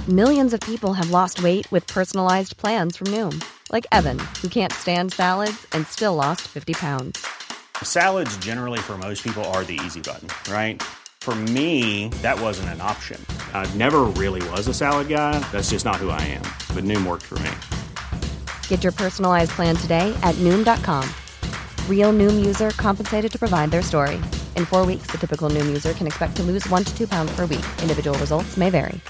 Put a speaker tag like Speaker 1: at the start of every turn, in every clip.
Speaker 1: Millions of people have lost weight with personalized plans from Noom. Like Evan, who can't stand salads and still lost 50 pounds.
Speaker 2: Salads generally for most people are the easy button, right? For me, that wasn't an option. I never really was a salad guy. That's just not who I am. But Noom worked for me.
Speaker 1: Get your personalized plan today at Noom.com. Real Noom user compensated to provide their story. In 4 weeks, the typical Noom user can expect to lose 1 to 2 pounds per week. Individual results may vary.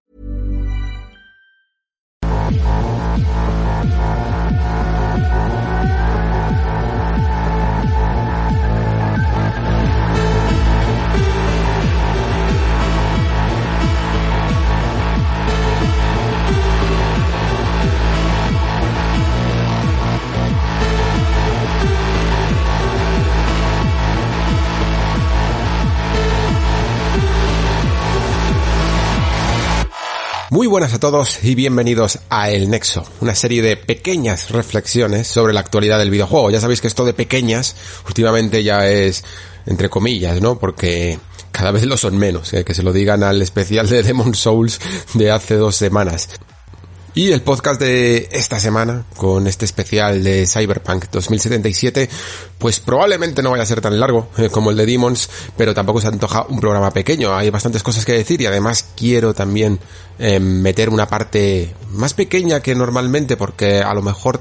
Speaker 3: Muy buenas a todos y bienvenidos a El Nexo, una serie de pequeñas reflexiones sobre la actualidad del videojuego. Ya sabéis que esto de pequeñas últimamente ya es entre comillas, ¿no? Porque cada vez lo son menos, que se lo digan al especial de Demon's Souls de hace 2 semanas. Y el podcast de esta semana, con este especial de Cyberpunk 2077, pues probablemente no vaya a ser tan largo como el de Demons, pero tampoco se antoja un programa pequeño. Hay bastantes cosas que decir y además quiero también meter una parte más pequeña que normalmente, porque a lo mejor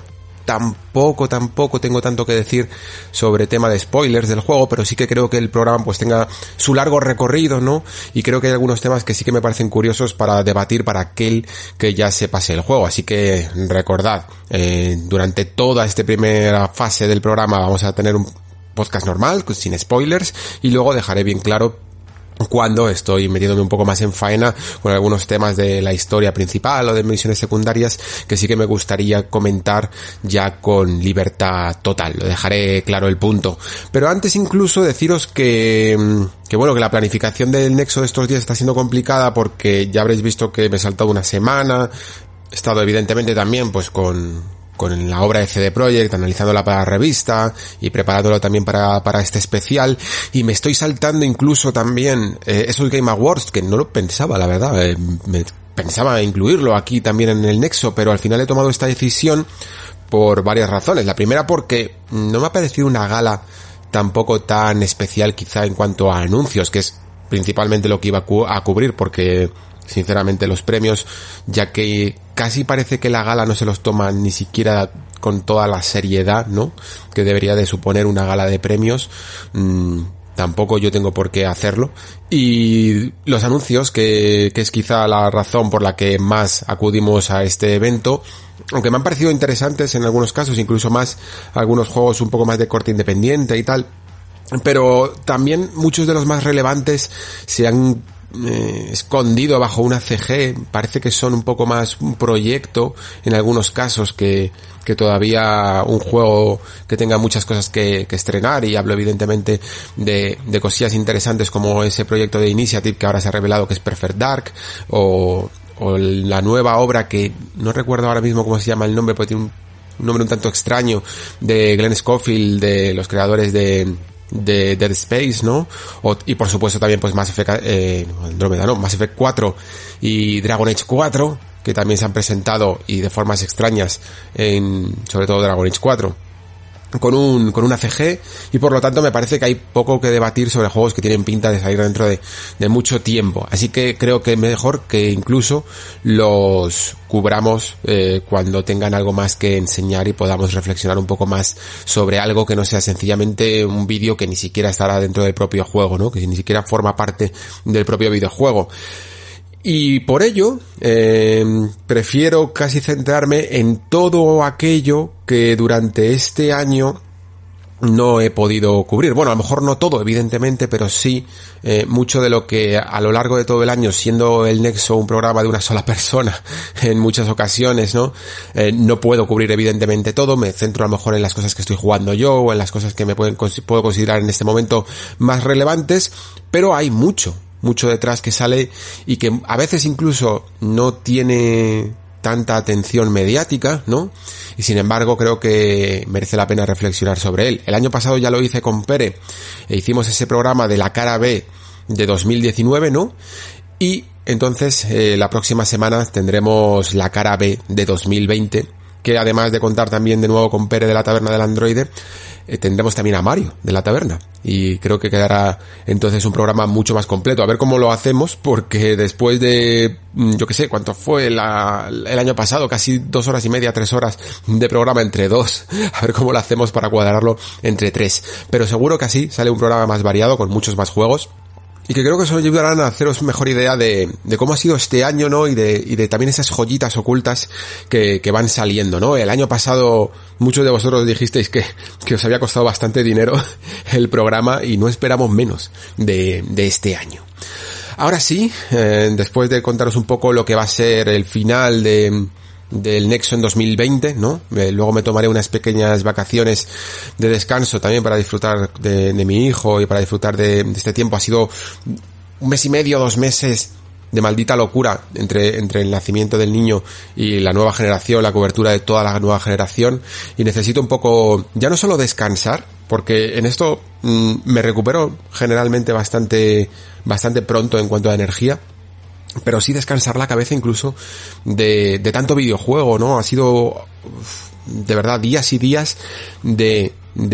Speaker 3: tampoco tengo tanto que decir sobre tema de spoilers del juego, pero sí que creo que el programa pues tenga su largo recorrido, ¿no? Y creo que hay algunos temas que sí que me parecen curiosos para debatir para aquel que ya se pase el juego. Así que recordad, durante toda esta primera fase del programa vamos a tener un podcast normal, sin spoilers, y luego dejaré bien claro cuando estoy metiéndome un poco más en faena con algunos temas de la historia principal o de misiones secundarias que sí que me gustaría comentar ya con libertad total. Lo dejaré claro el punto. Pero antes incluso deciros que bueno, que la planificación del Nexo de estos días está siendo complicada porque ya habréis visto que me he saltado una semana. He estado evidentemente también pues con la obra de CD Projekt, analizándola para la revista y preparándolo también para este especial, y me estoy saltando incluso también esos Game Awards, que no lo pensaba, la verdad, me pensaba incluirlo aquí también en el Nexo, pero al final he tomado esta decisión por varias razones. La primera porque no me ha parecido una gala tampoco tan especial quizá en cuanto a anuncios, que es principalmente lo que iba a cubrir, porque sinceramente los premios, ya que casi parece que la gala no se los toma ni siquiera con toda la seriedad, ¿no?, que debería de suponer una gala de premios, tampoco yo tengo por qué hacerlo. Y los anuncios, que es quizá la razón por la que más acudimos a este evento, aunque me han parecido interesantes en algunos casos, incluso más algunos juegos un poco más de corte independiente y tal, pero también muchos de los más relevantes se han escondido bajo una CG. Parece que son un poco más un proyecto en algunos casos que todavía un juego que tenga muchas cosas que estrenar, y hablo evidentemente de cosillas interesantes como ese proyecto de Initiative que ahora se ha revelado que es Perfect Dark, o la nueva obra que no recuerdo ahora mismo cómo se llama el nombre, porque tiene un nombre un tanto extraño, de Glenn Schofield, de los creadores de Dead Space, ¿no? Y por supuesto también pues Mass Effect Andrómeda, ¿no? Mass Effect 4 y Dragon Age 4, que también se han presentado y de formas extrañas sobre todo Dragon Age 4 con una CG, y por lo tanto me parece que hay poco que debatir sobre juegos que tienen pinta de salir dentro de mucho tiempo. Así que creo que es mejor que incluso los cubramos cuando tengan algo más que enseñar y podamos reflexionar un poco más sobre algo que no sea sencillamente un vídeo que ni siquiera estará dentro del propio juego, ¿no?, que ni siquiera forma parte del propio videojuego. Y por ello, prefiero casi centrarme en todo aquello que durante este año no he podido cubrir. Bueno, a lo mejor no todo, evidentemente, pero sí mucho de lo que a lo largo de todo el año, siendo el Nexo un programa de una sola persona en muchas ocasiones, ¿no? No puedo cubrir evidentemente todo. Me centro a lo mejor en las cosas que estoy jugando yo o en las cosas que puedo considerar en este momento más relevantes, pero hay mucho detrás que sale y que a veces incluso no tiene tanta atención mediática, ¿no? Y sin embargo creo que merece la pena reflexionar sobre él. El año pasado ya lo hice con Pere, e hicimos ese programa de la cara B de 2019, ¿no? Y entonces la próxima semana tendremos la cara B de 2020, que además de contar también de nuevo con Pere de la Taberna del Androide, tendremos también a Mario de la Taberna, y creo que quedará entonces un programa mucho más completo. A ver cómo lo hacemos, porque después de, yo qué sé, ¿cuánto fue el año pasado? Casi 2 horas y media, 3 horas de programa entre 2. A ver cómo lo hacemos para cuadrarlo entre 3. Pero seguro que así sale un programa más variado, con muchos más juegos, y que creo que os ayudarán a haceros mejor idea de cómo ha sido este año, ¿no? Y de también esas joyitas ocultas que van saliendo, ¿no? El año pasado muchos de vosotros dijisteis que os había costado bastante dinero el programa, y no esperamos menos de este año. Ahora sí, después de contaros un poco lo que va a ser el final del Nexo en 2020, ¿no? Luego me tomaré unas pequeñas vacaciones de descanso también para disfrutar de mi hijo y para disfrutar de este tiempo. Ha sido 1 mes y medio, 2 meses de maldita locura entre el nacimiento del niño y la nueva generación, la cobertura de toda la nueva generación, y necesito un poco, ya no solo descansar, porque en esto me recupero generalmente bastante pronto en cuanto a energía, pero sí descansar la cabeza incluso de tanto videojuego, ¿no? Ha sido de verdad días y días de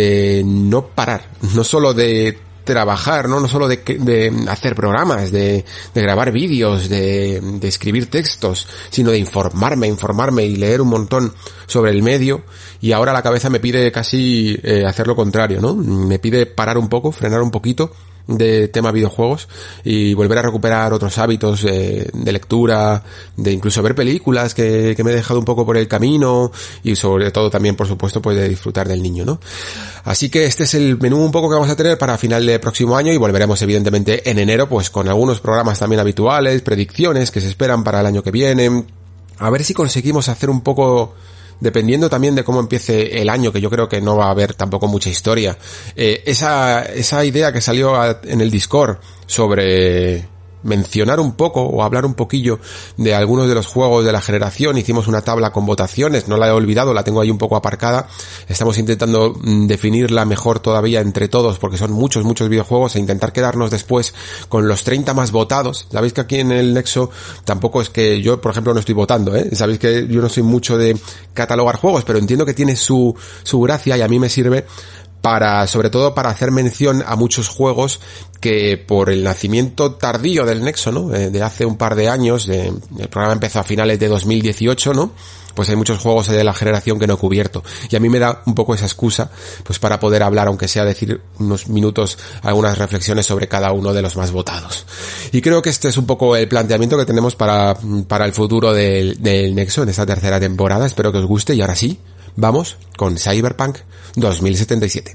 Speaker 3: no parar, no solo de trabajar, no solo de hacer programas, de grabar vídeos, de escribir textos, sino de informarme y leer un montón sobre el medio. Y ahora la cabeza me pide casi hacer lo contrario, ¿no? Me pide parar un poco, frenar un poquito de tema videojuegos y volver a recuperar otros hábitos de lectura, de incluso ver películas que me he dejado un poco por el camino, y sobre todo también, por supuesto, pues de disfrutar del niño, ¿no? Así que este es el menú un poco que vamos a tener para final de próximo año, y volveremos evidentemente en enero pues con algunos programas también habituales, predicciones que se esperan para el año que viene, a ver si conseguimos hacer un poco, dependiendo también de cómo empiece el año, que yo creo que no va a haber tampoco mucha historia. Esa idea que salió en el Discord sobre mencionar un poco o hablar un poquillo de algunos de los juegos de la generación. Hicimos una tabla con votaciones, no la he olvidado, la tengo ahí un poco aparcada. Estamos intentando definirla mejor todavía entre todos, porque son muchos videojuegos, e intentar quedarnos después con los 30 más votados. Sabéis que aquí en el Nexo tampoco es que yo, por ejemplo, no estoy votando, ¿eh? Sabéis que yo no soy mucho de catalogar juegos, pero entiendo que tiene su gracia, y a mí me sirve sobre todo para hacer mención a muchos juegos que por el nacimiento tardío del Nexo, ¿no? De hace un par de años, el programa empezó a finales de 2018, ¿no? Pues hay muchos juegos de la generación que no he cubierto, y a mí me da un poco esa excusa pues para poder hablar, aunque sea decir unos minutos, algunas reflexiones sobre cada uno de los más votados. Y creo que este es un poco el planteamiento que tenemos para el futuro del Nexo en esta tercera temporada. Espero que os guste, y ahora sí, vamos con Cyberpunk 2077.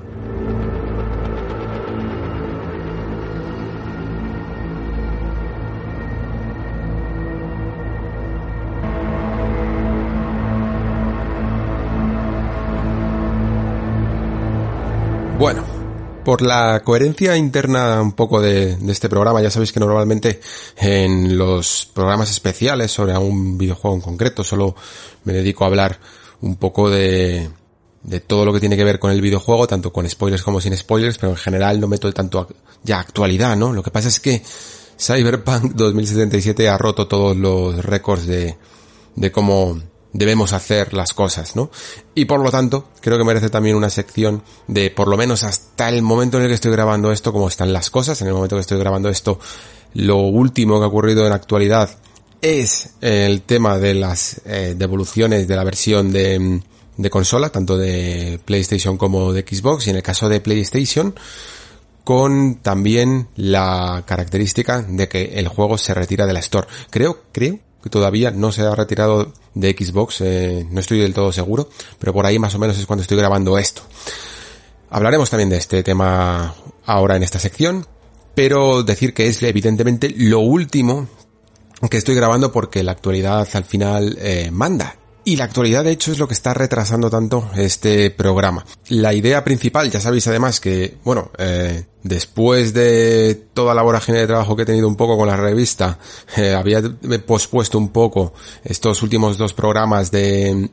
Speaker 3: Bueno, por la coherencia interna un poco de este programa, ya sabéis que normalmente en los programas especiales sobre algún videojuego en concreto solo me dedico a hablar un poco de todo lo que tiene que ver con el videojuego, tanto con spoilers como sin spoilers, pero en general no meto tanto ya actualidad, ¿no? Lo que pasa es que Cyberpunk 2077 ha roto todos los récords de cómo debemos hacer las cosas, ¿no? Y por lo tanto, creo que merece también una sección de, por lo menos hasta el momento en el que estoy grabando esto, cómo están las cosas. En el momento que estoy grabando esto, lo último que ha ocurrido en la actualidad es el tema de las devoluciones de la versión de consola, tanto de PlayStation como de Xbox, y en el caso de PlayStation, con también la característica de que el juego se retira de la Store. Creo que todavía no se ha retirado de Xbox, no estoy del todo seguro, pero por ahí más o menos es cuando estoy grabando esto. Hablaremos también de este tema ahora en esta sección, pero decir que es evidentemente lo último que estoy grabando, porque la actualidad al final manda. Y la actualidad, de hecho, es lo que está retrasando tanto este programa. La idea principal, ya sabéis además que, bueno, después de toda la vorágine de trabajo que he tenido un poco con la revista, había pospuesto un poco estos últimos 2 programas del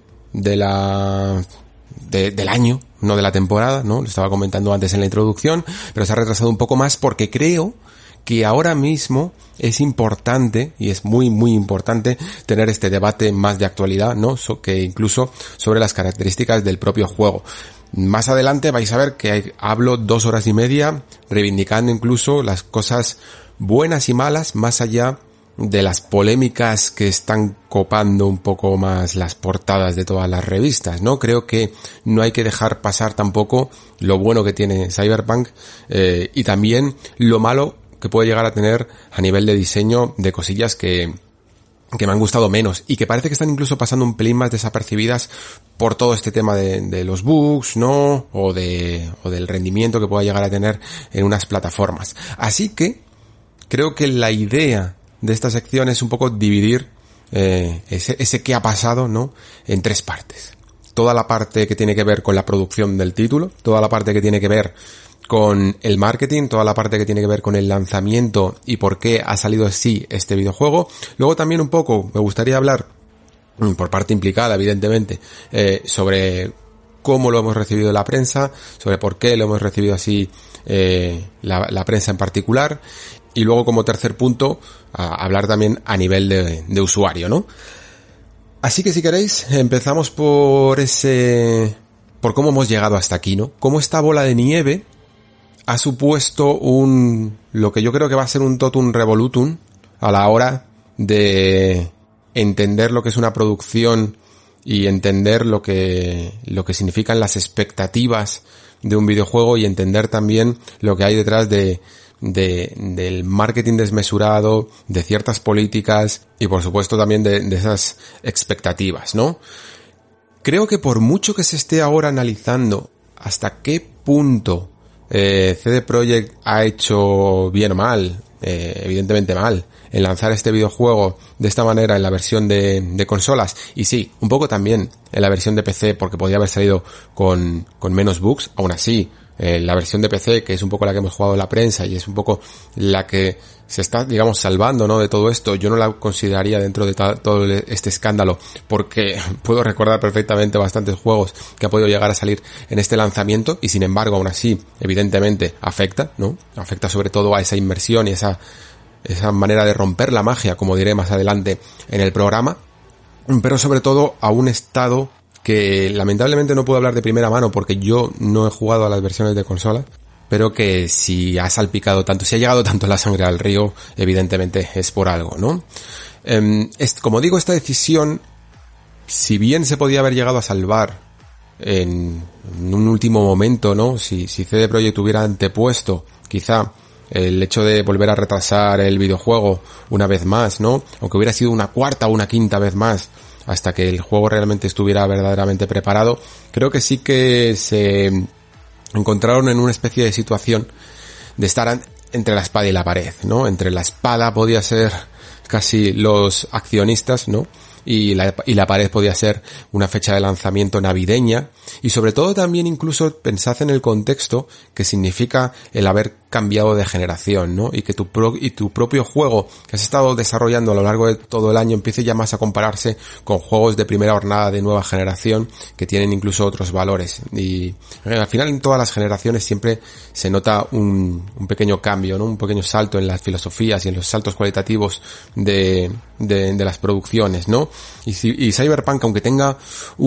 Speaker 3: año, no de la temporada, ¿no? Lo estaba comentando antes en la introducción, pero se ha retrasado un poco más porque creo que ahora mismo es importante, y es muy muy importante, tener este debate más de actualidad, ¿no? Que incluso sobre las características del propio juego. Más adelante vais a ver que hablo 2 horas y media reivindicando incluso las cosas buenas y malas, más allá de las polémicas que están copando un poco más las portadas de todas las revistas, ¿no? Creo que no hay que dejar pasar tampoco lo bueno que tiene Cyberpunk y también lo malo que puede llegar a tener a nivel de diseño de cosillas que me han gustado menos y que parece que están incluso pasando un pelín más desapercibidas por todo este tema de los bugs, ¿no? O del rendimiento que pueda llegar a tener en unas plataformas. Así que creo que la idea de esta sección es un poco dividir ese qué ha pasado, ¿no? En 3 partes. Toda la parte que tiene que ver con la producción del título, toda la parte que tiene que ver con el marketing, toda la parte que tiene que ver con el lanzamiento y por qué ha salido así este videojuego. Luego también un poco me gustaría hablar, por parte implicada evidentemente, sobre cómo lo hemos recibido la prensa, sobre por qué lo hemos recibido así la prensa en particular, y luego como tercer punto hablar también a nivel de usuario, ¿no? Así que si queréis empezamos por cómo hemos llegado hasta aquí, ¿no? Cómo esta bola de nieve ha supuesto lo que yo creo que va a ser un totum revolutum a la hora de entender lo que es una producción y entender lo que significan las expectativas de un videojuego y entender también lo que hay detrás del marketing desmesurado, de ciertas políticas y por supuesto también de esas expectativas, ¿no? Creo que por mucho que se esté ahora analizando hasta qué punto CD Projekt ha hecho bien o mal, evidentemente mal, en lanzar este videojuego de esta manera en la versión de consolas, y sí, un poco también en la versión de PC porque podía haber salido con menos bugs, aún así, la versión de PC, que es un poco la que hemos jugado en la prensa y es un poco la que se está, digamos, salvando, ¿no? De todo esto, yo no la consideraría dentro de todo este escándalo porque puedo recordar perfectamente bastantes juegos que ha podido llegar a salir en este lanzamiento y sin embargo, aún así, evidentemente afecta, ¿no? Afecta sobre todo a esa inmersión y esa manera de romper la magia, como diré más adelante en el programa, pero sobre todo a un estado que lamentablemente no puedo hablar de primera mano porque yo no he jugado a las versiones de consola, pero que si ha salpicado tanto, si ha llegado tanto la sangre al río, evidentemente es por algo, ¿no? Como digo, esta decisión, si bien se podía haber llegado a salvar en un último momento, ¿no? Si CD Projekt hubiera antepuesto, quizá, el hecho de volver a retrasar el videojuego una vez más, ¿no? Aunque hubiera sido una cuarta o una quinta vez más, hasta que el juego realmente estuviera verdaderamente preparado, creo que sí que se encontraron en una especie de situación de estar entre la espada y la pared, ¿no? Entre la espada podía ser casi los accionistas, ¿no? Y la pared podía ser una fecha de lanzamiento navideña y sobre todo también incluso pensad en el contexto que significa el haber cambiado de generación, ¿no? Y que tu propio juego que has estado desarrollando a lo largo de todo el año empiece ya más a compararse con juegos de primera jornada de nueva generación que tienen incluso otros valores. Y al final en todas las generaciones siempre se nota un pequeño cambio, ¿no? Un pequeño salto en las filosofías y en los saltos cualitativos de las producciones, ¿no? Y Cyberpunk, aunque tenga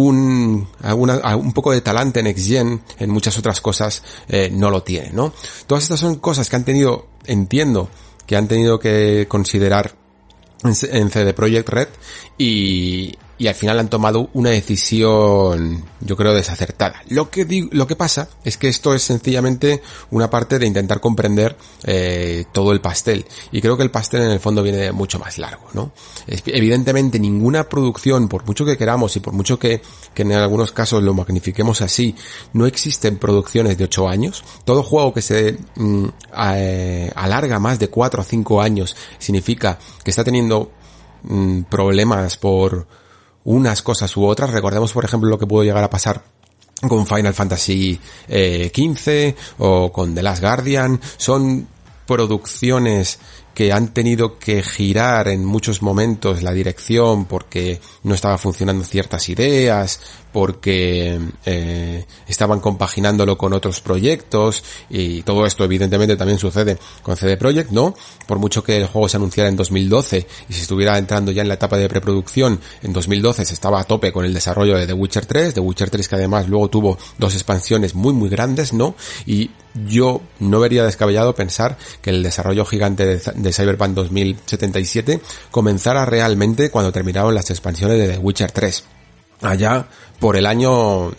Speaker 3: un poco de talante en Next Gen, en muchas otras cosas, no lo tiene, ¿no? Todas estas son cosas que entiendo que han tenido que considerar en CD Projekt Red y al final han tomado una decisión, yo creo, desacertada. Lo que pasa es que esto es sencillamente una parte de intentar comprender todo el pastel. Y creo que el pastel en el fondo viene mucho más largo, ¿no? Evidentemente ninguna producción, por mucho que queramos y por mucho que en algunos casos lo magnifiquemos así, no existen producciones de 8 años. Todo juego que se alarga más de 4 o 5 años significa que está teniendo problemas por unas cosas u otras. Recordemos, por ejemplo, lo que pudo llegar a pasar con Final Fantasy XV o con The Last Guardian. Son producciones que han tenido que girar en muchos momentos la dirección porque no estaba funcionando ciertas ideas, porque estaban compaginándolo con otros proyectos, y todo esto evidentemente también sucede con CD Projekt, ¿no? Por mucho que el juego se anunciara en 2012 y se estuviera entrando ya en la etapa de preproducción, en 2012 se estaba a tope con el desarrollo de The Witcher 3, que además luego tuvo 2 expansiones muy muy grandes, ¿no? Y yo no vería descabellado pensar que el desarrollo gigante de Cyberpunk 2077 comenzara realmente cuando terminaron las expansiones de The Witcher 3. Allá por el año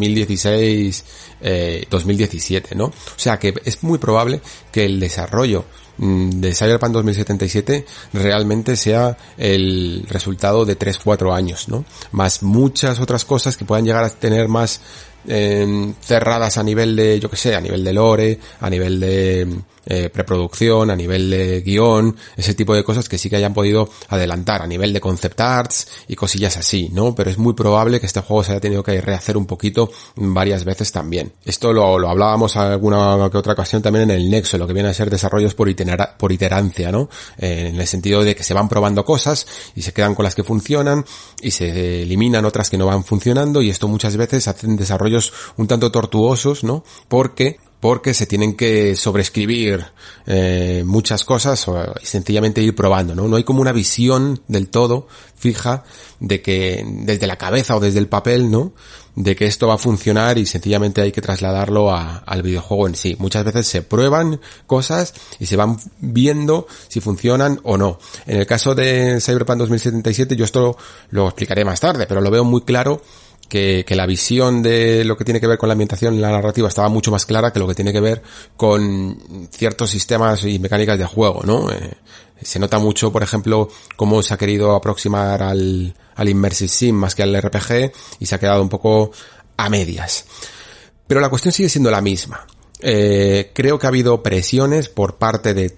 Speaker 3: 2016-2017, ¿no? O sea que es muy probable que el desarrollo de Cyberpunk 2077 realmente sea el resultado de 3-4 años, ¿no? Más muchas otras cosas que puedan llegar a tener más cerradas a nivel de, yo que sé, a nivel de lore, a nivel de preproducción, a nivel de guión, ese tipo de cosas que sí que hayan podido adelantar, a nivel de concept arts y cosillas así, ¿no? Pero es muy probable que este juego se haya tenido que rehacer un poquito varias veces también. Esto lo hablábamos alguna que otra ocasión también en el Nexo, lo que viene a ser desarrollos por iterancia, ¿no? En el sentido de que se van probando cosas y se quedan con las que funcionan y se eliminan otras que no van funcionando, y esto muchas veces hacen desarrollos un tanto tortuosos, ¿no? Porque se tienen que sobreescribir muchas cosas y sencillamente ir probando, ¿no? No hay como una visión del todo fija de que desde la cabeza o desde el papel, ¿no? De que esto va a funcionar y sencillamente hay que trasladarlo al videojuego en sí. Muchas veces se prueban cosas y se van viendo si funcionan o no. En el caso de Cyberpunk 2077, yo esto lo explicaré más tarde, pero lo veo muy claro que la visión de lo que tiene que ver con la ambientación y la narrativa estaba mucho más clara que lo que tiene que ver con ciertos sistemas y mecánicas de juego, ¿no? Se nota mucho, por ejemplo, cómo se ha querido aproximar al Immersive Sim más que al RPG, y se ha quedado un poco a medias. Pero la cuestión sigue siendo la misma. Creo que ha habido presiones por parte de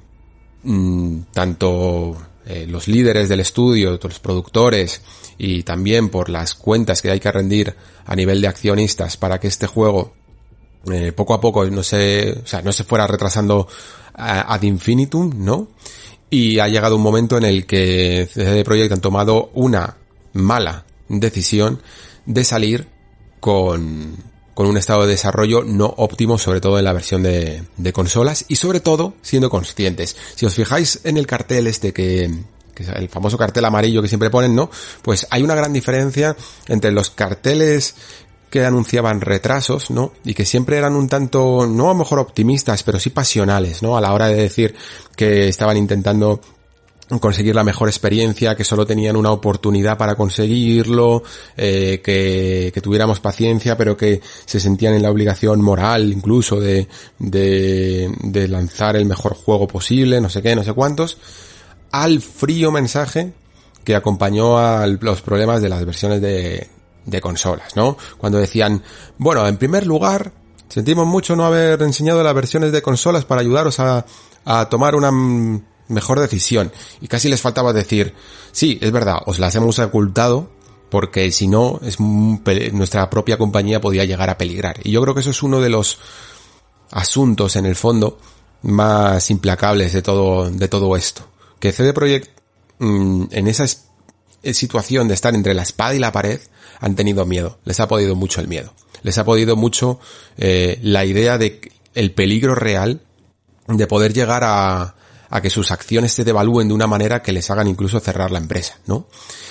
Speaker 3: tanto los líderes del estudio, los productores, y también por las cuentas que hay que rendir a nivel de accionistas para que este juego poco a poco no se fuera retrasando ad infinitum, ¿no? Y ha llegado un momento en el que CD Projekt han tomado una mala decisión de salir con un estado de desarrollo no óptimo, sobre todo en la versión de consolas, y sobre todo siendo conscientes. Si os fijáis en el cartel este que es el famoso cartel amarillo que siempre ponen, ¿no? Pues hay una gran diferencia entre los carteles que anunciaban retrasos, ¿no? Y que siempre eran un tanto, no a lo mejor optimistas, pero sí pasionales, ¿no? A la hora de decir que estaban intentando conseguir la mejor experiencia, que solo tenían una oportunidad para conseguirlo, que tuviéramos paciencia, pero que se sentían en la obligación moral incluso de lanzar el mejor juego posible, no sé qué, no sé cuántos, al frío mensaje que acompañó a los problemas de las versiones de consolas, ¿no? Cuando decían, bueno, en primer lugar, sentimos mucho no haber enseñado las versiones de consolas para ayudaros a tomar una mejor decisión. Y casi les faltaba decir, sí, es verdad, os las hemos ocultado porque si no, nuestra propia compañía podía llegar a peligrar. Y yo creo que eso es uno de los asuntos, en el fondo, más implacables de todo esto. Que CD Projekt, en esa situación de estar entre la espada y la pared, han tenido miedo. Les ha podido mucho el miedo. Les ha podido mucho la idea de el peligro real de poder llegar a que sus acciones se devalúen de una manera que les hagan incluso cerrar la empresa, ¿no?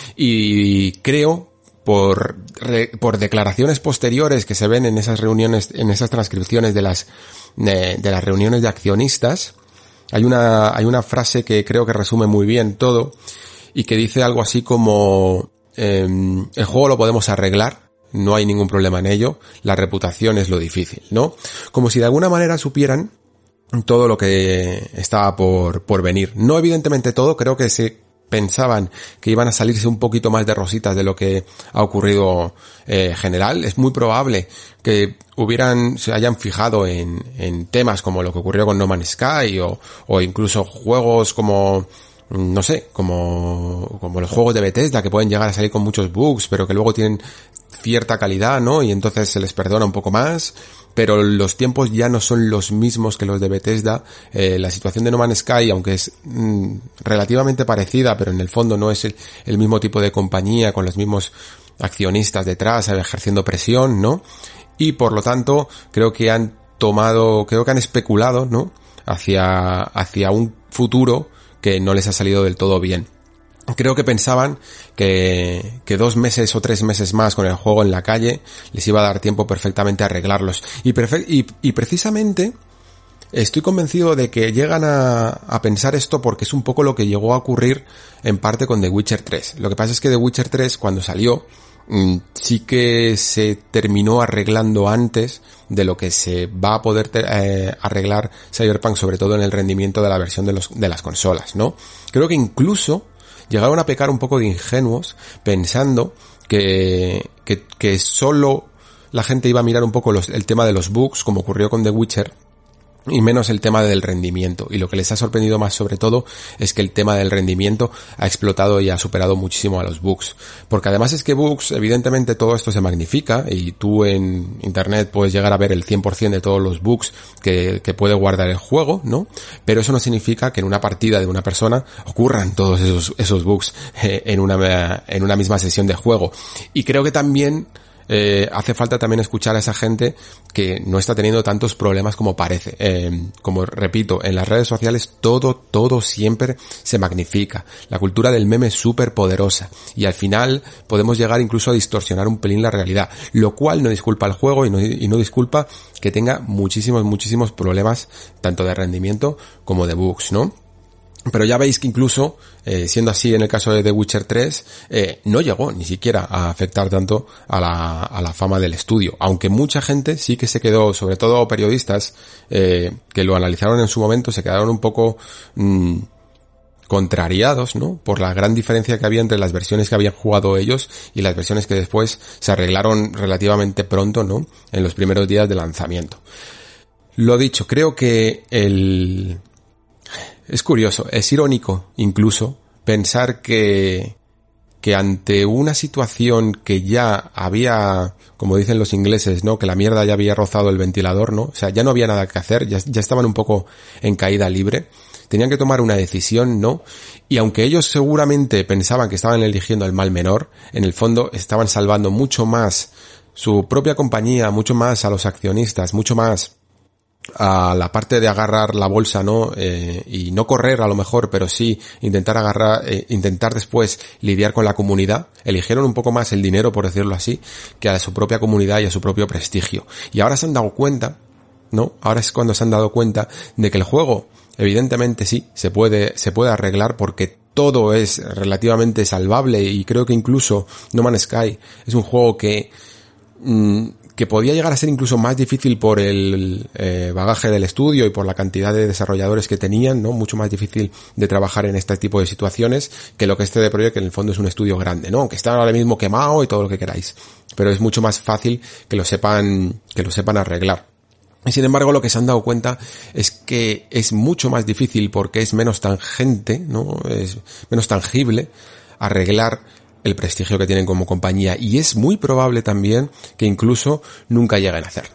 Speaker 3: Y creo, por declaraciones posteriores que se ven en esas reuniones, en esas transcripciones de las reuniones de accionistas, hay una frase que creo que resume muy bien todo y que dice algo así como el juego lo podemos arreglar, no hay ningún problema en ello, la reputación es lo difícil, ¿no? Como si de alguna manera supieran todo lo que estaba por venir. No evidentemente todo, creo que se pensaban que iban a salirse un poquito más de rositas de lo que ha ocurrido general. Es muy probable que se hayan fijado en temas como lo que ocurrió con No Man's Sky o incluso juegos como, no sé, como los juegos de Bethesda, que pueden llegar a salir con muchos bugs, pero que luego tienen cierta calidad, ¿no? Y entonces se les perdona un poco más, pero los tiempos ya no son los mismos que los de Bethesda. La situación de No Man's Sky, aunque es relativamente parecida, pero en el fondo no es el mismo tipo de compañía, con los mismos accionistas detrás, ejerciendo presión, ¿no? Y por lo tanto, creo que han especulado, ¿no? Hacia un futuro que no les ha salido del todo bien. Creo que pensaban que 2 meses o 3 meses más con el juego en la calle les iba a dar tiempo perfectamente a arreglarlos. Y precisamente estoy convencido de que llegan a pensar esto porque es un poco lo que llegó a ocurrir en parte con The Witcher 3. Lo que pasa es que The Witcher 3, cuando salió, sí que se terminó arreglando antes de lo que se va a poder arreglar Cyberpunk, sobre todo en el rendimiento de la versión de las consolas, ¿no? Creo que incluso llegaron a pecar un poco de ingenuos pensando que solo la gente iba a mirar un poco el tema de los bugs, como ocurrió con The Witcher, y menos el tema del rendimiento. Y lo que les ha sorprendido más sobre todo es que el tema del rendimiento ha explotado y ha superado muchísimo a los bugs. Porque además es que bugs, evidentemente todo esto se magnifica y tú en internet puedes llegar a ver el 100% de todos los bugs que puede guardar el juego, ¿no? Pero eso no significa que en una partida de una persona ocurran todos esos bugs en una misma sesión de juego. Y creo que también hace falta también escuchar a esa gente que no está teniendo tantos problemas como parece. Como repito, en las redes sociales todo siempre se magnifica. La cultura del meme es súper poderosa y al final podemos llegar incluso a distorsionar un pelín la realidad, lo cual no disculpa al juego y no disculpa que tenga muchísimos problemas tanto de rendimiento como de bugs, ¿no? Pero ya veis que incluso, siendo así en el caso de The Witcher 3, no llegó ni siquiera a afectar tanto a la fama del estudio. Aunque mucha gente sí que se quedó, sobre todo periodistas, que lo analizaron en su momento, se quedaron un poco contrariados, ¿no? Por la gran diferencia que había entre las versiones que habían jugado ellos y las versiones que después se arreglaron relativamente pronto, ¿no? En los primeros días de lanzamiento. Lo dicho, creo que es curioso, es irónico incluso pensar que ante una situación que ya había, como dicen los ingleses, ¿no? Que la mierda ya había rozado el ventilador, ¿no? O sea, ya no había nada que hacer, ya estaban un poco en caída libre. Tenían que tomar una decisión, ¿no? Y aunque ellos seguramente pensaban que estaban eligiendo el mal menor, en el fondo estaban salvando mucho más su propia compañía, mucho más a los accionistas, mucho más a la parte de agarrar la bolsa, ¿no? Y no correr a lo mejor, pero sí intentar después lidiar con la comunidad. Eligieron un poco más el dinero, por decirlo así, que a su propia comunidad y a su propio prestigio. Y ahora se han dado cuenta, ¿no? Ahora es cuando se han dado cuenta de que el juego, evidentemente sí, se puede arreglar porque todo es relativamente salvable y creo que incluso No Man's Sky es un juego que podía llegar a ser incluso más difícil por el bagaje del estudio y por la cantidad de desarrolladores que tenían, ¿no? Mucho más difícil de trabajar en este tipo de situaciones que lo que CD Projekt, que en el fondo es un estudio grande, ¿no? Aunque está ahora mismo quemado y todo lo que queráis. Pero es mucho más fácil que lo sepan arreglar. Y sin embargo, lo que se han dado cuenta es que es mucho más difícil porque es menos tangente, ¿no? Es menos tangible arreglar el prestigio que tienen como compañía y es muy probable también que incluso nunca lleguen a hacerlo.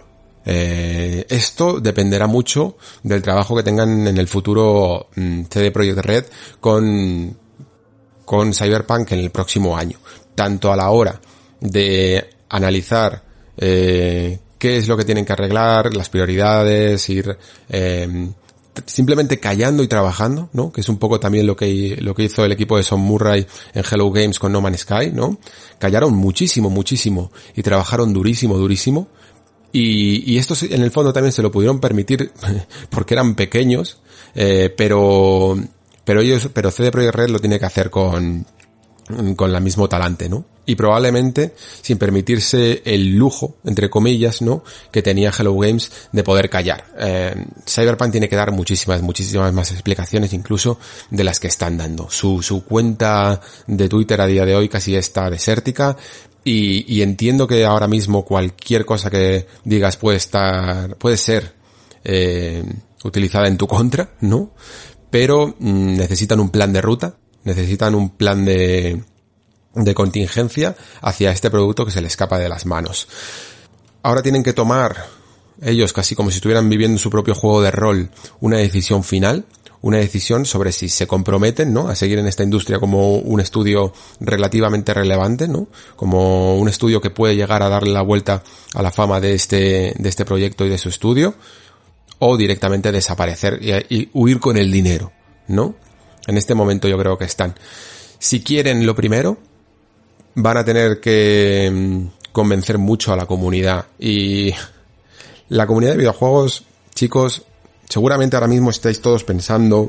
Speaker 3: Esto dependerá mucho del trabajo que tengan en el futuro CD Projekt Red con Cyberpunk en el próximo año, tanto a la hora de analizar qué es lo que tienen que arreglar, las prioridades, ir simplemente callando y trabajando, ¿no? Que es un poco también lo que hizo el equipo de Sean Murray en Hello Games con No Man's Sky, ¿no? Callaron muchísimo y trabajaron durísimo y esto en el fondo también se lo pudieron permitir porque eran pequeños, pero CD Projekt Red lo tiene que hacer con la mismo talante, ¿no? Y probablemente sin permitirse el lujo, entre comillas, ¿no? Que tenía Hello Games de poder callar. Cyberpunk tiene que dar muchísimas más explicaciones incluso de las que están dando. Su cuenta de Twitter a día de hoy casi está desértica y entiendo que ahora mismo cualquier cosa que digas puede ser utilizada en tu contra, ¿no? Pero necesitan un plan de ruta, necesitan un plan de de contingencia hacia este producto que se le escapa de las manos. Ahora tienen que tomar ellos, casi como si estuvieran viviendo su propio juego de rol, una decisión final, una decisión sobre si se comprometen, ¿no?, a seguir en esta industria como un estudio relativamente relevante, ¿no?, como un estudio que puede llegar a darle la vuelta a la fama de este proyecto y de su estudio, o directamente desaparecer y huir con el dinero, ¿no? En este momento yo creo que están. Si quieren lo primero, van a tener que convencer mucho a la comunidad. Y la comunidad de videojuegos, chicos, seguramente ahora mismo estáis todos pensando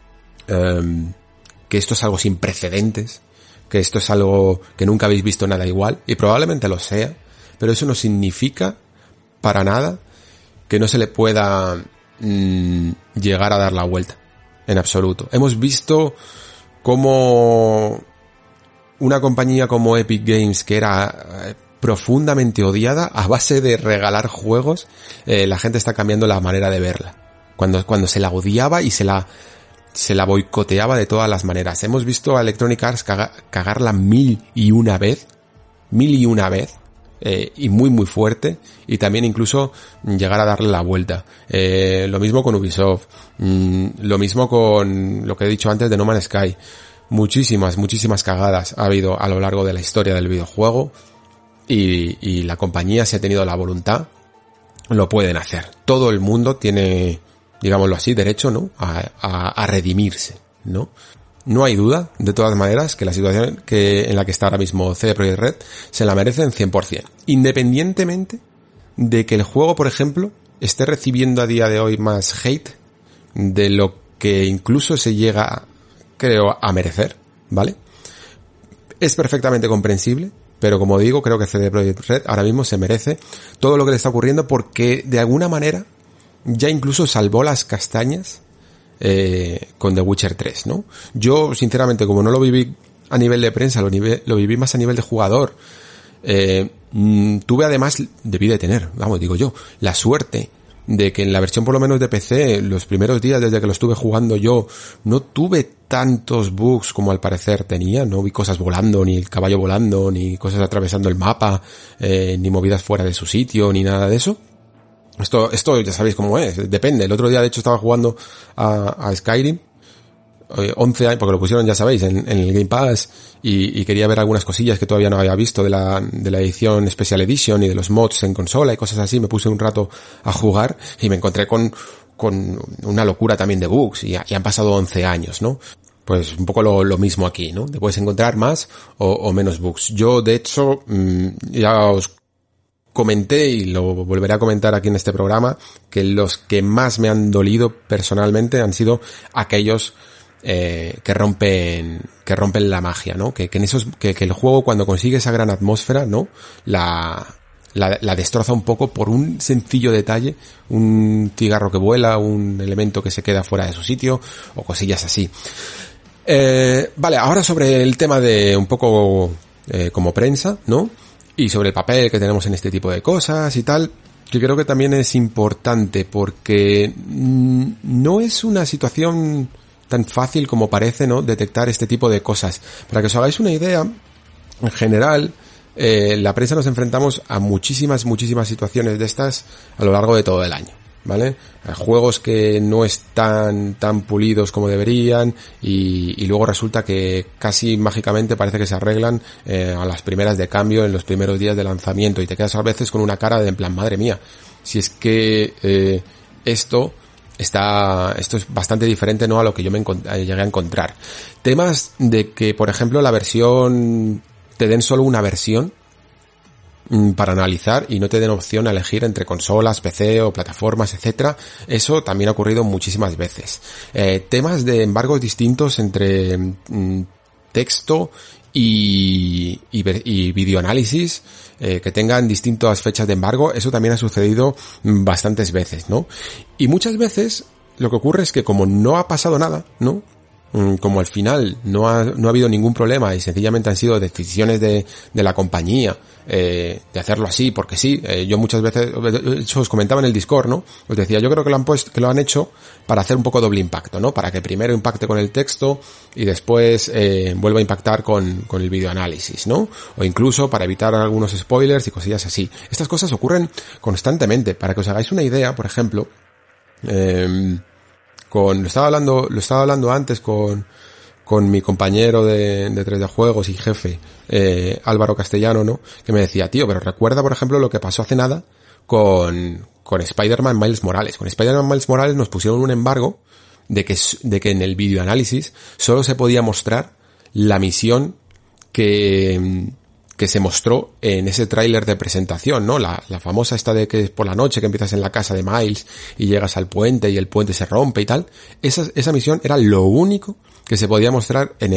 Speaker 3: que esto es algo sin precedentes, que esto es algo que nunca habéis visto nada igual, y probablemente lo sea, pero eso no significa para nada que no se le pueda llegar a dar la vuelta, en absoluto. Hemos visto cómo una compañía como Epic Games, que era profundamente odiada a base de regalar juegos, la gente está cambiando la manera de verla. Cuando se la odiaba y se la boicoteaba de todas las maneras. Hemos visto a Electronic Arts cagarla mil y una vez, y muy fuerte, y también incluso llegar a darle la vuelta. Lo mismo con Ubisoft, lo mismo con lo que he dicho antes de No Man's Sky. Muchísimas cagadas ha habido a lo largo de la historia del videojuego, y la compañía, si ha tenido la voluntad, lo pueden hacer. Todo el mundo tiene, digámoslo así, derecho, ¿no?, a redimirse, ¿no? No hay duda, de todas maneras, que la situación en la que está ahora mismo CD Projekt Red se la merecen 100%. Independientemente de que el juego, por ejemplo, esté recibiendo a día de hoy más hate de lo que incluso se llega, creo, a merecer, ¿vale? Es perfectamente comprensible, pero como digo, creo que CD Projekt Red ahora mismo se merece todo lo que le está ocurriendo, porque de alguna manera ya incluso salvó las castañas con The Witcher 3, ¿no? Yo, sinceramente, como no lo viví a nivel de prensa, lo viví más a nivel de jugador, tuve además, debí de tener, digo yo, la suerte de que en la versión por lo menos de PC, los primeros días desde que lo estuve jugando yo, no tuve tantos bugs como al parecer tenía. No vi cosas volando, ni el caballo volando, ni cosas atravesando el mapa, ni movidas fuera de su sitio, ni nada de eso. Esto ya sabéis cómo es, depende. El otro día, de hecho, estaba jugando a Skyrim, 11 años, porque lo pusieron, ya sabéis, en el Game Pass, y quería ver algunas cosillas que todavía no había visto de la edición Special Edition y de los mods en consola y cosas así. Me puse un rato a jugar y me encontré con una locura también de bugs, y han pasado 11 años, ¿no? Pues un poco lo mismo aquí, ¿no? Te puedes encontrar más o menos bugs. Yo, de hecho, ya os comenté, y lo volveré a comentar aquí en este programa, que los que más me han dolido personalmente han sido aquellos que rompen la magia, ¿no? Que el juego, cuando consigue esa gran atmósfera, ¿no?, la destroza un poco por un sencillo detalle, un cigarro que vuela, un elemento que se queda fuera de su sitio, o cosillas así. Vale, ahora sobre el tema de un poco como prensa, ¿no?, y sobre el papel que tenemos en este tipo de cosas y tal, que creo que también es importante, porque no es una situación tan fácil como parece, ¿no?, detectar este tipo de cosas. Para que os hagáis una idea, en general, la prensa nos enfrentamos a muchísimas situaciones de estas a lo largo de todo el año, ¿vale? Juegos que no están tan pulidos como deberían, y luego resulta que casi mágicamente parece que se arreglan a las primeras de cambio, en los primeros días de lanzamiento, y te quedas a veces con una cara de en plan, madre mía, si es que esto es bastante diferente, ¿no?, a lo que yo me llegué a encontrar. Temas de que, por ejemplo, la versión, te den solo una versión para analizar y no te den opción a elegir entre consolas, PC o plataformas, etcétera. Eso también ha ocurrido muchísimas veces. Temas de embargos distintos entre texto y videoanálisis, que tengan distintas fechas de embargo. Eso también ha sucedido bastantes veces, ¿no? Y muchas veces lo que ocurre es que, como no ha pasado nada, ¿no?, como al final no ha habido ningún problema y sencillamente han sido decisiones de la compañía de hacerlo así porque sí, yo muchas veces os comentaba en el Discord, ¿no? Os decía, yo creo que lo han hecho para hacer un poco doble impacto, ¿no? Para que primero impacte con el texto y después vuelva a impactar con el videoanálisis, ¿no? O incluso para evitar algunos spoilers y cosillas así. Estas cosas ocurren constantemente. Para que os hagáis una idea, por ejemplo, lo estaba hablando antes con mi compañero de 3D Juegos y jefe, Álvaro Castellano, ¿no? Que me decía, tío, pero recuerda, por ejemplo, lo que pasó hace nada con Spider-Man Miles Morales. Con Spider-Man Miles Morales nos pusieron un embargo de que en el videoanálisis solo se podía mostrar la misión que se mostró en ese tráiler de presentación, ¿no? La famosa esta de que es por la noche que empiezas en la casa de Miles y llegas al puente y el puente se rompe y tal. Esa misión era lo único que se podía mostrar en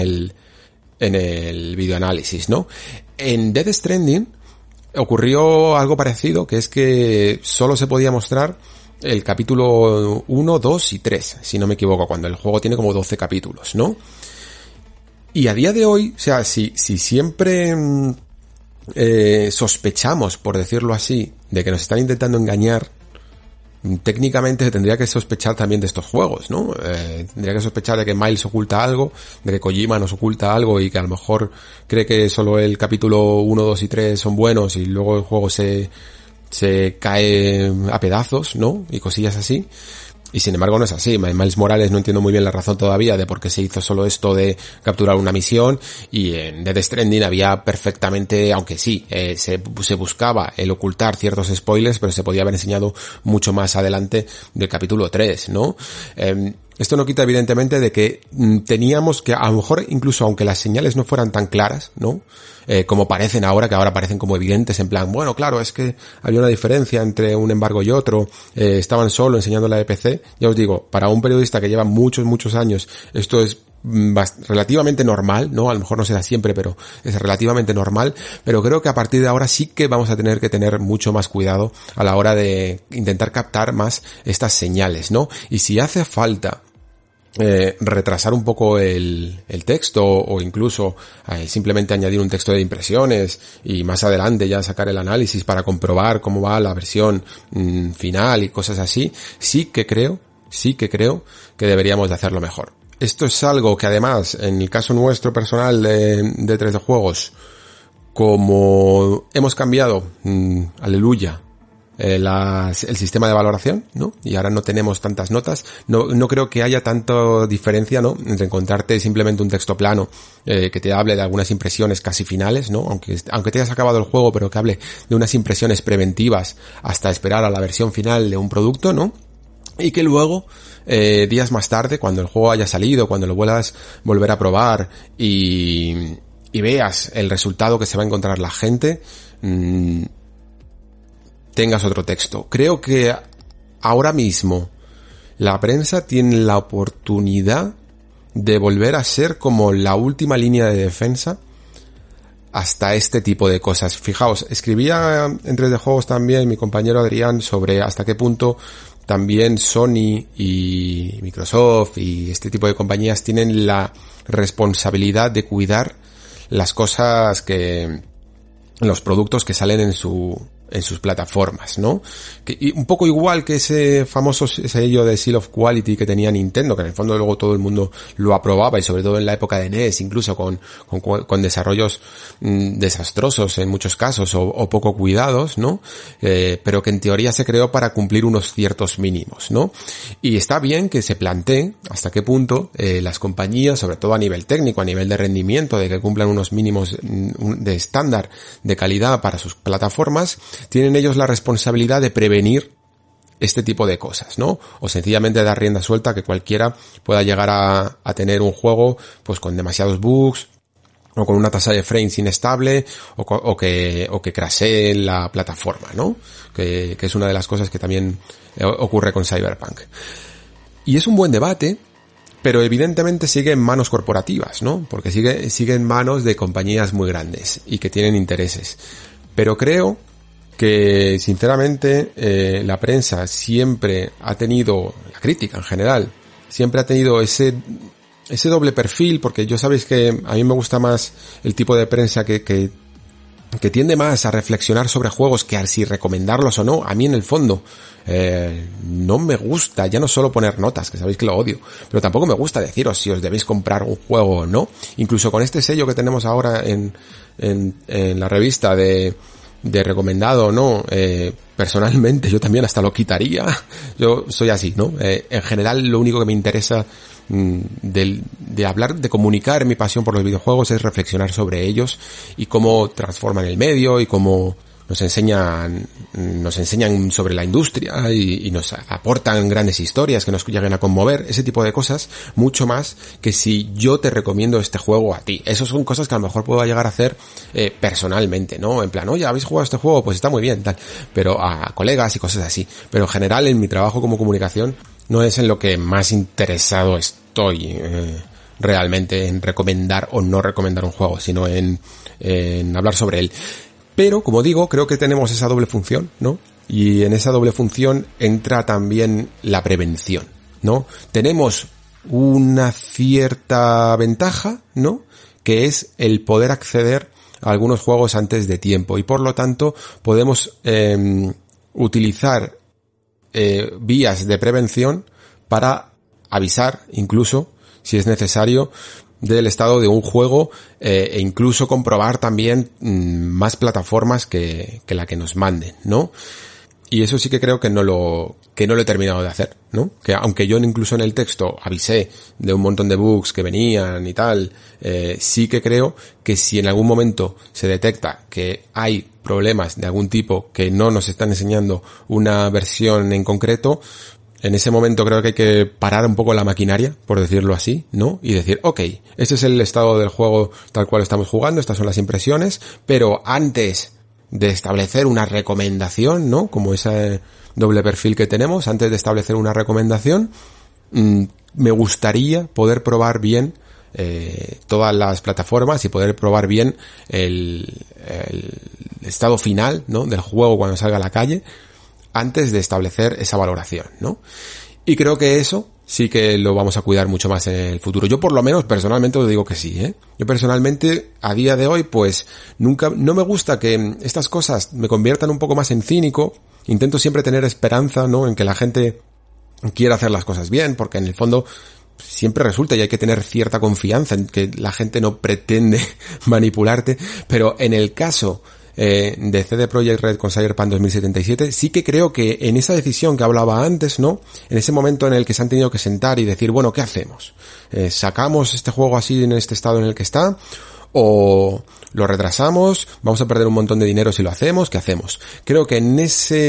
Speaker 3: el videoanálisis, ¿no? En Death Stranding ocurrió algo parecido, que es que solo se podía mostrar el capítulo 1, 2 y 3, si no me equivoco, cuando el juego tiene como 12 capítulos, ¿no? Y a día de hoy, o sea, si siempre sospechamos, por decirlo así, de que nos están intentando engañar, técnicamente se tendría que sospechar también de estos juegos, ¿no? Tendría que sospechar de que Miles oculta algo, de que Kojima nos oculta algo y que a lo mejor cree que solo el capítulo 1, 2 y 3 son buenos y luego el juego se cae a pedazos, ¿no? Y cosillas así. Y sin embargo no es así. Miles Morales no entiendo muy bien la razón todavía de por qué se hizo solo esto de capturar una misión, y en Death Stranding había perfectamente, aunque sí, se buscaba el ocultar ciertos spoilers, pero se podía haber enseñado mucho más adelante del capítulo 3, ¿no? Esto no quita evidentemente de que teníamos que, a lo mejor incluso aunque las señales no fueran tan claras, ¿no? Como parecen ahora, que ahora parecen como evidentes, en plan, bueno, claro, es que había una diferencia entre un embargo y otro, estaban solo enseñando la EPC. Ya os digo, para un periodista que lleva muchos años, esto es relativamente normal, ¿no? A lo mejor no será siempre, pero es relativamente normal, pero creo que a partir de ahora sí que vamos a tener que tener mucho más cuidado a la hora de intentar captar más estas señales, ¿no? Y si hace falta retrasar un poco el texto o incluso simplemente añadir un texto de impresiones y más adelante ya sacar el análisis para comprobar cómo va la versión final y cosas así, sí que creo que deberíamos de hacerlo mejor. Esto es algo que además, en el caso nuestro personal de 3D Juegos, como hemos cambiado, aleluya, el sistema de valoración, ¿no? Y ahora no tenemos tantas notas, no creo que haya tanta diferencia, ¿no? Entre encontrarte simplemente un texto plano que te hable de algunas impresiones casi finales, ¿no? Aunque te hayas acabado el juego, pero que hable de unas impresiones preventivas hasta esperar a la versión final de un producto, ¿no? Y que luego, días más tarde, cuando el juego haya salido, cuando lo vuelvas volver a probar y veas el resultado que se va a encontrar la gente, tengas otro texto. Creo que ahora mismo la prensa tiene la oportunidad de volver a ser como la última línea de defensa hasta este tipo de cosas. Fijaos, escribía en 3D Juegos también mi compañero Adrián sobre hasta qué punto también Sony y Microsoft y este tipo de compañías tienen la responsabilidad de cuidar las cosas que, los productos que salen en sus plataformas, ¿no? Y un poco igual que ese famoso sello de Seal of Quality que tenía Nintendo, que en el fondo luego todo el mundo lo aprobaba, y sobre todo en la época de NES, incluso con desarrollos desastrosos en muchos casos o poco cuidados, ¿no? Pero que en teoría se creó para cumplir unos ciertos mínimos, ¿no? Y está bien que se plantee hasta qué punto las compañías, sobre todo a nivel técnico, a nivel de rendimiento, de que cumplan unos mínimos de estándar de calidad para sus plataformas, tienen ellos la responsabilidad de prevenir este tipo de cosas, ¿no? O sencillamente dar rienda suelta a que cualquiera pueda llegar a tener un juego pues con demasiados bugs o con una tasa de frames inestable o que crashee la plataforma, ¿no? Que es una de las cosas que también ocurre con Cyberpunk. Y es un buen debate, pero evidentemente sigue en manos corporativas, ¿no? Porque sigue en manos de compañías muy grandes y que tienen intereses. Pero creo que sinceramente la prensa siempre ha tenido, la crítica en general, siempre ha tenido ese ese doble perfil, porque yo sabéis que a mí me gusta más el tipo de prensa que tiende más a reflexionar sobre juegos que a si recomendarlos o no. A mí en el fondo no me gusta, ya no solo poner notas, que sabéis que lo odio, pero tampoco me gusta deciros si os debéis comprar un juego o no. Incluso con este sello que tenemos ahora en la revista de recomendado o no, personalmente yo también hasta lo quitaría. Yo soy así, ¿no? En general lo único que me interesa de hablar, de comunicar mi pasión por los videojuegos es reflexionar sobre ellos y cómo transforman el medio y cómo nos enseñan sobre la industria y nos aportan grandes historias que nos lleguen a conmover, ese tipo de cosas, mucho más que si yo te recomiendo este juego a ti. Esas son cosas que a lo mejor puedo llegar a hacer personalmente, ¿no? En plan, oye, ¿habéis jugado este juego? Pues está muy bien, tal. Pero a colegas y cosas así. Pero en general, en mi trabajo como comunicación, no es en lo que más interesado estoy realmente en recomendar o no recomendar un juego, sino en hablar sobre él. Pero, como digo, creo que tenemos esa doble función, ¿no? Y en esa doble función entra también la prevención, ¿no? Tenemos una cierta ventaja, ¿no? Que es el poder acceder a algunos juegos antes de tiempo y por lo tanto podemos utilizar vías de prevención para avisar, incluso, si es necesario, del estado de un juego e incluso comprobar también más plataformas que la que nos manden, ¿no? Y eso sí que creo que no lo he terminado de hacer, ¿no? Que aunque yo incluso en el texto avisé de un montón de bugs que venían y tal, sí que creo que si en algún momento se detecta que hay problemas de algún tipo que no nos están enseñando una versión en concreto, en ese momento creo que hay que parar un poco la maquinaria, por decirlo así, ¿no? Y decir, ok, este es el estado del juego tal cual estamos jugando, estas son las impresiones, pero antes de establecer una recomendación, ¿no? Como ese doble perfil que tenemos, antes de establecer una recomendación, me gustaría poder probar bien todas las plataformas y poder probar bien el estado final, ¿no? Del juego cuando salga a la calle, antes de establecer esa valoración, ¿no? Y creo que eso sí que lo vamos a cuidar mucho más en el futuro. Yo por lo menos personalmente os digo que sí, ¿eh? Yo personalmente a día de hoy pues no me gusta que estas cosas me conviertan un poco más en cínico. Intento siempre tener esperanza, ¿no? En que la gente quiera hacer las cosas bien, porque en el fondo siempre resulta y hay que tener cierta confianza en que la gente no pretende manipularte, pero en el caso de CD Projekt Red con Cyberpunk 2077, sí que creo que en esa decisión que hablaba antes, ¿no? En ese momento en el que se han tenido que sentar y decir, bueno, ¿qué hacemos? ¿Sacamos este juego así en este estado en el que está? ¿O lo retrasamos? ¿Vamos a perder un montón de dinero si lo hacemos? ¿Qué hacemos? Creo que en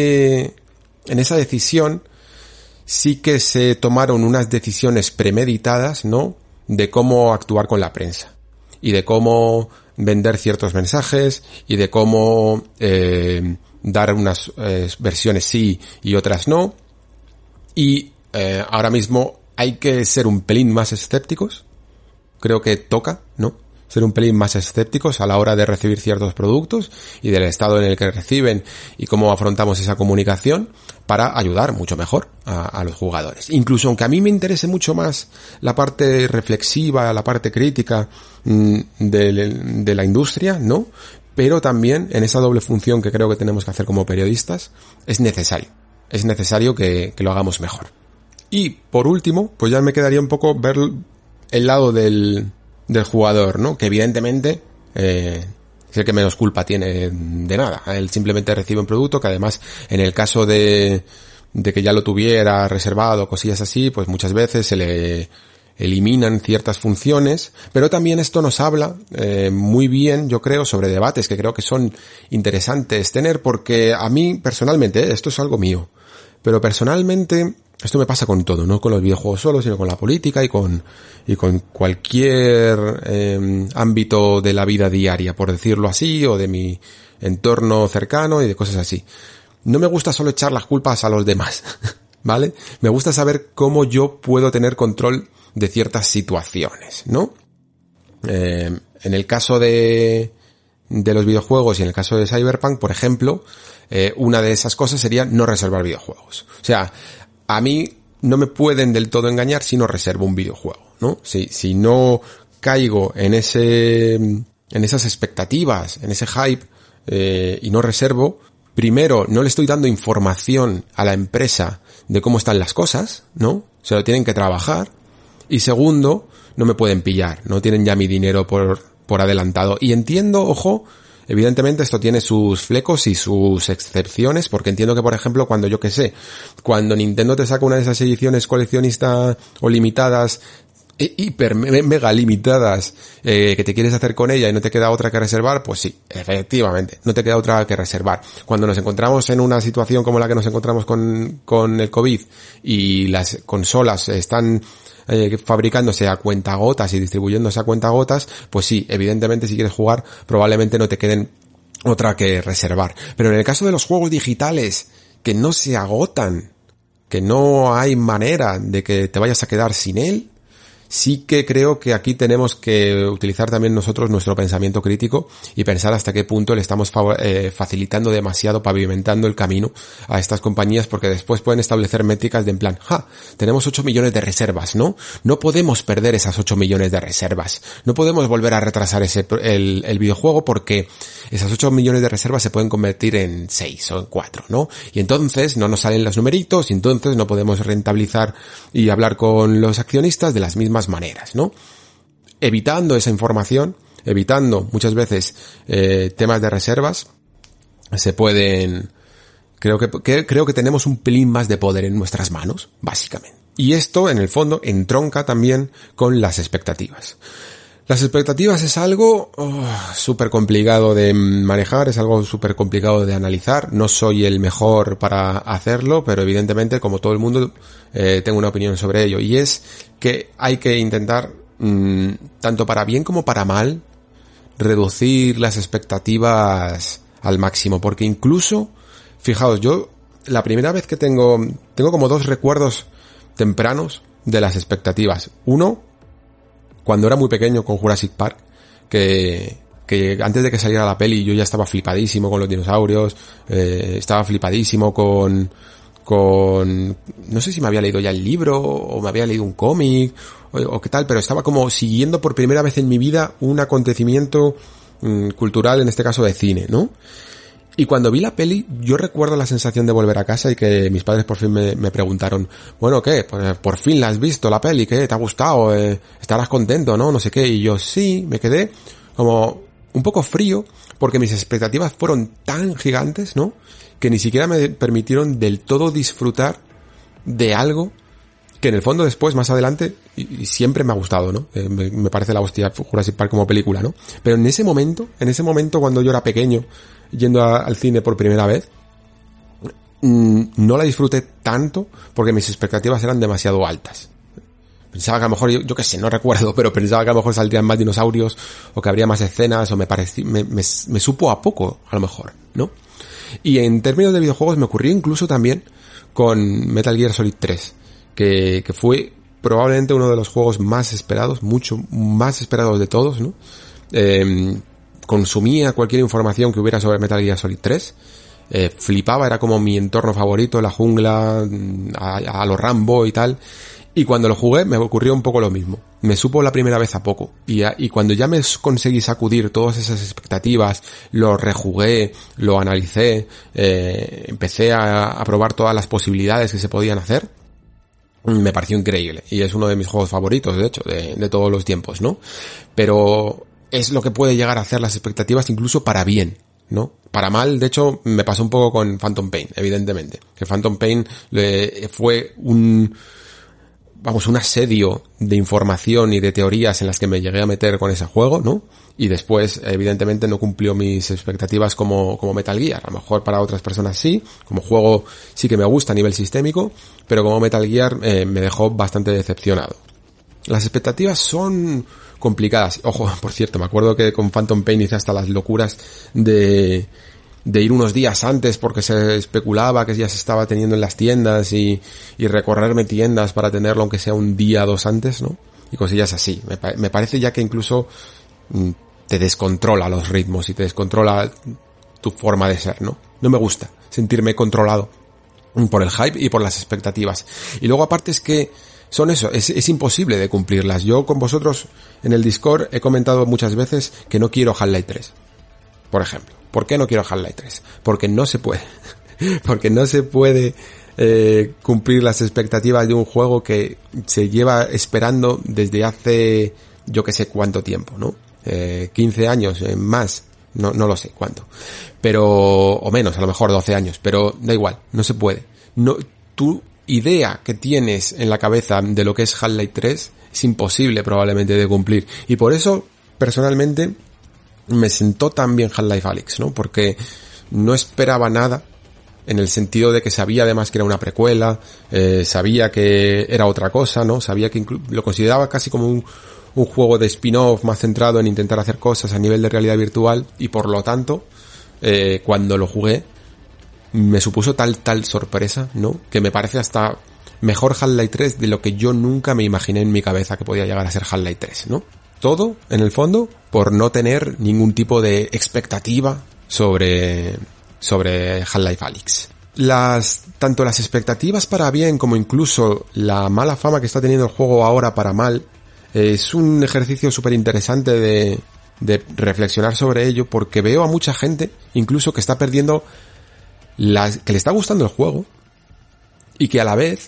Speaker 3: esa decisión sí que se tomaron unas decisiones premeditadas, ¿no? De cómo actuar con la prensa y de cómo vender ciertos mensajes y de cómo dar unas versiones sí y otras no. Y ahora mismo hay que ser un pelín más escépticos. Creo que toca, ¿no? Ser un pelín más escépticos a la hora de recibir ciertos productos y del estado en el que reciben y cómo afrontamos esa comunicación para ayudar mucho mejor a los jugadores. Incluso aunque a mí me interese mucho más la parte reflexiva, la parte crítica de la industria, ¿no? Pero también en esa doble función que creo que tenemos que hacer como periodistas es necesario que lo hagamos mejor. Y por último, pues ya me quedaría un poco ver el lado del jugador, ¿no? Que evidentemente es el que menos culpa tiene de nada. Él simplemente recibe un producto que además en el caso de que ya lo tuviera reservado, cosillas así, pues muchas veces se le eliminan ciertas funciones, pero también esto nos habla muy bien, yo creo, sobre debates que creo que son interesantes tener, porque a mí personalmente, esto es algo mío, pero personalmente esto me pasa con todo, no con los videojuegos solo, sino con la política y con cualquier ámbito de la vida diaria, por decirlo así, o de mi entorno cercano y de cosas así. No me gusta solo echar las culpas a los demás, ¿vale? Me gusta saber cómo yo puedo tener control de ciertas situaciones, ¿no? En el caso de los videojuegos y en el caso de Cyberpunk, por ejemplo, una de esas cosas sería no reservar videojuegos. O sea, a mí no me pueden del todo engañar si no reservo un videojuego. ¿no? Si no caigo en esas expectativas, en ese hype, y no reservo, primero, no le estoy dando información a la empresa de cómo están las cosas, ¿no? Se lo tienen que trabajar. Y segundo, no me pueden pillar, no tienen ya mi dinero por adelantado. Y entiendo, ojo, evidentemente esto tiene sus flecos y sus excepciones, porque entiendo que, por ejemplo, cuando Nintendo te saca una de esas ediciones coleccionistas o limitadas, hiper mega limitadas, que te quieres hacer con ella y no te queda otra que reservar, pues sí, efectivamente, no te queda otra que reservar. Cuando nos encontramos en una situación como la que nos encontramos con el COVID y las consolas están fabricándose a cuentagotas y distribuyéndose a cuentagotas, pues sí, evidentemente si quieres jugar probablemente no te queden otra que reservar. Pero en el caso de los juegos digitales que no se agotan, que no hay manera de que te vayas a quedar sin él, sí que creo que aquí tenemos que utilizar también nosotros nuestro pensamiento crítico y pensar hasta qué punto le estamos facilitando demasiado, pavimentando el camino a estas compañías, porque después pueden establecer métricas de en plan, tenemos 8 millones de reservas, ¿no? No podemos perder esas 8 millones de reservas. No podemos volver a retrasar el videojuego porque esas 8 millones de reservas se pueden convertir en 6 o en 4, ¿no? Y entonces no nos salen los numeritos y entonces no podemos rentabilizar y hablar con los accionistas de las mismas maneras, ¿no? Evitando esa información, evitando muchas veces temas de reservas, se pueden... Creo que tenemos un pelín más de poder en nuestras manos, básicamente. Y esto, en el fondo, entronca también con las expectativas. Las expectativas es algo súper complicado de manejar, es algo súper complicado de analizar. No soy el mejor para hacerlo, pero evidentemente, como todo el mundo, tengo una opinión sobre ello. Y es que hay que intentar, tanto para bien como para mal, reducir las expectativas al máximo. Porque incluso, fijaos, yo la primera vez que tengo como 2 recuerdos tempranos de las expectativas. Uno, cuando era muy pequeño con Jurassic Park, que antes de que saliera la peli yo ya estaba flipadísimo con los dinosaurios, estaba flipadísimo con no sé si me había leído ya el libro o me había leído un cómic o qué tal, pero estaba como siguiendo por primera vez en mi vida un acontecimiento cultural, en este caso de cine, ¿no? Y cuando vi la peli, yo recuerdo la sensación de volver a casa y que mis padres por fin me preguntaron, bueno, ¿qué? Pues por fin la has visto la peli, ¿qué? ¿Te ha gustado? ¿Estarás contento, no? No sé qué. Y yo sí, me quedé como un poco frío porque mis expectativas fueron tan gigantes, ¿no? Que ni siquiera me permitieron del todo disfrutar de algo que en el fondo después, más adelante, y siempre me ha gustado, ¿no? Me parece la hostia Jurassic Park como película, ¿no? Pero en ese momento cuando yo era pequeño, yendo al cine por primera vez, no la disfruté tanto porque mis expectativas eran demasiado altas. Pensaba que a lo mejor, yo qué sé, no recuerdo, pero pensaba que a lo mejor saldrían más dinosaurios o que habría más escenas o me supo a poco, a lo mejor, ¿no? Y en términos de videojuegos me ocurrió incluso también con Metal Gear Solid 3, que fue probablemente uno de los juegos más esperados, mucho más esperados de todos, ¿no? Consumía cualquier información que hubiera sobre Metal Gear Solid 3, flipaba, era como mi entorno favorito, la jungla, a lo Rambo y tal, y cuando lo jugué me ocurrió un poco lo mismo, me supo la primera vez a poco, y cuando ya me conseguí sacudir todas esas expectativas, lo rejugué, lo analicé, empecé a probar todas las posibilidades que se podían hacer, me pareció increíble, y es uno de mis juegos favoritos, de hecho, de todos los tiempos, ¿no? Pero es lo que puede llegar a hacer las expectativas incluso para bien, ¿no? Para mal, de hecho, me pasó un poco con Phantom Pain, evidentemente. Que Phantom Pain fue un asedio de información y de teorías en las que me llegué a meter con ese juego, ¿no? Y después, evidentemente, no cumplió mis expectativas como Metal Gear. A lo mejor para otras personas sí, como juego sí que me gusta a nivel sistémico, pero como Metal Gear me dejó bastante decepcionado. Las expectativas son complicadas. Ojo, por cierto, me acuerdo que con Phantom Pain hice hasta las locuras de ir unos días antes porque se especulaba que ya se estaba teniendo en las tiendas y recorrerme tiendas para tenerlo aunque sea un día o 2 antes, ¿no? Y cosillas así. Me parece ya que incluso te descontrola los ritmos y te descontrola tu forma de ser, ¿no? No me gusta sentirme controlado por el hype y por las expectativas. Y luego aparte es que son eso, es imposible de cumplirlas. Yo con vosotros en el Discord he comentado muchas veces que no quiero Half-Life 3, por ejemplo. ¿Por qué no quiero Half-Life 3? Porque no se puede. Porque no se puede cumplir las expectativas de un juego que se lleva esperando desde hace yo que sé cuánto tiempo, ¿no? 15 años, más, no lo sé cuánto. Pero, o menos, a lo mejor 12 años, pero da igual, no se puede. No, tu idea que tienes en la cabeza de lo que es Half-Life 3 es imposible probablemente de cumplir. Y por eso, personalmente, me sentó tan bien Half-Life Alyx, ¿no? Porque no esperaba nada, en el sentido de que sabía además que era una precuela, sabía que era otra cosa, ¿no? Sabía que lo consideraba casi como un juego de spin-off más centrado en intentar hacer cosas a nivel de realidad virtual, y por lo tanto, cuando lo jugué, me supuso tal sorpresa, ¿no? Que me parece hasta mejor Half-Life 3 de lo que yo nunca me imaginé en mi cabeza que podía llegar a ser Half-Life 3, ¿no? Todo, en el fondo, por no tener ningún tipo de expectativa sobre Half-Life Alyx. Tanto las expectativas para bien como incluso la mala fama que está teniendo el juego ahora para mal, es un ejercicio súper interesante de reflexionar sobre ello, porque veo a mucha gente incluso que está perdiendo que le está gustando el juego y que a la vez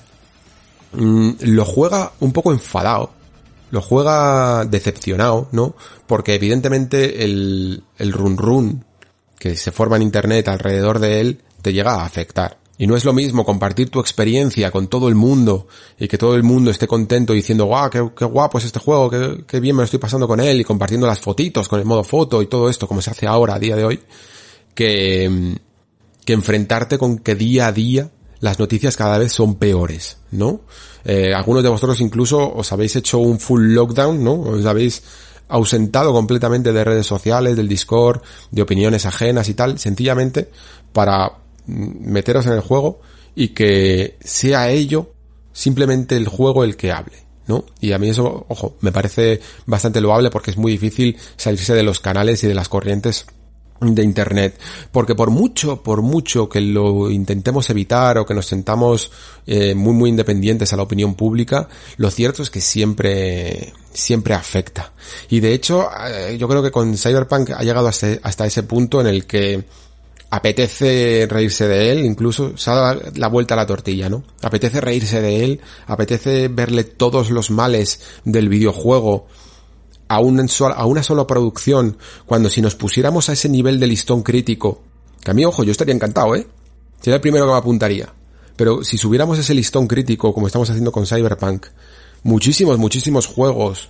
Speaker 3: lo juega un poco enfadado, lo juega decepcionado, ¿no? Porque evidentemente el run que se forma en internet alrededor de él te llega a afectar. Y no es lo mismo compartir tu experiencia con todo el mundo y que todo el mundo esté contento diciendo ¡guau, qué guapo es este juego, qué bien me lo estoy pasando con él! Y compartiendo las fotitos con el modo foto y todo esto como se hace ahora a día de hoy, que enfrentarte con que día a día las noticias cada vez son peores, ¿no? Algunos de vosotros incluso os habéis hecho un full lockdown, ¿no? Os habéis ausentado completamente de redes sociales, del Discord, de opiniones ajenas y tal, sencillamente para meteros en el juego y que sea ello simplemente el juego el que hable, ¿no? Y a mí eso, ojo, me parece bastante loable, porque es muy difícil salirse de los canales y de las corrientes de internet, porque por mucho que lo intentemos evitar o que nos sentamos muy independientes a la opinión pública, lo cierto es que siempre afecta. Y de hecho, yo creo que con Cyberpunk ha llegado hasta ese punto en el que apetece reírse de él, incluso se ha dado la vuelta a la tortilla, ¿no? Apetece reírse de él, apetece verle todos los males del videojuego a una sola producción, cuando si nos pusiéramos a ese nivel de listón crítico, que a mí, ojo, yo estaría encantado, sería el primero que me apuntaría, pero si subiéramos ese listón crítico como estamos haciendo con Cyberpunk, muchísimos juegos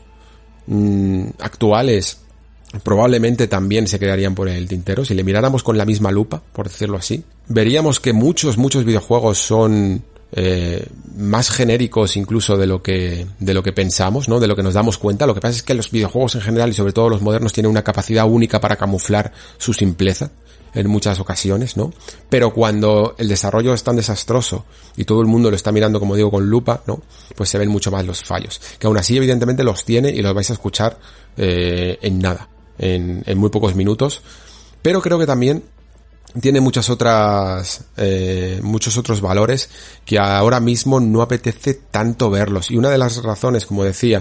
Speaker 3: actuales probablemente también se quedarían por el tintero. Si le miráramos con la misma lupa, por decirlo así, veríamos que muchos videojuegos son más genéricos incluso de lo que pensamos, ¿no? De lo que nos damos cuenta. Lo que pasa es que los videojuegos en general, y sobre todo los modernos, tienen una capacidad única para camuflar su simpleza en muchas ocasiones, ¿no? Pero cuando el desarrollo es tan desastroso y todo el mundo lo está mirando, como digo, con lupa, ¿no? Pues se ven mucho más los fallos, que aún así evidentemente los tiene y los vais a escuchar en nada, en muy pocos minutos. Pero creo que también tiene muchos otros valores que ahora mismo no apetece tanto verlos. Y una de las razones, como decía,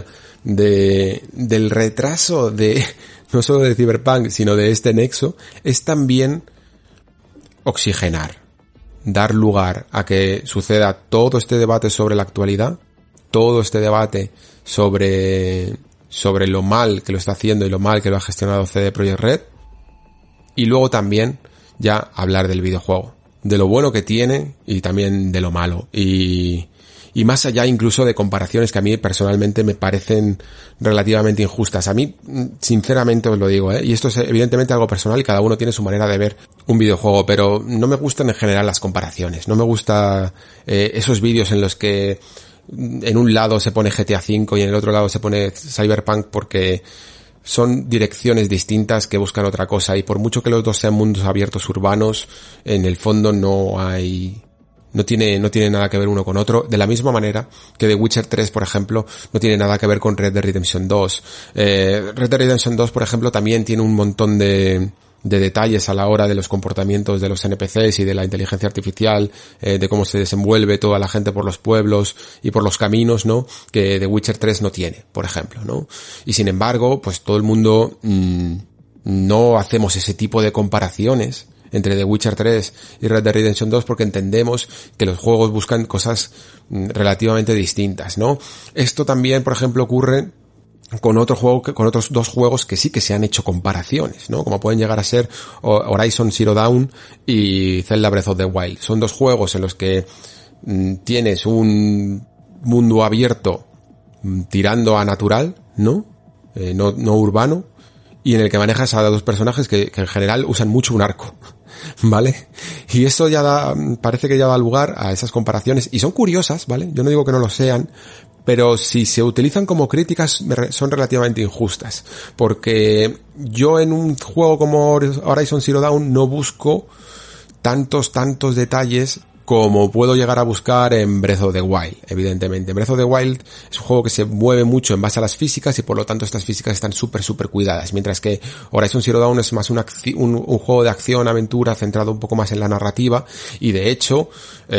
Speaker 3: del retraso no solo de Cyberpunk, sino de este nexo, es también oxigenar, dar lugar a que suceda todo este debate sobre la actualidad, todo este debate sobre lo mal que lo está haciendo y lo mal que lo ha gestionado CD Projekt Red, y luego también ya hablar del videojuego, de lo bueno que tiene y también de lo malo, y más allá incluso de comparaciones que a mí personalmente me parecen relativamente injustas. A mí, sinceramente os lo digo, y esto es evidentemente algo personal y cada uno tiene su manera de ver un videojuego, pero no me gustan en general las comparaciones, no me gusta esos vídeos en los que en un lado se pone GTA V y en el otro lado se pone Cyberpunk, porque son direcciones distintas que buscan otra cosa, y por mucho que los dos sean mundos abiertos urbanos, en el fondo no tiene nada que ver uno con otro, de la misma manera que The Witcher 3, por ejemplo, no tiene nada que ver con Red Dead Redemption 2. Red Dead Redemption 2, por ejemplo, también tiene un montón de detalles a la hora de los comportamientos de los NPCs y de la inteligencia artificial, de cómo se desenvuelve toda la gente por los pueblos y por los caminos, ¿no? Que The Witcher 3 no tiene, por ejemplo, ¿no? Y sin embargo, pues todo el mundo no hacemos ese tipo de comparaciones entre The Witcher 3 y Red Dead Redemption 2 porque entendemos que los juegos buscan cosas relativamente distintas, ¿no? Esto también, por ejemplo, ocurre con otros dos juegos que sí que se han hecho comparaciones, ¿no? Como pueden llegar a ser Horizon Zero Dawn y Zelda Breath of the Wild. Son dos juegos en los que tienes un mundo abierto tirando a natural, ¿no? No urbano, y en el que manejas a dos personajes que en general usan mucho un arco, ¿vale? Y eso parece que ya da lugar a esas comparaciones, y son curiosas, ¿vale? Yo no digo que no lo sean, pero si se utilizan como críticas son relativamente injustas, porque yo en un juego como Horizon Zero Dawn no busco tantos detalles como puedo llegar a buscar en Breath of the Wild, evidentemente. Breath of the Wild es un juego que se mueve mucho en base a las físicas y por lo tanto estas físicas están súper cuidadas, mientras que Horizon Zero Dawn es más un juego de acción, aventura, centrado un poco más en la narrativa, y de hecho,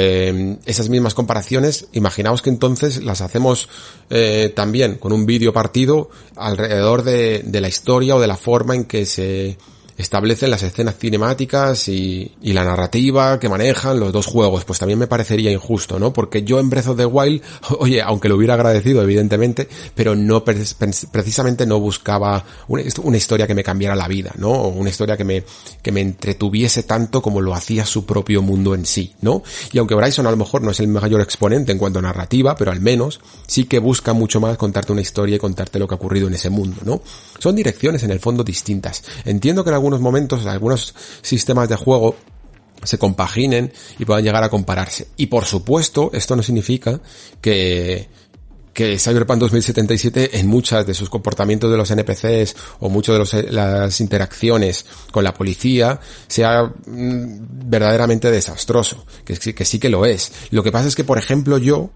Speaker 3: esas mismas comparaciones, imaginaos que entonces las hacemos también con un vídeo partido alrededor de la historia o de la forma en que se establecen las escenas cinemáticas y la narrativa que manejan los dos juegos. Pues también me parecería injusto, ¿no? Porque yo en Breath of the Wild, oye, aunque lo hubiera agradecido evidentemente, pero no precisamente no buscaba una historia que me cambiara la vida, ¿no? O una historia que me entretuviese tanto como lo hacía su propio mundo en sí, ¿no? Y aunque Horizon a lo mejor no es el mayor exponente en cuanto a narrativa, pero al menos sí que busca mucho más contarte una historia y contarte lo que ha ocurrido en ese mundo, ¿no? Son direcciones en el fondo distintas. Entiendo que en algunos momentos, algunos sistemas de juego se compaginen y puedan llegar a compararse. Y por supuesto, esto no significa que Cyberpunk 2077 en muchas de sus comportamientos de los NPCs o muchas de las interacciones con la policía sea verdaderamente desastroso, que sí que lo es. Lo que pasa es que, por ejemplo, yo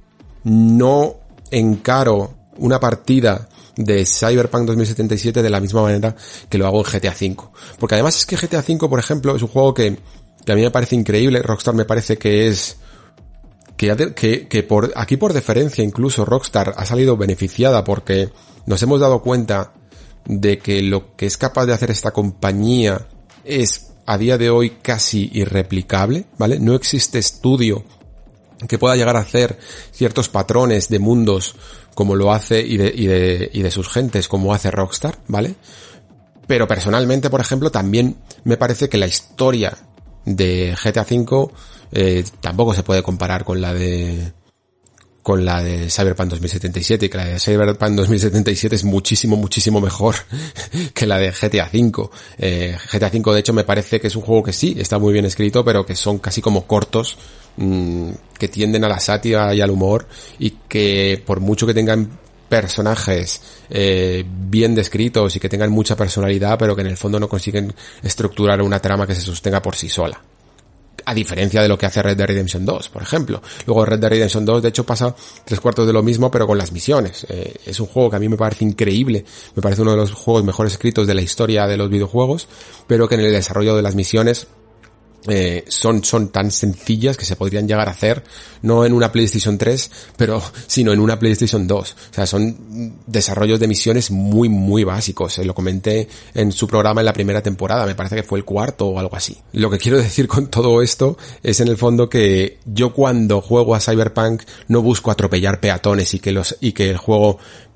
Speaker 3: no encaro una partida de Cyberpunk 2077 de la misma manera que lo hago en GTA V. Porque además es que GTA V, por ejemplo, es un juego que a mí me parece increíble. Rockstar me parece que es que por deferencia incluso Rockstar ha salido beneficiada porque nos hemos dado cuenta de que lo que es capaz de hacer esta compañía es a día de hoy casi irreplicable, ¿vale? No existe estudio que pueda llegar a hacer ciertos patrones de mundos como lo hace y de sus gentes como hace Rockstar, ¿vale? Pero personalmente, por ejemplo, también me parece que la historia de GTA V tampoco se puede comparar con la de Cyberpunk 2077, y que la de Cyberpunk 2077 es muchísimo mejor que la de GTA V. GTA V de hecho me parece que es un juego que sí está muy bien escrito, pero que son casi como cortos, que tienden a la sátira y al humor, y que por mucho que tengan personajes bien descritos y que tengan mucha personalidad, pero que en el fondo no consiguen estructurar una trama que se sostenga por sí sola. A diferencia de lo que hace Red Dead Redemption 2, por ejemplo. Luego Red Dead Redemption 2, de hecho, pasa 3/4 de lo mismo, pero con las misiones. Es un juego que a mí me parece increíble, me parece uno de los juegos mejor escritos de la historia de los videojuegos, pero que en el desarrollo de las misiones son tan sencillas que se podrían llegar a hacer no en una PlayStation 3, sino en una PlayStation 2. O sea, son desarrollos de misiones muy básicos. Lo comenté en su programa en la primera temporada, me parece que fue el 4 o algo así. Lo que quiero decir con todo esto es en el fondo que yo cuando juego a Cyberpunk no busco atropellar peatones y que el juego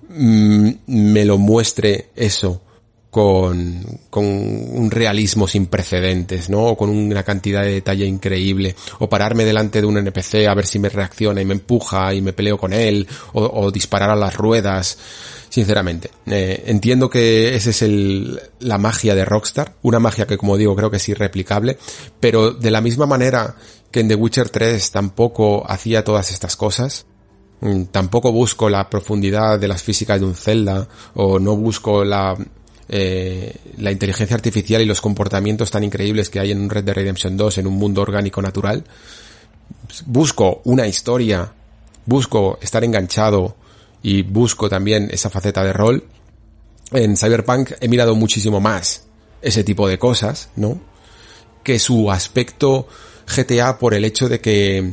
Speaker 3: me lo muestre eso con un realismo sin precedentes, ¿no? O con una cantidad de detalle increíble, o pararme delante de un NPC a ver si me reacciona y me empuja y me peleo con él, o disparar a las ruedas. Sinceramente, entiendo que esa es la magia de Rockstar, una magia que, como digo, creo que es irreplicable, pero de la misma manera que en The Witcher 3 tampoco hacía todas estas cosas, tampoco busco la profundidad de las físicas de un Zelda, o no busco la inteligencia artificial y los comportamientos tan increíbles que hay en un Red Dead Redemption 2 en un mundo orgánico natural. Busco una historia, busco estar enganchado y busco también esa faceta de rol. En Cyberpunk he mirado muchísimo más ese tipo de cosas, ¿no? Que su aspecto GTA por el hecho de que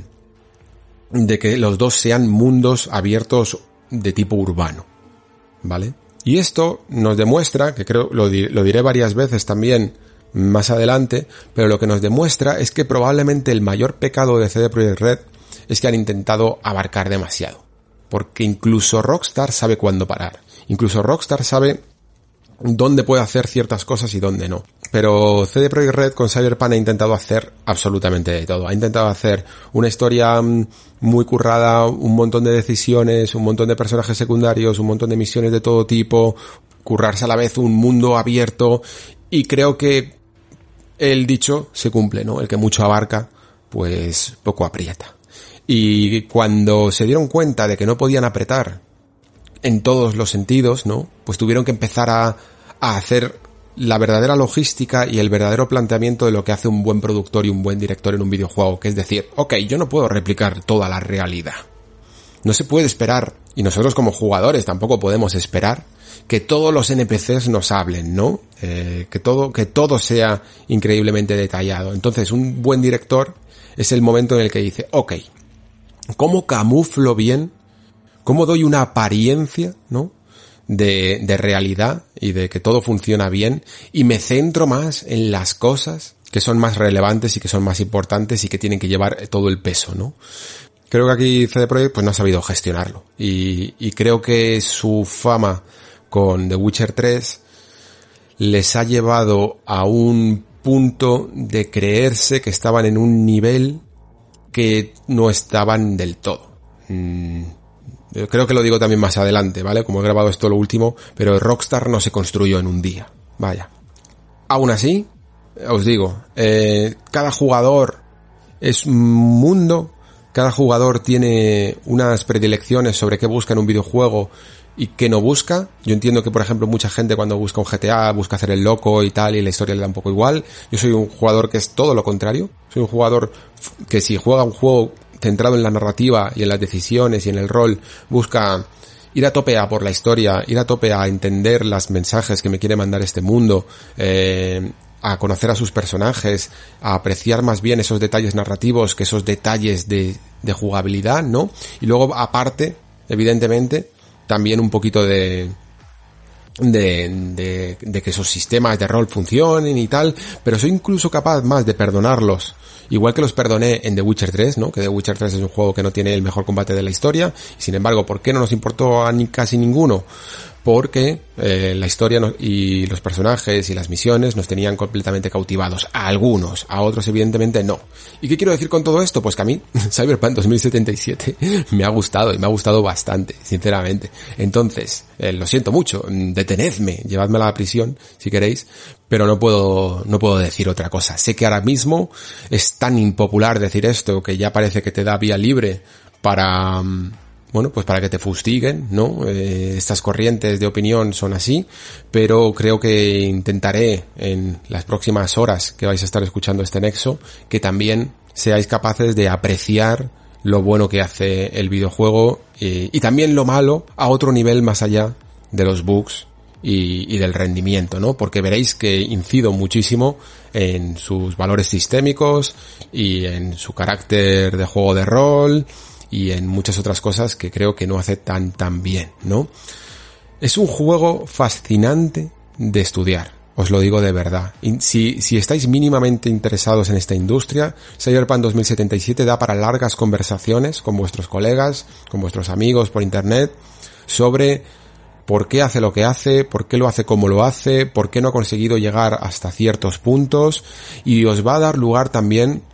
Speaker 3: los dos sean mundos abiertos de tipo urbano, ¿vale? Y esto nos demuestra, que creo lo diré varias veces también más adelante, pero lo que nos demuestra es que probablemente el mayor pecado de CD Projekt Red es que han intentado abarcar demasiado. Porque incluso Rockstar sabe cuándo parar. Incluso Rockstar sabe dónde puede hacer ciertas cosas y dónde no. Pero CD Projekt Red con Cyberpunk ha intentado hacer absolutamente de todo. Ha intentado hacer una historia muy currada, un montón de decisiones, un montón de personajes secundarios, un montón de misiones de todo tipo, currarse a la vez un mundo abierto, y creo que el dicho se cumple, ¿no? El que mucho abarca, pues poco aprieta. Y cuando se dieron cuenta de que no podían apretar en todos los sentidos, ¿no? Pues tuvieron que empezar a hacer la verdadera logística y el verdadero planteamiento de lo que hace un buen productor y un buen director en un videojuego, que es decir, ok, yo no puedo replicar toda la realidad. No se puede esperar, y nosotros como jugadores tampoco podemos esperar, que todos los NPCs nos hablen, ¿no? Que todo sea increíblemente detallado. Entonces, un buen director es el momento en el que dice, ok, ¿cómo camuflo bien? ¿Cómo doy una apariencia, ¿no? De realidad y de que todo funciona bien, y me centro más en las cosas que son más relevantes y que son más importantes y que tienen que llevar todo el peso, ¿no? Creo que aquí CD Projekt pues no ha sabido gestionarlo, y creo que su fama con The Witcher 3 les ha llevado a un punto de creerse que estaban en un nivel que no estaban del todo. Yo creo que lo digo también más adelante, ¿vale? Como he grabado esto lo último, pero Rockstar no se construyó en un día, vaya. Aún así, os digo, cada jugador es un mundo, cada jugador tiene unas predilecciones sobre qué busca en un videojuego y qué no busca. Yo entiendo que, por ejemplo, mucha gente cuando busca un GTA busca hacer el loco y tal, y la historia le da un poco igual. Yo soy un jugador que es todo lo contrario. Soy un jugador que si juega un juego centrado en la narrativa y en las decisiones y en el rol, busca ir a tope a por la historia, ir a tope a entender los mensajes que me quiere mandar este mundo, a conocer a sus personajes, a apreciar más bien esos detalles narrativos que esos detalles de jugabilidad, ¿no? Y luego, aparte, evidentemente, también un poquito de que esos sistemas de rol funcionen y tal, pero soy incluso capaz más de perdonarlos, igual que los perdoné en The Witcher 3, ¿no? Que The Witcher 3 es un juego que no tiene el mejor combate de la historia, y sin embargo, ¿por qué no nos importó a casi ninguno? Porque la historia y los personajes y las misiones nos tenían completamente cautivados. A algunos, a otros evidentemente no. ¿Y qué quiero decir con todo esto? Pues que a mí Cyberpunk 2077 me ha gustado, y me ha gustado bastante, sinceramente. Entonces, lo siento mucho, detenedme, llevadme a la prisión si queréis, pero no puedo decir otra cosa. Sé que ahora mismo es tan impopular decir esto que ya parece que te da vía libre para pues para que te fustiguen, ¿no? Estas corrientes de opinión son así, pero creo que intentaré en las próximas horas que vais a estar escuchando este nexo, que también seáis capaces de apreciar lo bueno que hace el videojuego, y también lo malo a otro nivel más allá de los bugs y del rendimiento, ¿no? Porque veréis que incido muchísimo en sus valores sistémicos y en su carácter de juego de rol, y en muchas otras cosas que creo que no hace tan bien, ¿no? Es un juego fascinante de estudiar, os lo digo de verdad. Y si estáis mínimamente interesados en esta industria, Cyberpunk 2077 da para largas conversaciones con vuestros colegas, con vuestros amigos por internet, sobre por qué hace lo que hace, por qué lo hace como lo hace, por qué no ha conseguido llegar hasta ciertos puntos, y os va a dar lugar también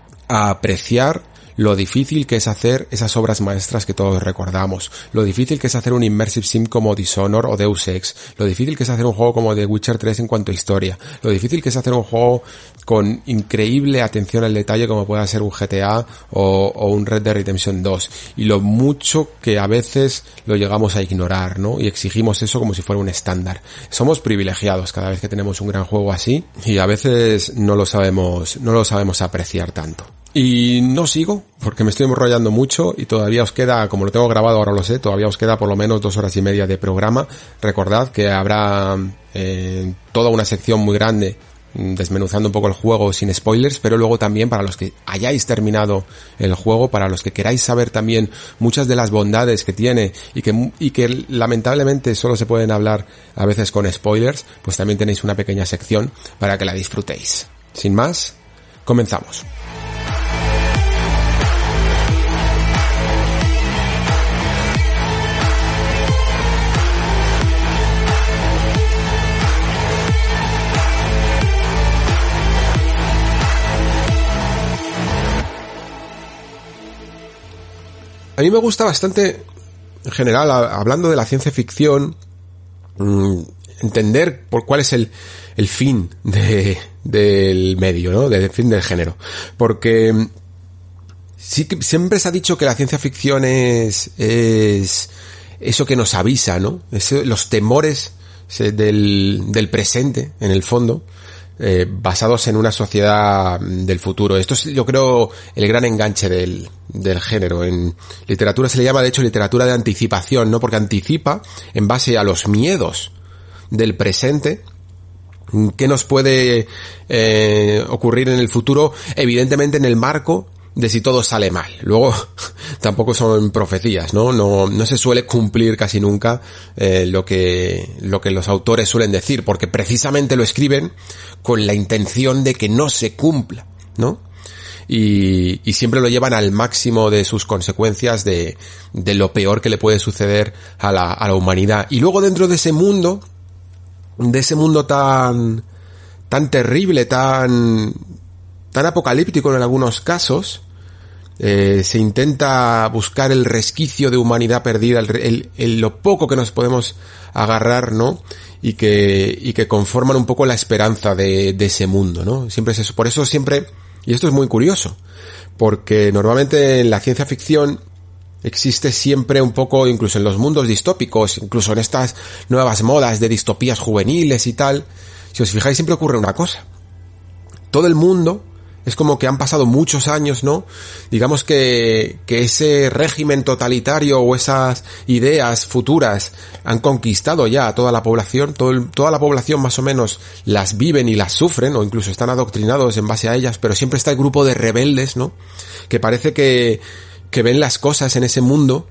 Speaker 3: a apreciar lo difícil que es hacer esas obras maestras que todos recordamos, lo difícil que es hacer un Immersive Sim como Dishonored o Deus Ex, lo difícil que es hacer un juego como The Witcher 3 en cuanto a historia, lo difícil que es hacer un juego con increíble atención al detalle como pueda ser un GTA o un Red Dead Redemption 2, y lo mucho que a veces lo llegamos a ignorar, ¿no? Y exigimos eso como si fuera un estándar. Somos privilegiados cada vez que tenemos un gran juego así, y a veces no lo sabemos apreciar tanto. Y no sigo, porque me estoy enrollando mucho y todavía os queda, como lo tengo grabado ahora lo sé, todavía os queda por lo menos 2 horas y media de programa. Recordad que habrá toda una sección muy grande desmenuzando un poco el juego sin spoilers, pero luego también para los que hayáis terminado el juego, para los que queráis saber también muchas de las bondades que tiene y que lamentablemente solo se pueden hablar a veces con spoilers, pues también tenéis una pequeña sección para que la disfrutéis. Sin más, comenzamos. A mí me gusta bastante, en general, hablando de la ciencia ficción, entender por cuál es el fin del medio, ¿no? Del fin del género. Porque sí que siempre se ha dicho que la ciencia ficción es eso que nos avisa, ¿no? Los temores del presente, en el fondo, basados en una sociedad del futuro. Esto es, yo creo, el gran enganche del género. En literatura se le llama, de hecho, literatura de anticipación, ¿no? Porque anticipa en base a los miedos del presente qué nos puede ocurrir en el futuro, evidentemente en el marco de si todo sale mal. Luego tampoco son profecías, ¿no? No se suele cumplir casi nunca lo que los autores suelen decir, porque precisamente lo escriben con la intención de que no se cumpla, ¿no? Y siempre lo llevan al máximo de sus consecuencias, de lo peor que le puede suceder a la humanidad. Y luego dentro de ese mundo tan terrible, tan apocalíptico en algunos casos, se intenta buscar el resquicio de humanidad perdida, lo poco que nos podemos agarrar, ¿no? Y que conforman un poco la esperanza de ese mundo, ¿no? Siempre es eso. Por eso siempre, y esto es muy curioso, porque normalmente en la ciencia ficción existe siempre un poco, incluso en los mundos distópicos, incluso en estas nuevas modas de distopías juveniles y tal, si os fijáis siempre ocurre una cosa. Todo el mundo es como que han pasado muchos años, ¿no? Digamos que ese régimen totalitario o esas ideas futuras han conquistado ya a toda la población, toda la población más o menos las viven y las sufren, o incluso están adoctrinados en base a ellas, pero siempre está el grupo de rebeldes, ¿no? Que parece que ven las cosas en ese mundo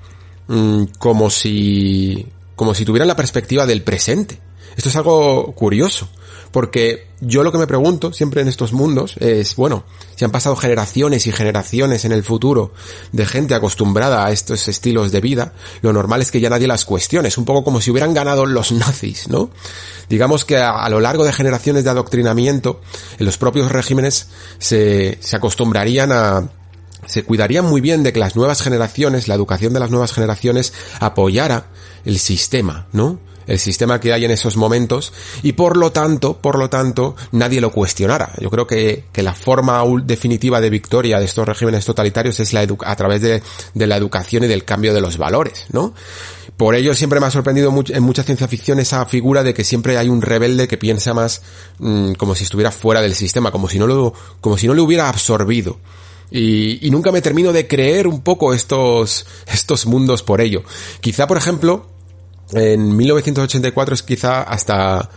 Speaker 3: como si tuvieran la perspectiva del presente. Esto es algo curioso, porque yo lo que me pregunto siempre en estos mundos es, bueno, si han pasado generaciones y generaciones en el futuro de gente acostumbrada a estos estilos de vida, lo normal es que ya nadie las cuestione. Es un poco como si hubieran ganado los nazis, ¿no? Digamos que a lo largo de generaciones de adoctrinamiento, en los propios regímenes se acostumbrarían se cuidarían muy bien de que las nuevas generaciones, la educación de las nuevas generaciones apoyara el sistema, ¿no? El sistema que hay en esos momentos, y por lo tanto, nadie lo cuestionara. Yo creo que la forma definitiva de victoria de estos regímenes totalitarios es a través de la educación y del cambio de los valores, ¿no? Por ello siempre me ha sorprendido en mucha ciencia ficción esa figura de que siempre hay un rebelde que piensa más como si estuviera fuera del sistema, como si no lo hubiera absorbido. Y nunca me termino de creer un poco estos mundos por ello. Quizá, por ejemplo, en 1984 es quizá hasta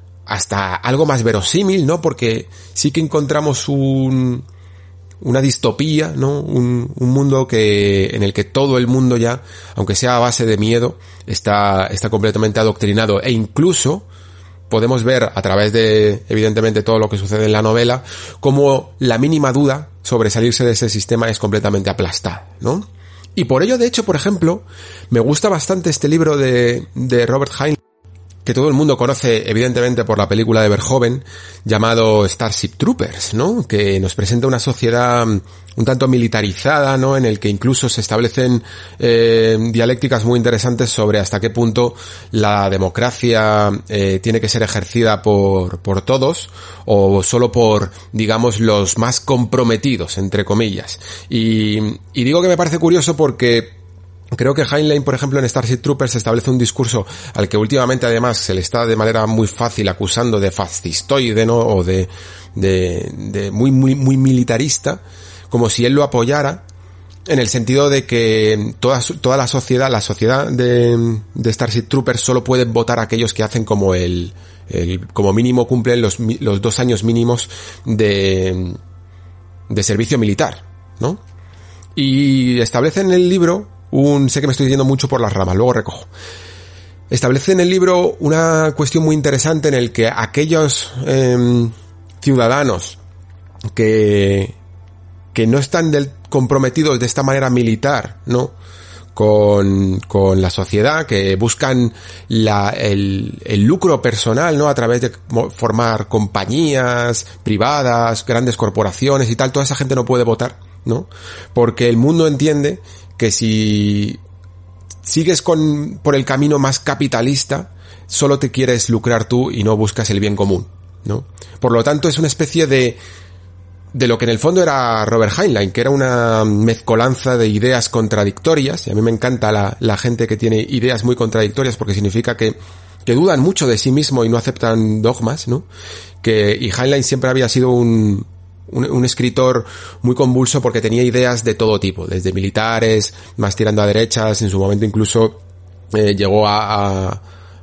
Speaker 3: algo más verosímil, ¿no? Porque sí que encontramos una distopía, ¿no? Un mundo en el que todo el mundo ya, aunque sea a base de miedo, está completamente adoctrinado, e incluso podemos ver a través de, evidentemente, todo lo que sucede en la novela, cómo la mínima duda sobre salirse de ese sistema es completamente aplastada, ¿no? Y por ello, de hecho, por ejemplo, me gusta bastante este libro de Robert Heinlein, que todo el mundo conoce, evidentemente, por la película de Verhoeven, llamado Starship Troopers, ¿no? Que nos presenta una sociedad un tanto militarizada, ¿no? En el que incluso se establecen dialécticas muy interesantes sobre hasta qué punto la democracia tiene que ser ejercida por todos, o solo por, digamos, los más comprometidos, entre comillas. Y digo que me parece curioso porque creo que Heinlein, por ejemplo, en Starship Troopers establece un discurso al que últimamente además se le está de manera muy fácil acusando de fascistoide, ¿no? O de muy militarista, como si él lo apoyara, en el sentido de que toda la sociedad de Starship Troopers solo pueden votar a aquellos que hacen como como mínimo cumplen los 2 años mínimos de servicio militar, ¿no? Y establece en el libro sé que me estoy yendo mucho por las ramas, luego recojo. Establece en el libro una cuestión muy interesante en el que aquellos ciudadanos que no están comprometidos de esta manera militar, ¿no?, con la sociedad, que buscan el lucro personal, ¿no?, a través de formar compañías privadas, grandes corporaciones y tal, toda esa gente no puede votar, ¿no? Porque el mundo entiende que si sigues por el camino más capitalista, solo te quieres lucrar tú y no buscas el bien común, ¿no? Por lo tanto, es una especie de lo que en el fondo era Robert Heinlein, que era una mezcolanza de ideas contradictorias, y a mí me encanta la gente que tiene ideas muy contradictorias, porque significa que dudan mucho de sí mismo y no aceptan dogmas, ¿no? Y Heinlein siempre había sido un escritor muy convulso porque tenía ideas de todo tipo, desde militares, más tirando a derechas, en su momento incluso llegó a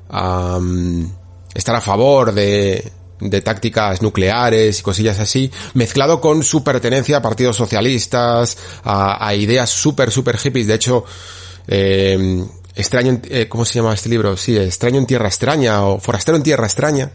Speaker 3: estar a favor de tácticas nucleares y cosillas así, mezclado con su pertenencia a partidos socialistas, a ideas súper hippies. De hecho, ¿cómo se llama este libro? Sí, Extraño en Tierra Extraña, o Forastero en Tierra Extraña,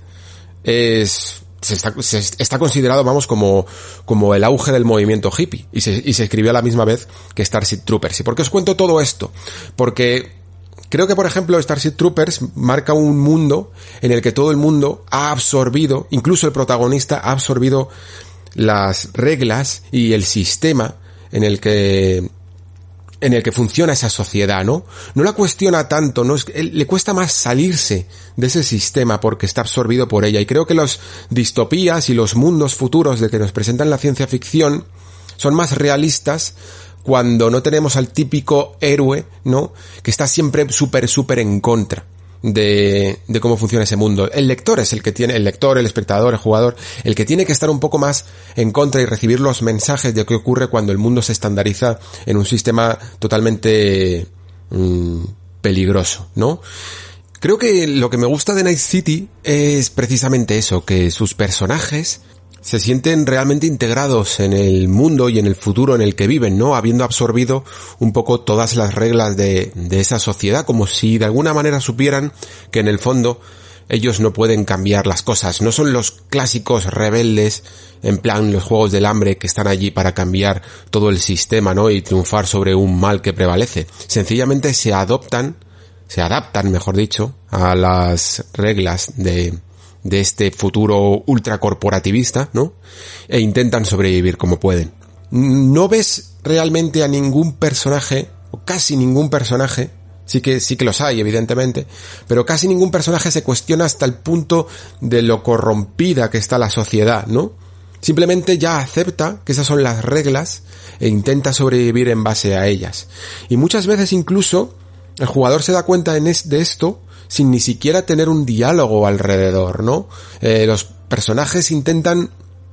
Speaker 3: está considerado, vamos, como el auge del movimiento hippie, y se escribió a la misma vez que Starship Troopers. ¿Y por qué os cuento todo esto? Porque creo que, por ejemplo, Starship Troopers marca un mundo en el que todo el mundo ha absorbido, incluso el protagonista ha absorbido las reglas y el sistema en el que funciona esa sociedad, ¿no? No la cuestiona tanto, le cuesta más salirse de ese sistema porque está absorbido por ella. Y creo que los distopías y los mundos futuros de que nos presentan la ciencia ficción son más realistas cuando no tenemos al típico héroe, ¿no?, que está siempre súper en contra de cómo funciona ese mundo. El lector es el espectador, el jugador, el que tiene que estar un poco más en contra y recibir los mensajes de qué ocurre cuando el mundo se estandariza en un sistema totalmente peligroso, ¿no? Creo que lo que me gusta de Night City es precisamente eso, que sus personajes se sienten realmente integrados en el mundo y en el futuro en el que viven, ¿no? Habiendo absorbido un poco todas las reglas de esa sociedad, como si de alguna manera supieran que en el fondo ellos no pueden cambiar las cosas. No son los clásicos rebeldes, en plan los Juegos del Hambre, que están allí para cambiar todo el sistema, ¿no?, y triunfar sobre un mal que prevalece. Sencillamente se adaptan, mejor dicho, a las reglas de este futuro ultracorporativista, ¿no?, e intentan sobrevivir como pueden. No ves realmente a ningún personaje, o casi ningún personaje, sí que los hay, evidentemente, pero casi ningún personaje se cuestiona hasta el punto de lo corrompida que está la sociedad, ¿no? Simplemente ya acepta que esas son las reglas e intenta sobrevivir en base a ellas. Y muchas veces incluso el jugador se da cuenta de esto sin ni siquiera tener un diálogo alrededor, ¿no? Los personajes intentan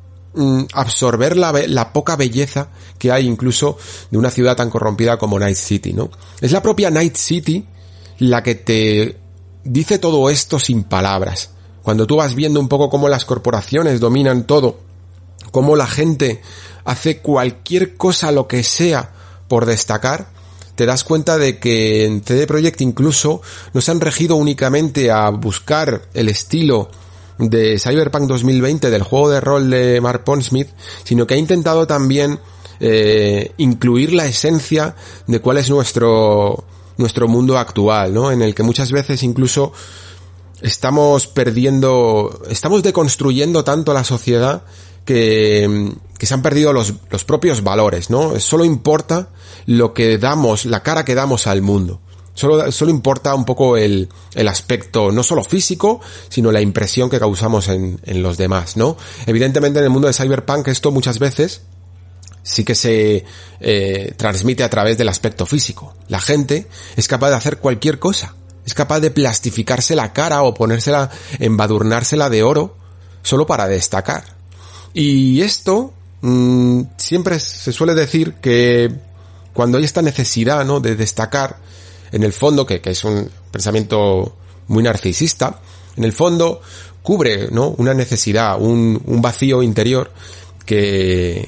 Speaker 3: absorber la poca belleza que hay incluso de una ciudad tan corrompida como Night City, ¿no? Es la propia Night City la que te dice todo esto sin palabras. Cuando tú vas viendo un poco cómo las corporaciones dominan todo, cómo la gente hace cualquier cosa, lo que sea, por destacar, te das cuenta de que en CD Projekt incluso no se han regido únicamente a buscar el estilo de Cyberpunk 2020 del juego de rol de Mark Pondsmith, sino que ha intentado también incluir la esencia de cuál es nuestro mundo actual, ¿no? En el que muchas veces incluso estamos deconstruyendo tanto la sociedad que se han perdido los propios valores, ¿no? Solo importa lo que damos, la cara que damos al mundo. Solo importa un poco el aspecto, no solo físico, sino la impresión que causamos en los demás, ¿no? Evidentemente en el mundo de Cyberpunk esto muchas veces sí que se transmite a través del aspecto físico. La gente es capaz de hacer cualquier cosa. Es capaz de plastificarse la cara o embadurnársela de oro solo para destacar. Y esto siempre se suele decir que cuando hay esta necesidad, ¿no?, de destacar, en el fondo, que es un pensamiento muy narcisista, en el fondo cubre, ¿no?, una necesidad, un vacío interior que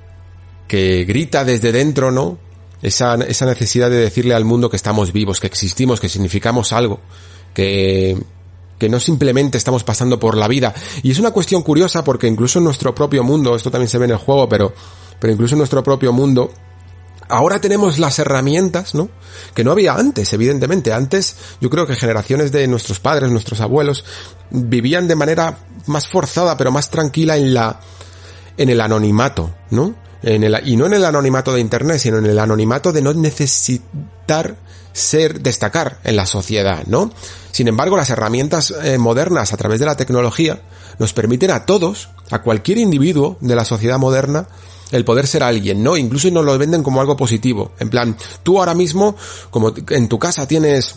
Speaker 3: grita desde dentro, ¿no?, esa necesidad de decirle al mundo que estamos vivos, que existimos, que significamos algo, que no simplemente estamos pasando por la vida. Y es una cuestión curiosa porque incluso en nuestro propio mundo, esto también se ve en el juego, pero incluso en nuestro propio mundo, ahora tenemos las herramientas, ¿no?, que no había antes, evidentemente. Antes, yo creo que generaciones de nuestros padres, nuestros abuelos, vivían de manera más forzada, pero más tranquila en el anonimato, ¿no? Y no en el anonimato de internet, sino en el anonimato de no necesitar destacar en la sociedad, ¿no? Sin embargo, las herramientas modernas a través de la tecnología nos permiten a todos, a cualquier individuo de la sociedad moderna, el poder ser alguien, ¿no? Incluso nos lo venden como algo positivo. En plan, tú ahora mismo, como en tu casa tienes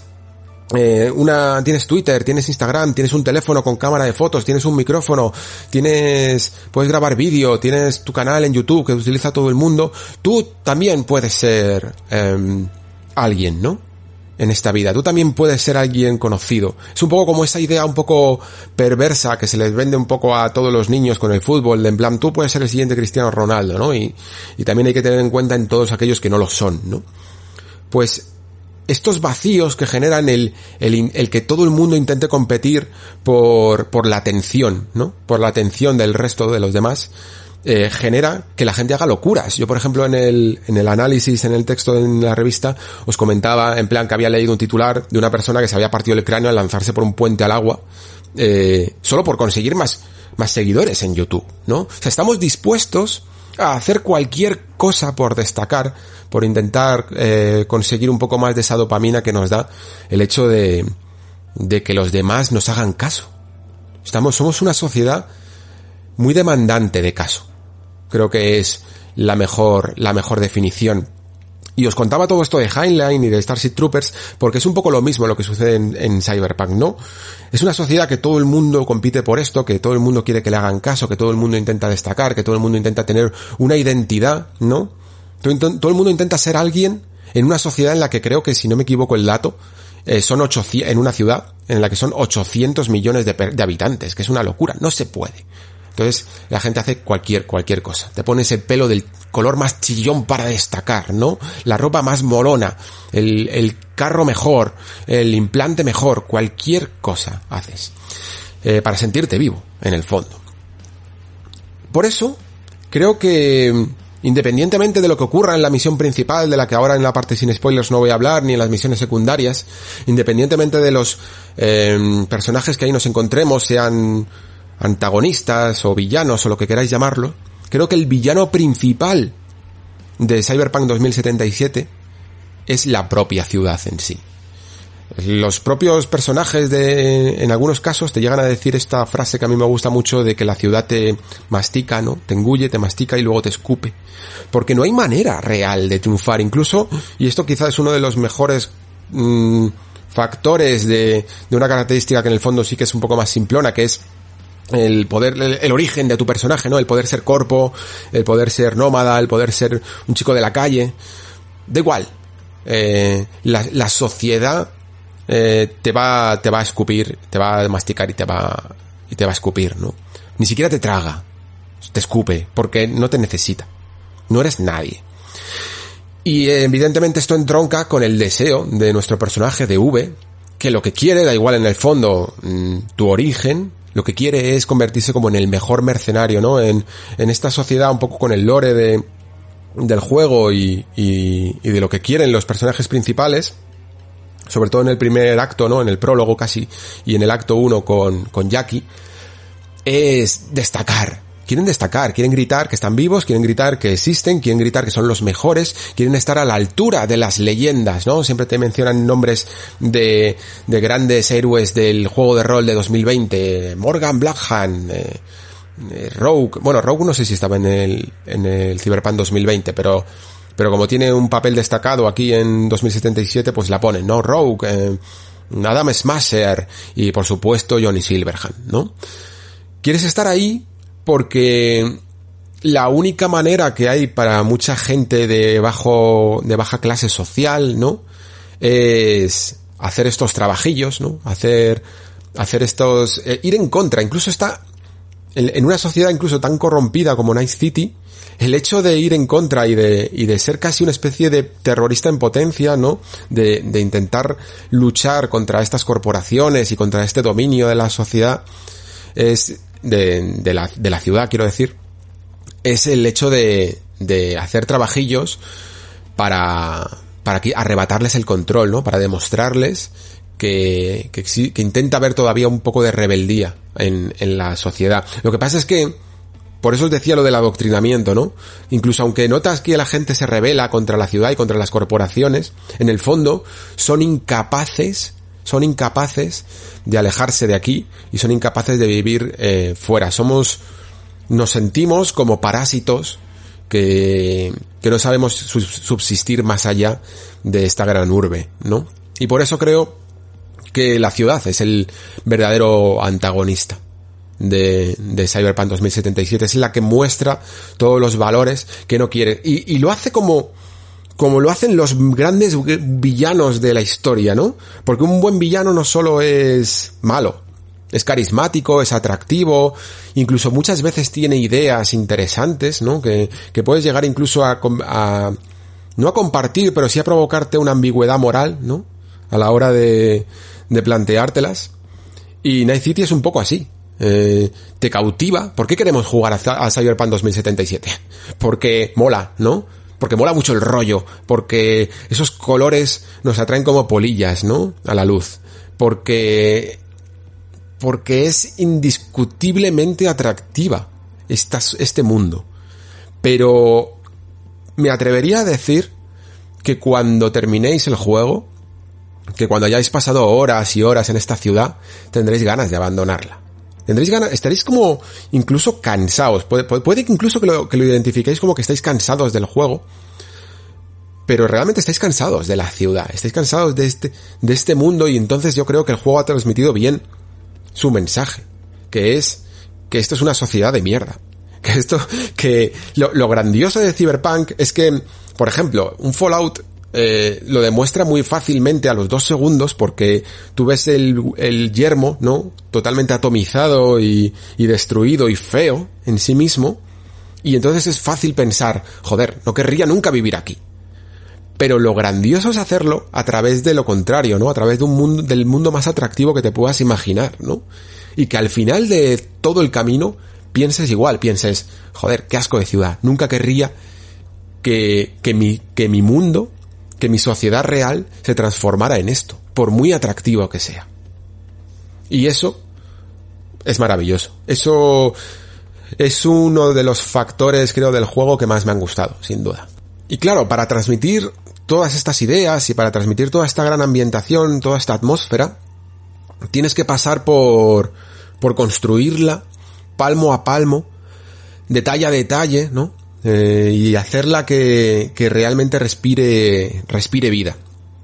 Speaker 3: tienes Twitter, tienes Instagram, tienes un teléfono con cámara de fotos, tienes un micrófono, puedes grabar vídeo, tienes tu canal en YouTube que utiliza todo el mundo, tú también puedes ser alguien, ¿no?, en esta vida. Tú también puedes ser alguien conocido. Es un poco como esa idea un poco perversa que se les vende un poco a todos los niños con el fútbol, de en plan, tú puedes ser el siguiente Cristiano Ronaldo, ¿no? Y también hay que tener en cuenta en todos aquellos que no lo son, ¿no? Pues estos vacíos que generan el que todo el mundo intente competir por la atención, ¿no?, por la atención del resto de los demás, genera que la gente haga locuras. Yo, por ejemplo, en el análisis, en el texto en la revista, os comentaba, en plan, que había leído un titular de una persona que se había partido el cráneo al lanzarse por un puente al agua, solo por conseguir más seguidores en YouTube, ¿no? O sea, estamos dispuestos a hacer cualquier cosa por destacar, por intentar conseguir un poco más de esa dopamina que nos da el hecho de que los demás nos hagan caso. Somos una sociedad muy demandante de caso. Creo que es la mejor definición. Y os contaba todo esto de Heinlein y de Starship Troopers porque es un poco lo mismo lo que sucede en Cyberpunk, ¿no? Es una sociedad que todo el mundo compite por esto, que todo el mundo quiere que le hagan caso, que todo el mundo intenta destacar, que todo el mundo intenta tener una identidad, ¿no? Todo el mundo intenta ser alguien en una sociedad en la que creo que, si no me equivoco el dato, en una ciudad en la que son 800 millones de habitantes, que es una locura, no se puede. Entonces la gente hace cualquier cosa. Te pones el pelo del color más chillón para destacar, ¿no? La ropa más molona, el carro mejor, el implante mejor, cualquier cosa haces para sentirte vivo, en el fondo. Por eso creo que, independientemente de lo que ocurra en la misión principal, de la que ahora en la parte sin spoilers no voy a hablar, ni en las misiones secundarias, independientemente de los personajes que ahí nos encontremos, sean antagonistas o villanos o lo que queráis llamarlo, creo que el villano principal de Cyberpunk 2077 es la propia ciudad en sí. Los propios personajes en algunos casos te llegan a decir esta frase que a mí me gusta mucho, de que la ciudad te mastica, ¿no? Te engulle, te mastica y luego te escupe. Porque no hay manera real de triunfar. Incluso, y esto quizás es uno de los mejores factores de una característica que en el fondo sí que es un poco más simplona, que es el poder, el origen de tu personaje, ¿no? El poder ser corpo, el poder ser nómada, el poder ser un chico de la calle. Da igual. La sociedad te va a escupir, te va a masticar y te va a escupir, ¿no? Ni siquiera te traga, te escupe, porque no te necesita. No eres nadie. Y evidentemente esto entronca con el deseo de nuestro personaje, de V, que lo que quiere, da igual en el fondo tu origen, lo que quiere es convertirse como en el mejor mercenario, ¿no? En esta sociedad, un poco con el lore del juego y de lo que quieren los personajes principales, sobre todo en el primer acto, ¿no? En el prólogo casi, y en el acto 1 con Jackie, es destacar. Quieren destacar, quieren gritar que están vivos, quieren gritar que existen, quieren gritar que son los mejores, quieren estar a la altura de las leyendas, ¿no? Siempre te mencionan nombres de grandes héroes del juego de rol de 2020, Morgan Blackhand, Rogue. Bueno, Rogue no sé si estaba en el Cyberpunk 2020, pero como tiene un papel destacado aquí en 2077, pues la ponen, ¿no? Rogue, Adam Smasher y por supuesto Johnny Silverhand, ¿no? Quieres estar ahí porque la única manera que hay para mucha gente de baja clase social, ¿no? Es hacer estos trabajillos, ¿no? Hacer estos, ir en contra. Incluso está, en una sociedad incluso tan corrompida como Night City, el hecho de ir en contra y de ser casi una especie de terrorista en potencia, ¿no? De intentar luchar contra estas corporaciones y contra este dominio de la sociedad, es de la ciudad, quiero decir, es el hecho de hacer trabajillos para arrebatarles el control, ¿no? Para demostrarles que intenta haber todavía un poco de rebeldía en la sociedad. Lo que pasa es que, por eso os decía lo del adoctrinamiento, ¿no? Incluso aunque notas que la gente se rebela contra la ciudad y contra las corporaciones, en el fondo son incapaces de alejarse de aquí y son incapaces de vivir fuera. Nos sentimos como parásitos que no sabemos subsistir más allá de esta gran urbe, ¿no? Y por eso creo que la ciudad es el verdadero antagonista de Cyberpunk 2077. Es la que muestra todos los valores que no quiere. Y lo hace como lo hacen los grandes villanos de la historia, ¿no? Porque un buen villano no solo es malo, es carismático, es atractivo, incluso muchas veces tiene ideas interesantes, ¿no? Que puedes llegar incluso no a compartir, pero sí a provocarte una ambigüedad moral, ¿no? A la hora de planteártelas. Y Night City es un poco así. Te cautiva. ¿Por qué queremos jugar a Cyberpunk 2077? Porque mola, ¿no? Porque mola mucho el rollo. Porque esos colores nos atraen como polillas, ¿no? A la luz. Porque es indiscutiblemente atractiva este mundo. Pero me atrevería a decir que cuando terminéis el juego, que cuando hayáis pasado horas y horas en esta ciudad, tendréis ganas de abandonarla. Estaréis como incluso cansados. Puede que incluso que lo identifiquéis como que estáis cansados del juego, pero realmente estáis cansados de la ciudad, estáis cansados de este mundo, y entonces yo creo que el juego ha transmitido bien su mensaje, que es que esto es una sociedad de mierda. Que lo grandioso de Cyberpunk es que, por ejemplo, un Fallout lo demuestra muy fácilmente a los 2 segundos, porque tú ves el yermo, ¿no? Totalmente atomizado y destruido y feo en sí mismo, y entonces es fácil pensar, joder, no querría nunca vivir aquí. Pero lo grandioso es hacerlo a través de lo contrario, ¿no? A través de del mundo más atractivo que te puedas imaginar, ¿no? Y que al final de todo el camino pienses igual, pienses, joder, qué asco de ciudad, nunca querría que mi mundo, que mi sociedad real se transformara en esto, por muy atractivo que sea. Y eso es maravilloso. Eso es uno de los factores, creo, del juego que más me han gustado, sin duda. Y claro, para transmitir todas estas ideas y para transmitir toda esta gran ambientación, toda esta atmósfera, tienes que pasar por construirla palmo a palmo, detalle a detalle, ¿no? Y hacerla que realmente respire vida.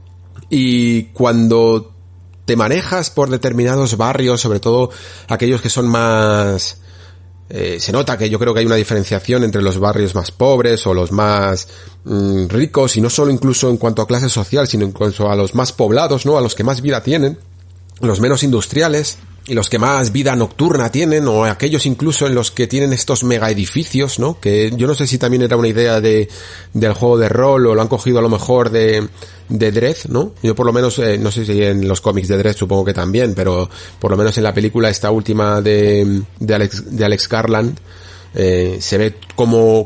Speaker 3: Y cuando te manejas por determinados barrios, sobre todo aquellos que son más... se nota que yo creo que hay una diferenciación entre los barrios más pobres o los más ricos, y no solo incluso en cuanto a clase social, sino incluso a los más poblados, ¿no? A los que más vida tienen, los menos industriales y los que más vida nocturna tienen, o aquellos incluso en los que tienen estos mega edificios, ¿no? Que yo no sé si también era una idea del juego de rol, o lo han cogido a lo mejor de Dredd, ¿no? Yo por lo menos, no sé si en los cómics de Dredd supongo que también, pero por lo menos en la película esta última de Alex Garland, se ve como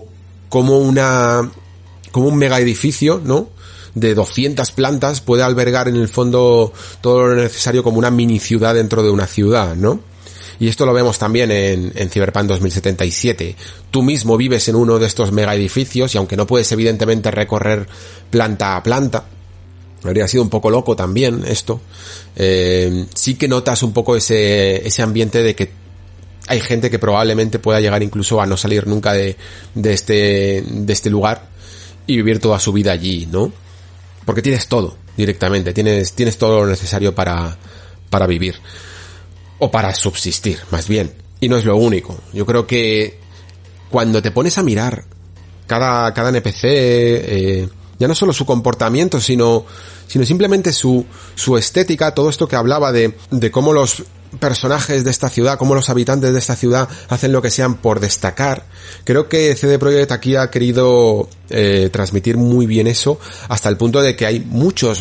Speaker 3: un mega edificio, ¿no? De 200 plantas puede albergar en el fondo todo lo necesario como una mini ciudad dentro de una ciudad, ¿no? Y esto lo vemos también en Cyberpunk 2077. Tú mismo vives en uno de estos mega edificios, y aunque no puedes evidentemente recorrer planta a planta, habría sido un poco loco también esto, sí que notas un poco ese ambiente de que hay gente que probablemente pueda llegar incluso a no salir nunca de este lugar y vivir toda su vida allí, ¿no? Porque tienes todo directamente, tienes todo lo necesario para vivir, o para subsistir, más bien. Y no es lo único. Yo creo que cuando te pones a mirar cada NPC, ya no solo su comportamiento, sino simplemente su estética, todo esto que hablaba de cómo los personajes de esta ciudad, cómo los habitantes de esta ciudad hacen lo que sean por destacar. Creo que CD Projekt aquí ha querido transmitir muy bien eso, hasta el punto de que hay muchos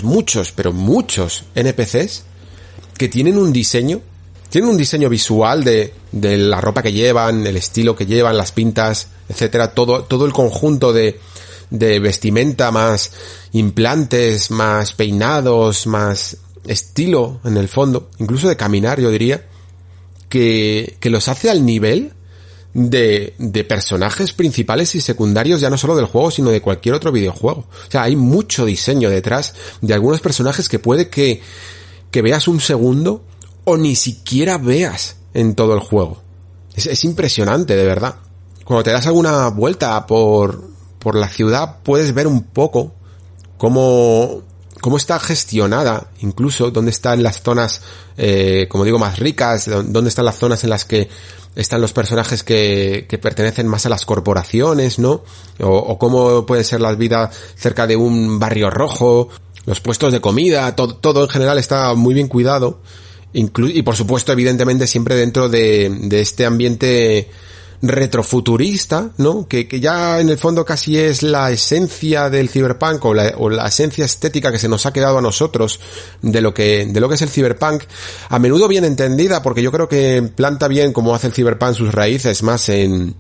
Speaker 3: NPCs que tienen un diseño visual de la ropa que llevan, el estilo que llevan, las pintas, etcétera, todo el conjunto de vestimenta, más implantes, más peinados, más estilo en el fondo, incluso de caminar, yo diría, que los hace al nivel de personajes principales y secundarios, ya no solo del juego, sino de cualquier otro videojuego. O sea, hay mucho diseño detrás de algunos personajes que puede que veas un segundo o ni siquiera veas en todo el juego. Es impresionante, de verdad. Cuando te das alguna vuelta por la ciudad, puedes ver un poco cómo está gestionada, incluso dónde están las zonas, como digo, más ricas, dónde están las zonas en las que están los personajes que pertenecen más a las corporaciones, ¿no? O cómo puede ser la vida cerca de un barrio rojo, los puestos de comida, todo en general está muy bien cuidado. Y por supuesto, evidentemente, siempre dentro de este ambiente retrofuturista, ¿no? Que ya en el fondo casi es la esencia del cyberpunk o la esencia estética que se nos ha quedado a nosotros de lo que es el cyberpunk, a menudo bien entendida, porque yo creo que planta bien, como hace el cyberpunk, sus raíces más en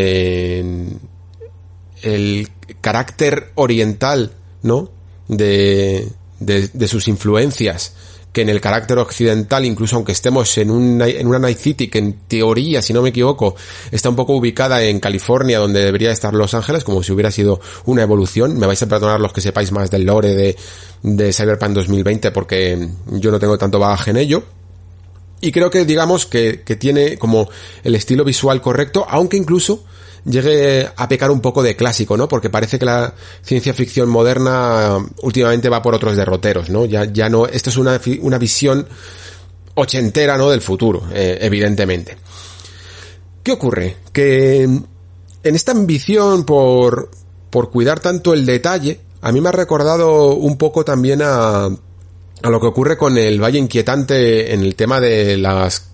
Speaker 3: el carácter oriental, ¿no? De sus influencias, que en el carácter occidental, incluso aunque estemos en una Night City que en teoría, si no me equivoco, está un poco ubicada en California, donde debería estar Los Ángeles, como si hubiera sido una evolución. Me vais a perdonar los que sepáis más del lore de Cyberpunk 2020, porque yo no tengo tanto bagaje en ello. Y creo que digamos que tiene como el estilo visual correcto, aunque incluso llegue a pecar un poco de clásico, ¿no? Porque parece que la ciencia ficción moderna últimamente va por otros derroteros, ¿no? Ya no, esto es una visión ochentera, ¿no? Del futuro, evidentemente. ¿Qué ocurre? Que en esta ambición por cuidar tanto el detalle, a mí me ha recordado un poco también a lo que ocurre con el Valle Inquietante en el tema de las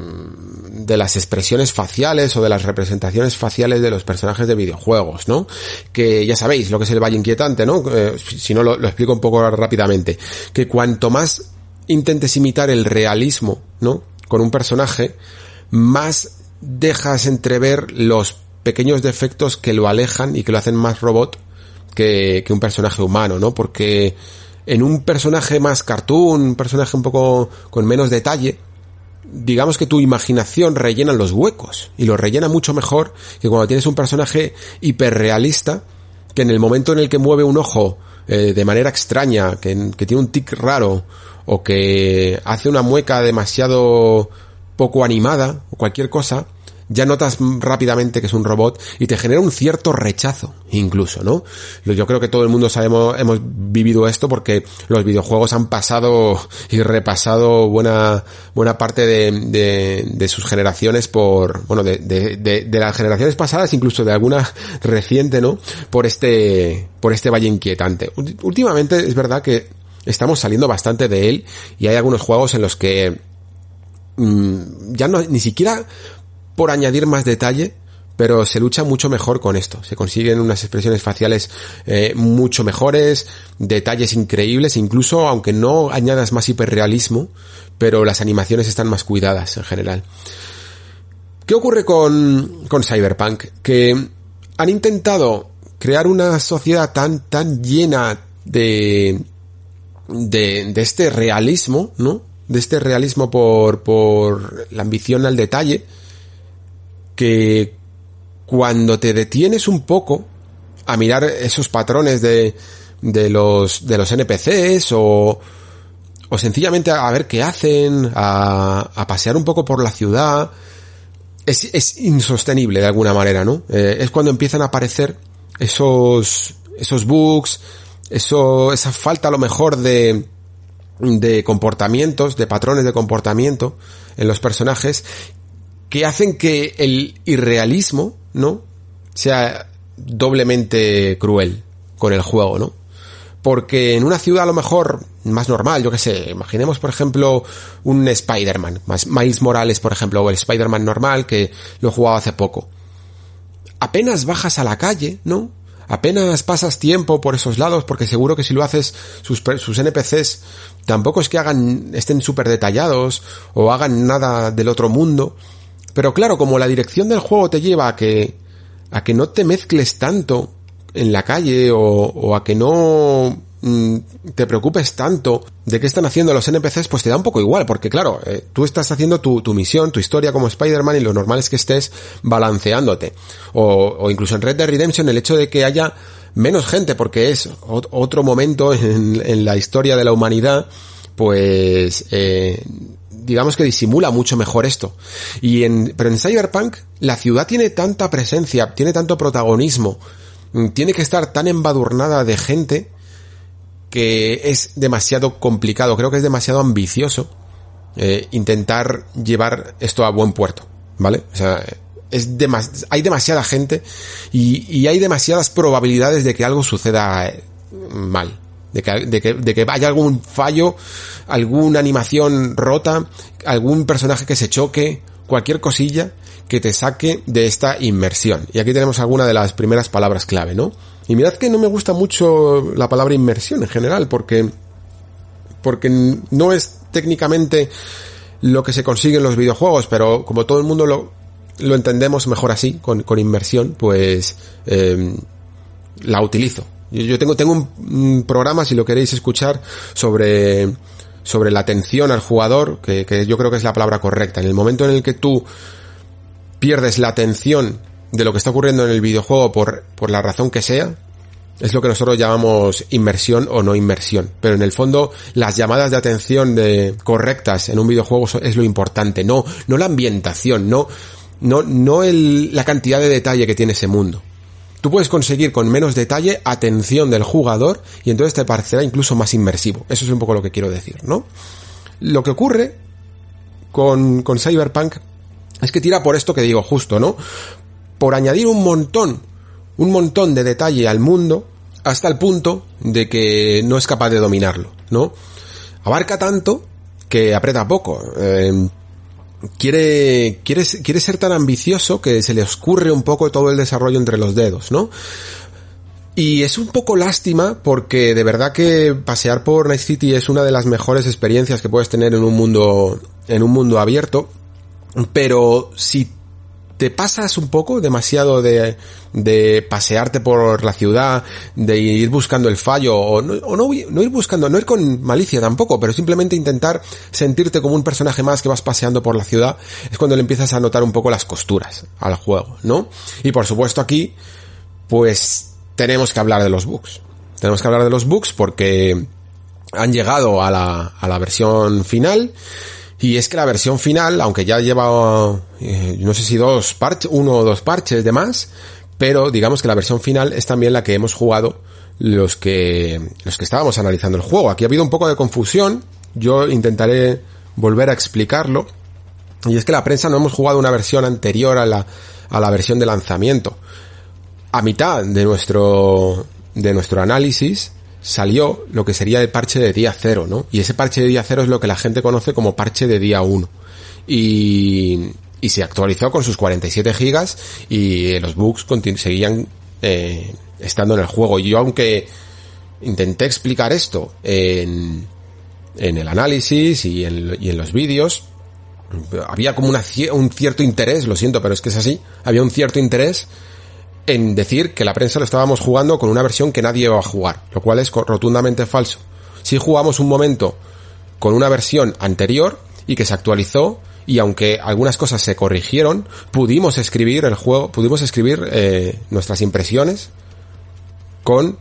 Speaker 3: expresiones faciales o de las representaciones faciales de los personajes de videojuegos, ¿no? Que ya sabéis lo que es el Valle Inquietante, ¿no? Si no, lo explico un poco rápidamente. Que cuanto más intentes imitar el realismo, ¿no? Con un personaje, más dejas entrever los pequeños defectos que lo alejan y que lo hacen más robot que un personaje humano, ¿no? Porque en un personaje más cartoon, un personaje un poco con menos detalle, digamos que tu imaginación rellena los huecos, y lo rellena mucho mejor que cuando tienes un personaje hiperrealista que en el momento en el que mueve un ojo de manera extraña, que tiene un tic raro, o que hace una mueca demasiado poco animada, o cualquier cosa, ya notas rápidamente que es un robot y te genera un cierto rechazo, incluso, ¿no? Yo creo que todo el mundo hemos vivido esto, porque los videojuegos han pasado y repasado buena parte de sus generaciones de las generaciones pasadas, incluso de alguna reciente, ¿no? Por este Valle Inquietante. Últimamente es verdad que estamos saliendo bastante de él, y hay algunos juegos en los que ya no, ni siquiera por añadir más detalle, pero se lucha mucho mejor con esto. Se consiguen unas expresiones faciales mucho mejores, detalles increíbles, incluso aunque no añadas más hiperrealismo, pero las animaciones están más cuidadas en general. ¿Qué ocurre con Cyberpunk? Que han intentado crear una sociedad tan llena de este realismo, ¿no? De este realismo por la ambición al detalle, que cuando te detienes un poco a mirar esos patrones de los NPCs o sencillamente a ver qué hacen, a pasear un poco por la ciudad, es insostenible de alguna manera, ¿no? Es cuando empiezan a aparecer esos bugs, esa falta a lo mejor de comportamientos, de patrones de comportamiento en los personajes, que hacen que el irrealismo, ¿no? sea doblemente cruel con el juego, ¿no? Porque en una ciudad a lo mejor más normal, yo qué sé, imaginemos por ejemplo un Spider-Man, Miles Morales por ejemplo, o el Spider-Man normal que lo he jugado hace poco. Apenas bajas a la calle, ¿no? Apenas pasas tiempo por esos lados, porque seguro que si lo haces sus NPCs tampoco es que estén súper detallados o hagan nada del otro mundo. Pero claro, como la dirección del juego te lleva a que no te mezcles tanto en la calle o a que no te preocupes tanto de qué están haciendo los NPCs, pues te da un poco igual, porque claro, tú estás haciendo tu misión, tu historia como Spider-Man y lo normal es que estés balanceándote. O incluso en Red Dead Redemption el hecho de que haya menos gente, porque es otro momento en la historia de la humanidad, pues digamos que disimula mucho mejor esto. Pero en Cyberpunk la ciudad tiene tanta presencia, tiene tanto protagonismo, tiene que estar tan embadurnada de gente que es demasiado complicado, creo que es demasiado ambicioso intentar llevar esto a buen puerto, ¿vale? O sea, hay demasiada gente y hay demasiadas probabilidades de que algo suceda mal, de que haya algún fallo, alguna animación rota, algún personaje que se choque, cualquier cosilla que te saque de esta inmersión. Y aquí tenemos alguna de las primeras palabras clave, ¿no? Y mirad que no me gusta mucho la palabra inmersión en general, porque no es técnicamente lo que se consigue en los videojuegos, pero como todo el mundo lo entendemos mejor así, con inmersión, pues la utilizo. Yo tengo un programa, si lo queréis escuchar, sobre la atención al jugador, que yo creo que es la palabra correcta. En el momento en el que tú pierdes la atención de lo que está ocurriendo en el videojuego por la razón que sea, es lo que nosotros llamamos inmersión o no inmersión. Pero en el fondo, las llamadas de atención correctas en un videojuego es lo importante, no la ambientación, no la cantidad de detalle que tiene ese mundo. Tú puedes conseguir con menos detalle atención del jugador y entonces te parecerá incluso más inmersivo. Eso es un poco lo que quiero decir, ¿no? Lo que ocurre con Cyberpunk es que tira por esto que digo justo, ¿no? Por añadir un montón de detalle al mundo hasta el punto de que no es capaz de dominarlo, ¿no? Abarca tanto que aprieta poco. Quiere ser tan ambicioso que se le escurre un poco todo el desarrollo entre los dedos, ¿no? Y es un poco lástima porque de verdad que pasear por Night City es una de las mejores experiencias que puedes tener en un mundo abierto, pero si te pasas un poco demasiado de pasearte por la ciudad, de ir buscando el fallo, o no ir buscando, no ir con malicia tampoco, pero simplemente intentar sentirte como un personaje más que vas paseando por la ciudad, es cuando le empiezas a notar un poco las costuras al juego, ¿no? Y por supuesto aquí, pues tenemos que hablar de los bugs. Tenemos que hablar de los bugs porque han llegado a la versión final. Y es que la versión final, aunque ya lleva, no sé si uno o dos parches de más, pero digamos que la versión final es también la que hemos jugado los que estábamos analizando el juego. Aquí ha habido un poco de confusión, yo intentaré volver a explicarlo, y es que la prensa no hemos jugado una versión anterior a la versión de lanzamiento. A mitad de nuestro análisis salió lo que sería el parche de día 0, ¿no? Y ese parche de día 0 es lo que la gente conoce como parche de día 1. Y se actualizó con sus 47 gigas y los bugs seguían estando en el juego. Y yo, aunque intenté explicar esto en el análisis y en los vídeos, había como un cierto interés, lo siento, pero es que es así, había un cierto interés en decir que la prensa lo estábamos jugando con una versión que nadie iba a jugar, lo cual es rotundamente falso. Sí jugamos un momento con una versión anterior y que se actualizó, y aunque algunas cosas se corrigieron, pudimos escribir nuestras impresiones con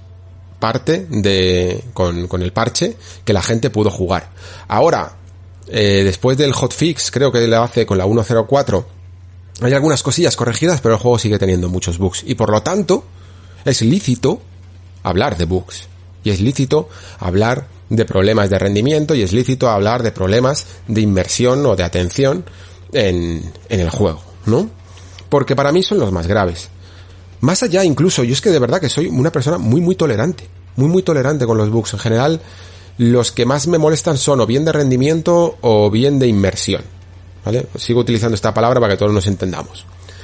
Speaker 3: el parche que la gente pudo jugar. Ahora, después del hotfix, creo que lo hace con la 1.04, hay algunas cosillas corregidas, pero el juego sigue teniendo muchos bugs. Y por lo tanto, es lícito hablar de bugs. Y es lícito hablar de problemas de rendimiento. Y es lícito hablar de problemas de inmersión o de atención en el juego, ¿no? Porque para mí son los más graves. Más allá incluso, yo es que de verdad que soy una persona muy tolerante. Muy tolerante con los bugs. En general, los que más me molestan son o bien de rendimiento o bien de inmersión. ¿Vale? Sigo utilizando esta palabra para que todos nos entendamos.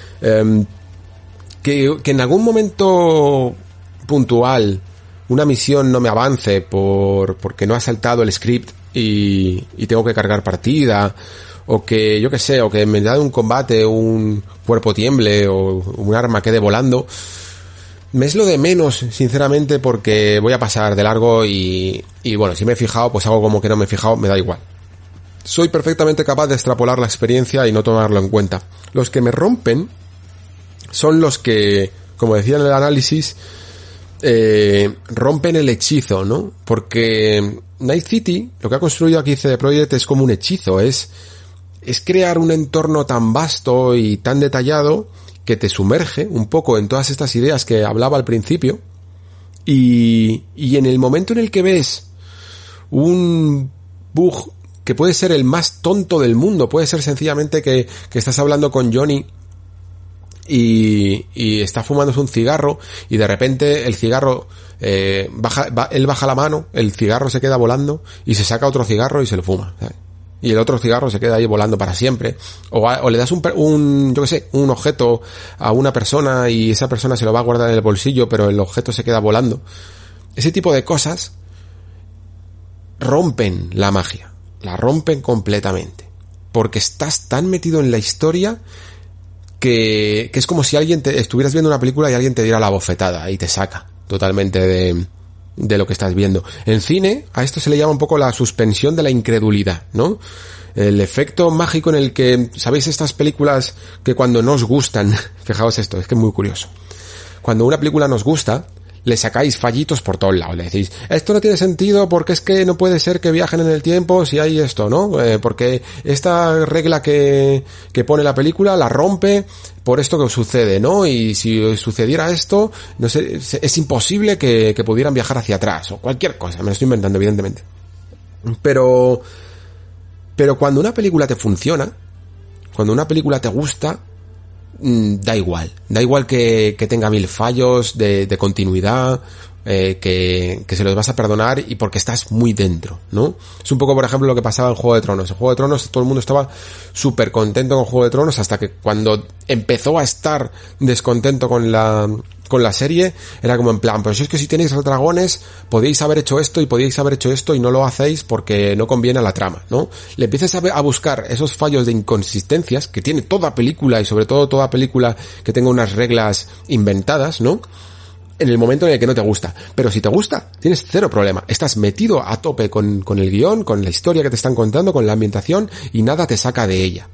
Speaker 3: Que en algún momento puntual una misión no me avance porque no ha saltado el script y tengo que cargar partida, o que, yo qué sé, o que me da un combate, un cuerpo tiemble o un arma quede volando, me es lo de menos, sinceramente, porque voy a pasar de largo y bueno, si me he fijado, pues hago como que no me he fijado, me da igual. Soy perfectamente capaz de extrapolar la experiencia y no tomarlo en cuenta. Los que me rompen son los que, como decía en el análisis, rompen el hechizo, ¿no? Porque Night City, lo que ha construido aquí CD Projekt es como un hechizo, es crear un entorno tan vasto y tan detallado que te sumerge un poco en todas estas ideas que hablaba al principio, y en el momento en el que ves un bug que puede ser el más tonto del mundo, puede ser sencillamente que estás hablando con Johnny y está fumándose un cigarro y de repente el cigarro él baja la mano, el cigarro se queda volando y se saca otro cigarro y se lo fuma, ¿sabes? Y el otro cigarro se queda ahí volando para siempre, o le das un yo qué sé, un objeto a una persona y esa persona se lo va a guardar en el bolsillo, pero el objeto se queda volando. Ese tipo de cosas rompen la magia, la rompen completamente, porque estás tan metido en la historia que es como si estuvieras viendo una película y alguien te diera la bofetada y te saca totalmente de lo que estás viendo. En cine, a esto se le llama un poco la suspensión de la incredulidad, ¿no? El efecto mágico en el que, ¿sabéis estas películas que cuando nos gustan, fijaos esto, es que es muy curioso, cuando una película nos gusta, le sacáis fallitos por todos lados, le decís, esto no tiene sentido porque es que no puede ser que viajen en el tiempo si hay esto, ¿no? Porque esta regla que pone la película la rompe por esto que sucede, ¿no? Y si sucediera esto, no sé, es imposible que pudieran viajar hacia atrás, o cualquier cosa, me lo estoy inventando, evidentemente. Pero cuando una película te funciona, cuando una película te gusta, da igual que tenga 1000 fallos de continuidad, que se los vas a perdonar, y porque estás muy dentro, ¿no? Es un poco, por ejemplo, lo que pasaba en Juego de Tronos. En Juego de Tronos todo el mundo estaba súper contento con Juego de Tronos, hasta que cuando empezó a estar descontento con la serie, era como en plan, pero si es que si tenéis dragones, podéis haber hecho esto y no lo hacéis porque no conviene a la trama, ¿no? Le empiezas a buscar esos fallos de inconsistencias que tiene toda película, y sobre todo toda película que tenga unas reglas inventadas, ¿no? En el momento en el que no te gusta. Pero si te gusta, tienes cero problema. Estás metido a tope con el guión, con la historia que te están contando, con la ambientación, y nada te saca de ella.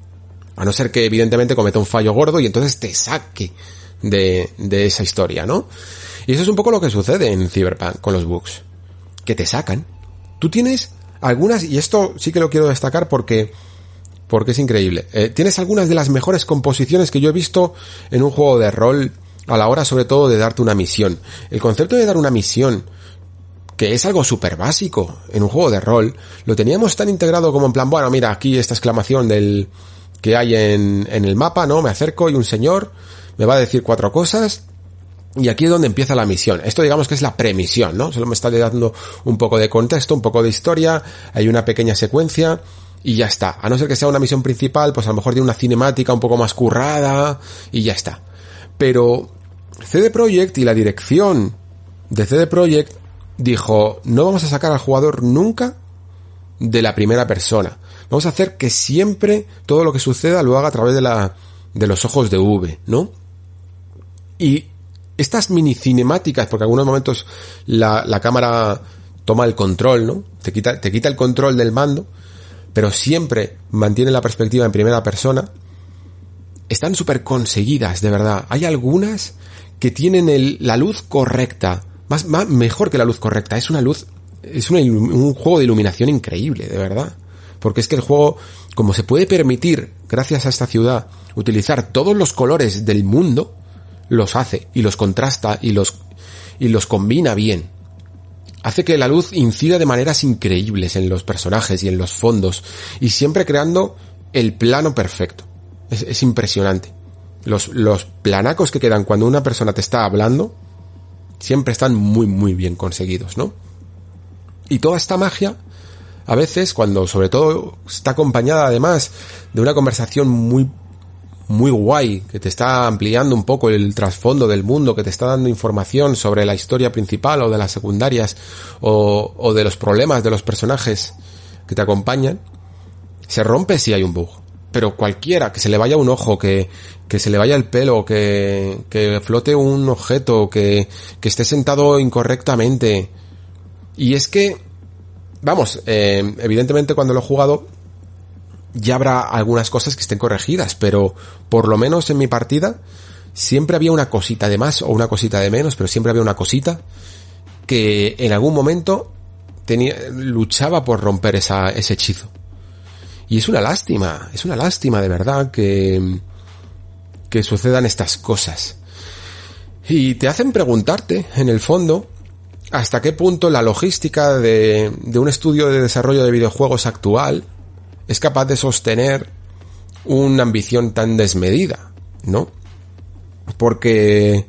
Speaker 3: A no ser que evidentemente cometa un fallo gordo y entonces te saque de esa historia, ¿no? Y eso es un poco lo que sucede en Cyberpunk con los bugs, que te sacan. Tú tienes algunas, y esto sí que lo quiero destacar porque es increíble, tienes algunas de las mejores composiciones que yo he visto en un juego de rol, a la hora sobre todo de darte una misión. El concepto de dar una misión, que es algo súper básico en un juego de rol, lo teníamos tan integrado como en plan, bueno, mira, aquí esta exclamación que hay en el mapa, ¿no? Me acerco y un señor me va a decir 4 cosas y aquí es donde empieza la misión. Esto digamos que es la premisión, ¿no? Solo me está dando un poco de contexto, un poco de historia, hay una pequeña secuencia y ya está. A no ser que sea una misión principal, pues a lo mejor tiene una cinemática un poco más currada y ya está. Pero CD Projekt y la dirección de CD Projekt dijo, no vamos a sacar al jugador nunca de la primera persona. Vamos a hacer que siempre todo lo que suceda lo haga a través de los ojos de V, ¿no? Y estas mini cinemáticas, porque en algunos momentos la cámara toma el control, ¿no? Te quita el control del mando, pero siempre mantiene la perspectiva en primera persona. Están súper conseguidas, de verdad. Hay algunas que tienen la luz correcta, mejor que la luz correcta. Es una luz, un juego de iluminación increíble, de verdad. Porque es que el juego, como se puede permitir, gracias a esta ciudad, utilizar todos los colores del mundo, los hace y los contrasta y los combina bien. Hace que la luz incida de maneras increíbles en los personajes y en los fondos, y siempre creando el plano perfecto. Es impresionante. los planacos que quedan cuando una persona te está hablando siempre están muy, muy bien conseguidos, ¿no? Y toda esta magia, a veces, cuando sobre todo está acompañada además de una conversación muy, muy guay, que te está ampliando un poco el trasfondo del mundo, que te está dando información sobre la historia principal o de las secundarias o de los problemas de los personajes que te acompañan, se rompe si hay un bug. Pero cualquiera, que se le vaya un ojo, que se le vaya el pelo, que flote un objeto, que esté sentado incorrectamente. Y es que, vamos, evidentemente cuando lo he jugado ya habrá algunas cosas que estén corregidas, pero por lo menos en mi partida siempre había una cosita de más o una cosita de menos, pero siempre había una cosita que en algún momento luchaba por romper ese hechizo. Y es una lástima de verdad que sucedan estas cosas. Y te hacen preguntarte, en el fondo, hasta qué punto la logística de un estudio de desarrollo de videojuegos actual es capaz de sostener una ambición tan desmedida, ¿no? Porque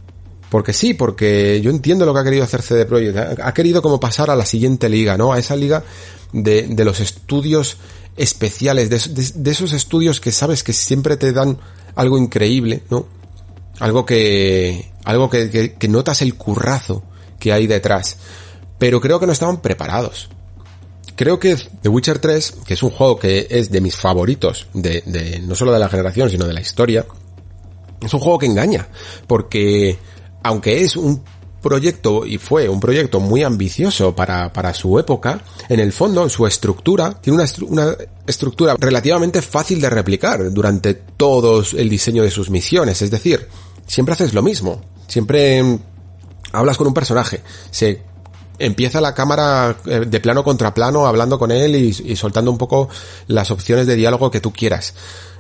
Speaker 3: yo entiendo lo que ha querido hacer CD Projekt. Ha querido como pasar a la siguiente liga, ¿no? A esa liga de los estudios especiales, de esos estudios que sabes que siempre te dan algo increíble, ¿no? Algo que notas el currazo que hay detrás. Pero creo que no estaban preparados. Creo que The Witcher 3, que es un juego que es de mis favoritos, no solo de la generación, sino de la historia, es un juego que engaña, porque aunque es un proyecto, y fue un proyecto muy ambicioso para su época, en el fondo su estructura tiene una estructura relativamente fácil de replicar durante todo el diseño de sus misiones. Es decir, siempre haces lo mismo, siempre hablas con un personaje, se empieza la cámara de plano contra plano hablando con él y soltando un poco las opciones de diálogo que tú quieras.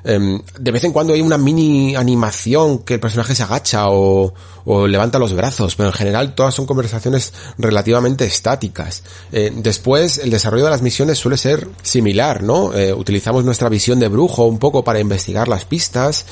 Speaker 3: De vez en cuando hay una mini animación que el personaje se agacha o levanta los brazos, pero en general todas son conversaciones relativamente estáticas. Después el desarrollo de las misiones suele ser similar, ¿no? Utilizamos nuestra visión de brujo un poco para investigar las pistas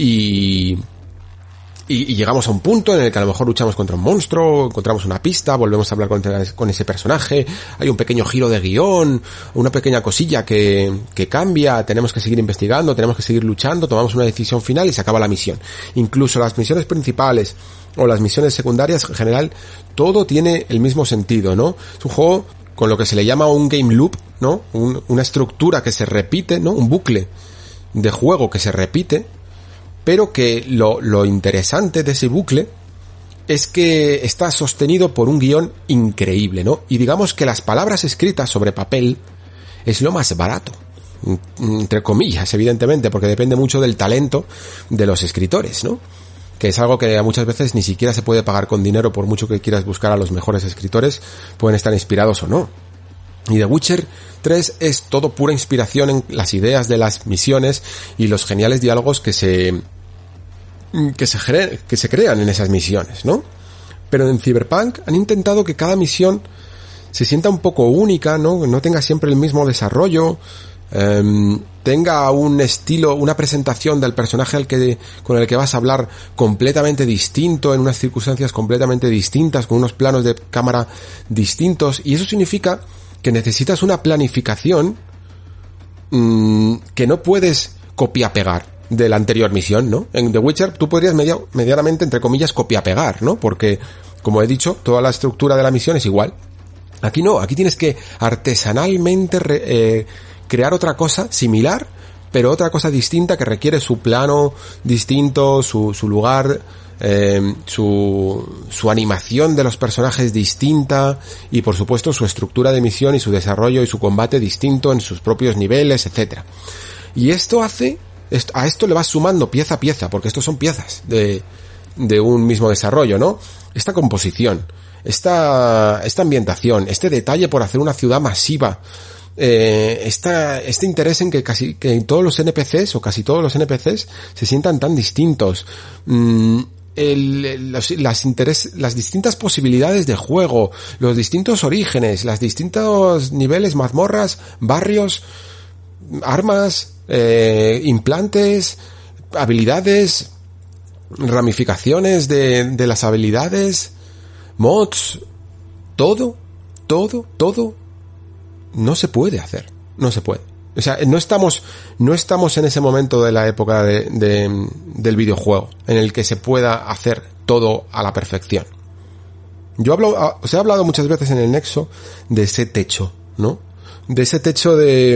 Speaker 3: y llegamos a un punto en el que a lo mejor luchamos contra un monstruo, encontramos una pista, volvemos a hablar con ese personaje, hay un pequeño giro de guión, una pequeña cosilla que cambia, tenemos que seguir investigando, tenemos que seguir luchando, tomamos una decisión final y se acaba la misión. Incluso las misiones principales o las misiones secundarias, en general, todo tiene el mismo sentido, ¿no? Es un juego con lo que se le llama un game loop, ¿no? Una estructura que se repite, ¿no? Un bucle de juego que se repite, pero que lo interesante de ese bucle es que está sostenido por un guión increíble, ¿no? Y digamos que las palabras escritas sobre papel es lo más barato, entre comillas, evidentemente, porque depende mucho del talento de los escritores, ¿no? Que es algo que muchas veces ni siquiera se puede pagar con dinero, por mucho que quieras buscar a los mejores escritores, pueden estar inspirados o no. Y The Witcher 3 es todo pura inspiración en las ideas de las misiones y los geniales diálogos que se crean en esas misiones, ¿no? Pero en Cyberpunk han intentado que cada misión se sienta un poco única, ¿no? No tenga siempre el mismo desarrollo, tenga un estilo, una presentación del personaje con el que vas a hablar completamente distinto, en unas circunstancias completamente distintas, con unos planos de cámara distintos, y eso significa que necesitas una planificación que no puedes copia-pegar de la anterior misión, ¿no? En The Witcher tú podrías medianamente, entre comillas, copia-pegar, ¿no? Porque, como he dicho, toda la estructura de la misión es igual. Aquí no, aquí tienes que artesanalmente crear otra cosa similar, pero otra cosa distinta que requiere su plano distinto, su lugar, su animación de los personajes distinta y, por supuesto, su estructura de misión y su desarrollo y su combate distinto en sus propios niveles, etcétera. Y esto hace... A esto le vas sumando pieza a pieza, porque estos son piezas de un mismo desarrollo, ¿no? Esta composición, esta ambientación, este detalle por hacer una ciudad masiva, este interés en que que todos los NPCs o casi todos los NPCs se sientan tan distintos, las distintas posibilidades de juego, los distintos orígenes, los distintos niveles, mazmorras, barrios, armas, implantes, habilidades, ramificaciones de las habilidades, mods, todo, no se puede hacer, no se puede. O sea, no estamos en ese momento de la época del videojuego en el que se pueda hacer todo a la perfección. Os he hablado muchas veces en el Nexo de ese techo, ¿no? De ese techo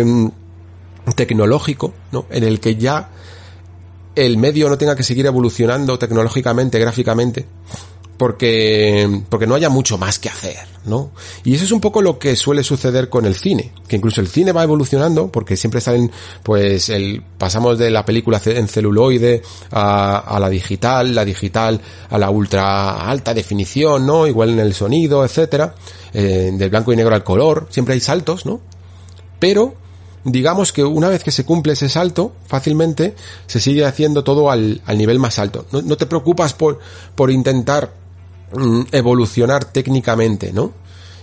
Speaker 3: tecnológico, ¿no? En el que ya el medio no tenga que seguir evolucionando tecnológicamente, gráficamente, porque no haya mucho más que hacer, ¿no? Y eso es un poco lo que suele suceder con el cine, que incluso el cine va evolucionando, porque siempre salen, pues, pasamos de la película en celuloide a la digital a la ultra alta definición, ¿no? Igual en el sonido, etcétera, del blanco y negro al color, siempre hay saltos, ¿no? Pero digamos que una vez que se cumple ese salto, fácilmente se sigue haciendo todo al nivel más alto. No te preocupas por intentar evolucionar técnicamente, ¿no?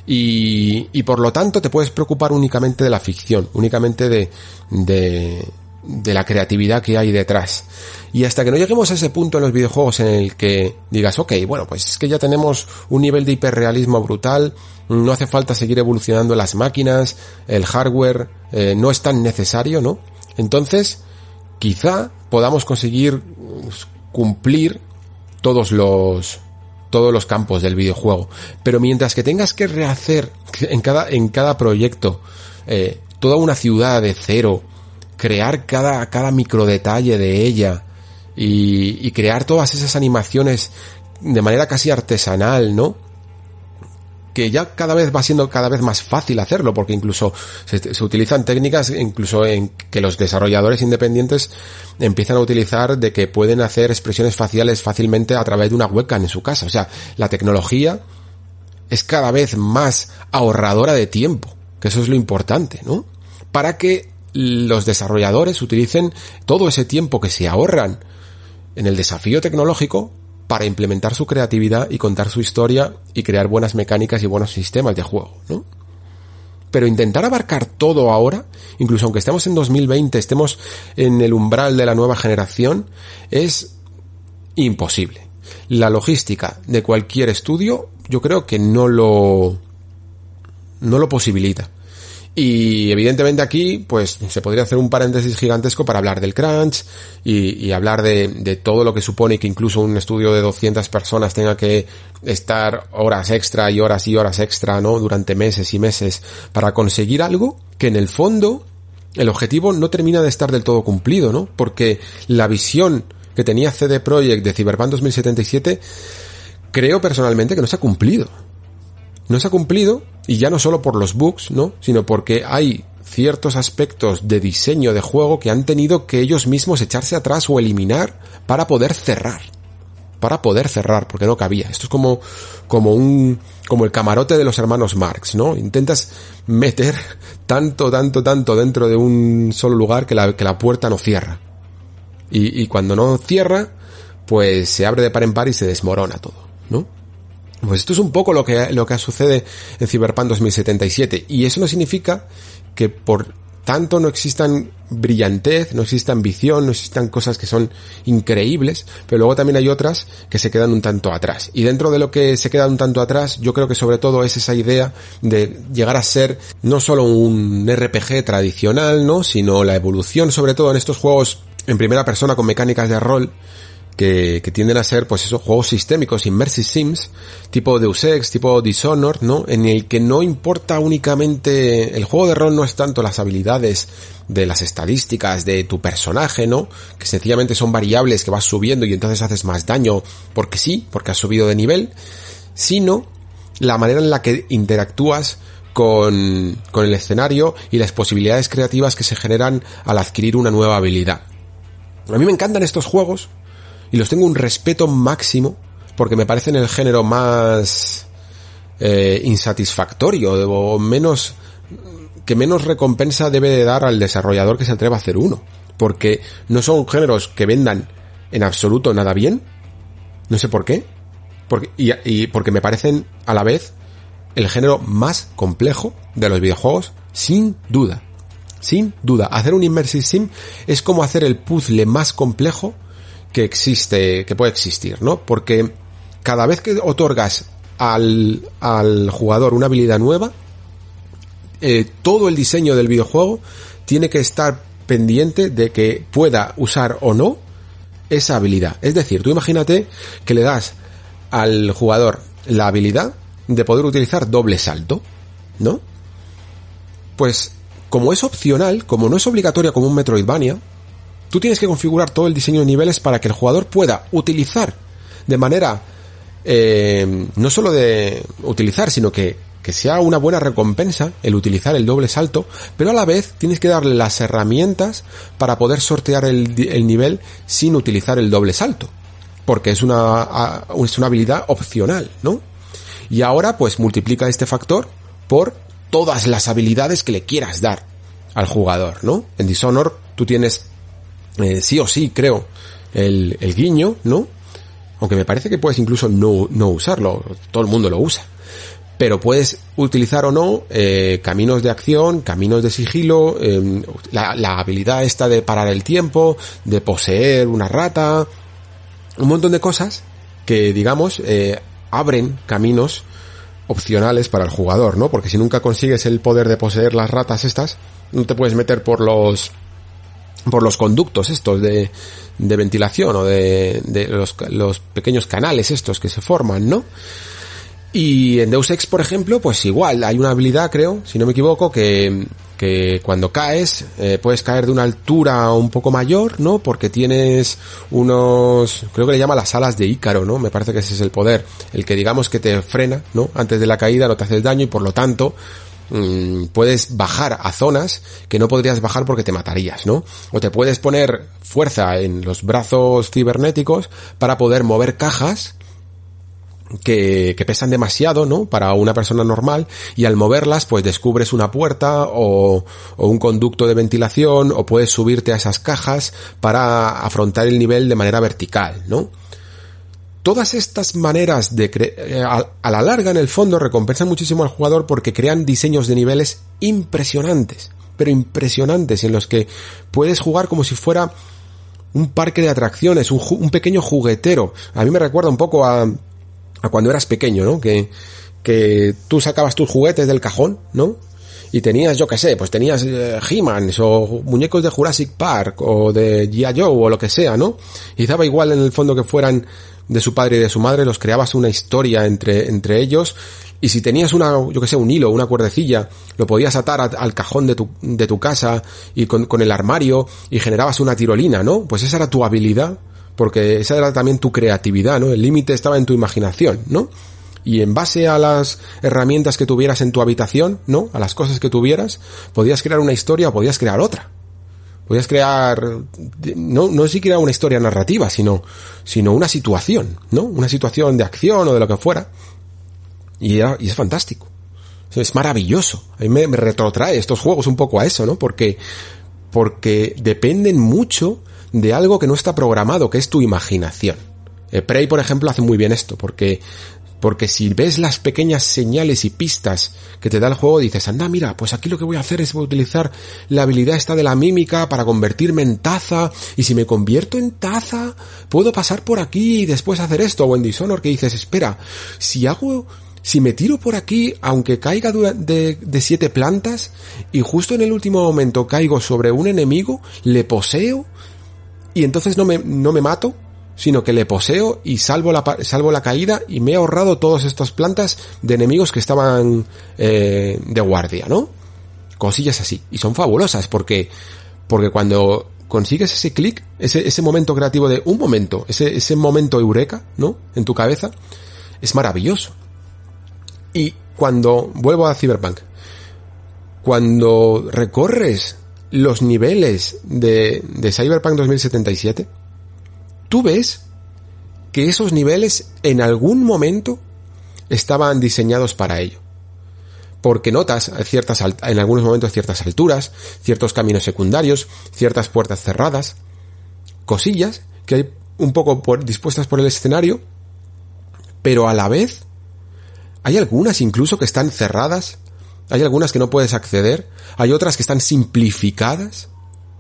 Speaker 3: Y por lo tanto te puedes preocupar únicamente de la ficción, únicamente de la creatividad que hay detrás. Y hasta que no lleguemos a ese punto en los videojuegos en el que digas, ok, bueno, pues es que ya tenemos un nivel de hiperrealismo brutal, no hace falta seguir evolucionando las máquinas, el hardware no es tan necesario, ¿no? Entonces, quizá podamos conseguir cumplir todos los campos del videojuego. Pero mientras que tengas que rehacer en cada proyecto toda una ciudad de cero, crear cada micro detalle de ella y crear todas esas animaciones de manera casi artesanal, ¿no? Que ya cada vez va siendo cada vez más fácil hacerlo, porque incluso se utilizan técnicas incluso en que los desarrolladores independientes empiezan a utilizar, de que pueden hacer expresiones faciales fácilmente a través de una webcam en su casa. O sea, la tecnología es cada vez más ahorradora de tiempo, que eso es lo importante, ¿no? Para que los desarrolladores utilicen todo ese tiempo que se ahorran en el desafío tecnológico para implementar su creatividad y contar su historia y crear buenas mecánicas y buenos sistemas de juego, ¿no? Pero intentar abarcar todo ahora, incluso aunque estemos en 2020, estemos en el umbral de la nueva generación, es imposible. La logística de cualquier estudio, yo creo que no lo posibilita. Y evidentemente aquí, pues, se podría hacer un paréntesis gigantesco para hablar del crunch y hablar de todo lo que supone que incluso un estudio de 200 personas tenga que estar horas extra y horas extra, ¿no? Durante meses y meses para conseguir algo que en el fondo el objetivo no termina de estar del todo cumplido, ¿no? Porque la visión que tenía CD Projekt de Cyberpunk 2077, creo personalmente que no se ha cumplido. No se ha cumplido, y ya no solo por los bugs, ¿no? Sino porque hay ciertos aspectos de diseño de juego que han tenido que ellos mismos echarse atrás o eliminar para poder cerrar. Porque no cabía. Esto es como el camarote de los hermanos Marx, ¿no? Intentas meter tanto dentro de un solo lugar que la puerta no cierra. Y cuando no cierra, pues se abre de par en par y se desmorona todo, ¿no? Pues esto es un poco lo que sucede en Cyberpunk 2077, y eso no significa que por tanto no existan brillantez, no exista ambición, no existan cosas que son increíbles, pero luego también hay otras que se quedan un tanto atrás. Y dentro de lo que se queda un tanto atrás, yo creo que sobre todo es esa idea de llegar a ser no solo un RPG tradicional, ¿no? Sino la evolución, sobre todo en estos juegos en primera persona con mecánicas de rol, que tienden a ser, pues eso, juegos sistémicos, immersive sims, tipo Deus Ex, tipo Dishonored, ¿no? En el que no importa únicamente, el juego de rol no es tanto las habilidades de las estadísticas de tu personaje, ¿no? Que sencillamente son variables que vas subiendo y entonces haces más daño porque sí, porque has subido de nivel, sino la manera en la que interactúas con el escenario y las posibilidades creativas que se generan al adquirir una nueva habilidad. A mí me encantan estos juegos y los tengo un respeto máximo porque me parecen el género más insatisfactorio o menos recompensa debe de dar al desarrollador que se atreva a hacer uno, porque no son géneros que vendan en absoluto nada bien, no sé por qué, porque me parecen a la vez el género más complejo de los videojuegos, sin duda. Sin duda, hacer un Immersive Sim es como hacer el puzzle más complejo que existe, que puede existir, ¿no? Porque cada vez que otorgas al jugador una habilidad nueva, todo el diseño del videojuego tiene que estar pendiente de que pueda usar o no esa habilidad. Es decir, tú imagínate que le das al jugador la habilidad de poder utilizar doble salto, ¿no? Pues como es opcional, como no es obligatoria como un Metroidvania, tú tienes que configurar todo el diseño de niveles para que el jugador pueda utilizar de manera, no solo de utilizar, sino que sea una buena recompensa el utilizar el doble salto, pero a la vez tienes que darle las herramientas para poder sortear el nivel sin utilizar el doble salto, porque es una habilidad opcional, ¿no? Y ahora pues multiplica este factor por todas las habilidades que le quieras dar al jugador, ¿no? En Dishonored tú tienes sí o sí, creo, el guiño, ¿no? Aunque me parece que puedes incluso no usarlo, todo el mundo lo usa. Pero puedes utilizar o no caminos de acción, caminos de sigilo, la habilidad esta de parar el tiempo, de poseer una rata, un montón de cosas que, digamos, abren caminos opcionales para el jugador, ¿no? Porque si nunca consigues el poder de poseer las ratas estas, no te puedes meter por los conductos estos de ventilación o de los pequeños canales estos que se forman, ¿no? Y en Deus Ex, por ejemplo, pues igual, hay una habilidad, creo, si no me equivoco, que cuando caes, puedes caer de una altura un poco mayor, ¿no? Porque tienes unos, creo que le llama las alas de Ícaro, ¿no? Me parece que ese es el poder, el que digamos que te frena, ¿no? Antes de la caída no te haces daño y por lo tanto, puedes bajar a zonas que no podrías bajar porque te matarías, ¿no? O te puedes poner fuerza en los brazos cibernéticos para poder mover cajas que pesan demasiado, ¿no? Para una persona normal, y al moverlas pues descubres una puerta o un conducto de ventilación, o puedes subirte a esas cajas para afrontar el nivel de manera vertical, ¿no? Todas estas maneras de a la larga, en el fondo, recompensan muchísimo al jugador porque crean diseños de niveles impresionantes, pero impresionantes, en los que puedes jugar como si fuera un parque de atracciones, un pequeño juguetero. A mí me recuerda un poco a cuando eras pequeño, ¿no? Que tú sacabas tus juguetes del cajón, ¿no? Y tenías, yo qué sé, pues tenías He-Mans o muñecos de Jurassic Park o de G.I. Joe o lo que sea, ¿no? Y daba igual en el fondo que fueran de su padre y de su madre, los creabas una historia entre ellos, y si tenías yo que sé, un hilo, una cuerdecilla, lo podías atar al cajón de tu casa y con el armario, y generabas una tirolina, ¿no? Pues esa era tu habilidad, porque esa era también tu creatividad, ¿no? El límite estaba en tu imaginación, ¿no? Y en base a las herramientas que tuvieras en tu habitación, ¿no? A las cosas que tuvieras, podías crear una historia o podías crear otra. Podías crear, no siquiera una historia narrativa, sino una situación, ¿no? Una situación de acción o de lo que fuera. Y es fantástico. Es maravilloso. A mí me retrotrae estos juegos un poco a eso, ¿no? Porque dependen mucho de algo que no está programado, que es tu imaginación. Prey, por ejemplo, hace muy bien esto, porque si ves las pequeñas señales y pistas que te da el juego, dices, anda, mira, pues aquí lo que voy a hacer es utilizar la habilidad esta de la mímica para convertirme en taza, y si me convierto en taza, puedo pasar por aquí y después hacer esto. O en Dishonored, que dices, espera, si me tiro por aquí, aunque caiga de 7 plantas, y justo en el último momento caigo sobre un enemigo, le poseo, y entonces no me mato, sino que le poseo y salvo la caída, y me he ahorrado todas estas plantas de enemigos que estaban de guardia, ¿no? Cosillas así. Y son fabulosas porque cuando consigues ese clic, ese momento creativo de un momento, ese momento eureka, ¿no? En tu cabeza, es maravilloso. Y cuando vuelvo a Cyberpunk, cuando recorres los niveles de Cyberpunk 2077, tú ves que esos niveles en algún momento estaban diseñados para ello. Porque notas en algunos momentos ciertas alturas, ciertos caminos secundarios, ciertas puertas cerradas, cosillas que hay un poco dispuestas por el escenario, pero a la vez hay algunas incluso que están cerradas hay algunas que no puedes acceder, hay otras que están simplificadas,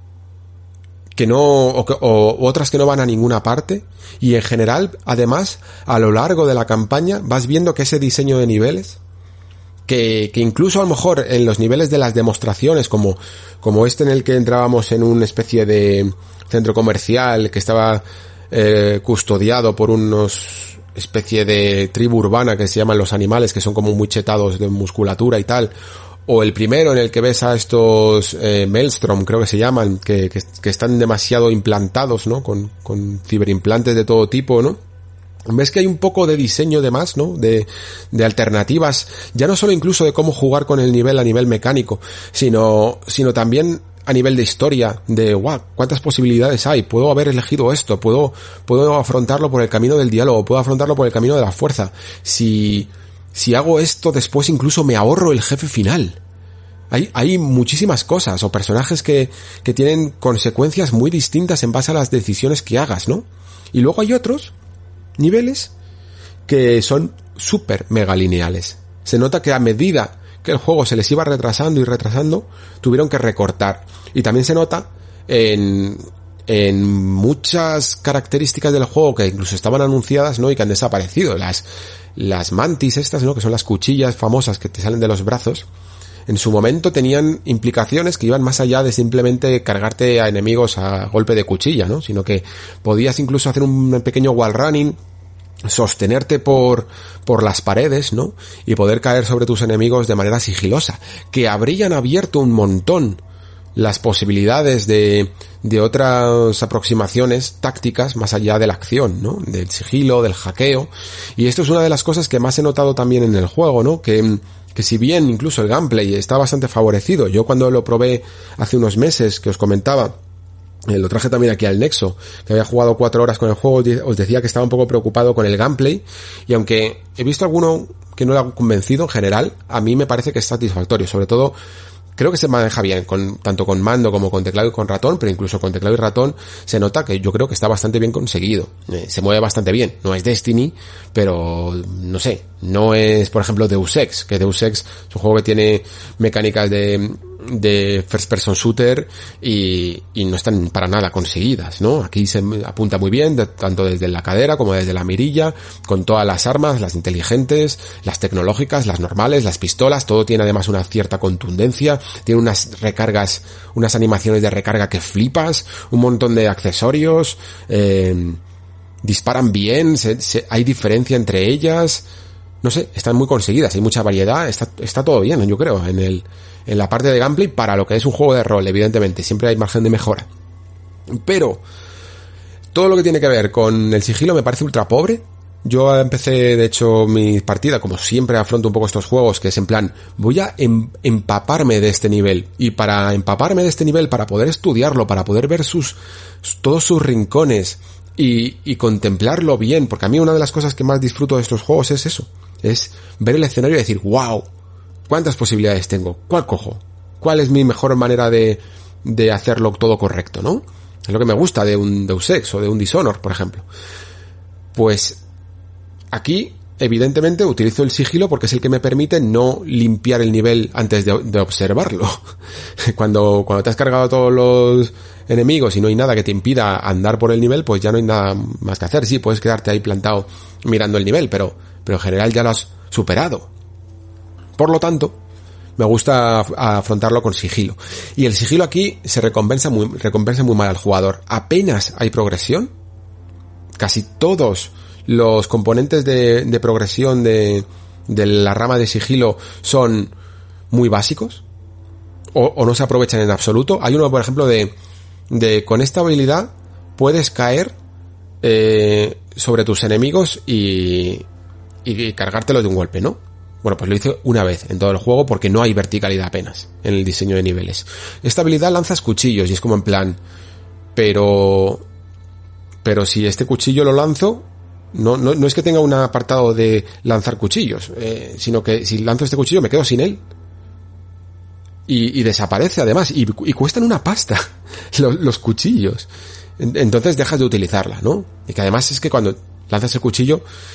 Speaker 3: que no, o otras que no van a ninguna parte, y en general, además, a lo largo de la campaña vas viendo que ese diseño de niveles, que incluso a lo mejor en los niveles de las demostraciones, como este en el que entrábamos en una especie de centro comercial que estaba custodiado por unos especie de tribu urbana que se llaman los animales, que son como muy chetados de musculatura y tal, o el primero en el que ves a estos Maelstrom, creo que se llaman, que están demasiado implantados, ¿no? Con ciberimplantes de todo tipo, ¿no? Ves que hay un poco de diseño de más, ¿no? De alternativas, ya no solo incluso de cómo jugar con el nivel a nivel mecánico, sino también a nivel de historia, de wow, cuántas posibilidades hay, puedo haber elegido esto, puedo afrontarlo por el camino del diálogo, puedo afrontarlo por el camino de la fuerza. Si hago esto después incluso me ahorro el jefe final. Hay muchísimas cosas o personajes que tienen consecuencias muy distintas en base a las decisiones que hagas, ¿no? Y luego hay otros niveles que son súper mega lineales. Se nota que a medida que el juego se les iba retrasando y retrasando, tuvieron que recortar. Y también se nota en muchas características del juego que incluso estaban anunciadas, ¿no? Y que han desaparecido. Las mantis estas, ¿no? Que son las cuchillas famosas que te salen de los brazos. En su momento tenían implicaciones que iban más allá de simplemente cargarte a enemigos a golpe de cuchilla, ¿no? Sino que podías incluso hacer un pequeño wall running, sostenerte por las paredes, ¿no? Y poder caer sobre tus enemigos de manera sigilosa, que habrían abierto un montón las posibilidades de otras aproximaciones tácticas más allá de la acción, ¿no? Del sigilo, del hackeo. Y esto es una de las cosas que más he notado también en el juego, ¿no? Que si bien incluso el gameplay está bastante favorecido, yo cuando lo probé hace unos meses, que os comentaba, lo traje también aquí al Nexo, que había jugado 4 horas con el juego, os decía que estaba un poco preocupado con el gameplay, y aunque he visto alguno que no le ha convencido en general, a mí me parece que es satisfactorio. Sobre todo, creo que se maneja bien, tanto con mando como con teclado y con ratón, pero incluso con teclado y ratón se nota que yo creo que está bastante bien conseguido. Se mueve bastante bien. No es Destiny, pero no sé, no es, por ejemplo, Deus Ex, que Deus Ex es un juego que tiene mecánicas de first person shooter y no están para nada conseguidas, ¿no? Aquí se apunta muy bien, tanto desde la cadera como desde la mirilla, con todas las armas, las inteligentes, las tecnológicas, las normales, las pistolas, todo tiene además una cierta contundencia, tiene unas recargas, unas animaciones de recarga que flipas, un montón de accesorios, disparan bien, hay diferencia entre ellas, no sé, están muy conseguidas, hay mucha variedad, está todo bien, yo creo, en la parte de gameplay para lo que es un juego de rol, evidentemente, siempre hay margen de mejora. Pero todo lo que tiene que ver con el sigilo me parece ultra pobre. Yo empecé, de hecho, mi partida, como siempre afronto un poco estos juegos, que es en plan, voy a empaparme de este nivel. Y para empaparme de este nivel, para poder estudiarlo, para poder ver todos sus rincones y contemplarlo bien, porque a mí una de las cosas que más disfruto de estos juegos es eso, es ver el escenario y decir, wow, ¿cuántas posibilidades tengo? ¿Cuál cojo? ¿Cuál es mi mejor manera de hacerlo todo correcto, no? Es lo que me gusta de un Deus Ex o de un Dishonored, por ejemplo. Pues aquí, evidentemente, utilizo el sigilo porque es el que me permite no limpiar el nivel antes de observarlo. Cuando te has cargado todos los enemigos y no hay nada que te impida andar por el nivel, pues ya no hay nada más que hacer. Sí, puedes quedarte ahí plantado mirando el nivel, pero en general ya lo has superado. Por lo tanto, me gusta afrontarlo con sigilo. Y el sigilo aquí se recompensa muy mal al jugador. Apenas hay progresión. Casi todos los componentes de progresión de la rama de sigilo son muy básicos. O no se aprovechan en absoluto. Hay uno, por ejemplo, de con esta habilidad puedes caer sobre tus enemigos y cargártelos de un golpe, ¿no? Bueno, pues lo hice una vez en todo el juego porque no hay verticalidad apenas en el diseño de niveles. Esta habilidad lanzas cuchillos y es como en plan, pero si este cuchillo lo lanzo, no es que tenga un apartado de lanzar cuchillos, sino que si lanzo este cuchillo me quedo sin él. Y desaparece además, y cuestan una pasta los cuchillos. Entonces dejas de utilizarla, ¿no? Y que además es que cuando lanzas el cuchillo,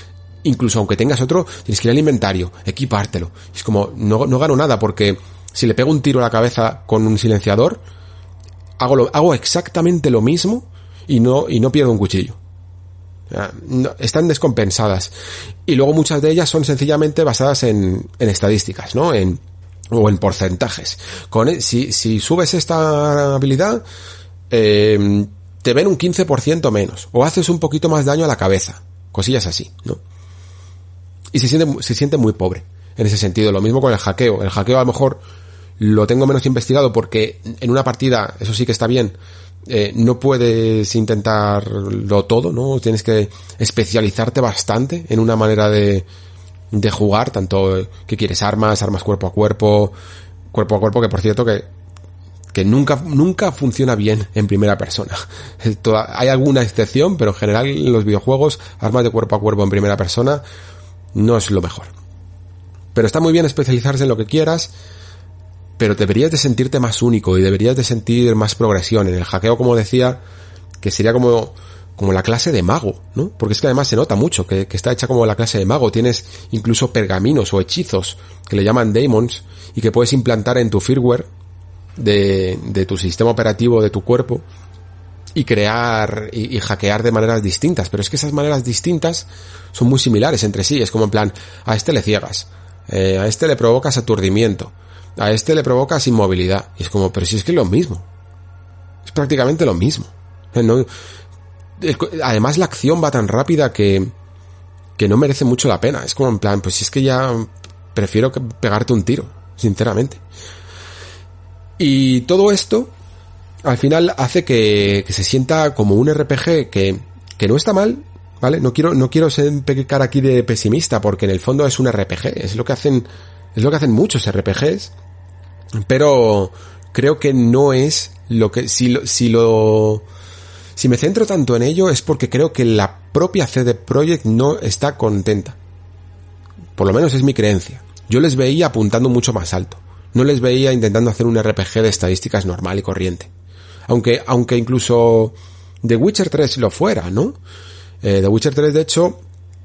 Speaker 3: incluso aunque tengas otro, tienes que ir al inventario, equipártelo. Es como, no gano nada, porque si le pego un tiro a la cabeza con un silenciador, hago exactamente lo mismo y no pierdo un cuchillo. Están descompensadas. Y luego muchas de ellas son sencillamente basadas en estadísticas, ¿no? O en porcentajes. Si subes esta habilidad, te ven un 15% menos, o haces un poquito más daño a la cabeza, cosillas así, ¿no? Y se siente muy pobre en ese sentido. Lo mismo con el hackeo. El hackeo a lo mejor lo tengo menos investigado, porque en una partida, eso sí que está bien, no puedes intentarlo todo, ¿no? Tienes que especializarte bastante en una manera de jugar, tanto que quieres armas cuerpo a cuerpo, que por cierto que nunca funciona bien en primera persona. Hay alguna excepción, pero en general en los videojuegos, armas de cuerpo a cuerpo en primera persona no es lo mejor. Pero está muy bien especializarse en lo que quieras, pero deberías de sentirte más único y deberías de sentir más progresión. En el hackeo, como decía, que sería como la clase de mago, ¿no? Porque es que además se nota mucho que está hecha como la clase de mago. Tienes incluso pergaminos o hechizos que le llaman daemons y que puedes implantar en tu firmware de tu sistema operativo de tu cuerpo y crear y hackear de maneras distintas. Pero es que esas maneras distintas son muy similares entre sí. Es como en plan, a este le ciegas, a este le provocas aturdimiento, a este le provocas inmovilidad. Y es como, pero si es que es lo mismo. Es prácticamente lo mismo. ¿No? Además la acción va tan rápida que no merece mucho la pena. Es como en plan, pues si es que ya prefiero pegarte un tiro, sinceramente. Y todo esto al final hace que se sienta como un RPG que no está mal, ¿vale? No quiero pecar aquí de pesimista, porque en el fondo es un RPG, es lo que hacen muchos RPGs, pero creo que no es lo que si me centro tanto en ello es porque creo que la propia CD Projekt no está contenta. Por lo menos es mi creencia. Yo les veía apuntando mucho más alto. No les veía intentando hacer un RPG de estadísticas normal y corriente. Aunque incluso The Witcher 3 lo fuera, ¿no? The Witcher 3, de hecho,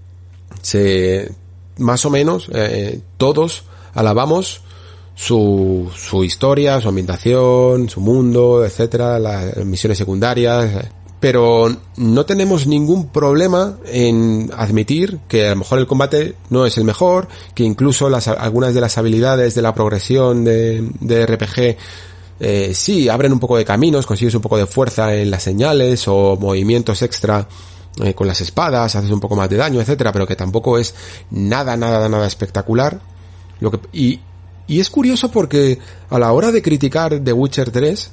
Speaker 3: más o menos todos alabamos su historia, su ambientación, su mundo, etcétera, las misiones secundarias, pero no tenemos ningún problema en admitir que a lo mejor el combate no es el mejor, que incluso algunas de las habilidades de la progresión de RPG sí abren un poco de caminos, consigues un poco de fuerza en las señales o movimientos extra con las espadas, haces un poco más de daño, etcétera, pero que tampoco es nada espectacular. Y es curioso porque a la hora de criticar The Witcher 3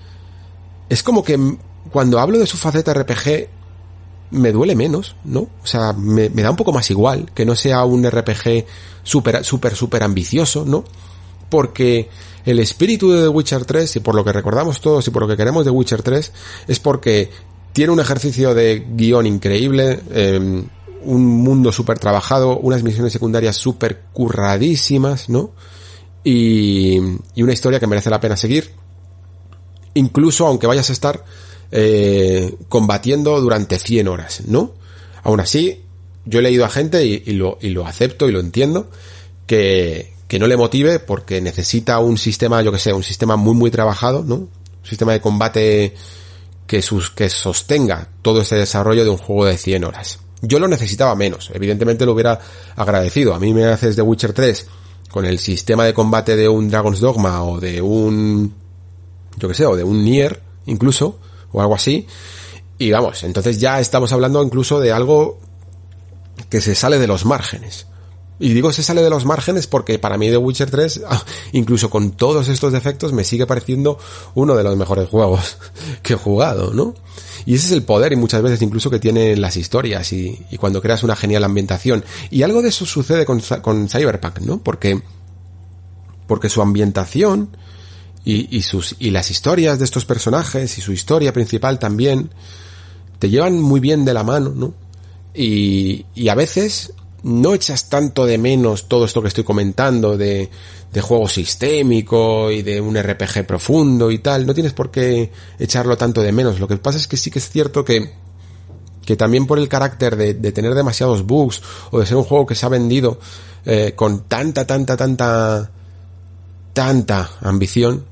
Speaker 3: es como que cuando hablo de su faceta RPG me duele menos, ¿no? O sea, me da un poco más igual que no sea un RPG súper ambicioso, ¿no? Porque el espíritu de The Witcher 3, y por lo que recordamos todos y por lo que queremos de Witcher 3, es porque tiene un ejercicio de guión increíble, un mundo súper trabajado, unas misiones secundarias súper curradísimas, ¿no? Y una historia que merece la pena seguir, incluso aunque vayas a estar combatiendo durante 100 horas, ¿no? Aún así, yo he leído a gente y lo acepto y lo entiendo, que no le motive porque necesita un sistema, yo que sé, un sistema muy trabajado, ¿no? Un sistema de combate que sostenga todo ese desarrollo de un juego de 100 horas. Yo lo necesitaba menos, evidentemente lo hubiera agradecido. A mí me haces The Witcher 3 con el sistema de combate de un Dragon's Dogma o de un, yo que sé, o de un Nier incluso, o algo así, y vamos, entonces ya estamos hablando incluso de algo que se sale de los márgenes. Y digo se sale de los márgenes porque para mí The Witcher 3, incluso con todos estos defectos, me sigue pareciendo uno de los mejores juegos que he jugado, ¿no? Y ese es el poder, y muchas veces incluso que tienen las historias y cuando creas una genial ambientación. Y algo de eso sucede con Cyberpunk, ¿no? Porque su ambientación y las historias de estos personajes y su historia principal también te llevan muy bien de la mano, ¿no? Y a veces no echas tanto de menos todo esto que estoy comentando de juego sistémico y de un RPG profundo y tal. No tienes por qué echarlo tanto de menos. Lo que pasa es que sí que es cierto que que también por el carácter de tener demasiados bugs o de ser un juego que se ha vendido con tanta ambición,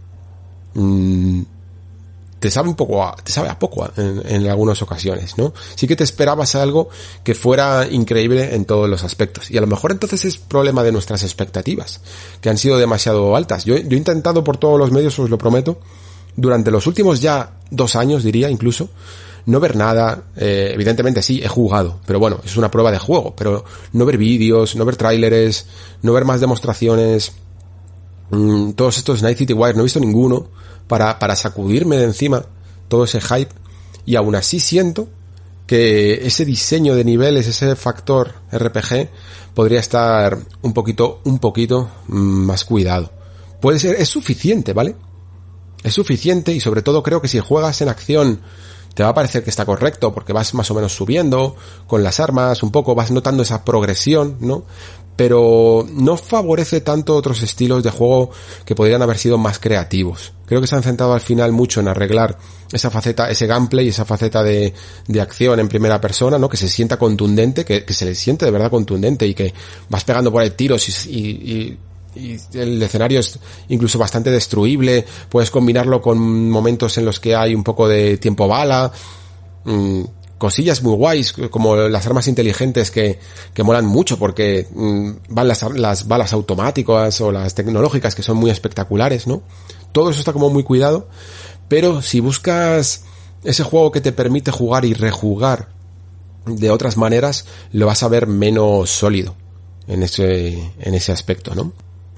Speaker 3: te sabe a poco en algunas ocasiones, ¿no? Sí que te esperabas algo que fuera increíble en todos los aspectos, y a lo mejor entonces es problema de nuestras expectativas, que han sido demasiado altas. Yo he intentado por todos los medios, os lo prometo, durante los últimos ya 2 años, diría incluso, no ver nada. Evidentemente sí, he jugado, pero bueno, es una prueba de juego, pero no ver vídeos, no ver tráileres, no ver más demostraciones, todos estos Night City Wire, no he visto ninguno para sacudirme de encima todo ese hype, y aún así siento que ese diseño de niveles, ese factor RPG podría estar un poquito más cuidado. Puede ser, es suficiente, ¿vale? Es suficiente, y sobre todo creo que si juegas en acción te va a parecer que está correcto, porque vas más o menos subiendo con las armas, un poco vas notando esa progresión, ¿no? Pero no favorece tanto otros estilos de juego que podrían haber sido más creativos. Creo que se han centrado al final mucho en arreglar esa faceta, ese gameplay, esa faceta de acción en primera persona, ¿no? Que se sienta contundente, que se le siente de verdad contundente, y que vas pegando por ahí tiros y el escenario es incluso bastante destruible. Puedes combinarlo con momentos en los que hay un poco de tiempo bala, cosillas muy guays, como las armas inteligentes que molan mucho, porque van las balas automáticas o las tecnológicas, que son muy espectaculares, ¿no? Todo eso está como muy cuidado, pero si buscas ese juego que te permite jugar y rejugar de otras maneras, lo vas a ver menos sólido en ese aspecto, ¿no?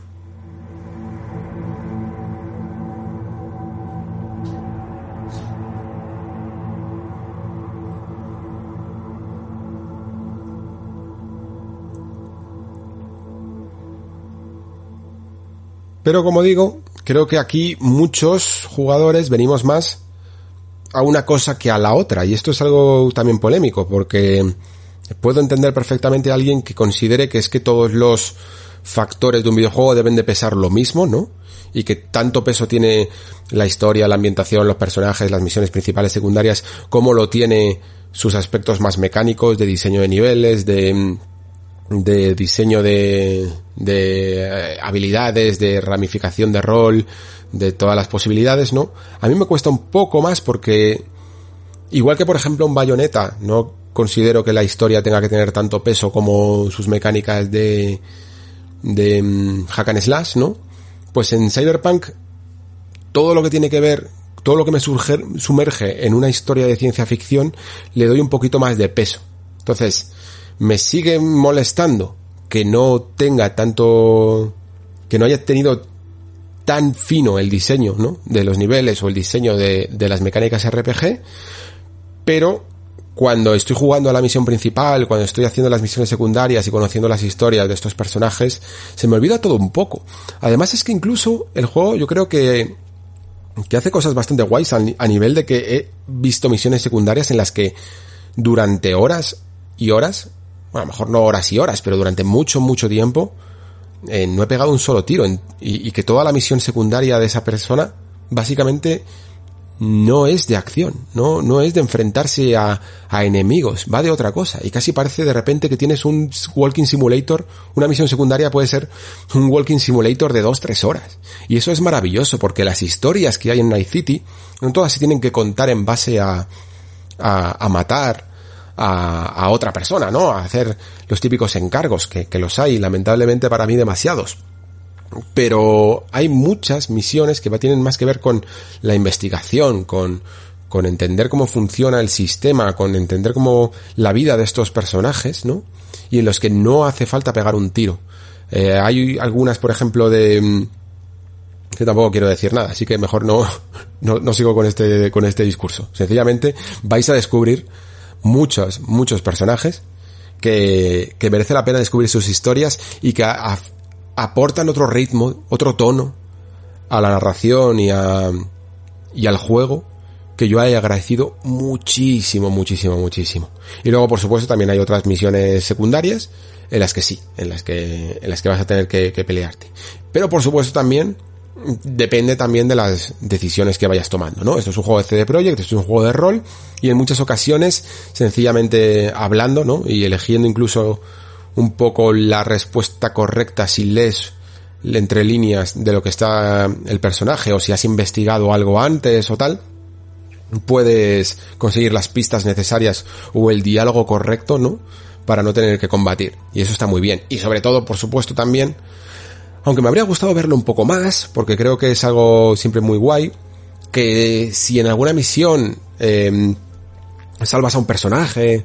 Speaker 3: Pero como digo, creo que aquí muchos jugadores venimos más a una cosa que a la otra, y esto es algo también polémico, porque puedo entender perfectamente a alguien que considere que es que todos los factores de un videojuego deben de pesar lo mismo, ¿no? Y que tanto peso tiene la historia, la ambientación, los personajes, las misiones principales, secundarias, como lo tiene sus aspectos más mecánicos, de diseño de niveles, de diseño de habilidades, de ramificación de rol, de todas las posibilidades, ¿no? A mí me cuesta un poco más, porque igual que por ejemplo un Bayonetta, no considero que la historia tenga que tener tanto peso como sus mecánicas de hack and slash, ¿no? Pues en Cyberpunk todo lo que tiene que ver, todo lo que me sumerge en una historia de ciencia ficción, le doy un poquito más de peso. Entonces, me sigue molestando que no tenga tanto, que no haya tenido tan fino el diseño, ¿no? De los niveles o el diseño de las mecánicas RPG, pero cuando estoy jugando a la misión principal, cuando estoy haciendo las misiones secundarias y conociendo las historias de estos personajes, se me olvida todo un poco. Además es que incluso el juego, yo creo que hace cosas bastante guays a nivel de que he visto misiones secundarias en las que durante horas y horas, bueno, a lo mejor no horas y horas, pero durante mucho tiempo, no he pegado un solo tiro, y que toda la misión secundaria de esa persona básicamente no es de acción, no es de enfrentarse a enemigos, va de otra cosa, y casi parece de repente que tienes un walking simulator. Una misión secundaria puede ser un walking simulator de 2-3 horas, y eso es maravilloso, porque las historias que hay en Night City no todas se tienen que contar en base a matar a otra persona, ¿no? A hacer los típicos encargos, que los hay, lamentablemente para mí, demasiados. Pero hay muchas misiones que tienen más que ver con la investigación, con entender cómo funciona el sistema, con entender cómo la vida de estos personajes, ¿no? Y en los que no hace falta pegar un tiro. Hay algunas, por ejemplo, que tampoco quiero decir nada, así que mejor no sigo con este discurso. Sencillamente vais a descubrir muchos personajes que merece la pena descubrir sus historias, y que aportan otro ritmo, otro tono a la narración y al juego, que yo he agradecido muchísimo. Y luego, por supuesto, también hay otras misiones secundarias en las que vas a tener que pelearte. Pero por supuesto también depende también de las decisiones que vayas tomando, ¿no? Esto es un juego de CD Projekt, esto es un juego de rol, y en muchas ocasiones, sencillamente hablando, ¿no? Y eligiendo incluso un poco la respuesta correcta si lees entre líneas de lo que está el personaje, o si has investigado algo antes o tal, puedes conseguir las pistas necesarias o el diálogo correcto, ¿no? Para no tener que combatir. Y eso está muy bien. Y sobre todo, por supuesto, también, aunque me habría gustado verlo un poco más, porque creo que es algo siempre muy guay, que si en alguna misión salvas a un personaje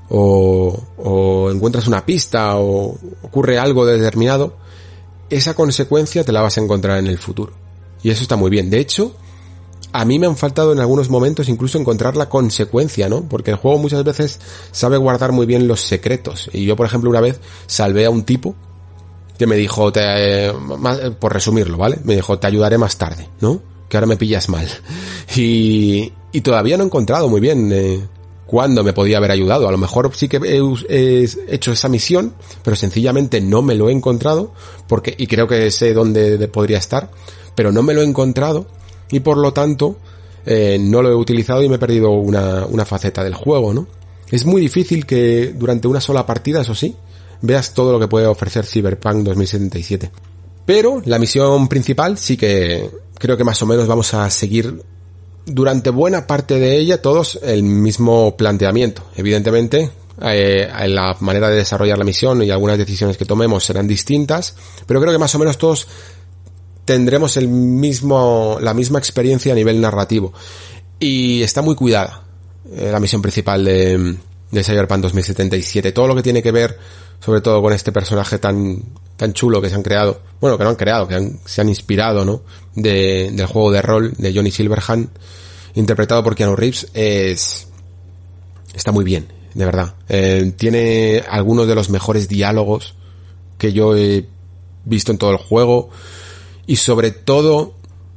Speaker 3: o encuentras una pista o ocurre algo determinado, esa consecuencia te la vas a encontrar en el futuro. Y eso está muy bien. De hecho, a mí me han faltado en algunos momentos incluso encontrar la consecuencia, ¿no? Porque el juego muchas veces sabe guardar muy bien los secretos. Y yo, por ejemplo, una vez salvé a un tipo que me dijo, por resumirlo, ¿vale? Me dijo, te ayudaré más tarde, ¿no? Que ahora me pillas mal. Y todavía no he encontrado muy bien cuándo me podía haber ayudado. A lo mejor sí que he hecho esa misión, pero sencillamente no me lo he encontrado, y creo que sé dónde podría estar, pero no me lo he encontrado, y por lo tanto no lo he utilizado y me he perdido una faceta del juego, ¿no? Es muy difícil que durante una sola partida, eso sí, veas todo lo que puede ofrecer Cyberpunk 2077. Pero la misión principal sí que creo que más o menos vamos a seguir durante buena parte de ella todos el mismo planteamiento. Evidentemente, la manera de desarrollar la misión y algunas decisiones que tomemos serán distintas, pero creo que más o menos todos tendremos la misma experiencia a nivel narrativo. Y está muy cuidada la misión principal de Cyberpunk 2077. Todo lo que tiene que ver, sobre todo con este personaje tan chulo que se han creado, bueno, que no han creado, se han inspirado, ¿no? Del juego de rol de Johnny Silverhand, interpretado por Keanu Reeves, está muy bien, de verdad. Tiene algunos de los mejores diálogos que yo he visto en todo el juego, y sobre todo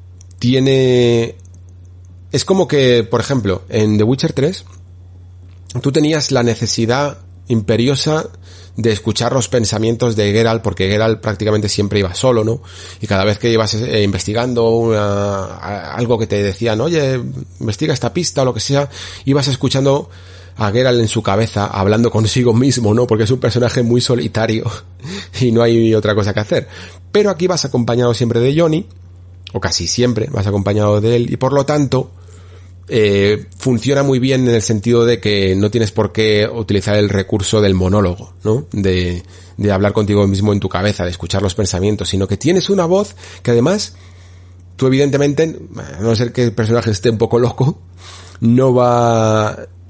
Speaker 3: es como que, por ejemplo, en The Witcher 3 tú tenías la necesidad imperiosa de escuchar los pensamientos de Geralt, porque Geralt prácticamente siempre iba solo, ¿no? Y cada vez que ibas investigando algo que te decían, oye, investiga esta pista o lo que sea, ibas escuchando a Geralt en su cabeza hablando consigo mismo, ¿no? Porque es un personaje muy solitario y no hay otra cosa que hacer. Pero aquí vas acompañado siempre de Johnny, o casi siempre vas acompañado de él, y por lo tanto funciona muy bien en el sentido de que no tienes por qué utilizar el recurso del monólogo, ¿no? De hablar contigo mismo en tu cabeza, de escuchar los pensamientos, sino que tienes una voz que además tú evidentemente, a no ser que el personaje esté un poco loco, no va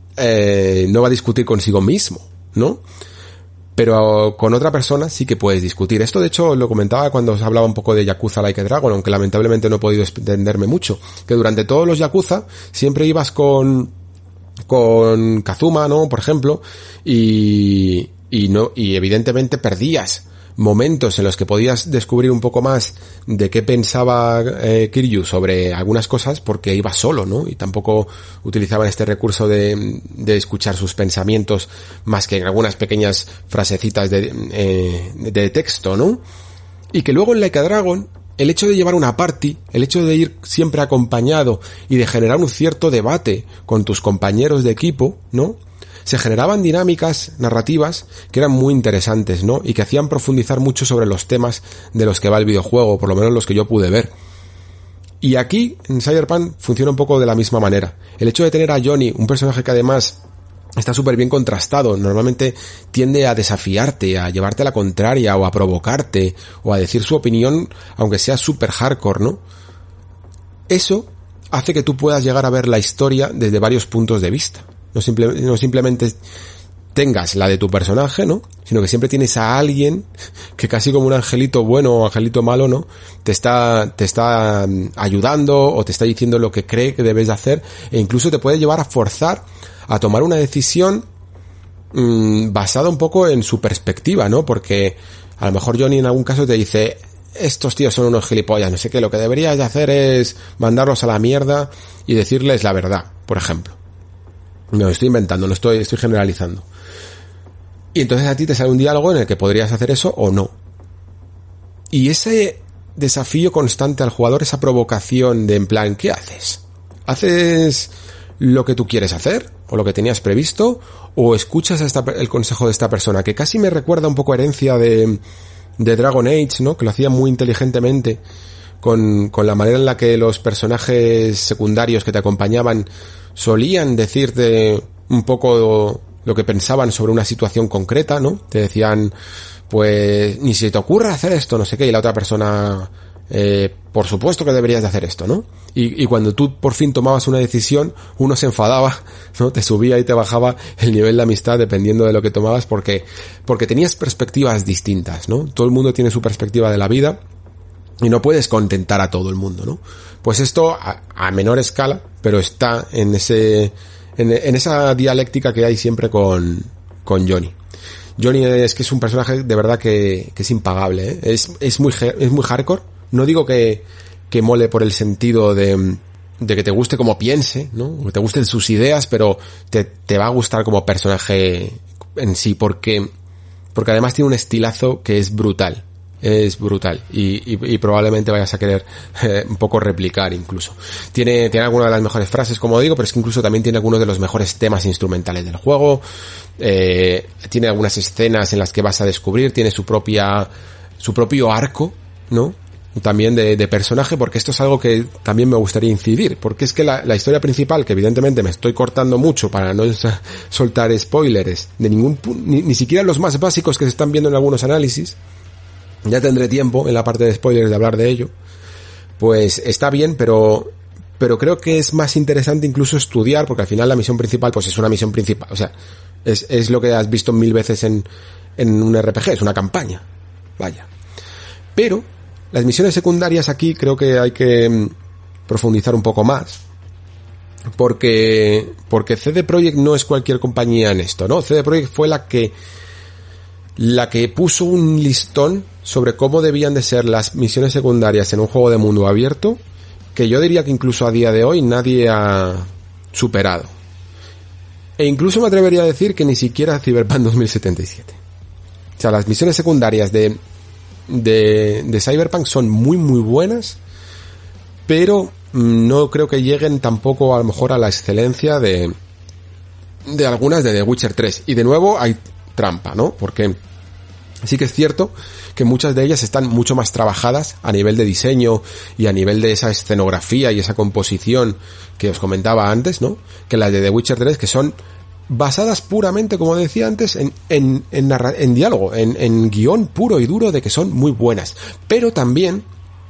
Speaker 3: a discutir consigo mismo, ¿no? Pero con otra persona sí que puedes discutir. Esto de hecho lo comentaba cuando os hablaba un poco de Yakuza Like a Dragon, aunque lamentablemente no he podido extenderme mucho, que durante todos los Yakuza siempre ibas con Kazuma, ¿no? Por ejemplo, y evidentemente perdías momentos en los que podías descubrir un poco más de qué pensaba Kiryu sobre algunas cosas, porque iba solo, ¿no? Y tampoco utilizaban este recurso de escuchar sus pensamientos más que en algunas pequeñas frasecitas de texto, ¿no? Y que luego en Like a Dragon, el hecho de llevar una party, el hecho de ir siempre acompañado y de generar un cierto debate con tus compañeros de equipo, ¿no? Se generaban dinámicas narrativas que eran muy interesantes, ¿no? Y que hacían profundizar mucho sobre los temas de los que va el videojuego, por lo menos los que yo pude ver. Y aquí, en Cyberpunk, funciona un poco de la misma manera. El hecho de tener a Johnny, un personaje que además está súper bien contrastado, normalmente tiende a desafiarte, a llevarte a la contraria, o a provocarte, o a decir su opinión, aunque sea súper hardcore, ¿no? Eso hace que tú puedas llegar a ver la historia desde varios puntos de vista. No simplemente tengas la de tu personaje, ¿no? Sino que siempre tienes a alguien que casi como un angelito bueno o angelito malo, ¿no? Te está ayudando o te está diciendo lo que cree que debes de hacer, e incluso te puede llevar a forzar a tomar una decisión basada un poco en su perspectiva, ¿no? Porque a lo mejor Johnny en algún caso te dice, estos tíos son unos gilipollas, no sé qué, lo que deberías de hacer es mandarlos a la mierda y decirles la verdad, por ejemplo. No, estoy inventando, no estoy generalizando. Y entonces a ti te sale un diálogo en el que podrías hacer eso o no. Y ese desafío constante al jugador, esa provocación de en plan, ¿qué haces? ¿Haces lo que tú quieres hacer? ¿O lo que tenías previsto? ¿O escuchas el consejo de esta persona? Que casi me recuerda un poco a herencia de Dragon Age, ¿no? Que lo hacía muy inteligentemente con la manera en la que los personajes secundarios que te acompañaban solían decirte un poco lo que pensaban sobre una situación concreta, ¿no? Te decían, pues, ni se te ocurra hacer esto, no sé qué, y la otra persona, por supuesto que deberías de hacer esto, ¿no? Y cuando tú por fin tomabas una decisión, uno se enfadaba, ¿no? Te subía y te bajaba el nivel de amistad dependiendo de lo que tomabas porque tenías perspectivas distintas, ¿no? Todo el mundo tiene su perspectiva de la vida y no puedes contentar a todo el mundo, ¿no? Pues esto a menor escala, pero está en esa dialéctica que hay siempre con Johnny. Johnny es que es un personaje de verdad que es impagable, ¿eh? Es muy hardcore. No digo que mole por el sentido de que te guste como piense, ¿no? O que te gusten sus ideas, pero te va a gustar como personaje en sí, porque además tiene un estilazo que es brutal. Es brutal y probablemente vayas a querer un poco replicar incluso. Tiene algunas de las mejores frases, como digo, pero es que incluso también tiene algunos de los mejores temas instrumentales del juego. Tiene algunas escenas en las que vas a descubrir, tiene su propio arco, ¿no? También de personaje, porque esto es algo que también me gustaría incidir, porque es que la historia principal, que evidentemente me estoy cortando mucho para no soltar spoilers de ningún ni siquiera los más básicos que se están viendo en algunos análisis. Ya tendré tiempo en la parte de spoilers de hablar de ello. Pues está bien, pero creo que es más interesante incluso estudiar, porque al final la misión principal pues es una misión principal, o sea, es lo que has visto 1000 veces en un RPG, es una campaña, vaya. Pero las misiones secundarias aquí creo que hay que profundizar un poco más, porque CD Projekt no es cualquier compañía en esto, ¿no? CD Projekt fue la que puso un listón sobre cómo debían de ser las misiones secundarias en un juego de mundo abierto, que yo diría que incluso a día de hoy nadie ha superado. E incluso me atrevería a decir que ni siquiera Cyberpunk 2077. O sea, las misiones secundarias de Cyberpunk son muy muy buenas, pero no creo que lleguen tampoco a lo mejor a la excelencia de algunas de The Witcher 3. Y de nuevo hay trampa, ¿no? Porque sí que es cierto que muchas de ellas están mucho más trabajadas a nivel de diseño y a nivel de esa escenografía y esa composición que os comentaba antes, ¿no? Que las de The Witcher 3, que son basadas puramente, como decía antes, en diálogo, en guión puro y duro, de que son muy buenas. Pero también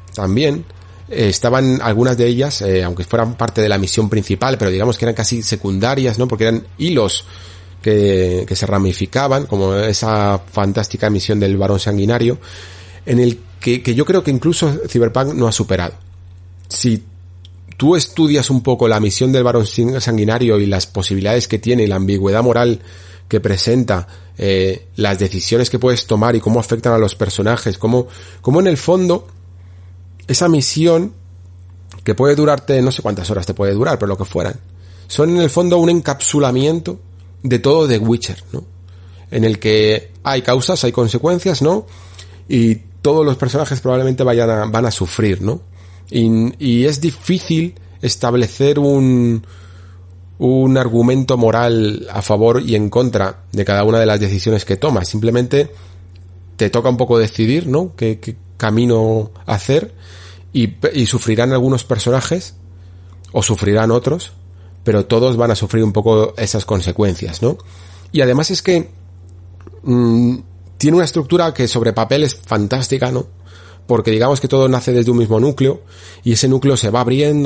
Speaker 3: estaban algunas de ellas, aunque fueran parte de la misión principal, pero digamos que eran casi secundarias, ¿no? Porque eran hilos que se ramificaban, como esa fantástica misión del Barón Sanguinario, en el que yo creo que incluso Cyberpunk no ha superado. Si tú estudias un poco la misión del Barón Sanguinario y las posibilidades que tiene y la ambigüedad moral que presenta, las decisiones que puedes tomar y cómo afectan a los personajes, cómo en el fondo esa misión, que puede durarte, no sé cuántas horas te puede durar, pero lo que fueran, son en el fondo un encapsulamiento de todo The Witcher, ¿no? En el que hay causas, hay consecuencias, ¿no? Y todos los personajes probablemente van a sufrir, ¿no? Y es difícil establecer un argumento moral a favor y en contra de cada una de las decisiones que tomas. Simplemente te toca un poco decidir, ¿no? Qué camino hacer, y sufrirán algunos personajes o sufrirán otros, pero todos van a sufrir un poco esas consecuencias, ¿no? Y además es que tiene una estructura que sobre papel es fantástica, ¿no? Porque digamos que todo nace desde un mismo núcleo, y ese núcleo se va abriendo,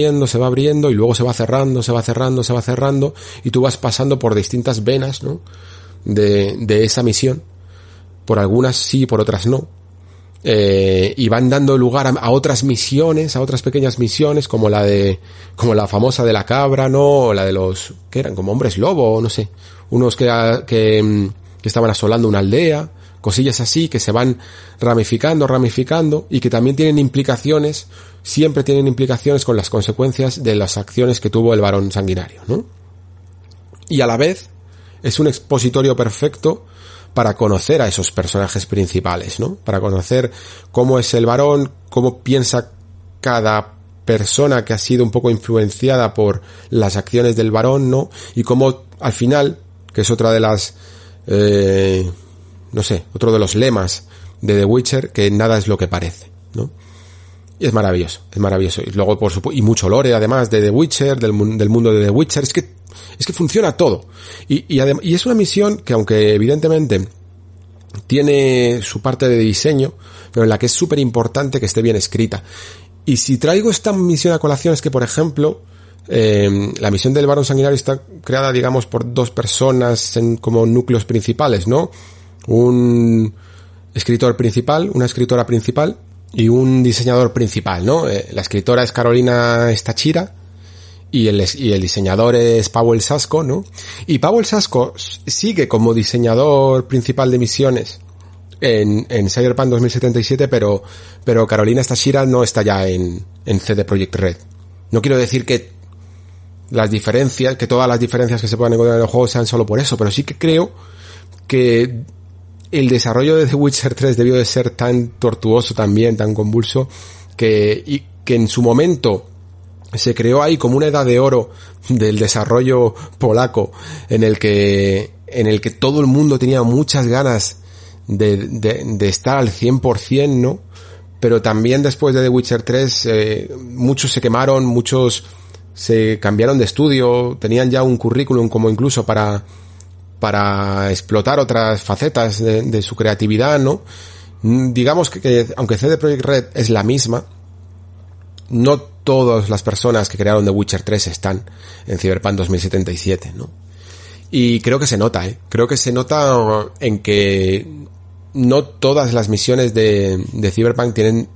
Speaker 3: y luego se va cerrando, y tú vas pasando por distintas venas, ¿no? De esa misión. Por algunas sí, por otras no. Y van dando lugar a otras misiones, a otras pequeñas misiones, como la famosa de la cabra, ¿no? O la de los, que eran como hombres lobo, no sé, unos que estaban asolando una aldea, cosillas así que se van ramificando, y que también tienen implicaciones, siempre tienen implicaciones con las consecuencias de las acciones que tuvo el Barón Sanguinario, ¿no? Y a la vez es un expositorio perfecto para conocer a esos personajes principales, ¿no? Para conocer cómo es el varón, cómo piensa cada persona que ha sido un poco influenciada por las acciones del varón, ¿no? Y cómo al final, que es otra de las, otro de los lemas de The Witcher, que nada es lo que parece, ¿no? Y es maravilloso. Y luego, por supuesto, y mucho lore, además, de The Witcher, del mundo de The Witcher. Es que funciona todo. Y es una misión que, aunque evidentemente tiene su parte de diseño, pero en la que es súper importante que esté bien escrita. Y si traigo esta misión a colación es que, por ejemplo, la misión del Barón Sanguinario está creada, digamos, por dos personas como núcleos principales, ¿no? Un escritor principal, una escritora principal y un diseñador principal, ¿no? La escritora es Carolina Stachira y el diseñador es Paweł Sasko, ¿no? Y Paweł Sasko sigue como diseñador principal de misiones en Cyberpunk 2077, pero Carolina Stachira no está ya en CD Projekt Red. No quiero decir que todas las diferencias que se puedan encontrar en el juego sean solo por eso, pero sí que creo que el desarrollo de The Witcher 3 debió de ser tan tortuoso también, tan convulso, que en su momento se creó ahí como una edad de oro del desarrollo polaco, en el que todo el mundo tenía muchas ganas de estar al 100%, ¿no? Pero también después de The Witcher 3, muchos se quemaron, muchos se cambiaron de estudio, tenían ya un currículum como incluso para explotar otras facetas de su creatividad, ¿no? Digamos que aunque CD Projekt Red es la misma, no todas las personas que crearon The Witcher 3 están en Cyberpunk 2077, ¿no? Y creo que se nota, creo que se nota en que no todas las misiones de Cyberpunk tienen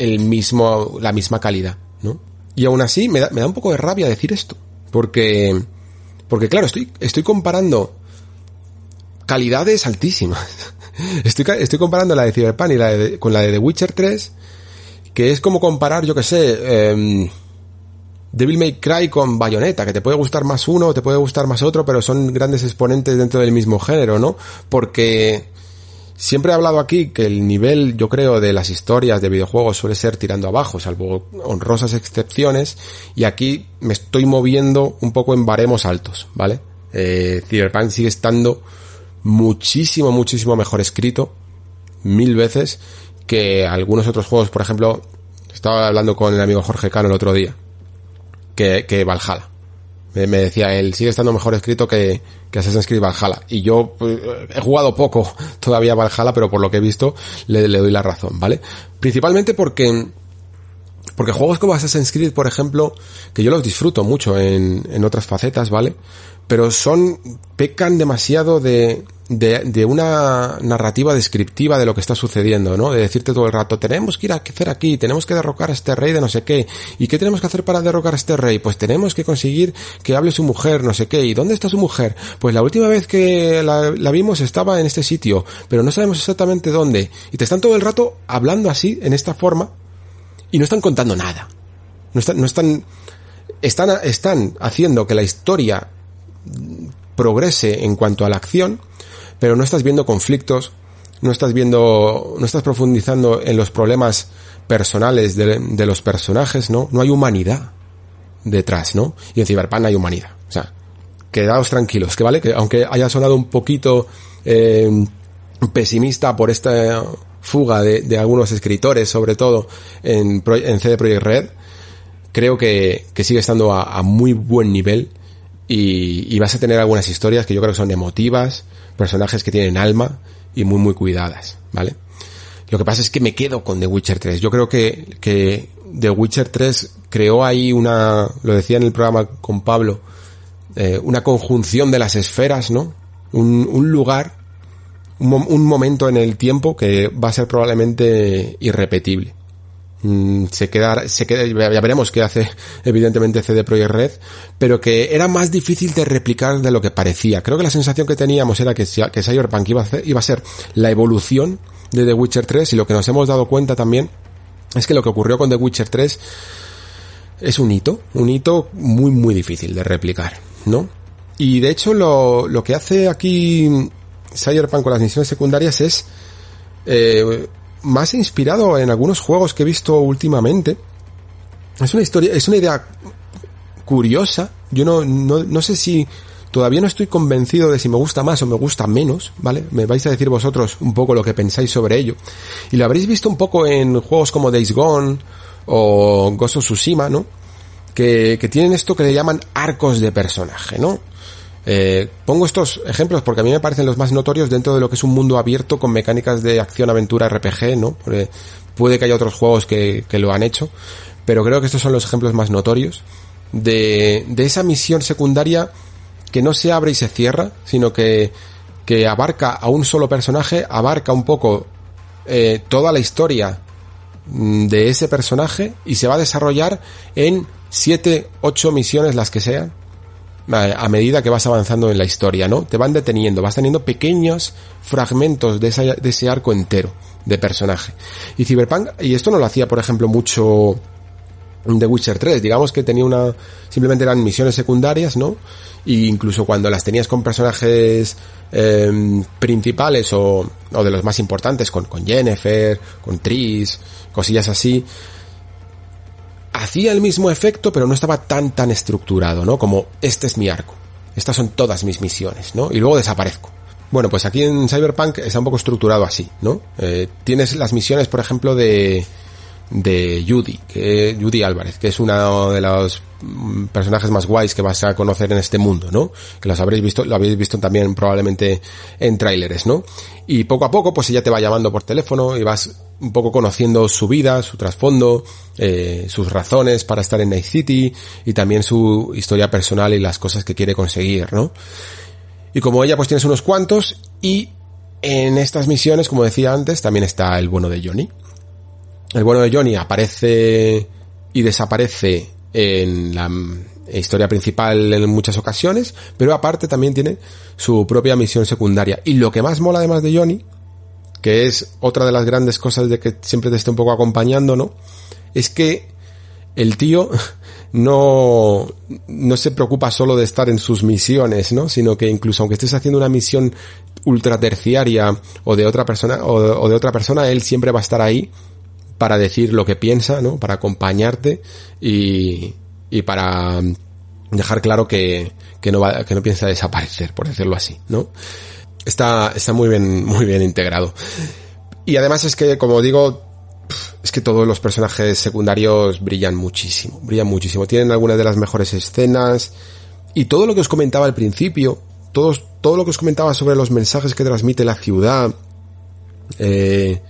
Speaker 3: la misma calidad, ¿no? Y aún así me da un poco de rabia decir esto, porque claro, estoy comparando calidades altísimas. Estoy comparando la de Cyberpunk con la de The Witcher 3, que es como comparar, yo que sé, Devil May Cry con Bayonetta, que te puede gustar más uno o te puede gustar más otro, pero son grandes exponentes dentro del mismo género, ¿no? Porque siempre he hablado aquí que el nivel, yo creo, de las historias de videojuegos suele ser tirando abajo, salvo honrosas excepciones, y aquí me estoy moviendo un poco en baremos altos, ¿vale? Cyberpunk sigue estando muchísimo mejor escrito, 1000 veces, que algunos otros juegos. Por ejemplo, estaba hablando con el amigo Jorge Cano el otro día, que Valhalla. Me decía él, sigue estando mejor escrito que Assassin's Creed Valhalla. Y yo he jugado poco todavía Valhalla, pero por lo que he visto le doy la razón, ¿vale? Principalmente porque juegos como Assassin's Creed, por ejemplo, que yo los disfruto mucho en otras facetas, ¿vale? Pero pecan demasiado de una narrativa descriptiva de lo que está sucediendo, ¿no? De decirte todo el rato, tenemos que ir a hacer aquí, tenemos que derrocar a este rey de no sé qué, ¿y qué tenemos que hacer para derrocar a este rey? Pues tenemos que conseguir que hable su mujer, no sé qué, ¿y dónde está su mujer? Pues la última vez que la vimos estaba en este sitio, pero no sabemos exactamente dónde, y te están todo el rato hablando así, en esta forma, y no están contando nada. Están haciendo que la historia progrese en cuanto a la acción, pero no estás viendo conflictos, no estás profundizando en los problemas personales de los personajes, ¿no? No hay humanidad detrás, ¿no? Y en Cyberpunk hay humanidad. O sea, quedaos tranquilos, que vale, que aunque haya sonado un poquito pesimista por esta fuga de algunos escritores, sobre todo en CD Projekt Red, creo que sigue estando a muy buen nivel. Y vas a tener algunas historias que yo creo que son emotivas, personajes que tienen alma y muy cuidadas, ¿vale? Lo que pasa es que me quedo con The Witcher 3. Yo creo que The Witcher 3 creó ahí lo decía en el programa con Pablo, una conjunción de las esferas, ¿no? Un lugar, un momento en el tiempo que va a ser probablemente irrepetible. Se queda, ya veremos qué hace evidentemente CD Projekt Red, pero que era más difícil de replicar de lo que parecía. Creo que la sensación que teníamos era que Cyberpunk iba a ser la evolución de The Witcher 3, y lo que nos hemos dado cuenta también es que lo que ocurrió con The Witcher 3 es un hito muy difícil de replicar, ¿no? Y de hecho lo que hace aquí Cyberpunk con las misiones secundarias es más inspirado en algunos juegos que he visto últimamente. Es una idea curiosa. Yo no sé si todavía no estoy convencido de si me gusta más o me gusta menos, ¿vale? Me vais a decir vosotros un poco lo que pensáis sobre ello. Y lo habréis visto un poco en juegos como Days Gone o Ghost of Tsushima, ¿no? Que tienen esto que le llaman arcos de personaje, ¿no? Pongo estos ejemplos porque a mí me parecen los más notorios dentro de lo que es un mundo abierto con mecánicas de acción-aventura RPG, ¿no? Porque puede que haya otros juegos que lo han hecho, pero creo que estos son los ejemplos más notorios de esa misión secundaria que no se abre y se cierra, sino que abarca a un solo personaje, abarca un poco toda la historia de ese personaje y se va a desarrollar en 7, 8 misiones, las que sean, a medida que vas avanzando en la historia, ¿no? Te van deteniendo, vas teniendo pequeños fragmentos de ese arco entero de personaje. Y Cyberpunk, y esto no lo hacía, por ejemplo, mucho The Witcher 3, digamos que tenía simplemente eran misiones secundarias, ¿no? Y incluso cuando las tenías con personajes principales o de los más importantes, con Yennefer, con Triss, cosillas así, hacía el mismo efecto, pero no estaba tan estructurado, ¿no? Como este es mi arco, estas son todas mis misiones, ¿no? Y luego desaparezco. Bueno, pues aquí en Cyberpunk está un poco estructurado así, ¿no? Tienes las misiones, por ejemplo, de Judy Álvarez, que es uno de los personajes más guays que vas a conocer en este mundo, ¿no? Que lo habréis visto también probablemente en tráileres, ¿no? Y poco a poco, pues ella te va llamando por teléfono y vas un poco conociendo su vida, su trasfondo, sus razones para estar en Night City y también su historia personal y las cosas que quiere conseguir, ¿no? Y como ella, pues tienes unos cuantos, y en estas misiones, como decía antes, también está el bueno de Johnny. El bueno de Johnny aparece y desaparece en la historia principal en muchas ocasiones, pero aparte también tiene su propia misión secundaria. Y lo que más mola además de Johnny, que es otra de las grandes cosas de que siempre te esté un poco acompañando, ¿no? Es que el tío no se preocupa solo de estar en sus misiones, ¿no? Sino que incluso aunque estés haciendo una misión ultra terciaria o de otra persona, él siempre va a estar ahí para decir lo que piensa, ¿no? Para acompañarte y para dejar claro que no piensa desaparecer, por decirlo así, ¿no? Está muy bien integrado. Y además es que, como digo, es que todos los personajes secundarios brillan muchísimo. Tienen algunas de las mejores escenas. Y todo lo que os comentaba al principio, todo lo que os comentaba sobre los mensajes que transmite la ciudad, de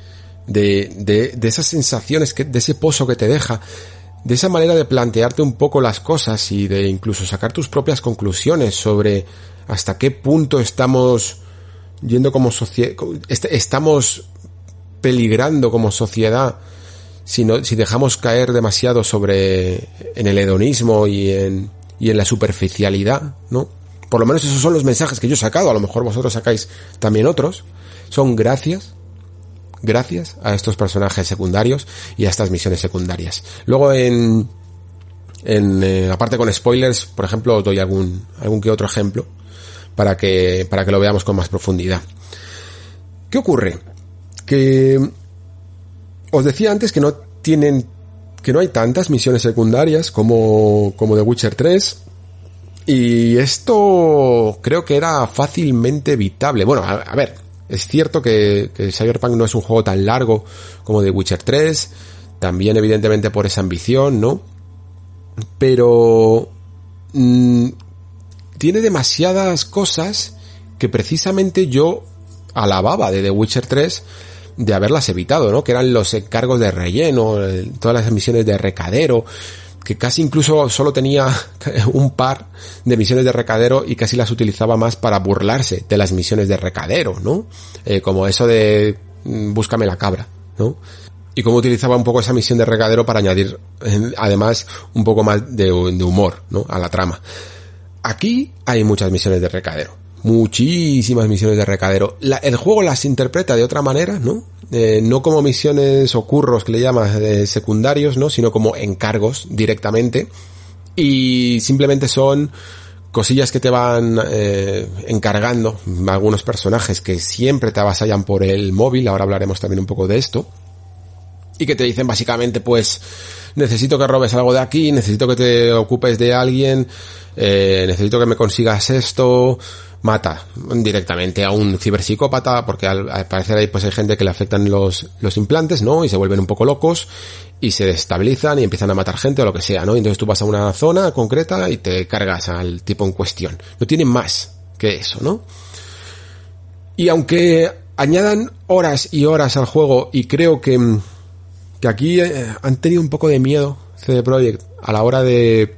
Speaker 3: esas sensaciones, de ese pozo que te deja, de esa manera de plantearte un poco las cosas y de incluso sacar tus propias conclusiones sobre hasta qué punto estamos yendo como sociedad, estamos peligrando como sociedad si dejamos caer demasiado en el hedonismo y en la superficialidad, ¿no? Por lo menos esos son los mensajes que yo he sacado. A lo mejor vosotros sacáis también otros. Son gracias a estos personajes secundarios y a estas misiones secundarias. Luego aparte con spoilers, por ejemplo, os doy algún que otro ejemplo para que lo veamos con más profundidad. ¿Qué ocurre? Que os decía antes que no hay tantas misiones secundarias como The Witcher 3, y esto creo que era fácilmente evitable. Bueno, a ver, es cierto que Cyberpunk no es un juego tan largo como The Witcher 3, también evidentemente por esa ambición, ¿no? Pero tiene demasiadas cosas que precisamente yo alababa de The Witcher 3 de haberlas evitado, ¿no? Que eran los encargos de relleno, todas las misiones de recadero, que casi incluso solo tenía un par de misiones de recadero y casi las utilizaba más para burlarse de las misiones de recadero, ¿no? Como eso de búscame la cabra, ¿no? Y como utilizaba un poco esa misión de recadero para añadir además un poco más de humor, ¿no? A la trama. Aquí hay muchas misiones de recadero. Muchísimas misiones de recadero. El juego las interpreta de otra manera, ¿no? No como misiones o curros que le llamas secundarios, ¿no? Sino como encargos directamente. Y simplemente son cosillas que te van encargando, algunos personajes que siempre te avasallan por el móvil, ahora hablaremos también un poco de esto, y que te dicen básicamente pues necesito que robes algo de aquí, necesito que te ocupes de alguien, necesito que me consigas esto, mata directamente a un ciberpsicópata, porque al parecer ahí pues hay gente que le afectan los implantes, ¿no? Y se vuelven un poco locos y se destabilizan y empiezan a matar gente o lo que sea, ¿no? Y entonces tú vas a una zona concreta y te cargas al tipo en cuestión. No tienen más que eso, ¿no? Y aunque añadan horas y horas al juego, y creo que aquí han tenido un poco de miedo CD Projekt a la hora de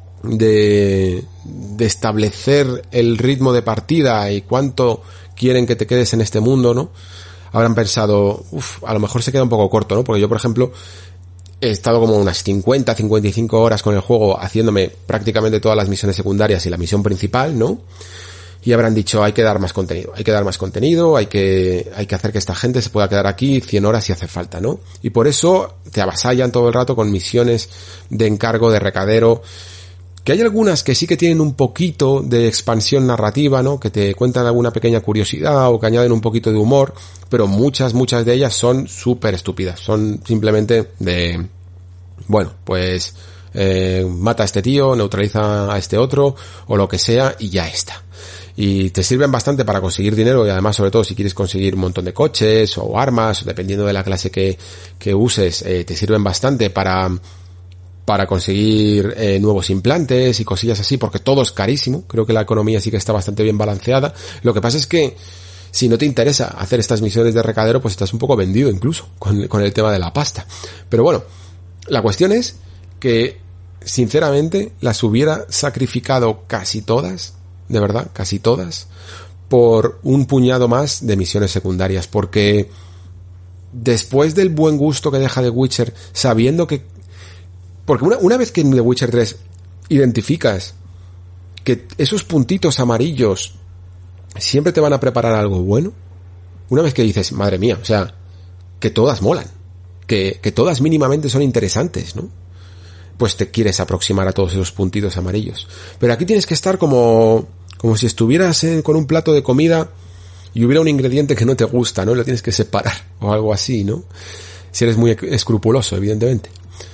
Speaker 3: establecer el ritmo de partida y cuánto quieren que te quedes en este mundo, ¿no? Habrán pensado, a lo mejor se queda un poco corto, ¿no? Porque yo, por ejemplo, he estado como unas 50, 55 horas con el juego haciéndome prácticamente todas las misiones secundarias y la misión principal, ¿no? Y habrán dicho, hay que dar más contenido, hay que hacer que esta gente se pueda quedar aquí 100 horas si hace falta, ¿no? Y por eso te avasallan todo el rato con misiones de encargo, de recadero, que hay algunas que sí que tienen un poquito de expansión narrativa, ¿no? Que te cuentan alguna pequeña curiosidad o que añaden un poquito de humor, pero muchas de ellas son súper estúpidas. Son simplemente de, bueno, pues mata a este tío, neutraliza a este otro, o lo que sea, y ya está. Y te sirven bastante para conseguir dinero, y además, sobre todo, si quieres conseguir un montón de coches o armas, dependiendo de la clase que uses, te sirven bastante para conseguir nuevos implantes y cosillas así, porque todo es carísimo. Creo que la economía sí que está bastante bien balanceada. Lo que pasa es que si no te interesa hacer estas misiones de recadero, pues estás un poco vendido incluso con el tema de la pasta. Pero bueno, la cuestión es que sinceramente las hubiera sacrificado casi todas, de verdad, casi todas, por un puñado más de misiones secundarias, porque después del buen gusto que deja The Witcher, sabiendo que, porque una vez que en The Witcher 3 identificas que esos puntitos amarillos siempre te van a preparar algo bueno, una vez que dices, madre mía, o sea, que todas molan, que todas mínimamente son interesantes, ¿no? Pues te quieres aproximar a todos esos puntitos amarillos. Pero aquí tienes que estar como si estuvieras con un plato de comida y hubiera un ingrediente que no te gusta, ¿no? Lo tienes que separar o algo así, ¿no? Si eres muy escrupuloso, evidentemente.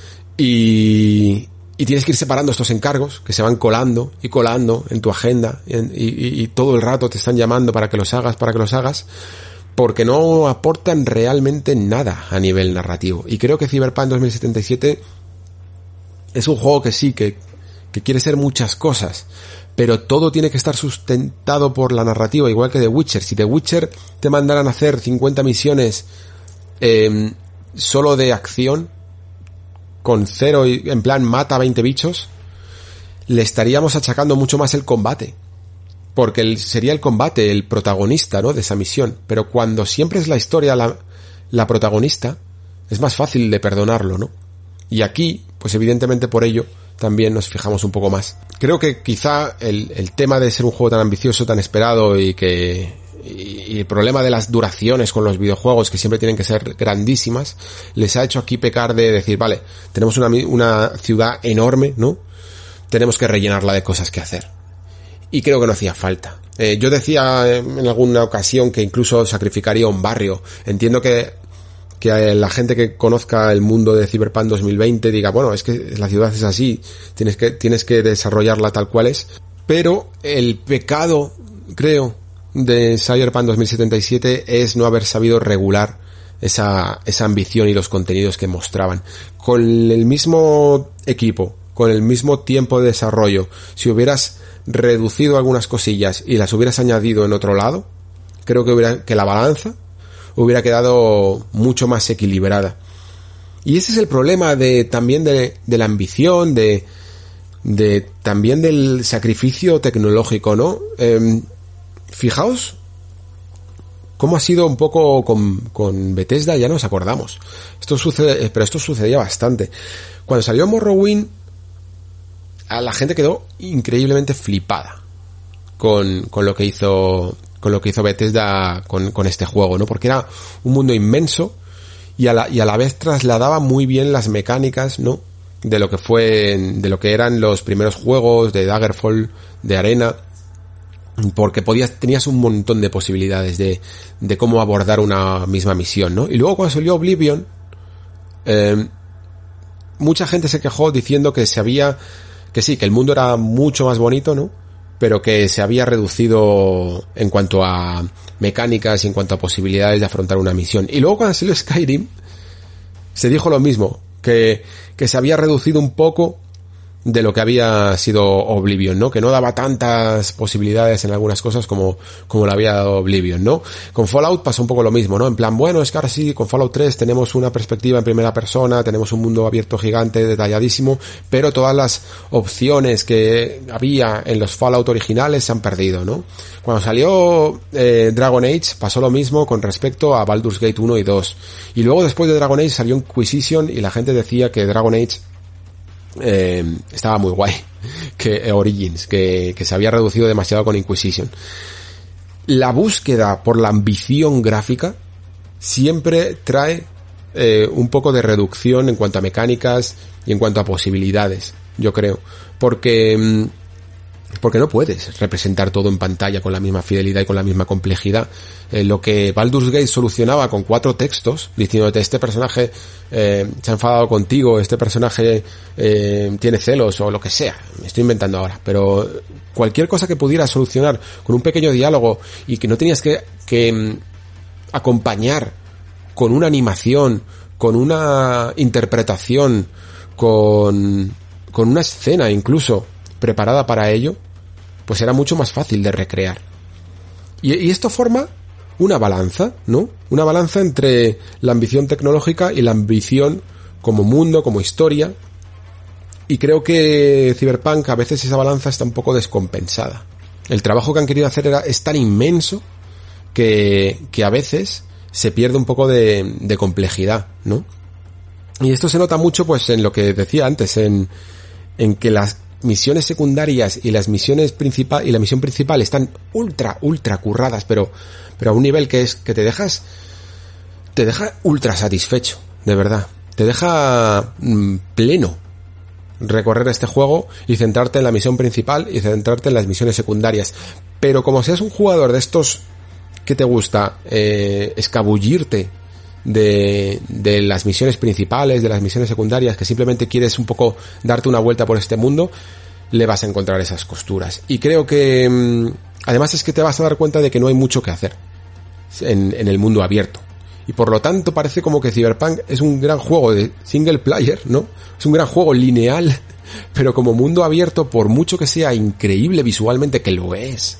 Speaker 3: Y tienes que ir separando estos encargos que se van colando y colando en tu agenda y todo el rato te están llamando para que los hagas, porque no aportan realmente nada a nivel narrativo. Y creo que Cyberpunk 2077 es un juego que sí, que quiere ser muchas cosas, pero todo tiene que estar sustentado por la narrativa, igual que The Witcher. Si The Witcher te mandaran a hacer 50 misiones solo de acción, con cero, en plan mata a 20 bichos, le estaríamos achacando mucho más el combate, porque sería el combate el protagonista, ¿no?, de esa misión. Pero cuando siempre es la historia la protagonista, es más fácil de perdonarlo, ¿no? Y aquí, pues evidentemente por ello también nos fijamos un poco más. Creo que quizá el tema de ser un juego tan ambicioso, tan esperado, y el problema de las duraciones con los videojuegos, que siempre tienen que ser grandísimas, les ha hecho aquí pecar de decir, vale, tenemos una ciudad enorme, ¿no? Tenemos que rellenarla de cosas que hacer. Y creo que no hacía falta. Yo decía en alguna ocasión que incluso sacrificaría un barrio. Entiendo que la gente que conozca el mundo de Cyberpunk 2020 diga, bueno, es que la ciudad es así, tienes que desarrollarla tal cual es. Pero el pecado, creo, de Cyberpunk 2077 es no haber sabido regular esa ambición y los contenidos que mostraban. Con el mismo equipo, con el mismo tiempo de desarrollo, si hubieras reducido algunas cosillas y las hubieras añadido en otro lado, creo que la balanza hubiera quedado mucho más equilibrada. Y ese es el problema también de la ambición, también del sacrificio tecnológico, ¿no? Fijaos cómo ha sido un poco con Bethesda, ya nos acordamos. Esto sucedía bastante. Cuando salió Morrowind, a la gente quedó increíblemente flipada con lo que hizo Bethesda con este juego, ¿no? Porque era un mundo inmenso y a la vez trasladaba muy bien las mecánicas, ¿no?, de lo que eran los primeros juegos de Daggerfall, de Arena, porque tenías un montón de posibilidades de cómo abordar una misma misión, ¿no? Y luego cuando salió Oblivion, mucha gente se quejó diciendo que que el mundo era mucho más bonito, ¿no? Pero que se había reducido en cuanto a mecánicas y en cuanto a posibilidades de afrontar una misión. Y luego cuando salió Skyrim, se dijo lo mismo, que se había reducido un poco de lo que había sido Oblivion, ¿no? Que no daba tantas posibilidades en algunas cosas como lo había dado Oblivion, ¿no? Con Fallout pasó un poco lo mismo, ¿no? En plan, bueno, es que ahora sí, con Fallout 3 tenemos una perspectiva en primera persona, tenemos un mundo abierto gigante, detalladísimo, pero todas las opciones que había en los Fallout originales se han perdido, ¿no? Cuando salió Dragon Age pasó lo mismo con respecto a Baldur's Gate 1 y 2. Y luego después de Dragon Age salió Inquisition y la gente decía que Dragon Age estaba muy guay, que Origins, que se había reducido demasiado con Inquisition. La búsqueda por la ambición gráfica siempre trae un poco de reducción en cuanto a mecánicas y en cuanto a posibilidades, yo creo, porque no puedes representar todo en pantalla con la misma fidelidad y con la misma complejidad. Lo que Baldur's Gate solucionaba con 4 textos, diciéndote este personaje se ha enfadado contigo, este personaje tiene celos o lo que sea, me estoy inventando ahora, pero cualquier cosa que pudiera solucionar con un pequeño diálogo y que no tenías que acompañar con una animación, con una interpretación, con una escena incluso preparada para ello, pues era mucho más fácil de recrear. Y esto forma una balanza, ¿no? Una balanza entre la ambición tecnológica y la ambición como mundo, como historia. Y creo que Cyberpunk a veces esa balanza está un poco descompensada. El trabajo que han querido hacer es tan inmenso que a veces se pierde un poco de complejidad, ¿no? Y esto se nota mucho pues en lo que decía antes, en que las misiones secundarias y las misiones principales y la misión principal están ultra curradas, pero a un nivel que te deja ultra satisfecho, de verdad. Te deja pleno recorrer este juego y centrarte en la misión principal y centrarte en las misiones secundarias. Pero como seas un jugador de estos que te gusta escabullirte de las misiones principales, de las misiones secundarias, que simplemente quieres un poco darte una vuelta por este mundo, le vas a encontrar esas costuras. Y creo que además es que te vas a dar cuenta de que no hay mucho que hacer en el mundo abierto. Y por lo tanto parece como que Cyberpunk es un gran juego de single player, ¿no? Es un gran juego lineal, pero como mundo abierto, por mucho que sea increíble visualmente, que lo es,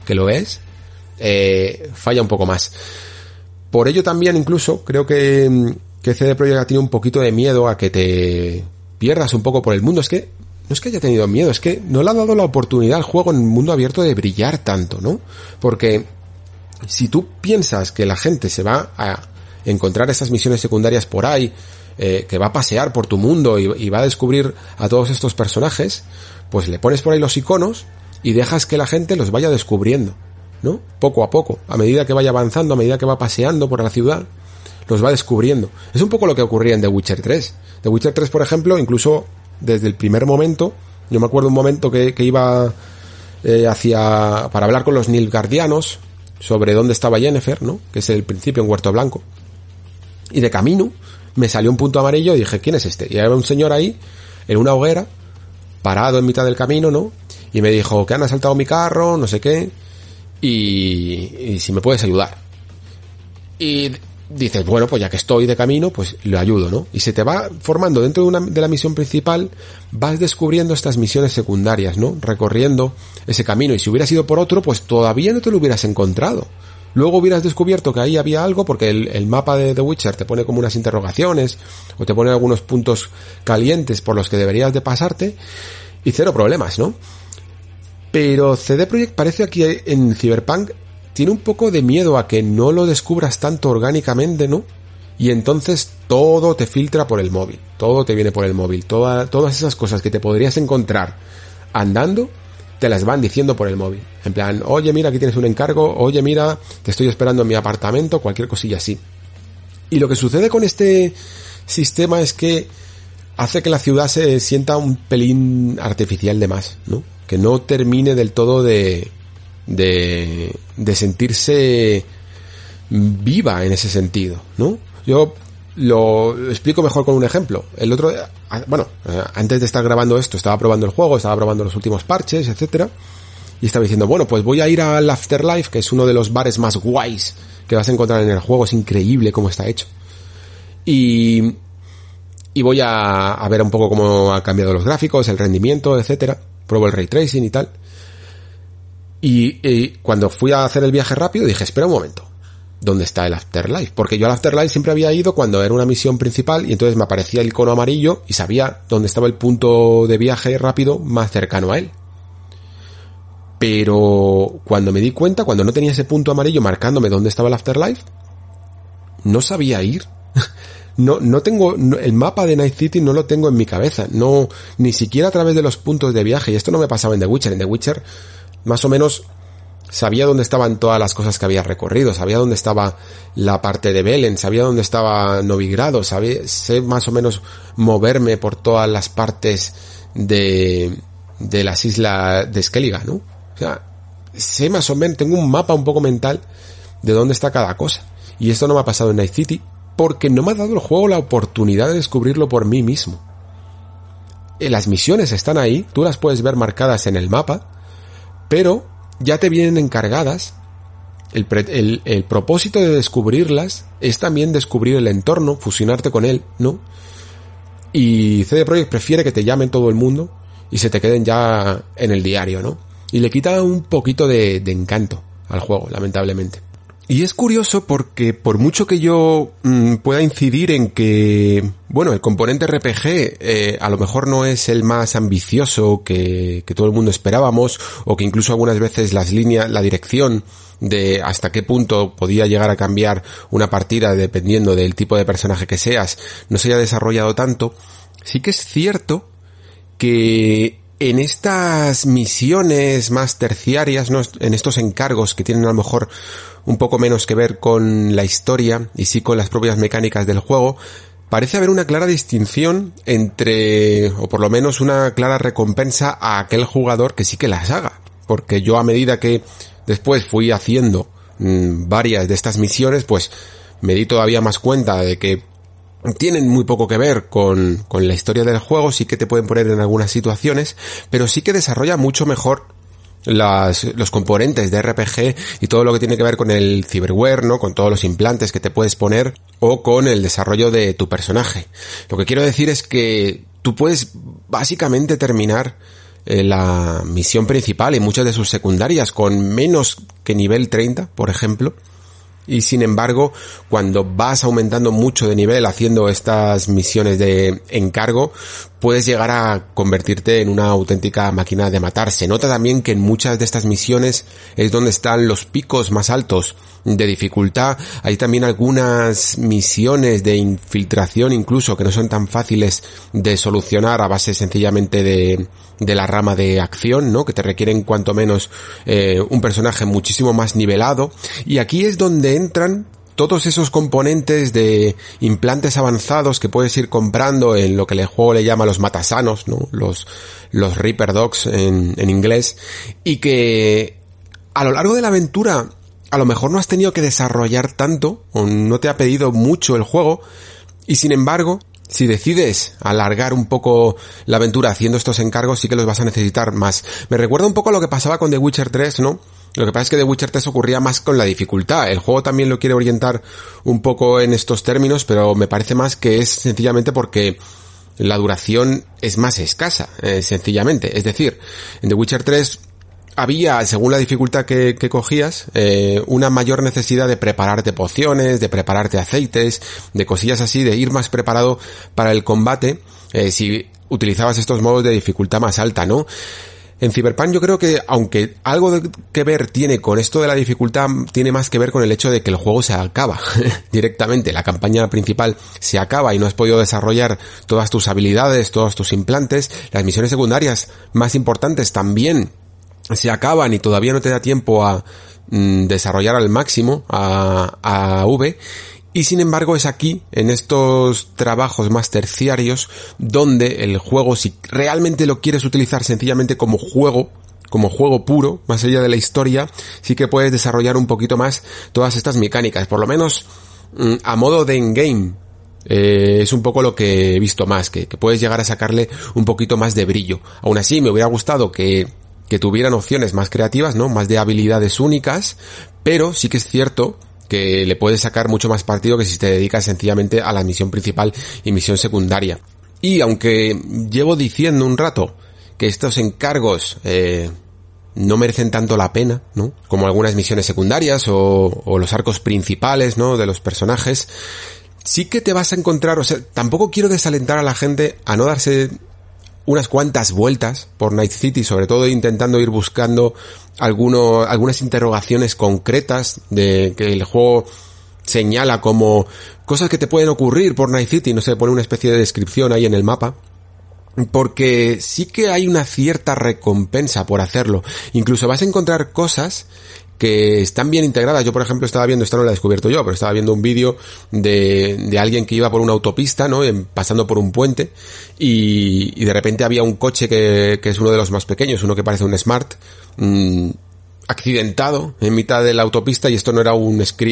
Speaker 3: falla un poco más. Por ello también incluso creo que CD Projekt ha tenido un poquito de miedo a que te pierdas un poco por el mundo. Es que no es que haya tenido miedo, es que no le ha dado la oportunidad al juego en el mundo abierto de brillar tanto, ¿no? Porque si tú piensas que la gente se va a encontrar esas misiones secundarias por ahí, que va a pasear por tu mundo y va a descubrir a todos estos personajes, pues le pones por ahí los iconos y dejas que la gente los vaya descubriendo, ¿no? Poco a poco, a medida que vaya avanzando, a medida que va paseando por la ciudad, los va descubriendo. Es un poco lo que ocurría en The Witcher 3. The Witcher 3, por ejemplo, incluso desde el primer momento, yo me acuerdo un momento que iba para hablar con los Nilfgaardianos sobre dónde estaba Yennefer, ¿no? Que es el principio en Huerto Blanco. Y de camino me salió un punto amarillo y dije, ¿quién es este? Y había un señor ahí, en una hoguera, parado en mitad del camino, ¿no? Y me dijo que han asaltado mi carro, no sé qué, y si me puedes ayudar. Y dices, bueno, pues ya que estoy de camino, pues lo ayudo, ¿no? Y se te va formando dentro de la misión principal, vas descubriendo estas misiones secundarias, ¿no? Recorriendo ese camino. Y si hubieras ido por otro, pues todavía no te lo hubieras encontrado. Luego hubieras descubierto que ahí había algo, porque el mapa de The Witcher te pone como unas interrogaciones, o te pone algunos puntos calientes por los que deberías de pasarte, y cero problemas, ¿no? Pero CD Projekt parece aquí en Cyberpunk tiene un poco de miedo a que no lo descubras tanto orgánicamente, ¿no? Y entonces todo te filtra por el móvil, todo te viene por el móvil, todas esas cosas que te podrías encontrar andando, te las van diciendo por el móvil. En plan, oye, mira, aquí tienes un encargo, oye, mira, te estoy esperando en mi apartamento, cualquier cosilla así. Y lo que sucede con este sistema es que hace que la ciudad se sienta un pelín artificial de más, ¿no? Que no termine del todo de sentirse viva en ese sentido, ¿no? Yo lo explico mejor con un ejemplo. El otro día, antes de estar grabando esto, estaba probando el juego, estaba probando los últimos parches, etcétera, y estaba diciendo, bueno, pues voy a ir al Afterlife, que es uno de los bares más guays que vas a encontrar en el juego, es increíble cómo está hecho. Y voy a ver un poco cómo han cambiado los gráficos, el rendimiento, etcétera. Pruebo el ray tracing y tal. Y cuando fui a hacer el viaje rápido dije, espera un momento, ¿dónde está el Afterlife? Porque yo al Afterlife siempre había ido cuando era una misión principal y entonces me aparecía el icono amarillo y sabía dónde estaba el punto de viaje rápido más cercano a él. Pero cuando me di cuenta, cuando no tenía ese punto amarillo marcándome dónde estaba el Afterlife, no sabía ir. No tengo el mapa de Night City, no lo tengo en mi cabeza, no, ni siquiera a través de los puntos de viaje. Y esto no me pasaba en The Witcher. En The Witcher más o menos sabía dónde estaban todas las cosas que había recorrido, sabía dónde estaba la parte de Velen, sabía dónde estaba Novigrado, sé más o menos moverme por todas las partes de las islas de Skellige, ¿no? O sea, sé más o menos, tengo un mapa un poco mental de dónde está cada cosa. Y esto no me ha pasado en Night City porque no me ha dado el juego la oportunidad de descubrirlo por mí mismo. Las misiones están ahí, tú las puedes ver marcadas en el mapa, pero ya te vienen encargadas. El propósito de descubrirlas es también descubrir el entorno, fusionarte con él, ¿no? Y CD Projekt prefiere que te llamen todo el mundo y se te queden ya en el diario, ¿no? Y le quita un poquito de encanto al juego, lamentablemente. Y es curioso porque por mucho que yo pueda incidir en que, bueno, el componente RPG a lo mejor no es el más ambicioso que todo el mundo esperábamos, o que incluso algunas veces la dirección de hasta qué punto podía llegar a cambiar una partida dependiendo del tipo de personaje que seas, no se haya desarrollado tanto, sí que es cierto que en estas misiones más terciarias, ¿no?, en estos encargos que tienen a lo mejor un poco menos que ver con la historia y sí con las propias mecánicas del juego, parece haber una clara distinción entre, o por lo menos una clara recompensa a aquel jugador que sí que las haga. Porque yo, a medida que después fui haciendo varias de estas misiones, pues me di todavía más cuenta de que tienen muy poco que ver con la historia del juego, sí que te pueden poner en algunas situaciones, pero sí que desarrolla mucho mejor los componentes de RPG y todo lo que tiene que ver con el cyberware, ¿no?, con todos los implantes que te puedes poner, o con el desarrollo de tu personaje. Lo que quiero decir es que tú puedes básicamente terminar la misión principal y muchas de sus secundarias con menos que nivel 30, por ejemplo. Y sin embargo, cuando vas aumentando mucho de nivel haciendo estas misiones de encargo, puedes llegar a convertirte en una auténtica máquina de matar. Se nota también que en muchas de estas misiones es donde están los picos más altos de dificultad. Hay también algunas misiones de infiltración incluso que no son tan fáciles de solucionar a base sencillamente de la rama de acción, ¿no?, que te requieren cuanto menos un personaje muchísimo más nivelado. Y aquí es donde entran todos esos componentes de implantes avanzados que puedes ir comprando en lo que el juego le llama los matasanos, ¿no?, los Reaper Dogs en inglés, y que a lo largo de la aventura a lo mejor no has tenido que desarrollar tanto, o no te ha pedido mucho el juego, y sin embargo, si decides alargar un poco la aventura haciendo estos encargos, sí que los vas a necesitar más. Me recuerda un poco a lo que pasaba con The Witcher 3, ¿no? Lo que pasa es que The Witcher 3 ocurría más con la dificultad. El juego también lo quiere orientar un poco en estos términos, pero me parece más que es sencillamente porque la duración es más escasa, sencillamente. Es decir, en The Witcher 3 había, según la dificultad que cogías, una mayor necesidad de prepararte pociones, de prepararte aceites, de cosillas así, de ir más preparado para el combate, si utilizabas estos modos de dificultad más alta, ¿no? En Cyberpunk yo creo que, aunque algo que ver tiene con esto de la dificultad, tiene más que ver con el hecho de que el juego se acaba directamente. La campaña principal se acaba y no has podido desarrollar todas tus habilidades, todos tus implantes. Las misiones secundarias más importantes también se acaban y todavía no te da tiempo a desarrollar al máximo a V. Y sin embargo es aquí, en estos trabajos más terciarios, donde el juego, si realmente lo quieres utilizar sencillamente como juego puro, más allá de la historia, sí que puedes desarrollar un poquito más todas estas mecánicas, por lo menos a modo de endgame. Es un poco lo que he visto más, que puedes llegar a sacarle un poquito más de brillo. Aún así, me hubiera gustado que tuvieran opciones más creativas, ¿no? Más de habilidades únicas, pero sí que es cierto que le puedes sacar mucho más partido que si te dedicas sencillamente a la misión principal y misión secundaria. Y aunque llevo diciendo un rato que estos encargos no merecen tanto la pena, ¿no? Como algunas misiones secundarias o los arcos principales, ¿no? De los personajes, sí que te vas a encontrar, o sea, tampoco quiero desalentar a la gente a no darse unas cuantas vueltas por Night City, sobre todo intentando ir buscando algunas interrogaciones concretas de que el juego señala como cosas que te pueden ocurrir por Night City, no sé, pone una especie de descripción ahí en el mapa, porque sí que hay una cierta recompensa por hacerlo. Incluso vas a encontrar cosas que están bien integradas. Yo, por ejemplo, estaba viendo, esto no lo he descubierto yo, pero estaba viendo un vídeo de alguien que iba por una autopista, ¿no? Pasando por un puente, y de repente había un coche que es uno de los más pequeños, uno que parece un Smart, accidentado en mitad de la autopista, y esto no era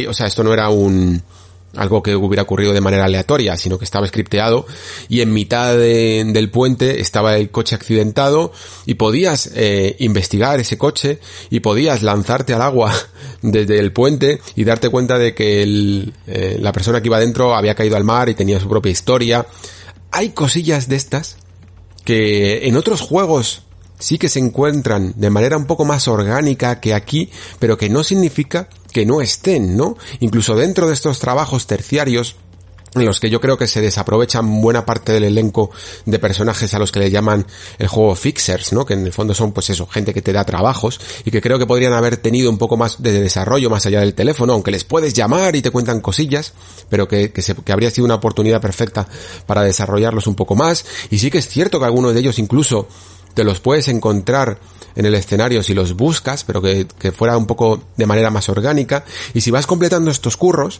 Speaker 3: algo que hubiera ocurrido de manera aleatoria, sino que estaba scripteado, y en mitad del puente estaba el coche accidentado, y podías investigar ese coche, y podías lanzarte al agua desde el puente y darte cuenta de que la persona que iba dentro había caído al mar y tenía su propia historia. Hay cosillas de estas que en otros juegos sí que se encuentran de manera un poco más orgánica que aquí, pero que no significa que no estén, ¿no? Incluso dentro de estos trabajos terciarios, en los que yo creo que se desaprovechan buena parte del elenco de personajes a los que le llaman el juego fixers, ¿no? Que en el fondo son, pues eso, gente que te da trabajos, y que creo que podrían haber tenido un poco más de desarrollo más allá del teléfono, aunque les puedes llamar y te cuentan cosillas, pero que habría sido una oportunidad perfecta para desarrollarlos un poco más. Y sí que es cierto que algunos de ellos incluso te los puedes encontrar en el escenario si los buscas, pero que fuera un poco de manera más orgánica. Y si vas completando estos curros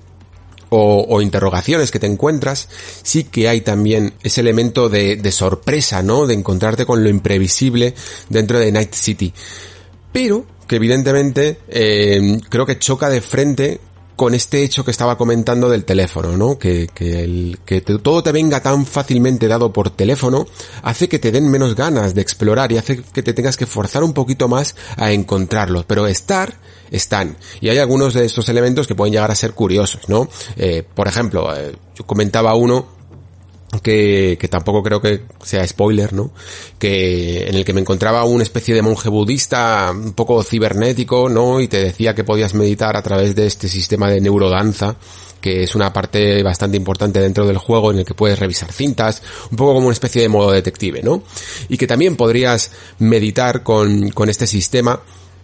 Speaker 3: o interrogaciones que te encuentras, sí que hay también ese elemento de sorpresa, ¿no? De encontrarte con lo imprevisible dentro de Night City. Pero que evidentemente creo que choca de frente con este hecho que estaba comentando del teléfono, ¿no? Que todo te venga tan fácilmente dado por teléfono hace que te den menos ganas de explorar y hace que te tengas que forzar un poquito más a encontrarlos. Pero están. Y hay algunos de estos elementos que pueden llegar a ser curiosos, ¿no? Por ejemplo, yo comentaba uno que tampoco creo que sea spoiler, ¿no? Que en el que me encontraba una especie de monje budista un poco cibernético, ¿no? Y te decía que podías meditar a través de este sistema de neurodanza, que es una parte bastante importante dentro del juego en el que puedes revisar cintas, un poco como una especie de modo detective, ¿no? Y que también podrías meditar con este sistema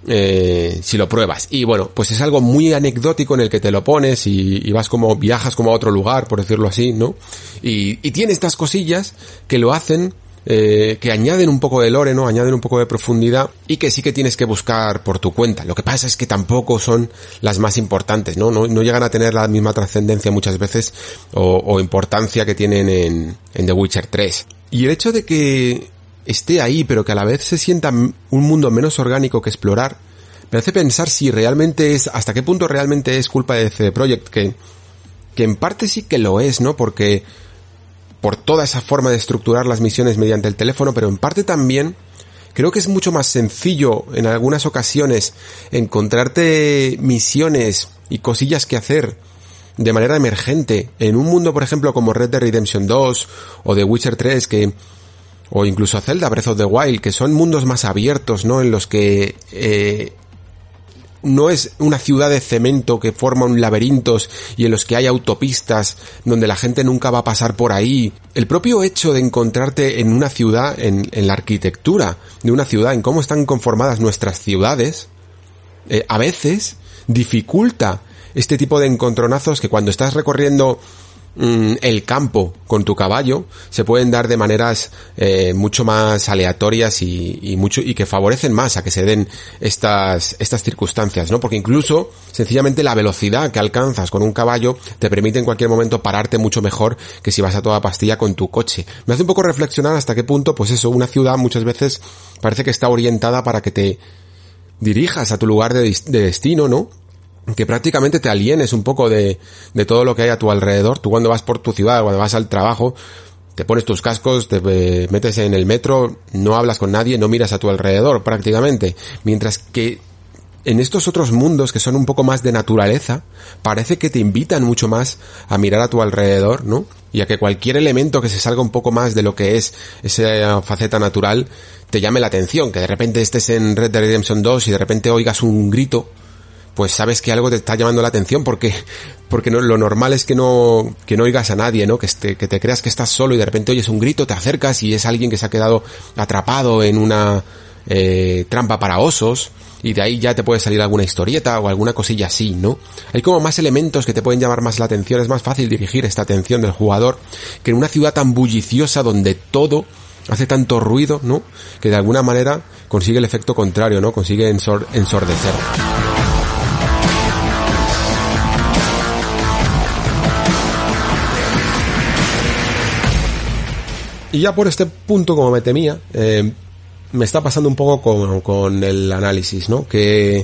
Speaker 3: si lo pruebas. Y bueno, pues es algo muy anecdótico en el que te lo pones y vas como, viajas como a otro lugar, por decirlo así, ¿no? Y tiene estas cosillas que lo hacen, que añaden un poco de lore, ¿no? Añaden un poco de profundidad y que sí que tienes que buscar por tu cuenta. Lo que pasa es que tampoco son las más importantes, ¿no? No llegan a tener la misma trascendencia muchas veces o importancia que tienen en The Witcher 3. Y el hecho de que esté ahí, pero que a la vez se sienta un mundo menos orgánico que explorar, me hace pensar si realmente hasta qué punto realmente es culpa de CD Projekt, que en parte sí que lo es, ¿no? Porque por toda esa forma de estructurar las misiones mediante el teléfono, pero en parte también creo que es mucho más sencillo en algunas ocasiones encontrarte misiones y cosillas que hacer de manera emergente en un mundo, por ejemplo, como Red Dead Redemption 2 o The Witcher 3, o incluso Zelda Breath of the Wild, que son mundos más abiertos, ¿no? En los que no es una ciudad de cemento que forma un laberintos y en los que hay autopistas donde la gente nunca va a pasar por ahí. El propio hecho de encontrarte en una ciudad, en la arquitectura de una ciudad, en cómo están conformadas nuestras ciudades, a veces dificulta este tipo de encontronazos que cuando estás recorriendo el campo con tu caballo se pueden dar de maneras mucho más aleatorias y que favorecen más a que se den estas circunstancias, ¿no? Porque incluso sencillamente la velocidad que alcanzas con un caballo te permite en cualquier momento pararte mucho mejor que si vas a toda pastilla con tu coche. Me hace un poco reflexionar hasta qué punto, pues eso, una ciudad muchas veces parece que está orientada para que te dirijas a tu lugar de destino, ¿no? Que prácticamente te alienes un poco de todo lo que hay a tu alrededor. Tú cuando vas por tu ciudad, cuando vas al trabajo, te pones tus cascos, te metes en el metro, no hablas con nadie, no miras a tu alrededor prácticamente. Mientras que en estos otros mundos que son un poco más de naturaleza, parece que te invitan mucho más a mirar a tu alrededor, ¿no? Y a que cualquier elemento que se salga un poco más de lo que es esa faceta natural te llame la atención. Que de repente estés en Red Dead Redemption 2 y de repente oigas un grito, pues sabes que algo te está llamando la atención porque no, lo normal es que no oigas a nadie, ¿no? Que te creas que estás solo y de repente oyes un grito, te acercas y es alguien que se ha quedado atrapado en una trampa para osos y de ahí ya te puede salir alguna historieta o alguna cosilla así, ¿no? Hay como más elementos que te pueden llamar más la atención, es más fácil dirigir esta atención del jugador que en una ciudad tan bulliciosa donde todo hace tanto ruido, ¿no? Que de alguna manera consigue el efecto contrario, ¿no? Consigue ensordecer. Y ya por este punto, como me temía, me está pasando un poco con el análisis, ¿no? Que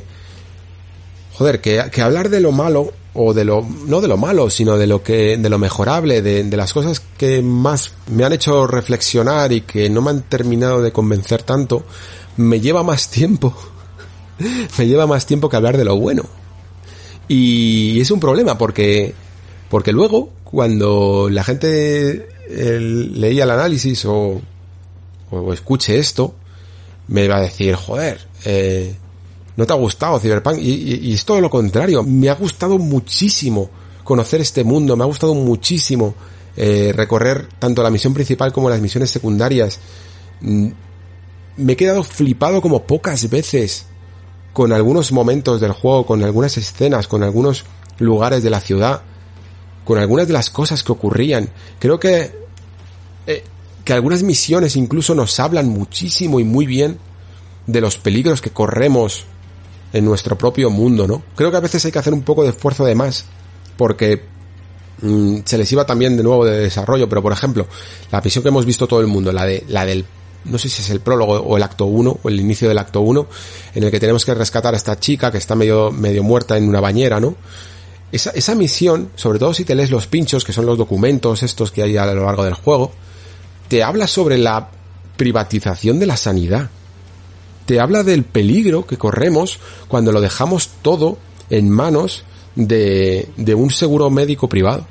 Speaker 3: hablar de lo malo, o no de lo malo, sino de lo mejorable, de las cosas que más me han hecho reflexionar y que no me han terminado de convencer tanto, me lleva más tiempo. Me lleva más tiempo que hablar de lo bueno. Y es un problema porque luego, cuando la gente leía el análisis o escuche esto, me va a decir, joder, no te ha gustado Cyberpunk, y es todo lo contrario. Me ha gustado muchísimo conocer este mundo, me ha gustado muchísimo recorrer tanto la misión principal como las misiones secundarias. Me he quedado flipado como pocas veces con algunos momentos del juego, con algunas escenas, con algunos lugares de la ciudad, con algunas de las cosas que ocurrían. Creo que algunas misiones incluso nos hablan muchísimo y muy bien de los peligros que corremos en nuestro propio mundo, ¿no? Creo que a veces hay que hacer un poco de esfuerzo de más, porque se les iba también de nuevo de desarrollo, pero por ejemplo, la misión que hemos visto todo el mundo, la del, no sé si es el prólogo o el acto 1, o el inicio del acto 1, en el que tenemos que rescatar a esta chica que está medio muerta en una bañera, ¿no? Esa misión, sobre todo si te lees los pinchos, que son los documentos estos que hay a lo largo del juego, te habla sobre la privatización de la sanidad. Te habla del peligro que corremos cuando lo dejamos todo en manos de un seguro médico privado.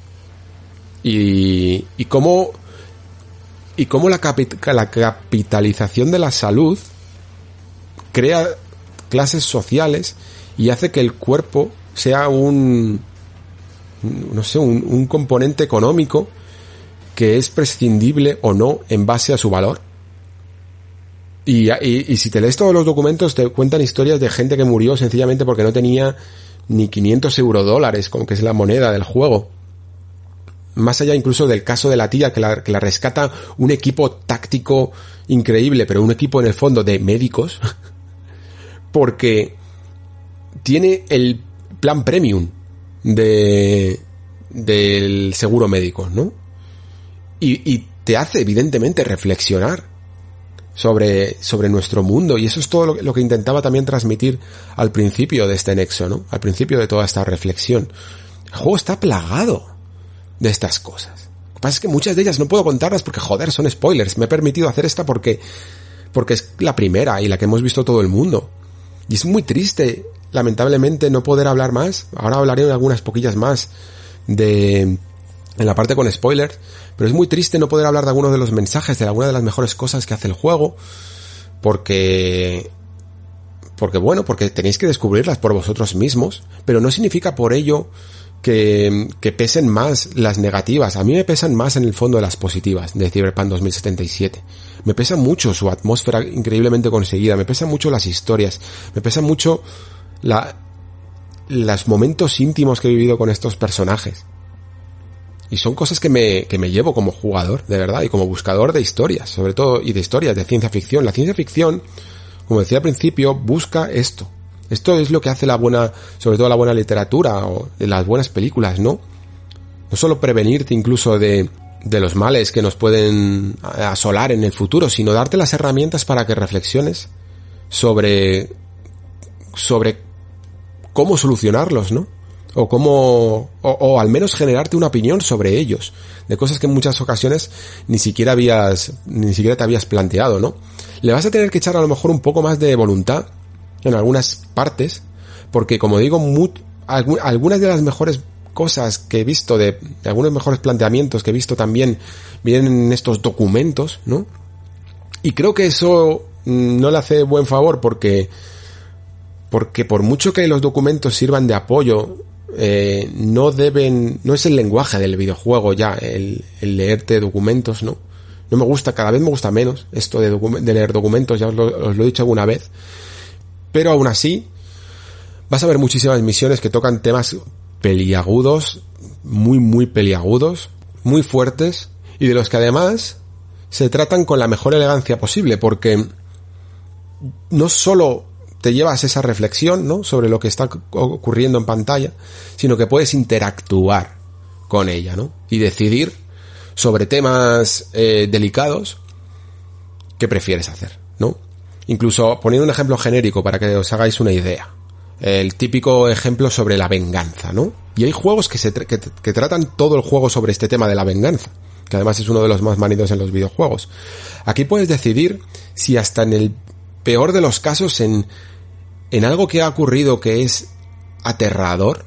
Speaker 3: Y cómo la capitalización de la salud crea clases sociales y hace que el cuerpo sea un componente económico que es prescindible o no en base a su valor. Y si te lees todos los documentos, te cuentan historias de gente que murió sencillamente porque no tenía ni 500 eurodólares, como que es la moneda del juego. Más allá incluso del caso de la tía que la rescata un equipo táctico increíble, pero un equipo en el fondo de médicos, porque tiene el plan premium del seguro médico, ¿no? Y te hace evidentemente reflexionar sobre nuestro mundo, y eso es todo lo que intentaba también transmitir al principio de este nexo, ¿no? Al principio de toda esta reflexión. El juego está plagado de estas cosas. Lo que pasa es que muchas de ellas no puedo contarlas porque, joder, son spoilers. Me he permitido hacer esta porque es la primera y la que hemos visto todo el mundo. Y es muy triste, lamentablemente, no poder hablar más. Ahora hablaré de algunas poquillas más en la parte con spoilers, pero es muy triste no poder hablar de algunos de los mensajes, de alguna de las mejores cosas que hace el juego, porque tenéis que descubrirlas por vosotros mismos, pero no significa por ello que pesen más las negativas. A mí me pesan más en el fondo las positivas de Cyberpunk 2077. Me pesa mucho su atmósfera increíblemente conseguida, me pesan mucho las historias, me pesan mucho los momentos íntimos que he vivido con estos personajes. Y son cosas que me llevo como jugador, de verdad, y como buscador de historias, sobre todo, y de historias de ciencia ficción. La ciencia ficción, como decía al principio, busca esto. Esto es lo que hace sobre todo la buena literatura o las buenas películas, ¿no? No solo prevenirte incluso de los males que nos pueden asolar en el futuro, sino darte las herramientas para que reflexiones sobre cómo solucionarlos, ¿no? O al menos generarte una opinión sobre ellos, de cosas que en muchas ocasiones ni siquiera te habías planteado, ¿no? Le vas a tener que echar a lo mejor un poco más de voluntad en algunas partes, porque como digo, algunas de las mejores cosas que he visto, de algunos mejores planteamientos que he visto también vienen en estos documentos, ¿no? Y creo que eso no le hace buen favor porque por mucho que los documentos sirvan de apoyo, no es el lenguaje del videojuego ya el leerte documentos, ¿no? No me gusta, cada vez me gusta menos esto de leer documentos, ya os lo he dicho alguna vez, pero aún así vas a ver muchísimas misiones que tocan temas peliagudos, muy muy peliagudos, muy fuertes, y de los que además se tratan con la mejor elegancia posible, porque no solo te llevas esa reflexión, ¿no?, sobre lo que está ocurriendo en pantalla, sino que puedes interactuar con ella, ¿no?, y decidir sobre temas delicados qué prefieres hacer, ¿no? Incluso poniendo un ejemplo genérico para que os hagáis una idea. El típico ejemplo sobre la venganza, ¿no? Y hay juegos que tratan todo el juego sobre este tema de la venganza, que además es uno de los más manidos en los videojuegos. Aquí puedes decidir si hasta en el peor de los casos, en algo que ha ocurrido que es aterrador,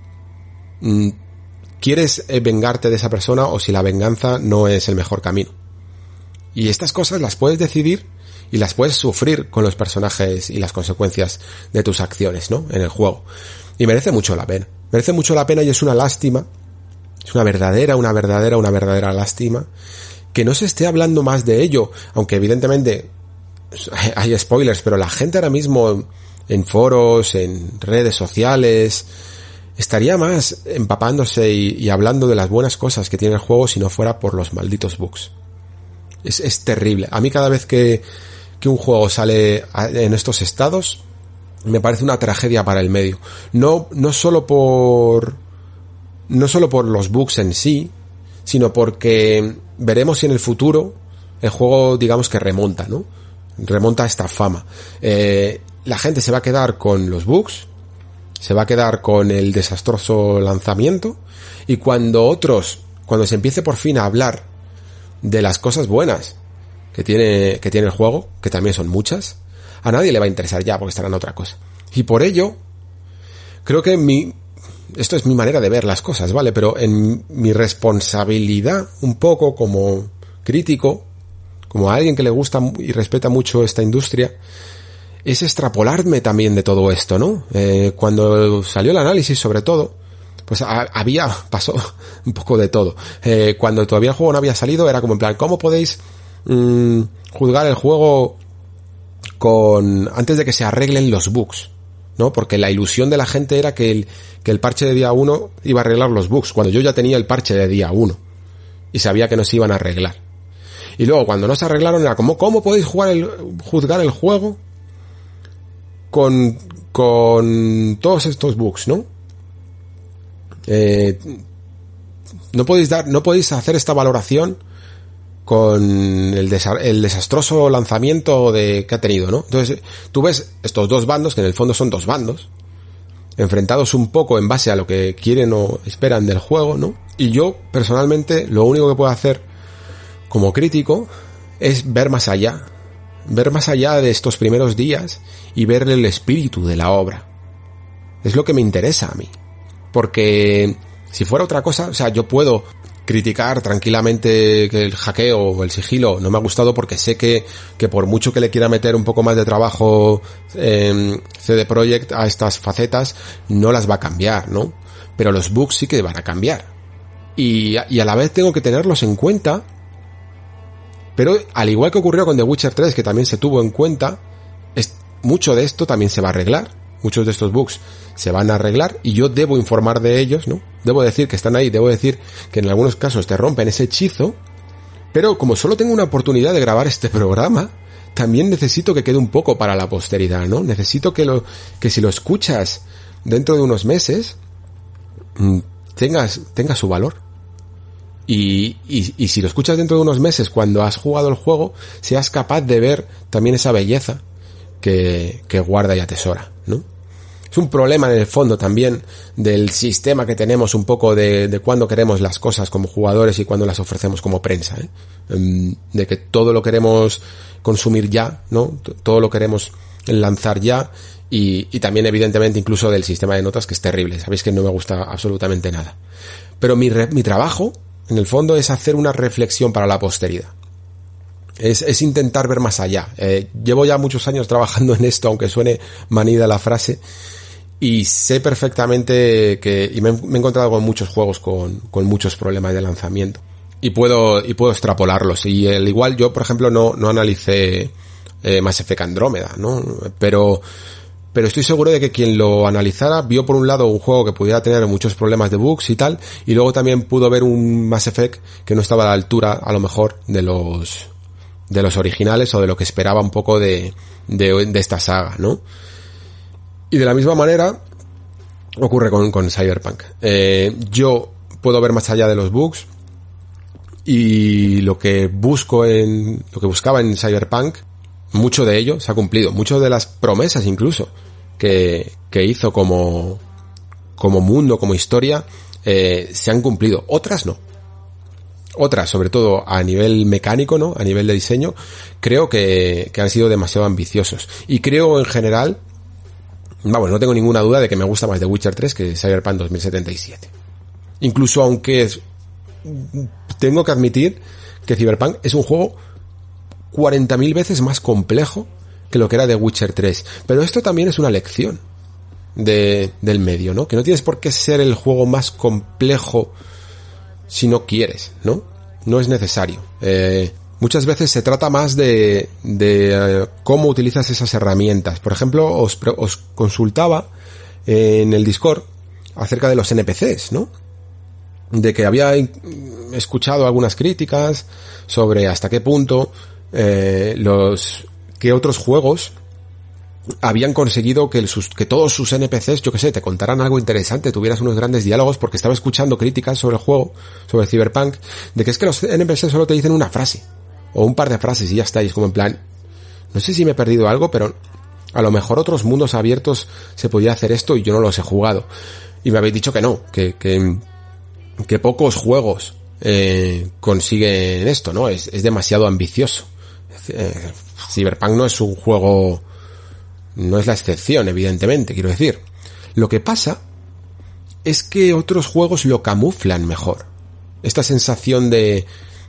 Speaker 3: quieres vengarte de esa persona o si la venganza no es el mejor camino. Y estas cosas las puedes decidir y las puedes sufrir con los personajes y las consecuencias de tus acciones, ¿no?, en el juego. Y merece mucho la pena. Merece mucho la pena y es una lástima, es una verdadera lástima que no se esté hablando más de ello, aunque evidentemente hay spoilers, pero la gente ahora mismo en foros, en redes sociales, estaría más empapándose y hablando de las buenas cosas que tiene el juego si no fuera por los malditos bugs. Es terrible. A mí cada vez que un juego sale en estos estados me parece una tragedia para el medio. No solo por los bugs en sí, sino porque veremos si en el futuro el juego, digamos que remonta, ¿no? Remonta a esta fama. La gente se va a quedar con los bugs, se va a quedar con el desastroso lanzamiento, y cuando se empiece por fin a hablar de las cosas buenas que tiene el juego, que también son muchas, a nadie le va a interesar ya porque estará en otra cosa. Y por ello, creo que esto es mi manera de ver las cosas, ¿vale? Pero en mi responsabilidad, un poco como crítico, como alguien que le gusta y respeta mucho esta industria, es extrapolarme también de todo esto, ¿no? Cuando salió el análisis, sobre todo, pues pasó un poco de todo. Cuando todavía el juego no había salido, era como en plan, ¿cómo podéis juzgar el juego antes de que se arreglen los bugs? ¿No? Porque la ilusión de la gente era que el parche de día 1 iba a arreglar los bugs, cuando yo ya tenía el parche de día 1 y sabía que no se iban a arreglar. Y luego cuando no se arreglaron era como, ¿cómo podéis juzgar el juego con todos estos bugs, ¿no? No podéis hacer esta valoración con el desastroso lanzamiento que ha tenido, ¿no? Entonces, tú ves estos dos bandos, que en el fondo son dos bandos, enfrentados un poco en base a lo que quieren o esperan del juego, ¿no? Y yo, personalmente, lo único que puedo hacer como crítico es ver más allá de estos primeros días y ver el espíritu de la obra. Es lo que me interesa a mí. Porque si fuera otra cosa, o sea, yo puedo criticar tranquilamente que el hackeo o el sigilo no me ha gustado porque sé que por mucho que le quiera meter un poco más de trabajo CD Projekt a estas facetas, no las va a cambiar, ¿no? Pero los bugs sí que van a cambiar. Y a la vez tengo que tenerlos en cuenta, pero al igual que ocurrió con The Witcher 3, que también se tuvo en cuenta, mucho de esto también se va a arreglar. muchos de estos bugs se van a arreglar y yo debo informar de ellos, ¿no? Debo decir que están ahí, debo decir que en algunos casos te rompen ese hechizo, pero como solo tengo una oportunidad de grabar este programa, también necesito que quede un poco para la posteridad, ¿no? Necesito que si lo escuchas dentro de unos meses, tenga su valor. Y si lo escuchas dentro de unos meses, cuando has jugado el juego, seas capaz de ver también esa belleza que guarda y atesora, ¿no? Es un problema en el fondo también del sistema que tenemos un poco de cuando queremos las cosas como jugadores y cuando las ofrecemos como prensa, ¿eh? De que todo lo queremos consumir ya, ¿no? Todo lo queremos lanzar ya y también evidentemente incluso del sistema de notas, que es terrible. Sabéis que no me gusta absolutamente nada. Pero mi trabajo en el fondo es hacer una reflexión para la posteridad. Es intentar ver más allá. Llevo ya muchos años trabajando en esto, aunque suene manida la frase, y sé perfectamente y me he encontrado con muchos juegos con muchos problemas de lanzamiento. Y puedo extrapolarlos. Y al igual yo, por ejemplo, no analicé Mass Effect Andrómeda, ¿no? Pero estoy seguro de que quien lo analizara vio por un lado un juego que pudiera tener muchos problemas de bugs y tal, y luego también pudo ver un Mass Effect que no estaba a la altura, a lo mejor, de los originales o de lo que esperaba un poco de esta saga, ¿no? Y de la misma manera ocurre con Cyberpunk. Yo puedo ver más allá de los bugs y lo que buscaba en Cyberpunk, mucho de ello se ha cumplido, muchas de las promesas incluso que hizo como mundo, como historia, se han cumplido, otras no. Otras, sobre todo a nivel mecánico, ¿no? A nivel de diseño, creo que han sido demasiado ambiciosos. Y creo en general, vamos, no tengo ninguna duda de que me gusta más The Witcher 3 que Cyberpunk 2077. Incluso aunque tengo que admitir que Cyberpunk es un juego 40.000 veces más complejo que lo que era The Witcher 3. Pero esto también es una lección del medio, ¿no? Que no tienes por qué ser el juego más complejo si no quieres, ¿no? No es necesario. Muchas veces se trata más de cómo utilizas esas herramientas. Por ejemplo, os consultaba en el Discord acerca de los NPCs, ¿no? De que había escuchado algunas críticas sobre hasta qué punto que otros juegos habían conseguido que todos sus NPCs, yo qué sé, te contaran algo interesante, tuvieras unos grandes diálogos, porque estaba escuchando críticas sobre el juego, sobre Cyberpunk, de que es que los NPCs solo te dicen una frase, o un par de frases y ya está, y es como en plan, no sé si me he perdido algo, pero a lo mejor otros mundos abiertos se podía hacer esto y yo no los he jugado. Y me habéis dicho que no, que pocos juegos consiguen esto, ¿no? Es demasiado ambicioso. Cyberpunk no es un juego, no es la excepción, evidentemente, quiero decir. Lo que pasa es que otros juegos lo camuflan mejor. Esta sensación de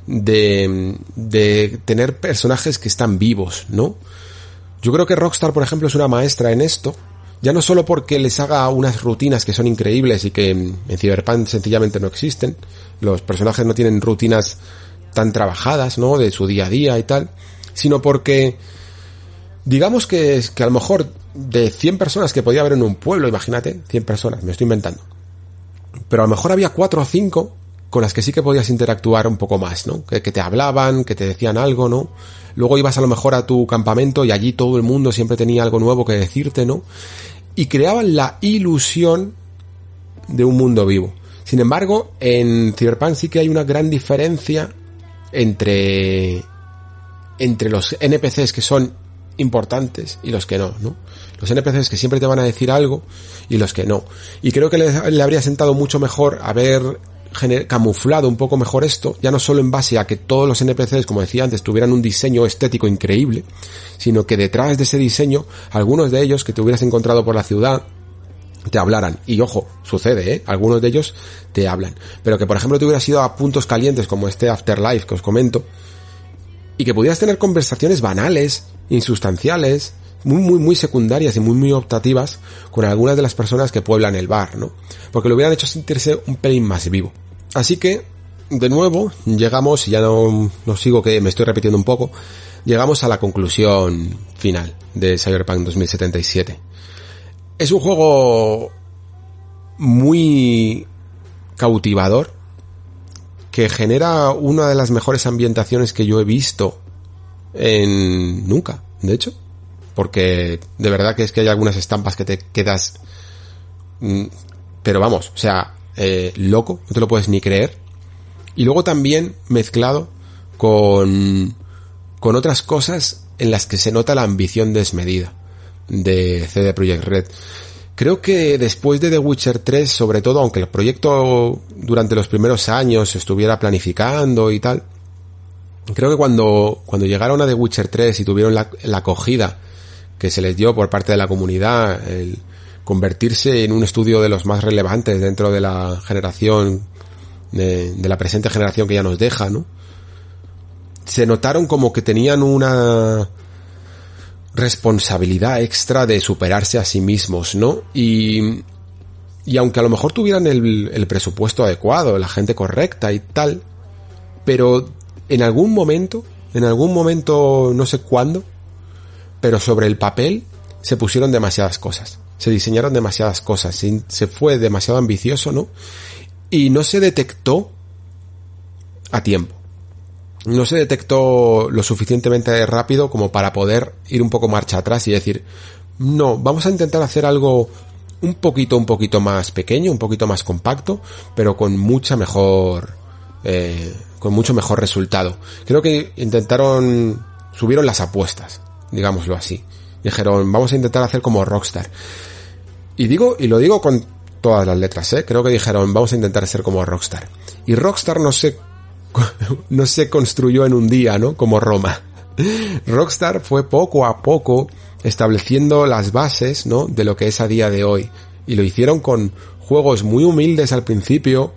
Speaker 3: tener personajes que están vivos, ¿no? Yo creo que Rockstar, por ejemplo, es una maestra en esto, ya no solo porque les haga unas rutinas que son increíbles y que en Cyberpunk sencillamente no existen, los personajes no tienen rutinas tan trabajadas, ¿no? De su día a día y tal, sino porque digamos que a lo mejor de 100 personas que podía haber en un pueblo, imagínate, 100 personas, me estoy inventando, pero a lo mejor había 4 o 5 con las que sí que podías interactuar un poco más, ¿no? Que te hablaban, que te decían algo, ¿no? Luego ibas a lo mejor a tu campamento y allí todo el mundo siempre tenía algo nuevo que decirte, ¿no? Y creaban la ilusión de un mundo vivo. Sin embargo, en Cyberpunk sí que hay una gran diferencia entre los NPCs que son importantes y los que no, ¿no? Los NPCs que siempre te van a decir algo y los que no. Y creo que le habría sentado mucho mejor haber camuflado un poco mejor esto, ya no solo en base a que todos los NPCs, como decía antes, tuvieran un diseño estético increíble, sino que detrás de ese diseño, algunos de ellos que te hubieras encontrado por la ciudad te hablaran. Y ojo, sucede, algunos de ellos te hablan. Pero que por ejemplo te hubieras ido a puntos calientes como este Afterlife que os comento, y que pudieras tener conversaciones banales, insustanciales, muy secundarias y muy optativas con algunas de las personas que pueblan el bar, ¿no? Porque lo hubieran hecho sentirse un pelín más vivo. Así que, de nuevo, llegamos, y ya no sigo que me estoy repitiendo un poco, llegamos a la conclusión final de Cyberpunk 2077. Es un juego muy cautivador, que genera una de las mejores ambientaciones que yo he visto en nunca, de hecho, porque de verdad que es que hay algunas estampas que te quedas, pero vamos, o sea, loco, no te lo puedes ni creer. Y luego también mezclado con otras cosas en las que se nota la ambición desmedida de CD Projekt Red. Creo que después de The Witcher 3, sobre todo, aunque el proyecto durante los primeros años se estuviera planificando y tal, creo que cuando llegaron a The Witcher 3 y tuvieron la acogida que se les dio por parte de la comunidad, el convertirse en un estudio de los más relevantes dentro de la generación, de la presente generación que ya nos deja, ¿no? Se notaron como que tenían una responsabilidad extra de superarse a sí mismos, ¿no? Y aunque a lo mejor tuvieran el presupuesto adecuado, la gente correcta y tal, pero en algún momento, no sé cuándo, pero sobre el papel se pusieron demasiadas cosas, se diseñaron demasiadas cosas, se fue demasiado ambicioso, ¿no? Y no se detectó a tiempo. No se detectó lo suficientemente rápido como para poder ir un poco marcha atrás y decir, no, vamos a intentar hacer algo un poquito más pequeño, un poquito más compacto, pero con mucho mejor resultado. Creo que subieron las apuestas, digámoslo así. Dijeron, vamos a intentar hacer como Rockstar. Y lo digo con todas las letras, creo que dijeron, vamos a intentar ser como Rockstar. Y Rockstar no se construyó en un día, ¿no? Como Roma. Rockstar fue poco a poco estableciendo las bases, ¿no? De lo que es a día de hoy. Y lo hicieron con juegos muy humildes al principio,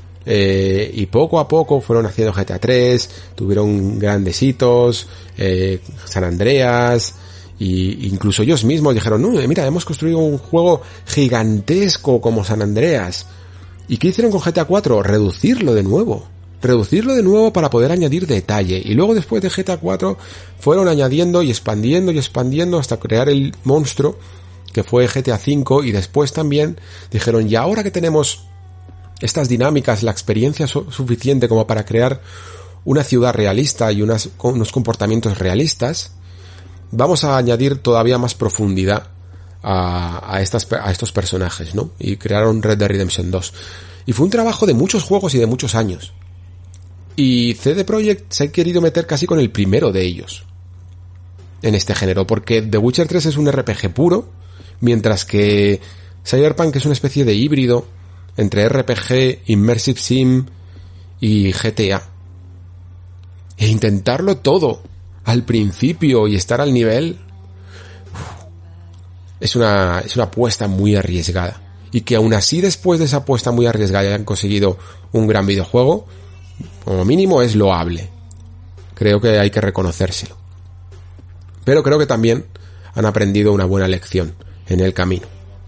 Speaker 3: y poco a poco fueron haciendo GTA 3, tuvieron grandes hitos, San Andreas, y incluso ellos mismos dijeron, no, mira, hemos construido un juego gigantesco como San Andreas. ¿Y qué hicieron con GTA 4? Reducirlo de nuevo para poder añadir detalle. Y luego después de GTA 4 fueron añadiendo y expandiendo hasta crear el monstruo que fue GTA 5, y después también dijeron, y ahora que tenemos estas dinámicas, la experiencia suficiente como para crear una ciudad realista y unos comportamientos realistas, vamos a añadir todavía más profundidad a estos personajes, ¿no? Y crearon Red Dead Redemption 2. Y fue un trabajo de muchos juegos y de muchos años. Y CD Projekt se ha querido meter casi con el primero de ellos en este género, porque The Witcher 3 es un RPG puro, mientras que Cyberpunk es una especie de híbrido entre RPG, Immersive Sim y GTA. E intentarlo todo al principio y estar al nivel es una apuesta muy arriesgada. Y que aún así, después de esa apuesta muy arriesgada, hayan conseguido un gran videojuego, como mínimo es loable. Creo que hay que reconocérselo. Pero creo que también han aprendido una buena lección en el camino.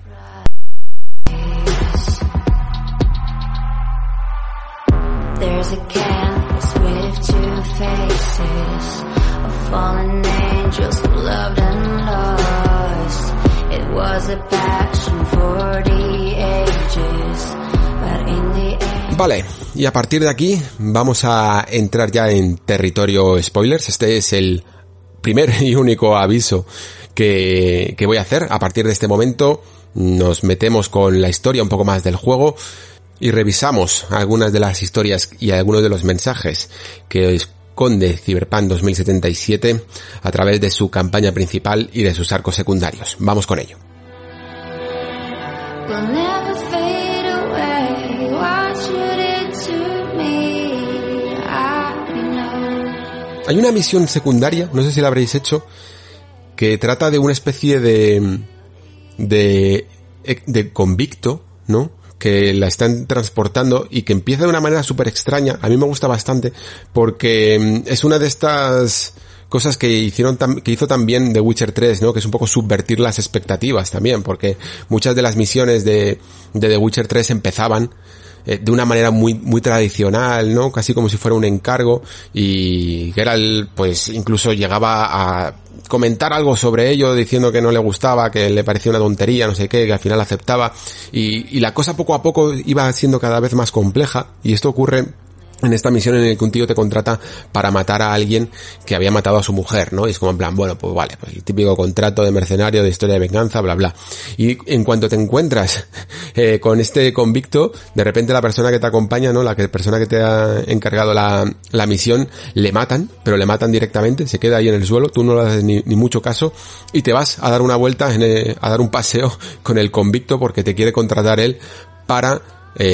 Speaker 4: There's a canvas with two faces of fallen angels who loved and lost. It was a passion for the ages, but in the end...
Speaker 3: Vale, y a partir de aquí vamos a entrar ya en territorio spoilers. Este es el primer y único aviso que voy a hacer. A partir de este momento nos metemos con la historia un poco más del juego y revisamos algunas de las historias y algunos de los mensajes que esconde Cyberpunk 2077 a través de su campaña principal y de sus arcos secundarios. Vamos con ello. Hay una misión secundaria, no sé si la habréis hecho, que trata de una especie de convicto, ¿no? Que la están transportando y que empieza de una manera súper extraña. A mí me gusta bastante porque es una de estas cosas que hizo también The Witcher 3, ¿no? Que es un poco subvertir las expectativas también, porque muchas de las misiones de The Witcher 3 empezaban de una manera muy tradicional, ¿no? Casi como si fuera un encargo, y Geralt pues incluso llegaba a comentar algo sobre ello diciendo que no le gustaba, que le parecía una tontería, no sé qué, que al final aceptaba, y la cosa poco a poco iba siendo cada vez más compleja, y esto ocurre en esta misión en la que un tío te contrata para matar a alguien que había matado a su mujer, ¿no? Y es como en plan, bueno, pues vale, pues el típico contrato de mercenario, de historia de venganza, bla, bla. Y en cuanto te encuentras con este convicto, de repente la persona que te acompaña, ¿no? persona que te ha encargado la misión, le matan, pero le matan directamente, se queda ahí en el suelo, tú no le haces ni mucho caso, y te vas a dar una vuelta, a dar un paseo con el convicto porque te quiere contratar él para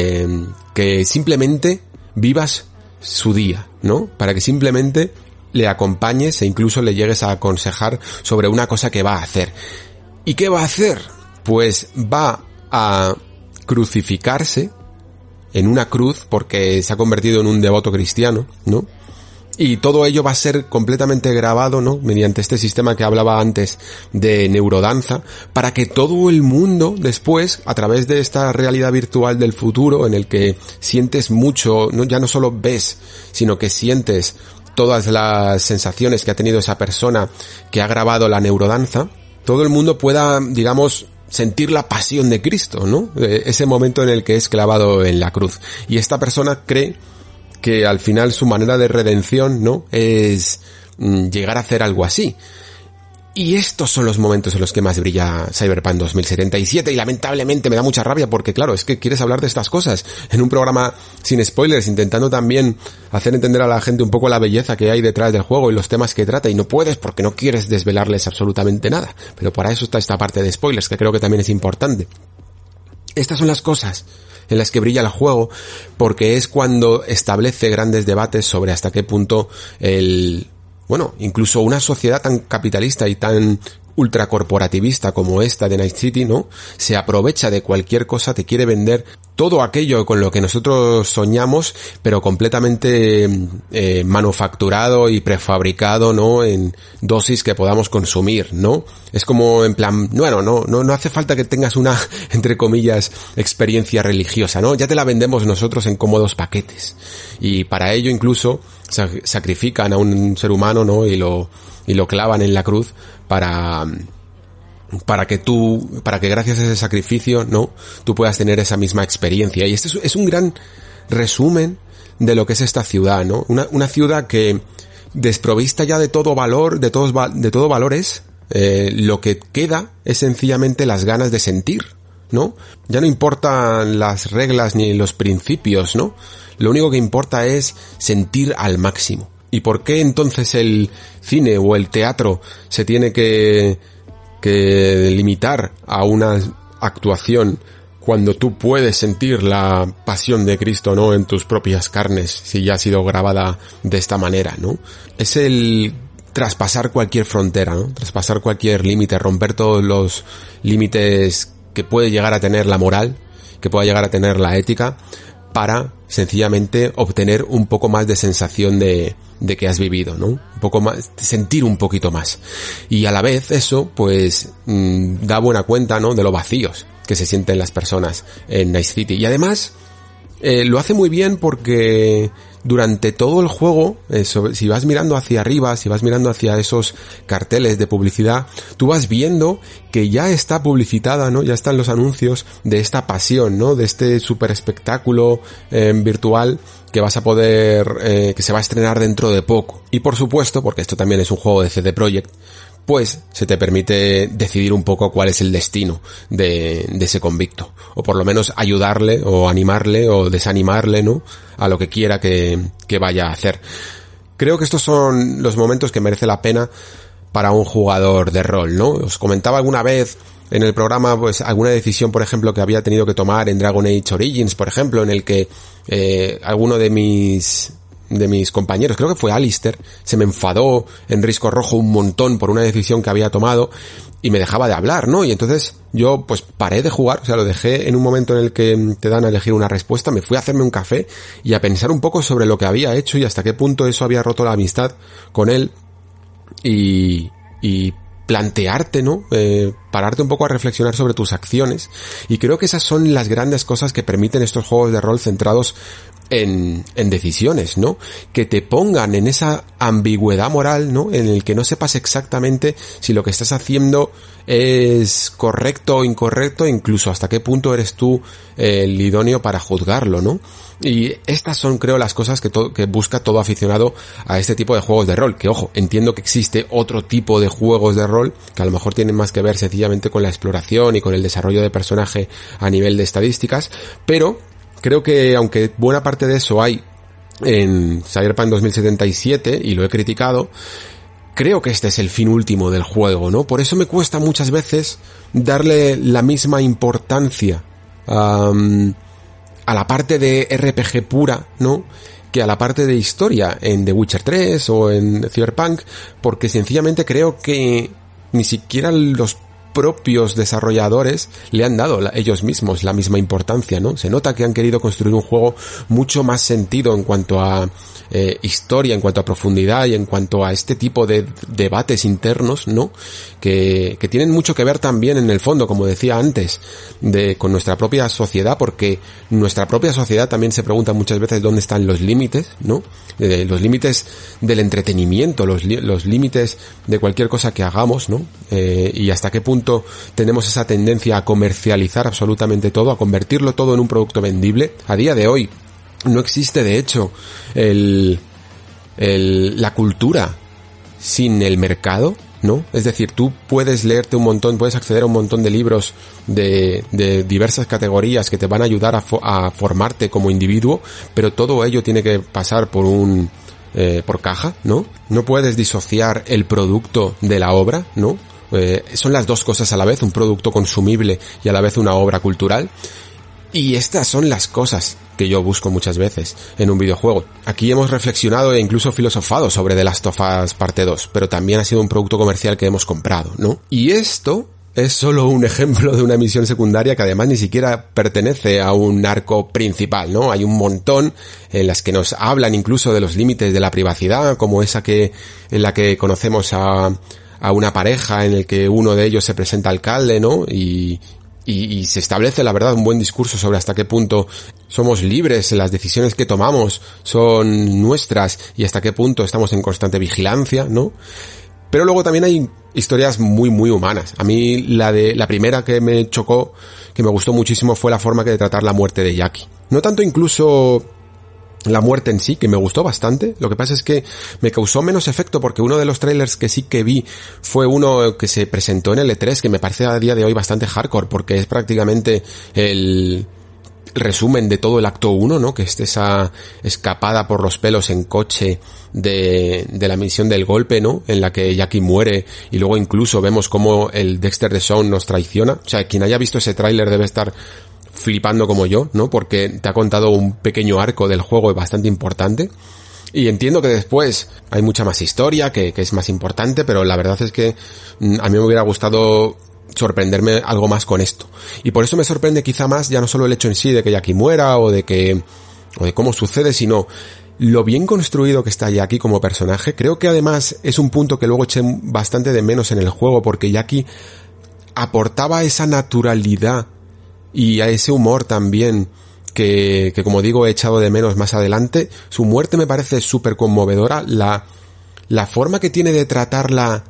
Speaker 3: que simplemente vivas su día, ¿no? Para que simplemente le acompañes e incluso le llegues a aconsejar sobre una cosa que va a hacer. ¿Y qué va a hacer? Pues va a crucificarse en una cruz porque se ha convertido en un devoto cristiano, ¿no? Y todo ello va a ser completamente grabado, ¿no? Mediante este sistema que hablaba antes de neurodanza, para que todo el mundo después, a través de esta realidad virtual del futuro, en el que sientes mucho, ¿no? Ya no solo ves, sino que sientes todas las sensaciones que ha tenido esa persona que ha grabado la neurodanza, todo el mundo pueda, digamos, sentir la pasión de Cristo, ¿no? Ese momento en el que es clavado en la cruz. Y esta persona cree que al final su manera de redención, ¿no? Es llegar a hacer algo así. Y estos son los momentos en los que más brilla Cyberpunk 2077, y lamentablemente me da mucha rabia porque, claro, es que quieres hablar de estas cosas en un programa sin spoilers, intentando también hacer entender a la gente un poco la belleza que hay detrás del juego y los temas que trata, y no puedes porque no quieres desvelarles absolutamente nada. Pero para eso está esta parte de spoilers, que creo que también es importante. Estas son las cosas en las que brilla el juego, porque es cuando establece grandes debates sobre hasta qué punto incluso una sociedad tan capitalista y tan ultracorporativista como esta de Night City, ¿no? Se aprovecha de cualquier cosa, te quiere vender todo aquello con lo que nosotros soñamos, pero completamente manufacturado y prefabricado, ¿no? En dosis que podamos consumir, ¿no? Es como en plan, bueno, no hace falta que tengas una, entre comillas, experiencia religiosa, ¿no? Ya te la vendemos nosotros en cómodos paquetes. Y para ello incluso sacrifican a un ser humano, ¿no? Y lo clavan en la cruz para que gracias a ese sacrificio, ¿no? Tú puedas tener esa misma experiencia. Y este es un gran resumen de lo que es esta ciudad, ¿no? Una ciudad que, desprovista ya de todo valor, de todo valores, lo que queda es sencillamente las ganas de sentir, ¿no? Ya no importan las reglas ni los principios, ¿no? Lo único que importa es sentir al máximo. ¿Y por qué entonces el cine o el teatro se tiene que limitar a una actuación cuando tú puedes sentir la pasión de Cristo, ¿no? En tus propias carnes, si ya ha sido grabada de esta manera, ¿no? Es el traspasar cualquier frontera, ¿no? Traspasar cualquier límite, romper todos los límites que puede llegar a tener la moral, que pueda llegar a tener la ética, para sencillamente obtener un poco más de sensación de que has vivido, ¿no? Un poco más, sentir un poquito más. Y a la vez eso, pues, da buena cuenta, ¿no? De lo vacíos que se sienten las personas en Night City. Y además, lo hace muy bien porque durante todo el juego, si vas mirando hacia arriba, si vas mirando hacia esos carteles de publicidad, tú vas viendo que ya está publicitada, ¿no? Ya están los anuncios de esta pasión, ¿no? De este super espectáculo virtual que vas a poder, que se va a estrenar dentro de poco. Y por supuesto, porque esto también es un juego de CD Projekt, pues se te permite decidir un poco cuál es el destino de ese convicto, o por lo menos ayudarle o animarle o desanimarle, ¿no? A lo que quiera que vaya a hacer. Creo que estos son los momentos que merece la pena para un jugador de rol, ¿no? Os comentaba alguna vez en el programa, pues, alguna decisión, por ejemplo, que había tenido que tomar en Dragon Age Origins, por ejemplo, en el que alguno de mis compañeros, creo que fue Alistair, se me enfadó en Risco Rojo un montón por una decisión que había tomado y me dejaba de hablar, ¿no? Y entonces yo pues paré de jugar, o sea, lo dejé en un momento en el que te dan a elegir una respuesta, me fui a hacerme un café y a pensar un poco sobre lo que había hecho y hasta qué punto eso había roto la amistad con él y plantearte, ¿no? Pararte un poco a reflexionar sobre tus acciones, y creo que esas son las grandes cosas que permiten estos juegos de rol centrados en decisiones, ¿no? Que te pongan en esa ambigüedad moral, ¿no? En el que no sepas exactamente si lo que estás haciendo es correcto o incorrecto, incluso hasta qué punto eres tú el idóneo para juzgarlo, ¿no? Y estas son, creo, las cosas que busca todo aficionado a este tipo de juegos de rol. Que, ojo, entiendo que existe otro tipo de juegos de rol que a lo mejor tienen más que ver sencillamente con la exploración y con el desarrollo de personaje a nivel de estadísticas, pero creo que aunque buena parte de eso hay en Cyberpunk 2077, y lo he criticado, creo que este es el fin último del juego, ¿no? Por eso me cuesta muchas veces darle la misma importancia a la parte de RPG pura, ¿no? Que a la parte de historia en The Witcher 3 o en Cyberpunk, porque sencillamente creo que ni siquiera los propios desarrolladores le han dado ellos mismos la misma importancia, ¿no? Se nota que han querido construir un juego mucho más sentido en cuanto a historia, en cuanto a profundidad y en cuanto a este tipo de debates internos, ¿no? Que tienen mucho que ver también en el fondo, como decía antes, con nuestra propia sociedad, porque nuestra propia sociedad también se pregunta muchas veces dónde están los límites, ¿no? Los límites del entretenimiento, los límites de cualquier cosa que hagamos, ¿no? Y hasta qué punto tenemos esa tendencia a comercializar absolutamente todo, a convertirlo todo en un producto vendible. A día de hoy no existe, de hecho, la cultura sin el mercado, ¿no? Es decir, tú puedes leerte un montón, puedes acceder a un montón de libros de diversas categorías que te van a ayudar a formarte como individuo, pero todo ello tiene que pasar por por caja, ¿no? No puedes disociar el producto de la obra, ¿no? Son las dos cosas a la vez, un producto consumible y a la vez una obra cultural. Y estas son las cosas que yo busco muchas veces en un videojuego. Aquí hemos reflexionado e incluso filosofado sobre The Last of Us Parte 2, pero también ha sido un producto comercial que hemos comprado, ¿no? Y esto es solo un ejemplo de una misión secundaria que además ni siquiera pertenece a un arco principal, ¿no? Hay un montón en las que nos hablan incluso de los límites de la privacidad, como esa en la que conocemos a una pareja en el que uno de ellos se presenta alcalde, ¿no? Y se establece, la verdad, un buen discurso sobre hasta qué punto somos libres, las decisiones que tomamos son nuestras y hasta qué punto estamos en constante vigilancia, ¿no? Pero luego también hay historias muy, muy humanas. A mí la primera que me chocó, que me gustó muchísimo, fue la forma de tratar la muerte de Jackie. No tanto incluso la muerte en sí, que me gustó bastante. Lo que pasa es que me causó menos efecto porque uno de los trailers que sí que vi fue uno que se presentó en el E3, que me parece a día de hoy bastante hardcore, porque es prácticamente el resumen de todo el acto 1, ¿no? Que es esa escapada por los pelos en coche de la misión del golpe, ¿no? En la que Jackie muere y luego incluso vemos cómo el Dexter Deshawn nos traiciona. O sea, quien haya visto ese tráiler debe estar flipando como yo, ¿no? Porque te ha contado un pequeño arco del juego bastante importante. Y entiendo que después hay mucha más historia, que es más importante, pero la verdad es que a mí me hubiera gustado sorprenderme algo más con esto. Y por eso me sorprende quizá más ya no solo el hecho en sí de que Jackie muera o de cómo sucede, sino lo bien construido que está Jackie como personaje. Creo que además es un punto que luego eché bastante de menos en el juego, porque Jackie aportaba esa naturalidad y a ese humor también que como digo he echado de menos más adelante. Su muerte me parece súper conmovedora, la forma que tiene de tratarla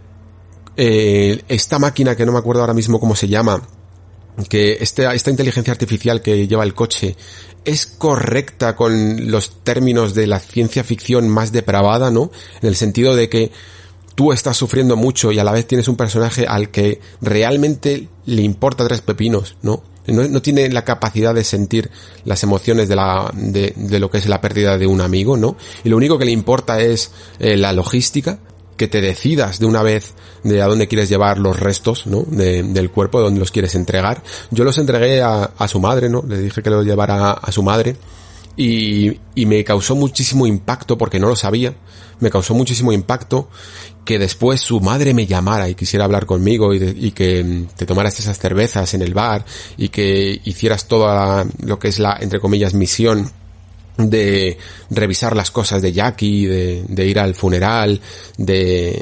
Speaker 3: esta máquina que no me acuerdo ahora mismo cómo se llama, que esta inteligencia artificial que lleva el coche es correcta con los términos de la ciencia ficción más depravada, ¿no? En el sentido de que tú estás sufriendo mucho y a la vez tienes un personaje al que realmente le importa tres pepinos, ¿no? No tiene la capacidad de sentir las emociones de lo que es la pérdida de un amigo, ¿no? Y lo único que le importa es la logística, que te decidas de una vez de a dónde quieres llevar los restos, ¿no? Del cuerpo, de dónde los quieres entregar. Yo los entregué a su madre, ¿no? Le dije que los llevara a su madre. Y me causó muchísimo impacto, porque no lo sabía, me causó muchísimo impacto que después su madre me llamara y quisiera hablar conmigo y que te tomaras esas cervezas en el bar y que hicieras toda lo que es la, entre comillas, misión de revisar las cosas de Jackie, de ir al funeral, de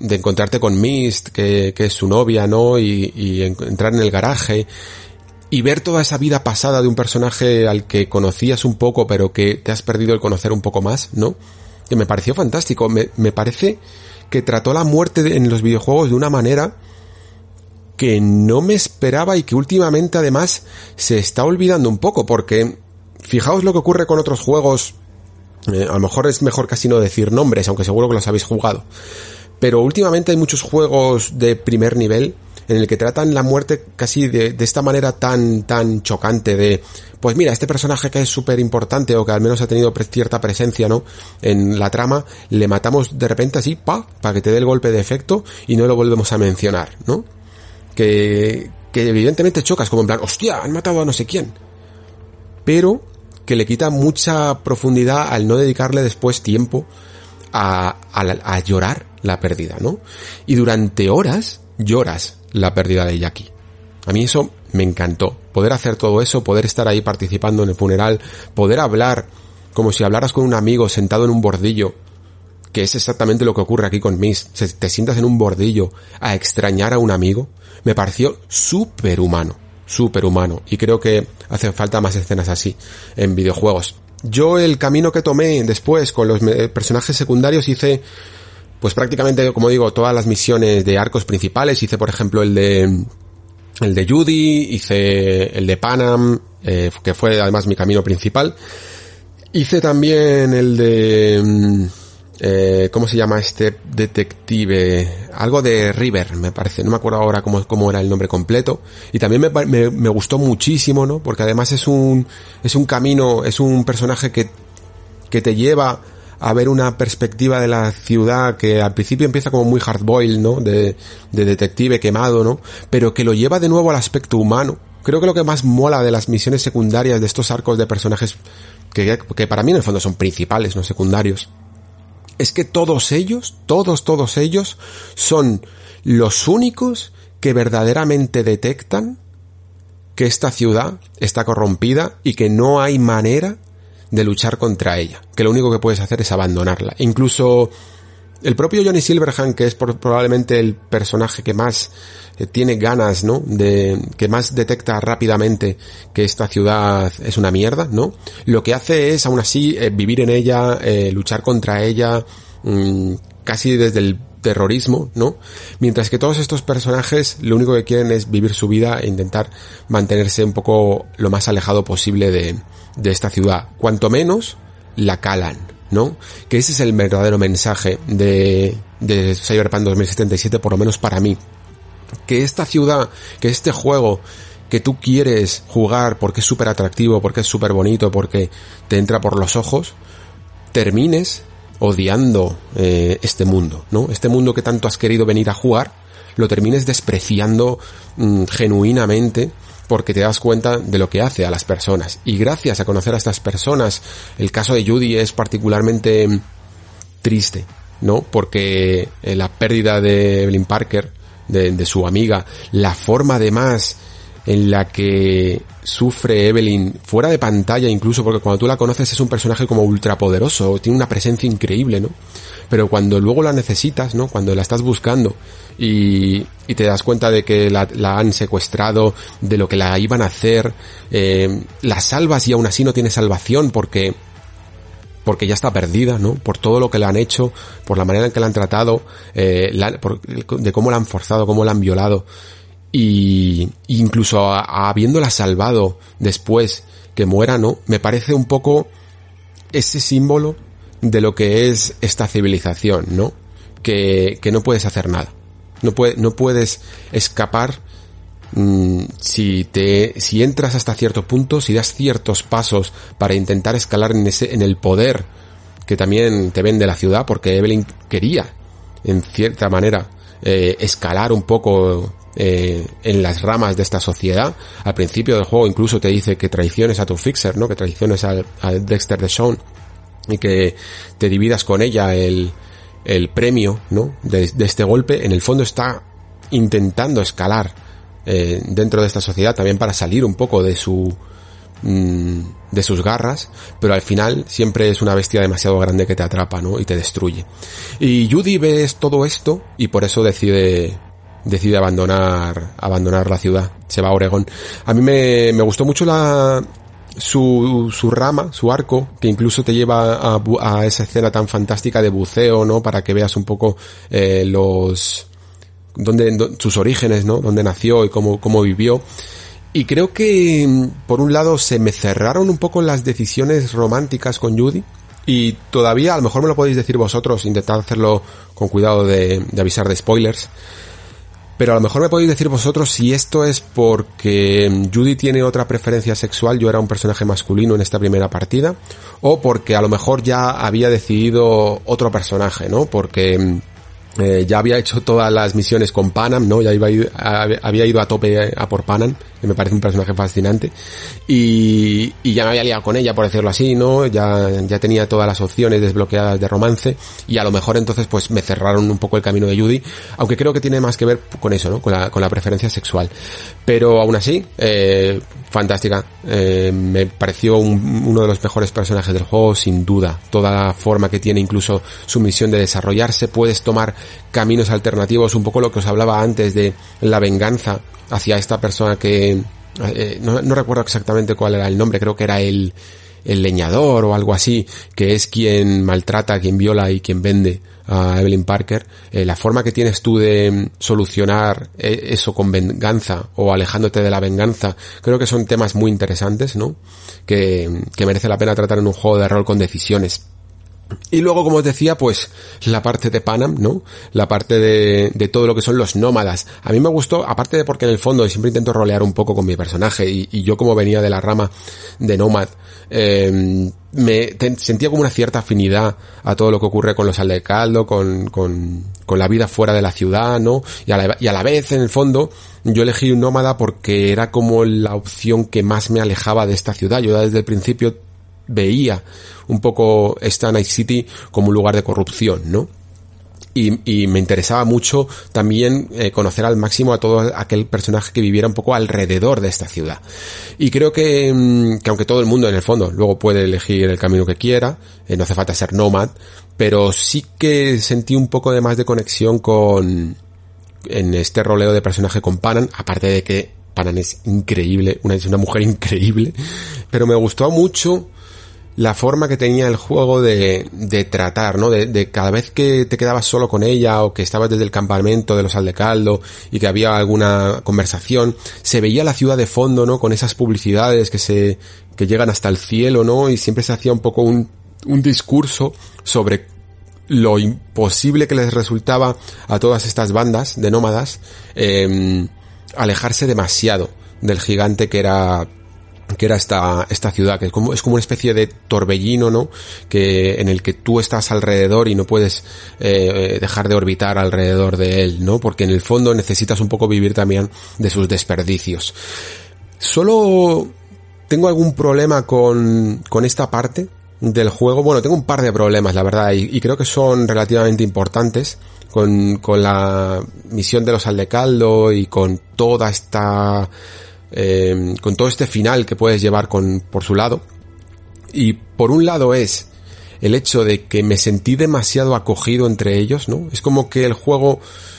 Speaker 3: encontrarte con Mist, que es su novia, ¿no? Y entrar en el garaje y ver toda esa vida pasada de un personaje al que conocías un poco, pero que te has perdido el conocer un poco más, ¿no? Que me pareció fantástico. Me parece que trató la muerte en los videojuegos de una manera que no me esperaba y que últimamente además se está olvidando un poco, porque fijaos lo que ocurre con otros juegos. A lo mejor es mejor casi no decir nombres, aunque seguro que los habéis jugado. Pero últimamente hay muchos juegos de primer nivel en el que tratan la muerte casi de esta manera tan chocante de, pues mira, este personaje que es súper importante o que al menos ha tenido cierta presencia, ¿no? En la trama, le matamos de repente así, para que te dé el golpe de efecto y no lo volvemos a mencionar, ¿no? Que evidentemente chocas, como en plan, hostia, han matado a no sé quién. Pero que le quita mucha profundidad al no dedicarle después tiempo a llorar la pérdida, ¿no? Y durante horas lloras la pérdida de Jackie. A mí eso me encantó. Poder hacer todo eso, poder estar ahí participando en el funeral, poder hablar como si hablaras con un amigo sentado en un bordillo, que es exactamente lo que ocurre aquí con Mist. Te sientas en un bordillo a extrañar a un amigo. Me pareció súper humano. Y creo que hace falta más escenas así en videojuegos. Yo el camino que tomé después con los personajes secundarios hice, pues prácticamente, como digo, todas las misiones de arcos principales. Hice, por ejemplo, el de Judy, hice el de Panam, que fue además mi camino principal. Hice también el de... ¿cómo se llama este detective? Algo de River, me parece. No me acuerdo ahora cómo era el nombre completo. Y también me gustó muchísimo, ¿no? Porque además es un camino, es un personaje que te lleva a ver una perspectiva de la ciudad que al principio empieza como muy hardboiled, ¿no? De detective quemado, ¿no? Pero que lo lleva de nuevo al aspecto humano. Creo que lo que más mola de las misiones secundarias, de estos arcos de personajes que para mí en el fondo son principales, no secundarios, es que todos ellos son los únicos que verdaderamente detectan que esta ciudad está corrompida y que no hay manera de luchar contra ella, que lo único que puedes hacer es abandonarla. Incluso el propio Johnny Silverhand, que es probablemente el personaje que más tiene ganas, ¿no? Que más detecta rápidamente que esta ciudad es una mierda, ¿no? Lo que hace es, aún así, vivir en ella, luchar contra ella, casi desde el terrorismo, ¿no? Mientras que todos estos personajes lo único que quieren es vivir su vida e intentar mantenerse un poco lo más alejado posible de esta ciudad. Cuanto menos la calan, ¿no? Que ese es el verdadero mensaje de Cyberpunk 2077, por lo menos para mí. Que esta ciudad, que este juego que tú quieres jugar porque es súper atractivo, porque es súper bonito, porque te entra por los ojos, termines odiando este mundo, ¿no? Este mundo que tanto has querido venir a jugar, lo termines despreciando genuinamente, porque te das cuenta de lo que hace a las personas. Y gracias a conocer a estas personas, el caso de Judy es particularmente triste, ¿no? Porque la pérdida de Evelyn Parker, de su amiga, la forma además en la que sufre Evelyn fuera de pantalla incluso, porque cuando tú la conoces es un personaje como ultrapoderoso, tiene una presencia increíble, ¿no? Pero cuando luego la necesitas, ¿no? Cuando la estás buscando y te das cuenta de que la han secuestrado, de lo que la iban a hacer, la salvas y aún así no tiene salvación porque ya está perdida, ¿no? Por todo lo que le han hecho, por la manera en que la han tratado, de cómo la han forzado, cómo la han violado. Y incluso habiéndola salvado después que muera, ¿no? Me parece un poco ese símbolo de lo que es esta civilización, ¿no? Que no puedes hacer nada. No puedes escapar si entras hasta cierto punto, si das ciertos pasos para intentar escalar en el poder que también te vende la ciudad, porque Evelyn quería, en cierta manera, escalar un poco en las ramas de esta sociedad. Al principio del juego incluso te dice que traiciones a tu fixer, ¿no? Que traiciones al Dexter Deshawn y que te dividas con ella el premio, ¿no? De este golpe. En el fondo está intentando escalar dentro de esta sociedad también para salir un poco de su de sus garras, pero al final siempre es una bestia demasiado grande que te atrapa, ¿no? Y te destruye. Y Judy ve todo esto y por eso decide abandonar la ciudad. Se va a Oregón. A mí me gustó mucho su rama, su arco, que incluso te lleva a esa escena tan fantástica de buceo, ¿no? Para que veas un poco sus orígenes, ¿no? Dónde nació y cómo vivió. Y creo que, por un lado, se me cerraron un poco las decisiones románticas con Judy. Y todavía, a lo mejor me lo podéis decir vosotros, intentad hacerlo con cuidado de avisar de spoilers. Pero a lo mejor me podéis decir vosotros si esto es porque Judy tiene otra preferencia sexual, yo era un personaje masculino en esta primera partida, o porque a lo mejor ya había decidido otro personaje, ¿no? Porque ya había hecho todas las misiones con Panam, ¿no? Ya había ido a tope a por Panam, que me parece un personaje fascinante, y ya me había liado con ella, por decirlo así, ¿no? Ya tenía todas las opciones desbloqueadas de romance, y a lo mejor entonces pues me cerraron un poco el camino de Judy, aunque creo que tiene más que ver con eso, ¿no? Con la preferencia sexual. Pero aún así, fantástica. Me pareció uno de los mejores personajes del juego, sin duda. Toda la forma que tiene, incluso su misión de desarrollarse, puedes tomar caminos alternativos, un poco lo que os hablaba antes de la venganza hacia esta persona que no recuerdo exactamente cuál era el nombre, creo que era el leñador o algo así, que es quien maltrata, quien viola y quien vende a Evelyn Parker. La forma que tienes tú de solucionar eso con venganza o alejándote de la venganza, creo que son temas muy interesantes, ¿no? Que merece la pena tratar en un juego de rol con decisiones. Y luego, como os decía, pues la parte de Panam, ¿no? La parte de todo lo que son los nómadas. A mí me gustó, aparte de porque en el fondo siempre intento rolear un poco con mi personaje y yo, como venía de la rama de nómad, sentía como una cierta afinidad a todo lo que ocurre con los Aldecaldo, con la vida fuera de la ciudad, ¿no? Y a la vez, en el fondo, yo elegí un nómada porque era como la opción que más me alejaba de esta ciudad. Yo desde el principio veía un poco esta Night City como un lugar de corrupción, ¿no? Y me interesaba mucho también conocer al máximo a todo aquel personaje que viviera un poco alrededor de esta ciudad. Y creo que aunque todo el mundo en el fondo luego puede elegir el camino que quiera, no hace falta ser nómad, pero sí que sentí un poco de más de conexión en este roleo de personaje con Panam, aparte de que Panam es increíble, es una mujer increíble, pero me gustó mucho la forma que tenía el juego de tratar, ¿no? De cada vez que te quedabas solo con ella o que estabas desde el campamento de los Aldecaldo y que había alguna conversación, se veía la ciudad de fondo, ¿no? Con esas publicidades que llegan hasta el cielo, ¿no? Y siempre se hacía un poco un discurso sobre lo imposible que les resultaba a todas estas bandas de nómadas alejarse demasiado del gigante que era esta ciudad, que es como una especie de torbellino, ¿no? En el que tú estás alrededor y no puedes dejar de orbitar alrededor de él, ¿no? Porque en el fondo necesitas un poco vivir también de sus desperdicios. Solo tengo algún problema con esta parte del juego. Bueno, tengo un par de problemas, la verdad, y creo que son relativamente importantes con la misión de los Aldecaldo y con toda esta con todo este final que puedes llevar por su lado. Y por un lado es el hecho de que me sentí demasiado acogido entre ellos, ¿no? Es como que el juego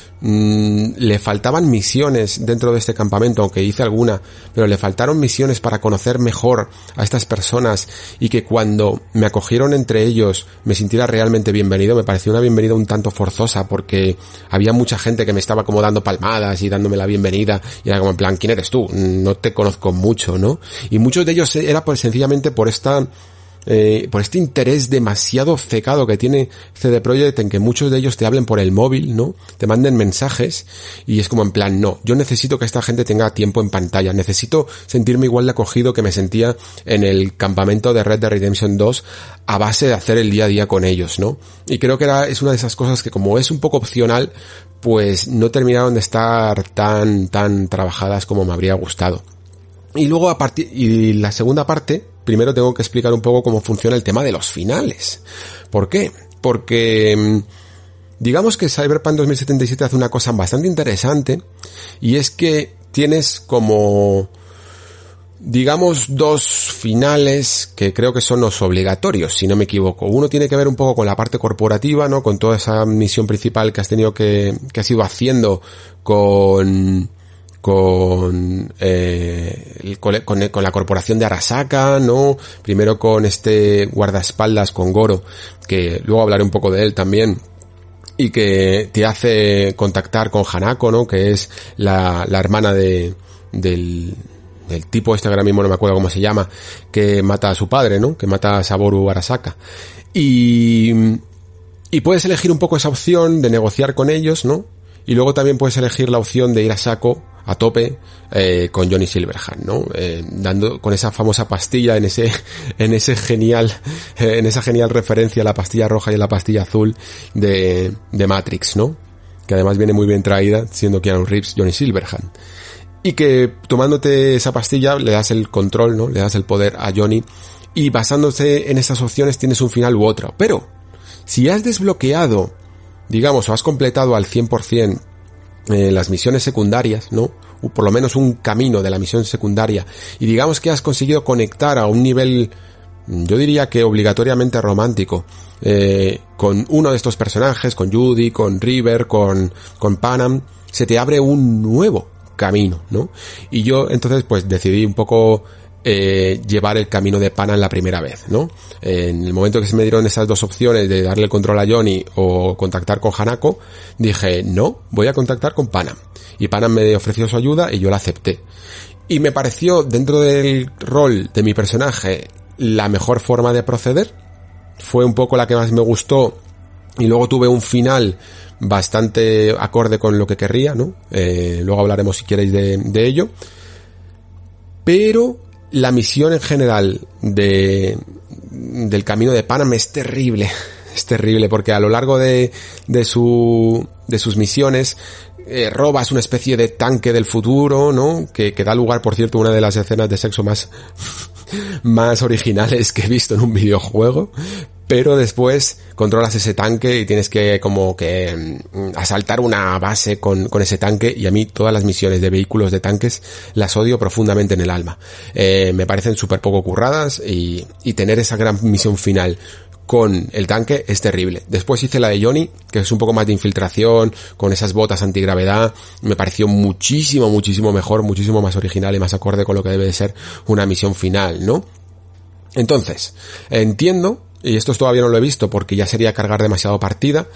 Speaker 3: le faltaban misiones dentro de este campamento, aunque hice alguna, pero le faltaron misiones para conocer mejor a estas personas y que cuando me acogieron entre ellos me sintiera realmente bienvenido. Me pareció una bienvenida un tanto forzosa porque había mucha gente que me estaba como dando palmadas y dándome la bienvenida y era como en plan, ¿quién eres tú? No te conozco mucho, ¿no? Y muchos de ellos era sencillamente por este interés demasiado obcecado que tiene CD Projekt en que muchos de ellos te hablen por el móvil, ¿no? Te manden mensajes y es como en plan, no, yo necesito que esta gente tenga tiempo en pantalla, necesito sentirme igual de acogido que me sentía en el campamento de Red Dead Redemption 2 a base de hacer el día a día con ellos, ¿no? Y creo que es una de esas cosas que, como es un poco opcional, pues no terminaron de estar tan trabajadas como me habría gustado. Y luego y la segunda parte, primero tengo que explicar un poco cómo funciona el tema de los finales. ¿Por qué? Porque digamos que Cyberpunk 2077 hace una cosa bastante interesante y es que tienes como digamos, dos finales que creo que son los obligatorios, si no me equivoco. Uno tiene que ver un poco con la parte corporativa, ¿no? Con toda esa misión principal que has tenido que has ido haciendo con la corporación de Arasaka, ¿no? Primero con este guardaespaldas con Goro, que luego hablaré un poco de él también, y que te hace contactar con Hanako, ¿no? Que es la hermana del tipo este, ahora mismo no me acuerdo cómo se llama, que mata a su padre, ¿no? Que mata a Saboru Arasaka. Y puedes elegir un poco esa opción de negociar con ellos, ¿no? Y luego también puedes elegir la opción de ir a saco, a tope, con Johnny Silverhand, ¿no? Dando con esa famosa pastilla en esa genial referencia a la pastilla roja y a la pastilla azul de Matrix, ¿no? Que además viene muy bien traída, siendo Keanu Reeves Johnny Silverhand. Y que tomándote esa pastilla le das el control, ¿no? Le das el poder a Johnny, y basándose en esas opciones tienes un final u otro. Pero, si has desbloqueado, digamos, o has completado al 100% las misiones secundarias, ¿no? O por lo menos un camino de la misión secundaria, y digamos que has conseguido conectar a un nivel, yo diría que obligatoriamente romántico, con uno de estos personajes, con Judy, con River, con Panam, se te abre un nuevo camino, ¿no? Y yo entonces pues decidí un poco llevar el camino de Panam la primera vez, ¿no? En el momento que se me dieron esas dos opciones de darle el control a Johnny o contactar con Hanako, dije, no, voy a contactar con Panam. Y Panam me ofreció su ayuda y yo la acepté. Y me pareció, dentro del rol de mi personaje, la mejor forma de proceder. Fue un poco la que más me gustó, y luego tuve un final bastante acorde con lo que querría, ¿no? Luego hablaremos, si queréis, de ello. Pero la misión en general del camino de Panam es terrible. Es terrible porque a lo largo de sus misiones robas una especie de tanque del futuro, ¿no? Que da lugar, por cierto, a una de las escenas de sexo más originales que he visto en un videojuego. Pero después controlas ese tanque y tienes que como que asaltar una base con ese tanque, y a mí todas las misiones de vehículos de tanques las odio profundamente en el alma. Me parecen súper poco curradas, y tener esa gran misión final con el tanque es terrible. Después hice la de Johnny, que es un poco más de infiltración, con esas botas antigravedad. Me pareció muchísimo mejor, muchísimo más original y más acorde con lo que debe de ser una misión final, ¿no? Entonces, entiendo, y esto todavía no lo he visto porque ya sería cargar demasiado partida,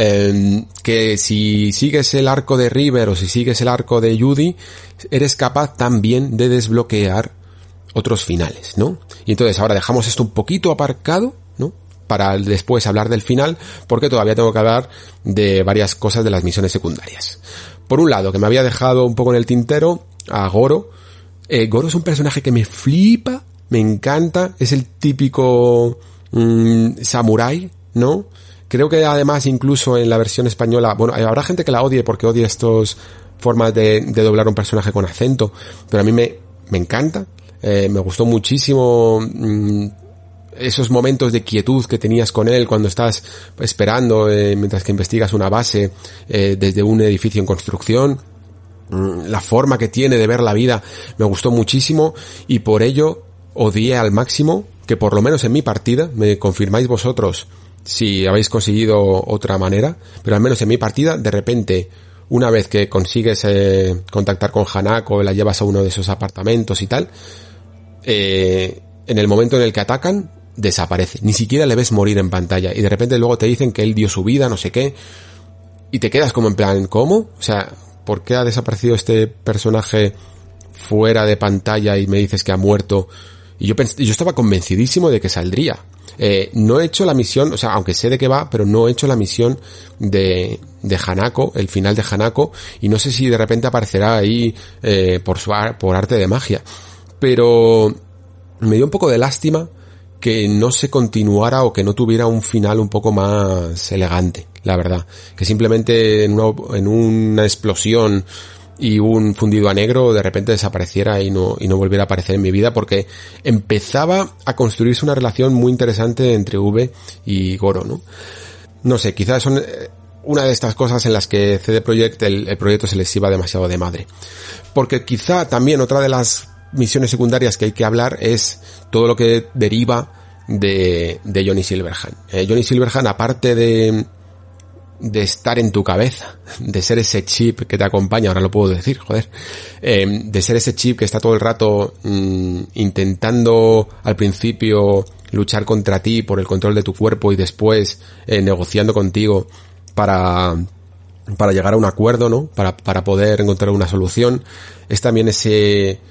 Speaker 3: que si sigues el arco de River o si sigues el arco de Judy, eres capaz también de desbloquear otros finales, ¿no? Y entonces ahora dejamos esto un poquito aparcado, ¿no? Para después hablar del final, porque todavía tengo que hablar de varias cosas de las misiones secundarias. Por un lado, que me había dejado un poco en el tintero, a Goro. Goro es un personaje que me flipa, me encanta, es el típico samurái, ¿no? Creo que además incluso en la versión española, bueno, habrá gente que la odie porque odia estas formas de doblar un personaje con acento, pero a mí me encanta, me gustó muchísimo esos momentos de quietud que tenías con él cuando estás esperando mientras que investigas una base desde un edificio en construcción. La forma que tiene de ver la vida me gustó muchísimo, y por ello odié al máximo que, por lo menos en mi partida, me confirmáis vosotros si habéis conseguido otra manera, pero al menos en mi partida, de repente, una vez que consigues contactar con Hanako, la llevas a uno de esos apartamentos y tal, en el momento en el que atacan, desaparece. Ni siquiera le ves morir en pantalla, y de repente luego te dicen que él dio su vida, no sé qué, y te quedas como en plan, ¿cómo? O sea, ¿por qué ha desaparecido este personaje fuera de pantalla y me dices que ha muerto? Y yo estaba convencidísimo de que saldría. No he hecho la misión, o sea, aunque sé de qué va, pero no he hecho la misión de Hanako, el final de Hanako, y no sé si de repente aparecerá ahí por arte de magia. Pero me dio un poco de lástima que no se continuara o que no tuviera un final un poco más elegante, la verdad. Que simplemente en una explosión y un fundido a negro de repente desapareciera y no volviera a aparecer en mi vida, porque empezaba a construirse una relación muy interesante entre V y Goro, ¿no? No sé, quizás son una de estas cosas en las que CD Projekt el proyecto se les iba demasiado de madre. Porque quizá también otra de las misiones secundarias que hay que hablar es todo lo que deriva de Johnny Silverhand. Johnny Silverhand, aparte de estar en tu cabeza, de ser ese chip que te acompaña, ahora lo puedo decir, joder, de ser ese chip que está todo el rato intentando al principio luchar contra ti por el control de tu cuerpo y después negociando contigo para llegar a un acuerdo, ¿no? Para poder encontrar una solución. Es también ese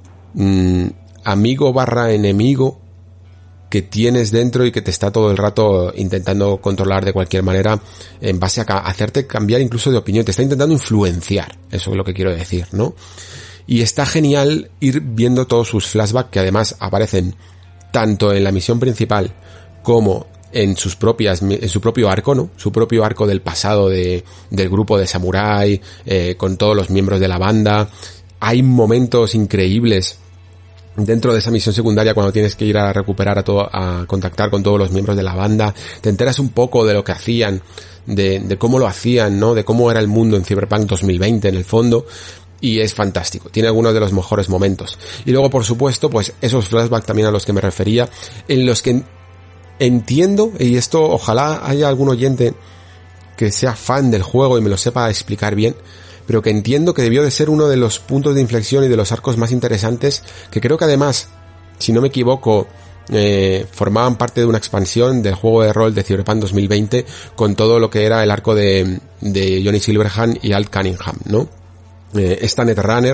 Speaker 3: amigo / enemigo que tienes dentro y que te está todo el rato intentando controlar de cualquier manera en base a hacerte cambiar incluso de opinión. Te está intentando influenciar, eso es lo que quiero decir, ¿no? Y está genial ir viendo todos sus flashbacks que además aparecen tanto en la misión principal como en su propio arco, ¿no? Su propio arco del pasado del grupo de samurái, con todos los miembros de la banda. Hay momentos increíbles dentro de esa misión secundaria cuando tienes que ir a recuperar a contactar con todos los miembros de la banda. Te enteras un poco de lo que hacían, de cómo lo hacían, ¿no? De cómo era el mundo en Cyberpunk 2020 en el fondo. Y es fantástico, tiene algunos de los mejores momentos. Y luego, por supuesto, pues esos flashbacks también a los que me refería, en los que entiendo, y esto ojalá haya algún oyente que sea fan del juego y me lo sepa explicar bien, pero que entiendo que debió de ser uno de los puntos de inflexión y de los arcos más interesantes, que creo que además, si no me equivoco, formaban parte de una expansión del juego de rol de Cyberpunk 2020 con todo lo que era el arco de Johnny Silverhand y Alt Cunningham, ¿no? Esta Netrunner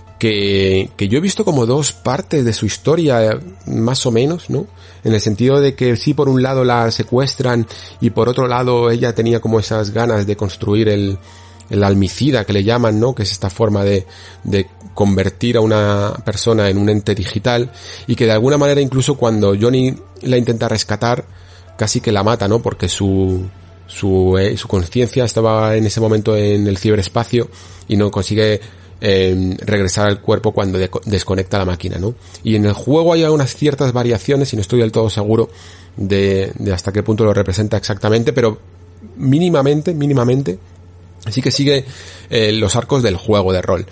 Speaker 3: que yo he visto como dos partes de su historia, más o menos, ¿no? En el sentido de que sí, por un lado la secuestran y por otro lado ella tenía como esas ganas de construir el almicida que le llaman, ¿no? Que es esta forma de convertir a una persona en un ente digital y que de alguna manera incluso cuando Johnny la intenta rescatar casi que la mata, ¿no? Porque su conciencia estaba en ese momento en el ciberespacio y no consigue regresar al cuerpo cuando desconecta la máquina, ¿no? Y en el juego hay unas ciertas variaciones y no estoy del todo seguro de hasta qué punto lo representa exactamente, pero mínimamente sí que sigue los arcos del juego de rol.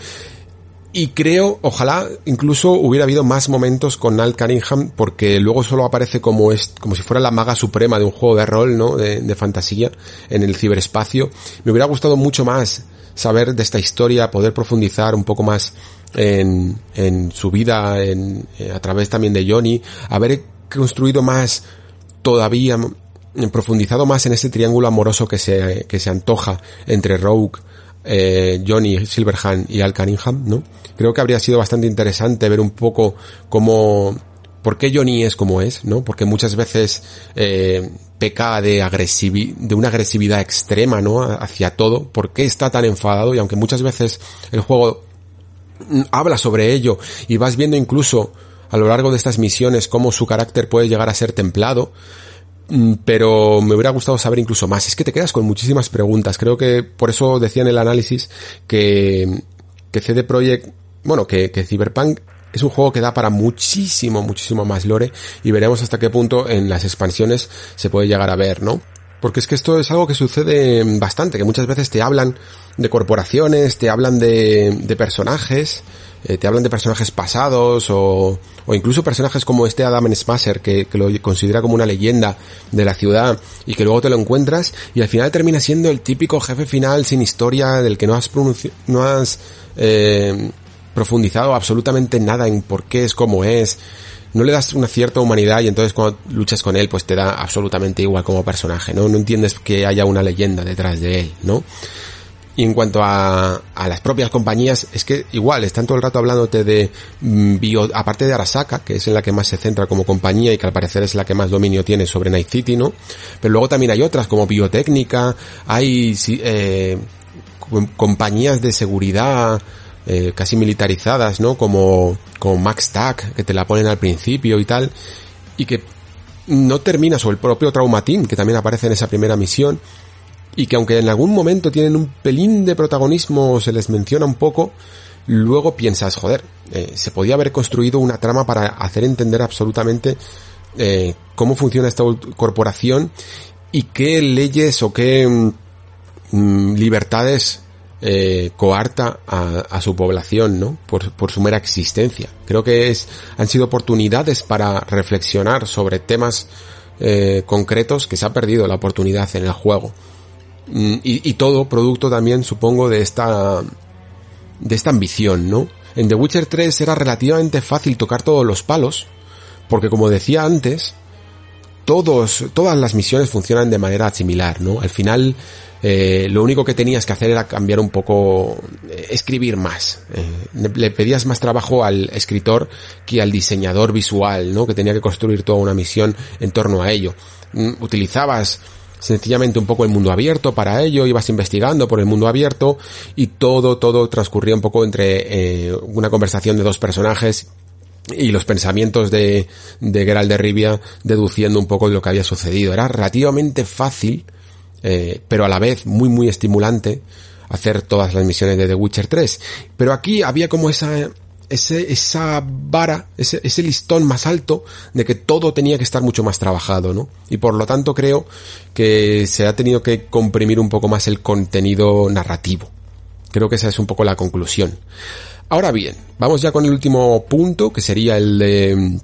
Speaker 3: Y creo, ojalá incluso hubiera habido más momentos con Alt Cunningham, porque luego solo aparece como si fuera la maga suprema de un juego de rol, ¿no? De fantasía en el ciberespacio. Me hubiera gustado mucho más saber de esta historia, poder profundizar un poco más en su vida, a través también de Johnny, haber construido más todavía, profundizado más en ese triángulo amoroso que se antoja entre Rogue, Johnny Silverhand y Alt Cunningham, ¿no? Creo que habría sido bastante interesante ver un poco por qué Johnny es como es, ¿no? Porque muchas veces peca de una agresividad extrema, ¿no? Hacia todo. ¿Por qué está tan enfadado? Y aunque muchas veces el juego habla sobre ello y vas viendo incluso a lo largo de estas misiones cómo su carácter puede llegar a ser templado, pero me hubiera gustado saber incluso más. Es que te quedas con muchísimas preguntas. Creo que por eso decía en el análisis que CD Projekt, bueno, que Cyberpunk es un juego que da para muchísimo más lore y veremos hasta qué punto en las expansiones se puede llegar a ver, ¿no? Porque es que esto es algo que sucede bastante, que muchas veces te hablan de corporaciones, te hablan de personajes, te hablan de personajes pasados o incluso personajes como este Adam Smasher que lo considera como una leyenda de la ciudad y que luego te lo encuentras y al final termina siendo el típico jefe final sin historia del que no has profundizado absolutamente nada en por qué es como es, no le das una cierta humanidad y entonces cuando luchas con él pues te da absolutamente igual como personaje, ¿no? No entiendes que haya una leyenda detrás de él, ¿no? Y en cuanto a las propias compañías, es que igual, están todo el rato hablándote de aparte de Arasaka, que es en la que más se centra como compañía y que al parecer es la que más dominio tiene sobre Night City, ¿no? Pero luego también hay otras como Biotécnica, hay compañías de seguridad casi militarizadas, ¿no? Como MaxTac, que te la ponen al principio y tal, y que no terminas, o el propio Trauma Team, que también aparece en esa primera misión, y que aunque en algún momento tienen un pelín de protagonismo o se les menciona un poco, luego piensas, joder, se podía haber construido una trama para hacer entender absolutamente cómo funciona esta corporación y qué leyes o qué libertades coarta a su población, ¿no? Por su mera existencia. Creo que han sido oportunidades para reflexionar sobre temas concretos que se ha perdido la oportunidad en el juego. Y todo producto también, supongo, de esta ambición, ¿no? En The Witcher 3 era relativamente fácil tocar todos los palos, porque como decía antes, todas las misiones funcionan de manera similar, ¿no? Al final, lo único que tenías que hacer era cambiar un poco, escribir más. Le pedías más trabajo al escritor que al diseñador visual, ¿no? Que tenía que construir toda una misión en torno a ello. Utilizabas sencillamente un poco el mundo abierto para ello, ibas investigando por el mundo abierto y todo transcurría un poco entre una conversación de dos personajes y los pensamientos de Geralt de Rivia deduciendo un poco de lo que había sucedido. Era relativamente fácil, pero a la vez muy estimulante hacer todas las misiones de The Witcher 3. Pero aquí había como esa vara, ese listón más alto de que todo tenía que estar mucho más trabajado, ¿no? Y por lo tanto creo que se ha tenido que comprimir un poco más el contenido narrativo. Creo que esa es un poco la conclusión. Ahora bien, vamos ya con el último punto, que sería el de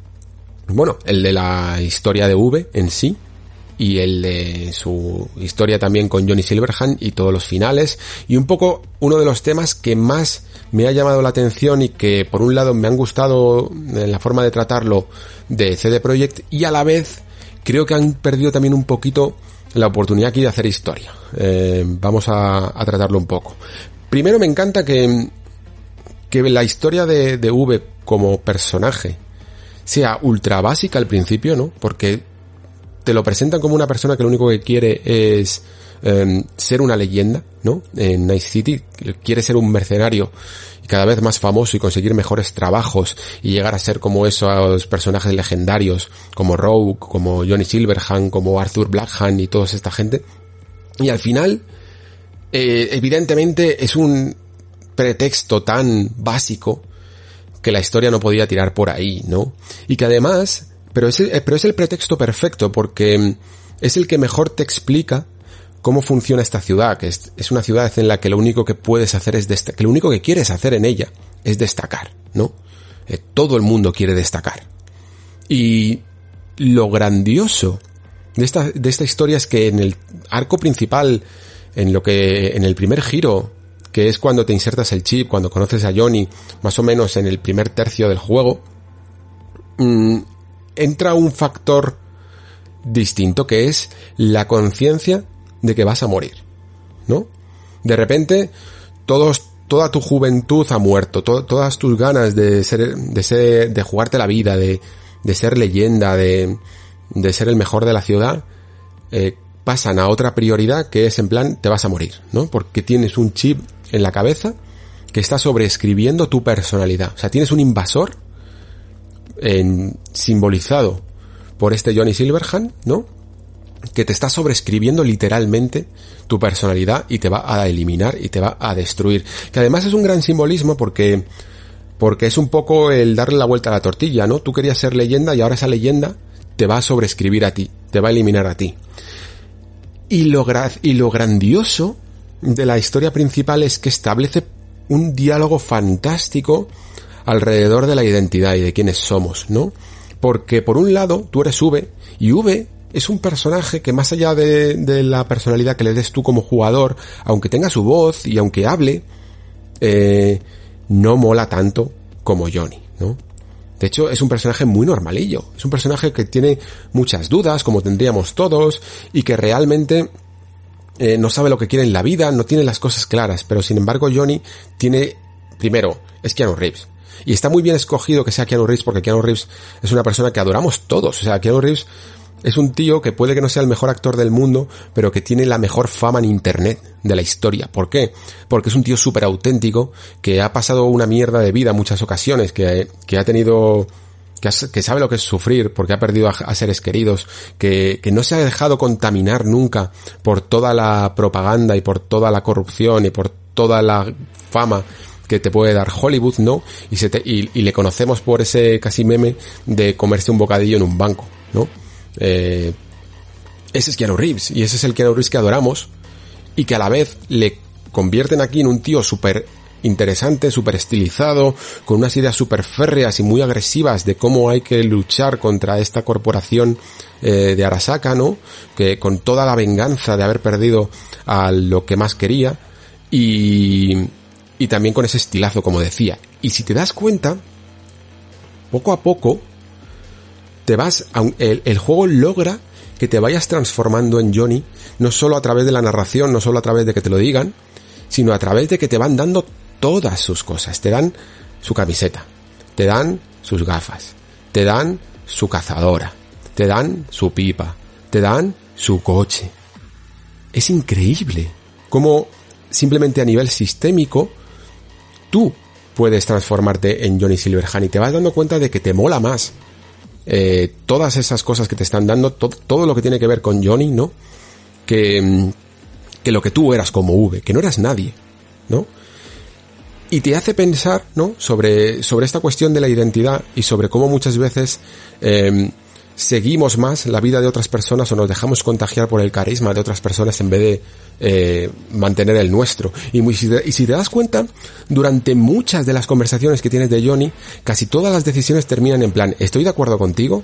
Speaker 3: la historia de V en sí, y el de su historia también con Johnny Silverhand y todos los finales, y un poco uno de los temas que más me ha llamado la atención y que por un lado me han gustado en la forma de tratarlo de CD Projekt, y a la vez creo que han perdido también un poquito la oportunidad aquí de hacer historia. Vamos a tratarlo un poco. Primero, me encanta que la historia de V como personaje sea ultra básica al principio, ¿no? Porque te lo presentan como una persona que lo único que quiere es ser una leyenda, ¿no? En Night City quiere ser un mercenario y cada vez más famoso y conseguir mejores trabajos y llegar a ser como esos personajes legendarios como Rogue, como Johnny Silverhand, como Arthur Blackhand y toda esta gente. Y al final, evidentemente es un pretexto tan básico que la historia no podía tirar por ahí, ¿no? Y que además, pero es el pretexto perfecto, porque es el que mejor te explica cómo funciona esta ciudad, que es una ciudad en la que lo único que puedes hacer es que lo único que quieres hacer en ella es destacar, ¿no? Todo el mundo quiere destacar. Y lo grandioso de esta historia es que en el arco principal, en el primer giro, que es cuando te insertas el chip, cuando conoces a Johnny, más o menos en el primer tercio del juego, entra un factor distinto, que es la conciencia de que vas a morir, ¿no? De repente, toda tu juventud ha muerto, todas tus ganas de jugarte la vida, de ser leyenda, de ser el mejor de la ciudad, pasan a otra prioridad, que es en plan, te vas a morir, ¿no? Porque tienes un chip en la cabeza que está sobreescribiendo tu personalidad. O sea, tienes un invasor simbolizado por este Johnny Silverhand, ¿no? Que te está sobreescribiendo literalmente tu personalidad y te va a eliminar y te va a destruir. Que además es un gran simbolismo porque es un poco el darle la vuelta a la tortilla, ¿no? Tú querías ser leyenda y ahora esa leyenda te va a sobreescribir a ti, te va a eliminar a ti. Y lo grandioso de la historia principal es que establece un diálogo fantástico alrededor de la identidad y de quiénes somos, ¿no? Porque por un lado tú eres V, y V es un personaje que, más allá de la personalidad que le des tú como jugador, aunque tenga su voz y aunque hable, no mola tanto como Johnny, ¿no? De hecho, es un personaje muy normalillo. Es un personaje que tiene muchas dudas, como tendríamos todos, y que realmente no sabe lo que quiere en la vida, no tiene las cosas claras. Pero sin embargo, Johnny primero, es Keanu Reeves. Y está muy bien escogido que sea Keanu Reeves, porque Keanu Reeves es una persona que adoramos todos. O sea, Keanu Reeves es un tío que puede que no sea el mejor actor del mundo, pero que tiene la mejor fama en internet de la historia. ¿Por qué? Porque es un tío súper auténtico, que ha pasado una mierda de vida en muchas ocasiones, que ha tenido, que sabe lo que es sufrir porque ha perdido a seres queridos, que no se ha dejado contaminar nunca por toda la propaganda y por toda la corrupción y por toda la fama que te puede dar Hollywood, ¿no? Y le conocemos por ese casi meme de comerse un bocadillo en un banco, ¿no? Ese es Keanu Reeves, y ese es el Keanu Reeves que adoramos, y que a la vez le convierten aquí en un tío súper interesante, súper estilizado, con unas ideas súper férreas y muy agresivas de cómo hay que luchar contra esta corporación de Arasaka, ¿no? Que con toda la venganza de haber perdido a lo que más quería, y también con ese estilazo, como decía. Y si te das cuenta, poco a poco el juego logra que te vayas transformando en Johnny, no solo a través de la narración, no solo a través de que te lo digan, sino a través de que te van dando todas sus cosas. Te dan su camiseta, te dan sus gafas, te dan su cazadora, te dan su pipa, te dan su coche. Es increíble cómo simplemente a nivel sistémico tú puedes transformarte en Johnny Silverhand y te vas dando cuenta de que te mola más todas esas cosas que te están dando, todo lo que tiene que ver con Johnny, ¿no? Que lo que tú eras como V, que no eras nadie, ¿no? Y te hace pensar, ¿no? Sobre esta cuestión de la identidad y sobre cómo muchas veces seguimos más la vida de otras personas o nos dejamos contagiar por el carisma de otras personas en vez de mantener el nuestro. Y si te das cuenta, durante muchas de las conversaciones que tienes de Johnny, casi todas las decisiones terminan en plan, ¿estoy de acuerdo contigo?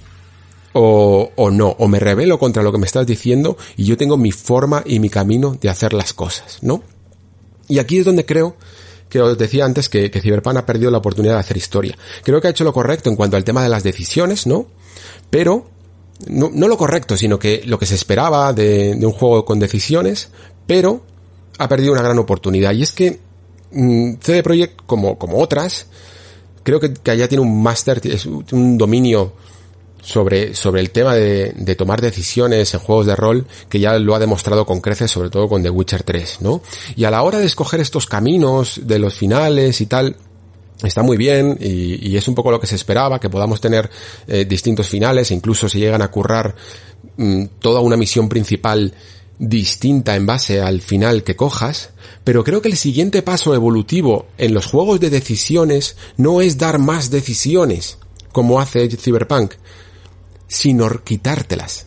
Speaker 3: O no, o me rebelo contra lo que me estás diciendo y yo tengo mi forma y mi camino de hacer las cosas, ¿no? Y aquí es donde creo que os decía antes que Cyberpunk ha perdido la oportunidad de hacer historia. Creo que ha hecho lo correcto en cuanto al tema de las decisiones, ¿no? Pero, no lo correcto, sino que lo que se esperaba de un juego con decisiones, pero ha perdido una gran oportunidad. Y es que CD Projekt, como otras, creo que ya tiene un máster, es un dominio sobre el tema de tomar decisiones en juegos de rol, que ya lo ha demostrado con creces, sobre todo con The Witcher 3, ¿no? Y a la hora de escoger estos caminos de los finales y tal, está muy bien y es un poco lo que se esperaba, que podamos tener distintos finales, e incluso si llegan a currar toda una misión principal distinta en base al final que cojas, pero creo que el siguiente paso evolutivo en los juegos de decisiones no es dar más decisiones, como hace Cyberpunk, sino quitártelas,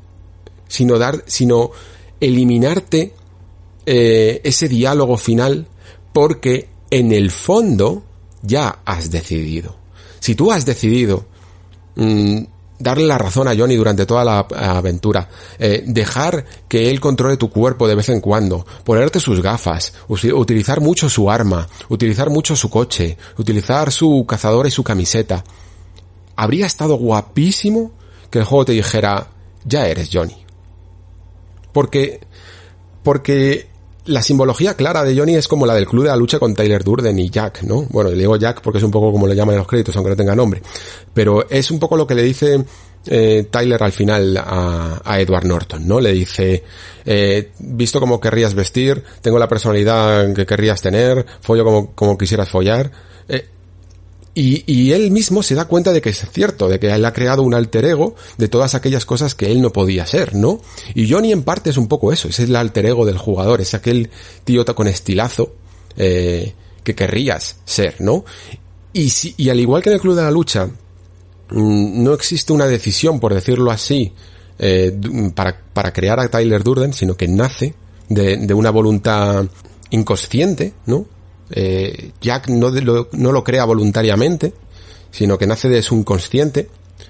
Speaker 3: sino eliminarte ese diálogo final, porque en el fondo ya has decidido. Si tú has decidido darle la razón a Johnny durante toda la aventura, dejar que él controle tu cuerpo de vez en cuando, ponerte sus gafas, utilizar mucho su arma, utilizar mucho su coche, utilizar su cazadora y su camiseta, habría estado guapísimo que el juego te dijera, ya eres Johnny. Porque la simbología clara de Johnny es como la del club de la lucha con Tyler Durden y Jack, ¿no? Bueno, le digo Jack porque es un poco como le llaman en los créditos, aunque no tenga nombre. Pero es un poco lo que le dice Tyler al final a Edward Norton, ¿no? Le dice, visto cómo querrías vestir, tengo la personalidad que querrías tener, follo como quisieras follar. Y él mismo se da cuenta de que es cierto, de que él ha creado un alter ego de todas aquellas cosas que él no podía ser, ¿no? Y Johnny en parte es un poco eso, ese es el alter ego del jugador, es aquel tío con estilazo que querrías ser, ¿no? Y al igual que en el Club de la Lucha, no existe una decisión, por decirlo así, para crear a Tyler Durden, sino que nace de una voluntad inconsciente, ¿no? Jack no lo crea voluntariamente, sino que nace de su inconsciente.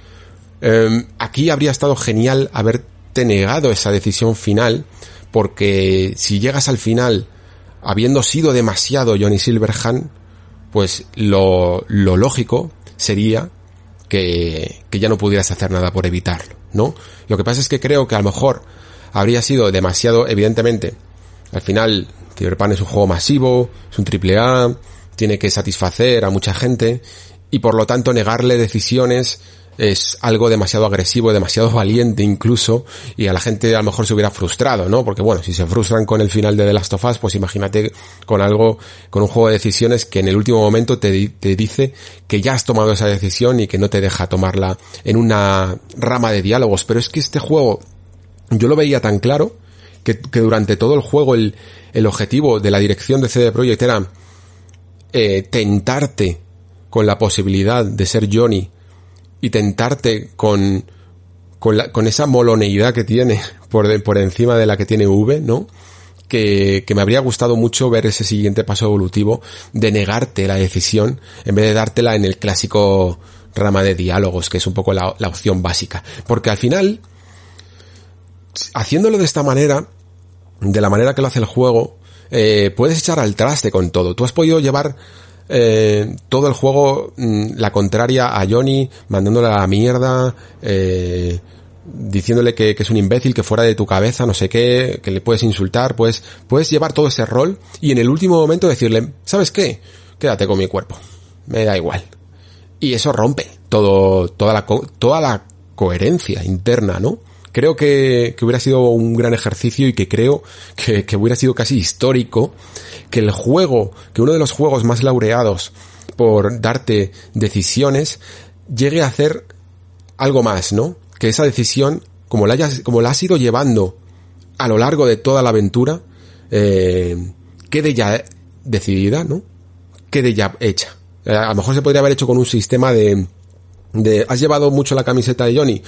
Speaker 3: Aquí habría estado genial haberte negado esa decisión final, porque si llegas al final habiendo sido demasiado Johnny Silverhand, pues lo lógico sería que ya no pudieras hacer nada por evitarlo, ¿no? Lo que pasa es que creo que a lo mejor habría sido demasiado, evidentemente, al final Cyberpunk es un juego masivo, es un AAA, tiene que satisfacer a mucha gente y por lo tanto negarle decisiones es algo demasiado agresivo, demasiado valiente incluso, y a la gente a lo mejor se hubiera frustrado, ¿no? Porque bueno, si se frustran con el final de The Last of Us, pues imagínate con un juego de decisiones que en el último momento te dice que ya has tomado esa decisión y que no te deja tomarla en una rama de diálogos. Pero es que este juego, yo lo veía tan claro que durante todo el juego el objetivo de la dirección de CD Projekt era tentarte con la posibilidad de ser Johnny y tentarte con esa moloneidad que tiene por encima de la que tiene V, ¿no? que me habría gustado mucho ver ese siguiente paso evolutivo de negarte la decisión en vez de dártela en el clásico rama de diálogos, que es un poco la opción básica. Porque al final, haciéndolo de esta manera, de la manera que lo hace el juego, puedes echar al traste con todo. Tú has podido llevar todo el juego la contraria a Johnny, mandándole a la mierda, diciéndole que es un imbécil, que fuera de tu cabeza, no sé qué, que le puedes insultar, puedes llevar todo ese rol y en el último momento decirle, ¿sabes qué? Quédate con mi cuerpo, me da igual. Y eso rompe toda la coherencia interna, ¿no? Creo que hubiera sido un gran ejercicio y que creo que hubiera sido casi histórico que uno de los juegos más laureados por darte decisiones llegue a hacer algo más, ¿no? Que esa decisión, como la has ido llevando a lo largo de toda la aventura, quede ya decidida, ¿no? Quede ya hecha. A lo mejor se podría haber hecho con un sistema de has llevado mucho la camiseta de Johnny,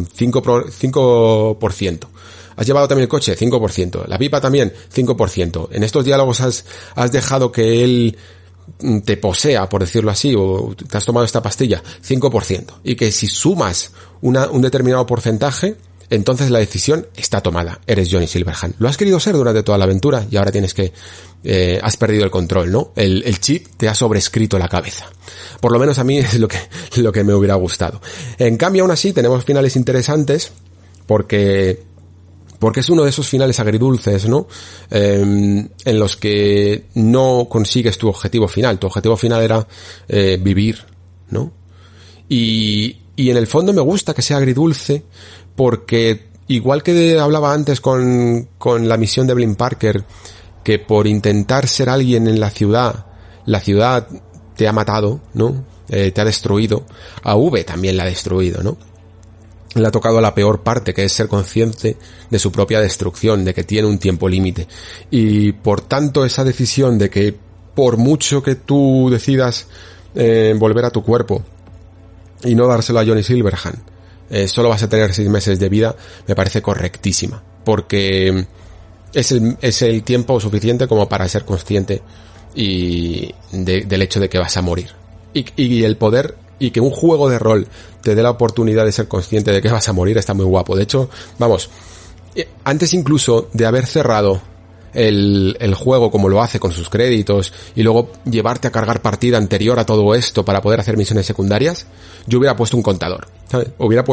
Speaker 3: 5%. Has llevado también el coche, 5%. La pipa también, 5%. En estos diálogos has dejado que él te posea, por decirlo así, o te has tomado esta pastilla, 5%. Y que si sumas un determinado porcentaje, entonces la decisión está tomada. Eres Johnny Silverhand. Lo has querido ser durante toda la aventura y ahora tienes que has perdido el control, ¿no? El chip te ha sobrescrito la cabeza. Por lo menos a mí es lo que me hubiera gustado. En cambio, aún así, tenemos finales interesantes porque es uno de esos finales agridulces, ¿no? En los que no consigues tu objetivo final. Tu objetivo final era vivir, ¿no? Y en el fondo me gusta que sea agridulce porque, igual que hablaba antes con la misión de Blind Parker, que por intentar ser alguien en la ciudad te ha matado, ¿no? Te ha destruido. A V también la ha destruido, ¿no? Le ha tocado la peor parte, que es ser consciente de su propia destrucción, de que tiene un tiempo límite. Y por tanto esa decisión de que por mucho que tú decidas volver a tu cuerpo y no dárselo a Johnny Silverhand, solo vas a tener 6 meses de vida, me parece correctísima. Porque es el tiempo suficiente como para ser consciente del hecho de que vas a morir. Y el poder, y que un juego de rol te dé la oportunidad de ser consciente de que vas a morir, está muy guapo. De hecho, vamos, antes incluso de haber cerrado el juego como lo hace con sus créditos y luego llevarte a cargar partida anterior a todo esto para poder hacer misiones secundarias, yo hubiera puesto un contador, ¿sabes? Hubiera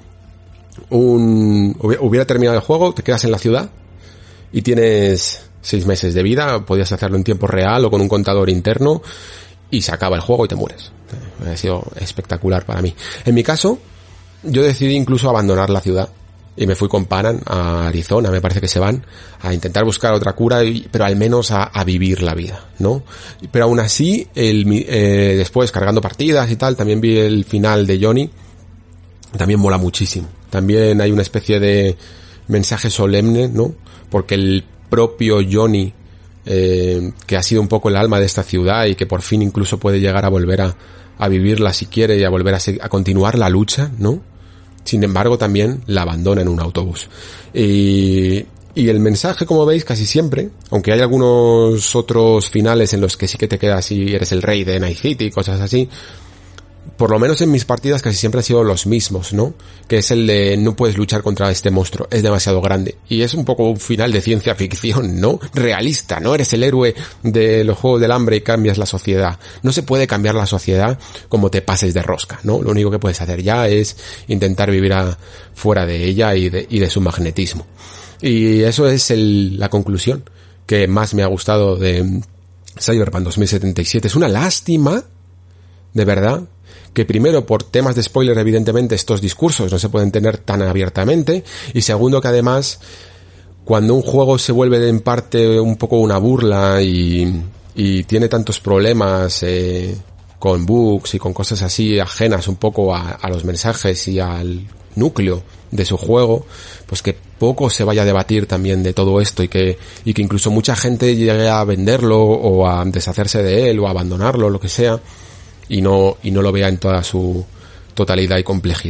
Speaker 3: terminado el juego, te quedas en la ciudad y tienes 6 meses de vida, podías hacerlo en tiempo real o con un contador interno y se acaba el juego y te mueres. Ha sido espectacular para mí. En mi caso, yo decidí incluso abandonar la ciudad y me fui con Panan a Arizona, me parece que se van, a intentar buscar otra cura, pero al menos a vivir la vida, ¿no? Pero aún así, después cargando partidas y tal, también vi el final de Johnny, también mola muchísimo. También hay una especie de mensaje solemne, ¿no? Porque el propio Johnny, que ha sido un poco el alma de esta ciudad y que por fin incluso puede llegar a volver a vivirla si quiere y a volver a continuar la lucha, ¿no? Sin embargo, también la abandona en un autobús. Y el mensaje, como veis, casi siempre, aunque hay algunos otros finales en los que sí que te quedas y eres el rey de Night City y cosas así, por lo menos en mis partidas casi siempre han sido los mismos, ¿no? Que es el de no puedes luchar contra este monstruo, es demasiado grande. Y es un poco un final de ciencia ficción, ¿no? Realista, ¿no? Eres el héroe de los Juegos del Hambre y cambias la sociedad. No se puede cambiar la sociedad como te pases de rosca, ¿no? Lo único que puedes hacer ya es intentar vivir fuera de ella y de su magnetismo. Y eso es la conclusión que más me ha gustado de Cyberpunk 2077. Es una lástima, de verdad, que primero, por temas de spoiler, evidentemente, estos discursos no se pueden tener tan abiertamente, y segundo, que además, cuando un juego se vuelve en parte un poco una burla y tiene tantos problemas con bugs y con cosas así ajenas un poco a los mensajes y al núcleo de su juego, pues que poco se vaya a debatir también de todo esto y que incluso mucha gente llegue a venderlo o a deshacerse de él o a abandonarlo, lo que sea, y no lo vea en toda su totalidad y complejidad.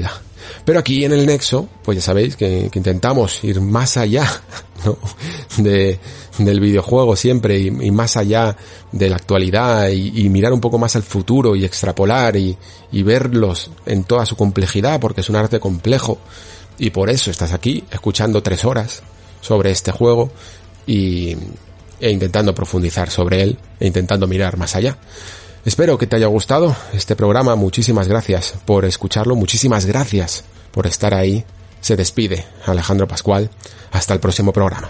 Speaker 3: Pero aquí en el Nexo, pues ya sabéis que intentamos ir más allá, ¿no? del videojuego siempre y más allá de la actualidad y mirar un poco más al futuro y extrapolar y verlos en toda su complejidad, porque es un arte complejo y por eso estás aquí escuchando 3 horas sobre este juego e intentando profundizar sobre él e intentando mirar más allá. Espero que te haya gustado este programa. Muchísimas gracias por escucharlo. Muchísimas gracias por estar ahí. Se despide Alejandro Pascual. Hasta el próximo programa.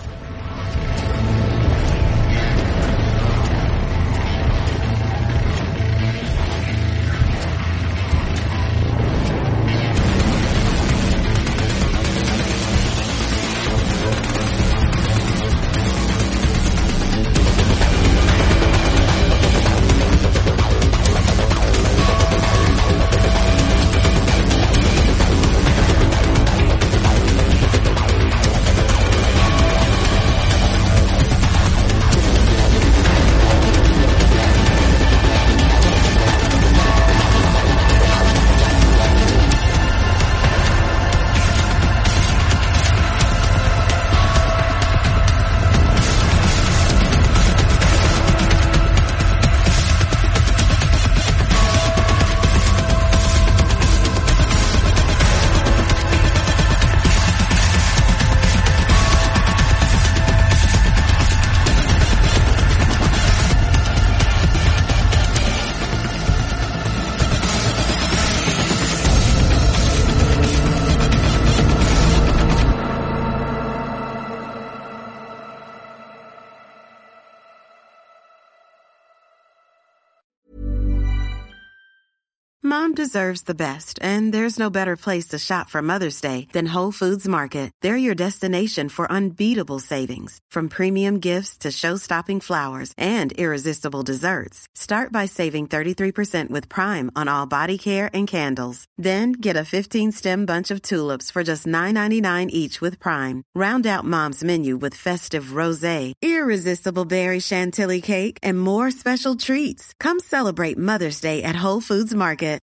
Speaker 5: Mom deserves the best, and there's no better place to shop for Mother's Day than Whole Foods Market. They're your destination for unbeatable savings, from premium gifts to show-stopping flowers and irresistible desserts. Start by saving 33% with Prime on all body care and candles. Then get a 15-stem bunch of tulips for just $9.99 each with Prime. Round out Mom's menu with festive rosé, irresistible berry chantilly cake, and more special treats. Come celebrate Mother's Day at Whole Foods Market.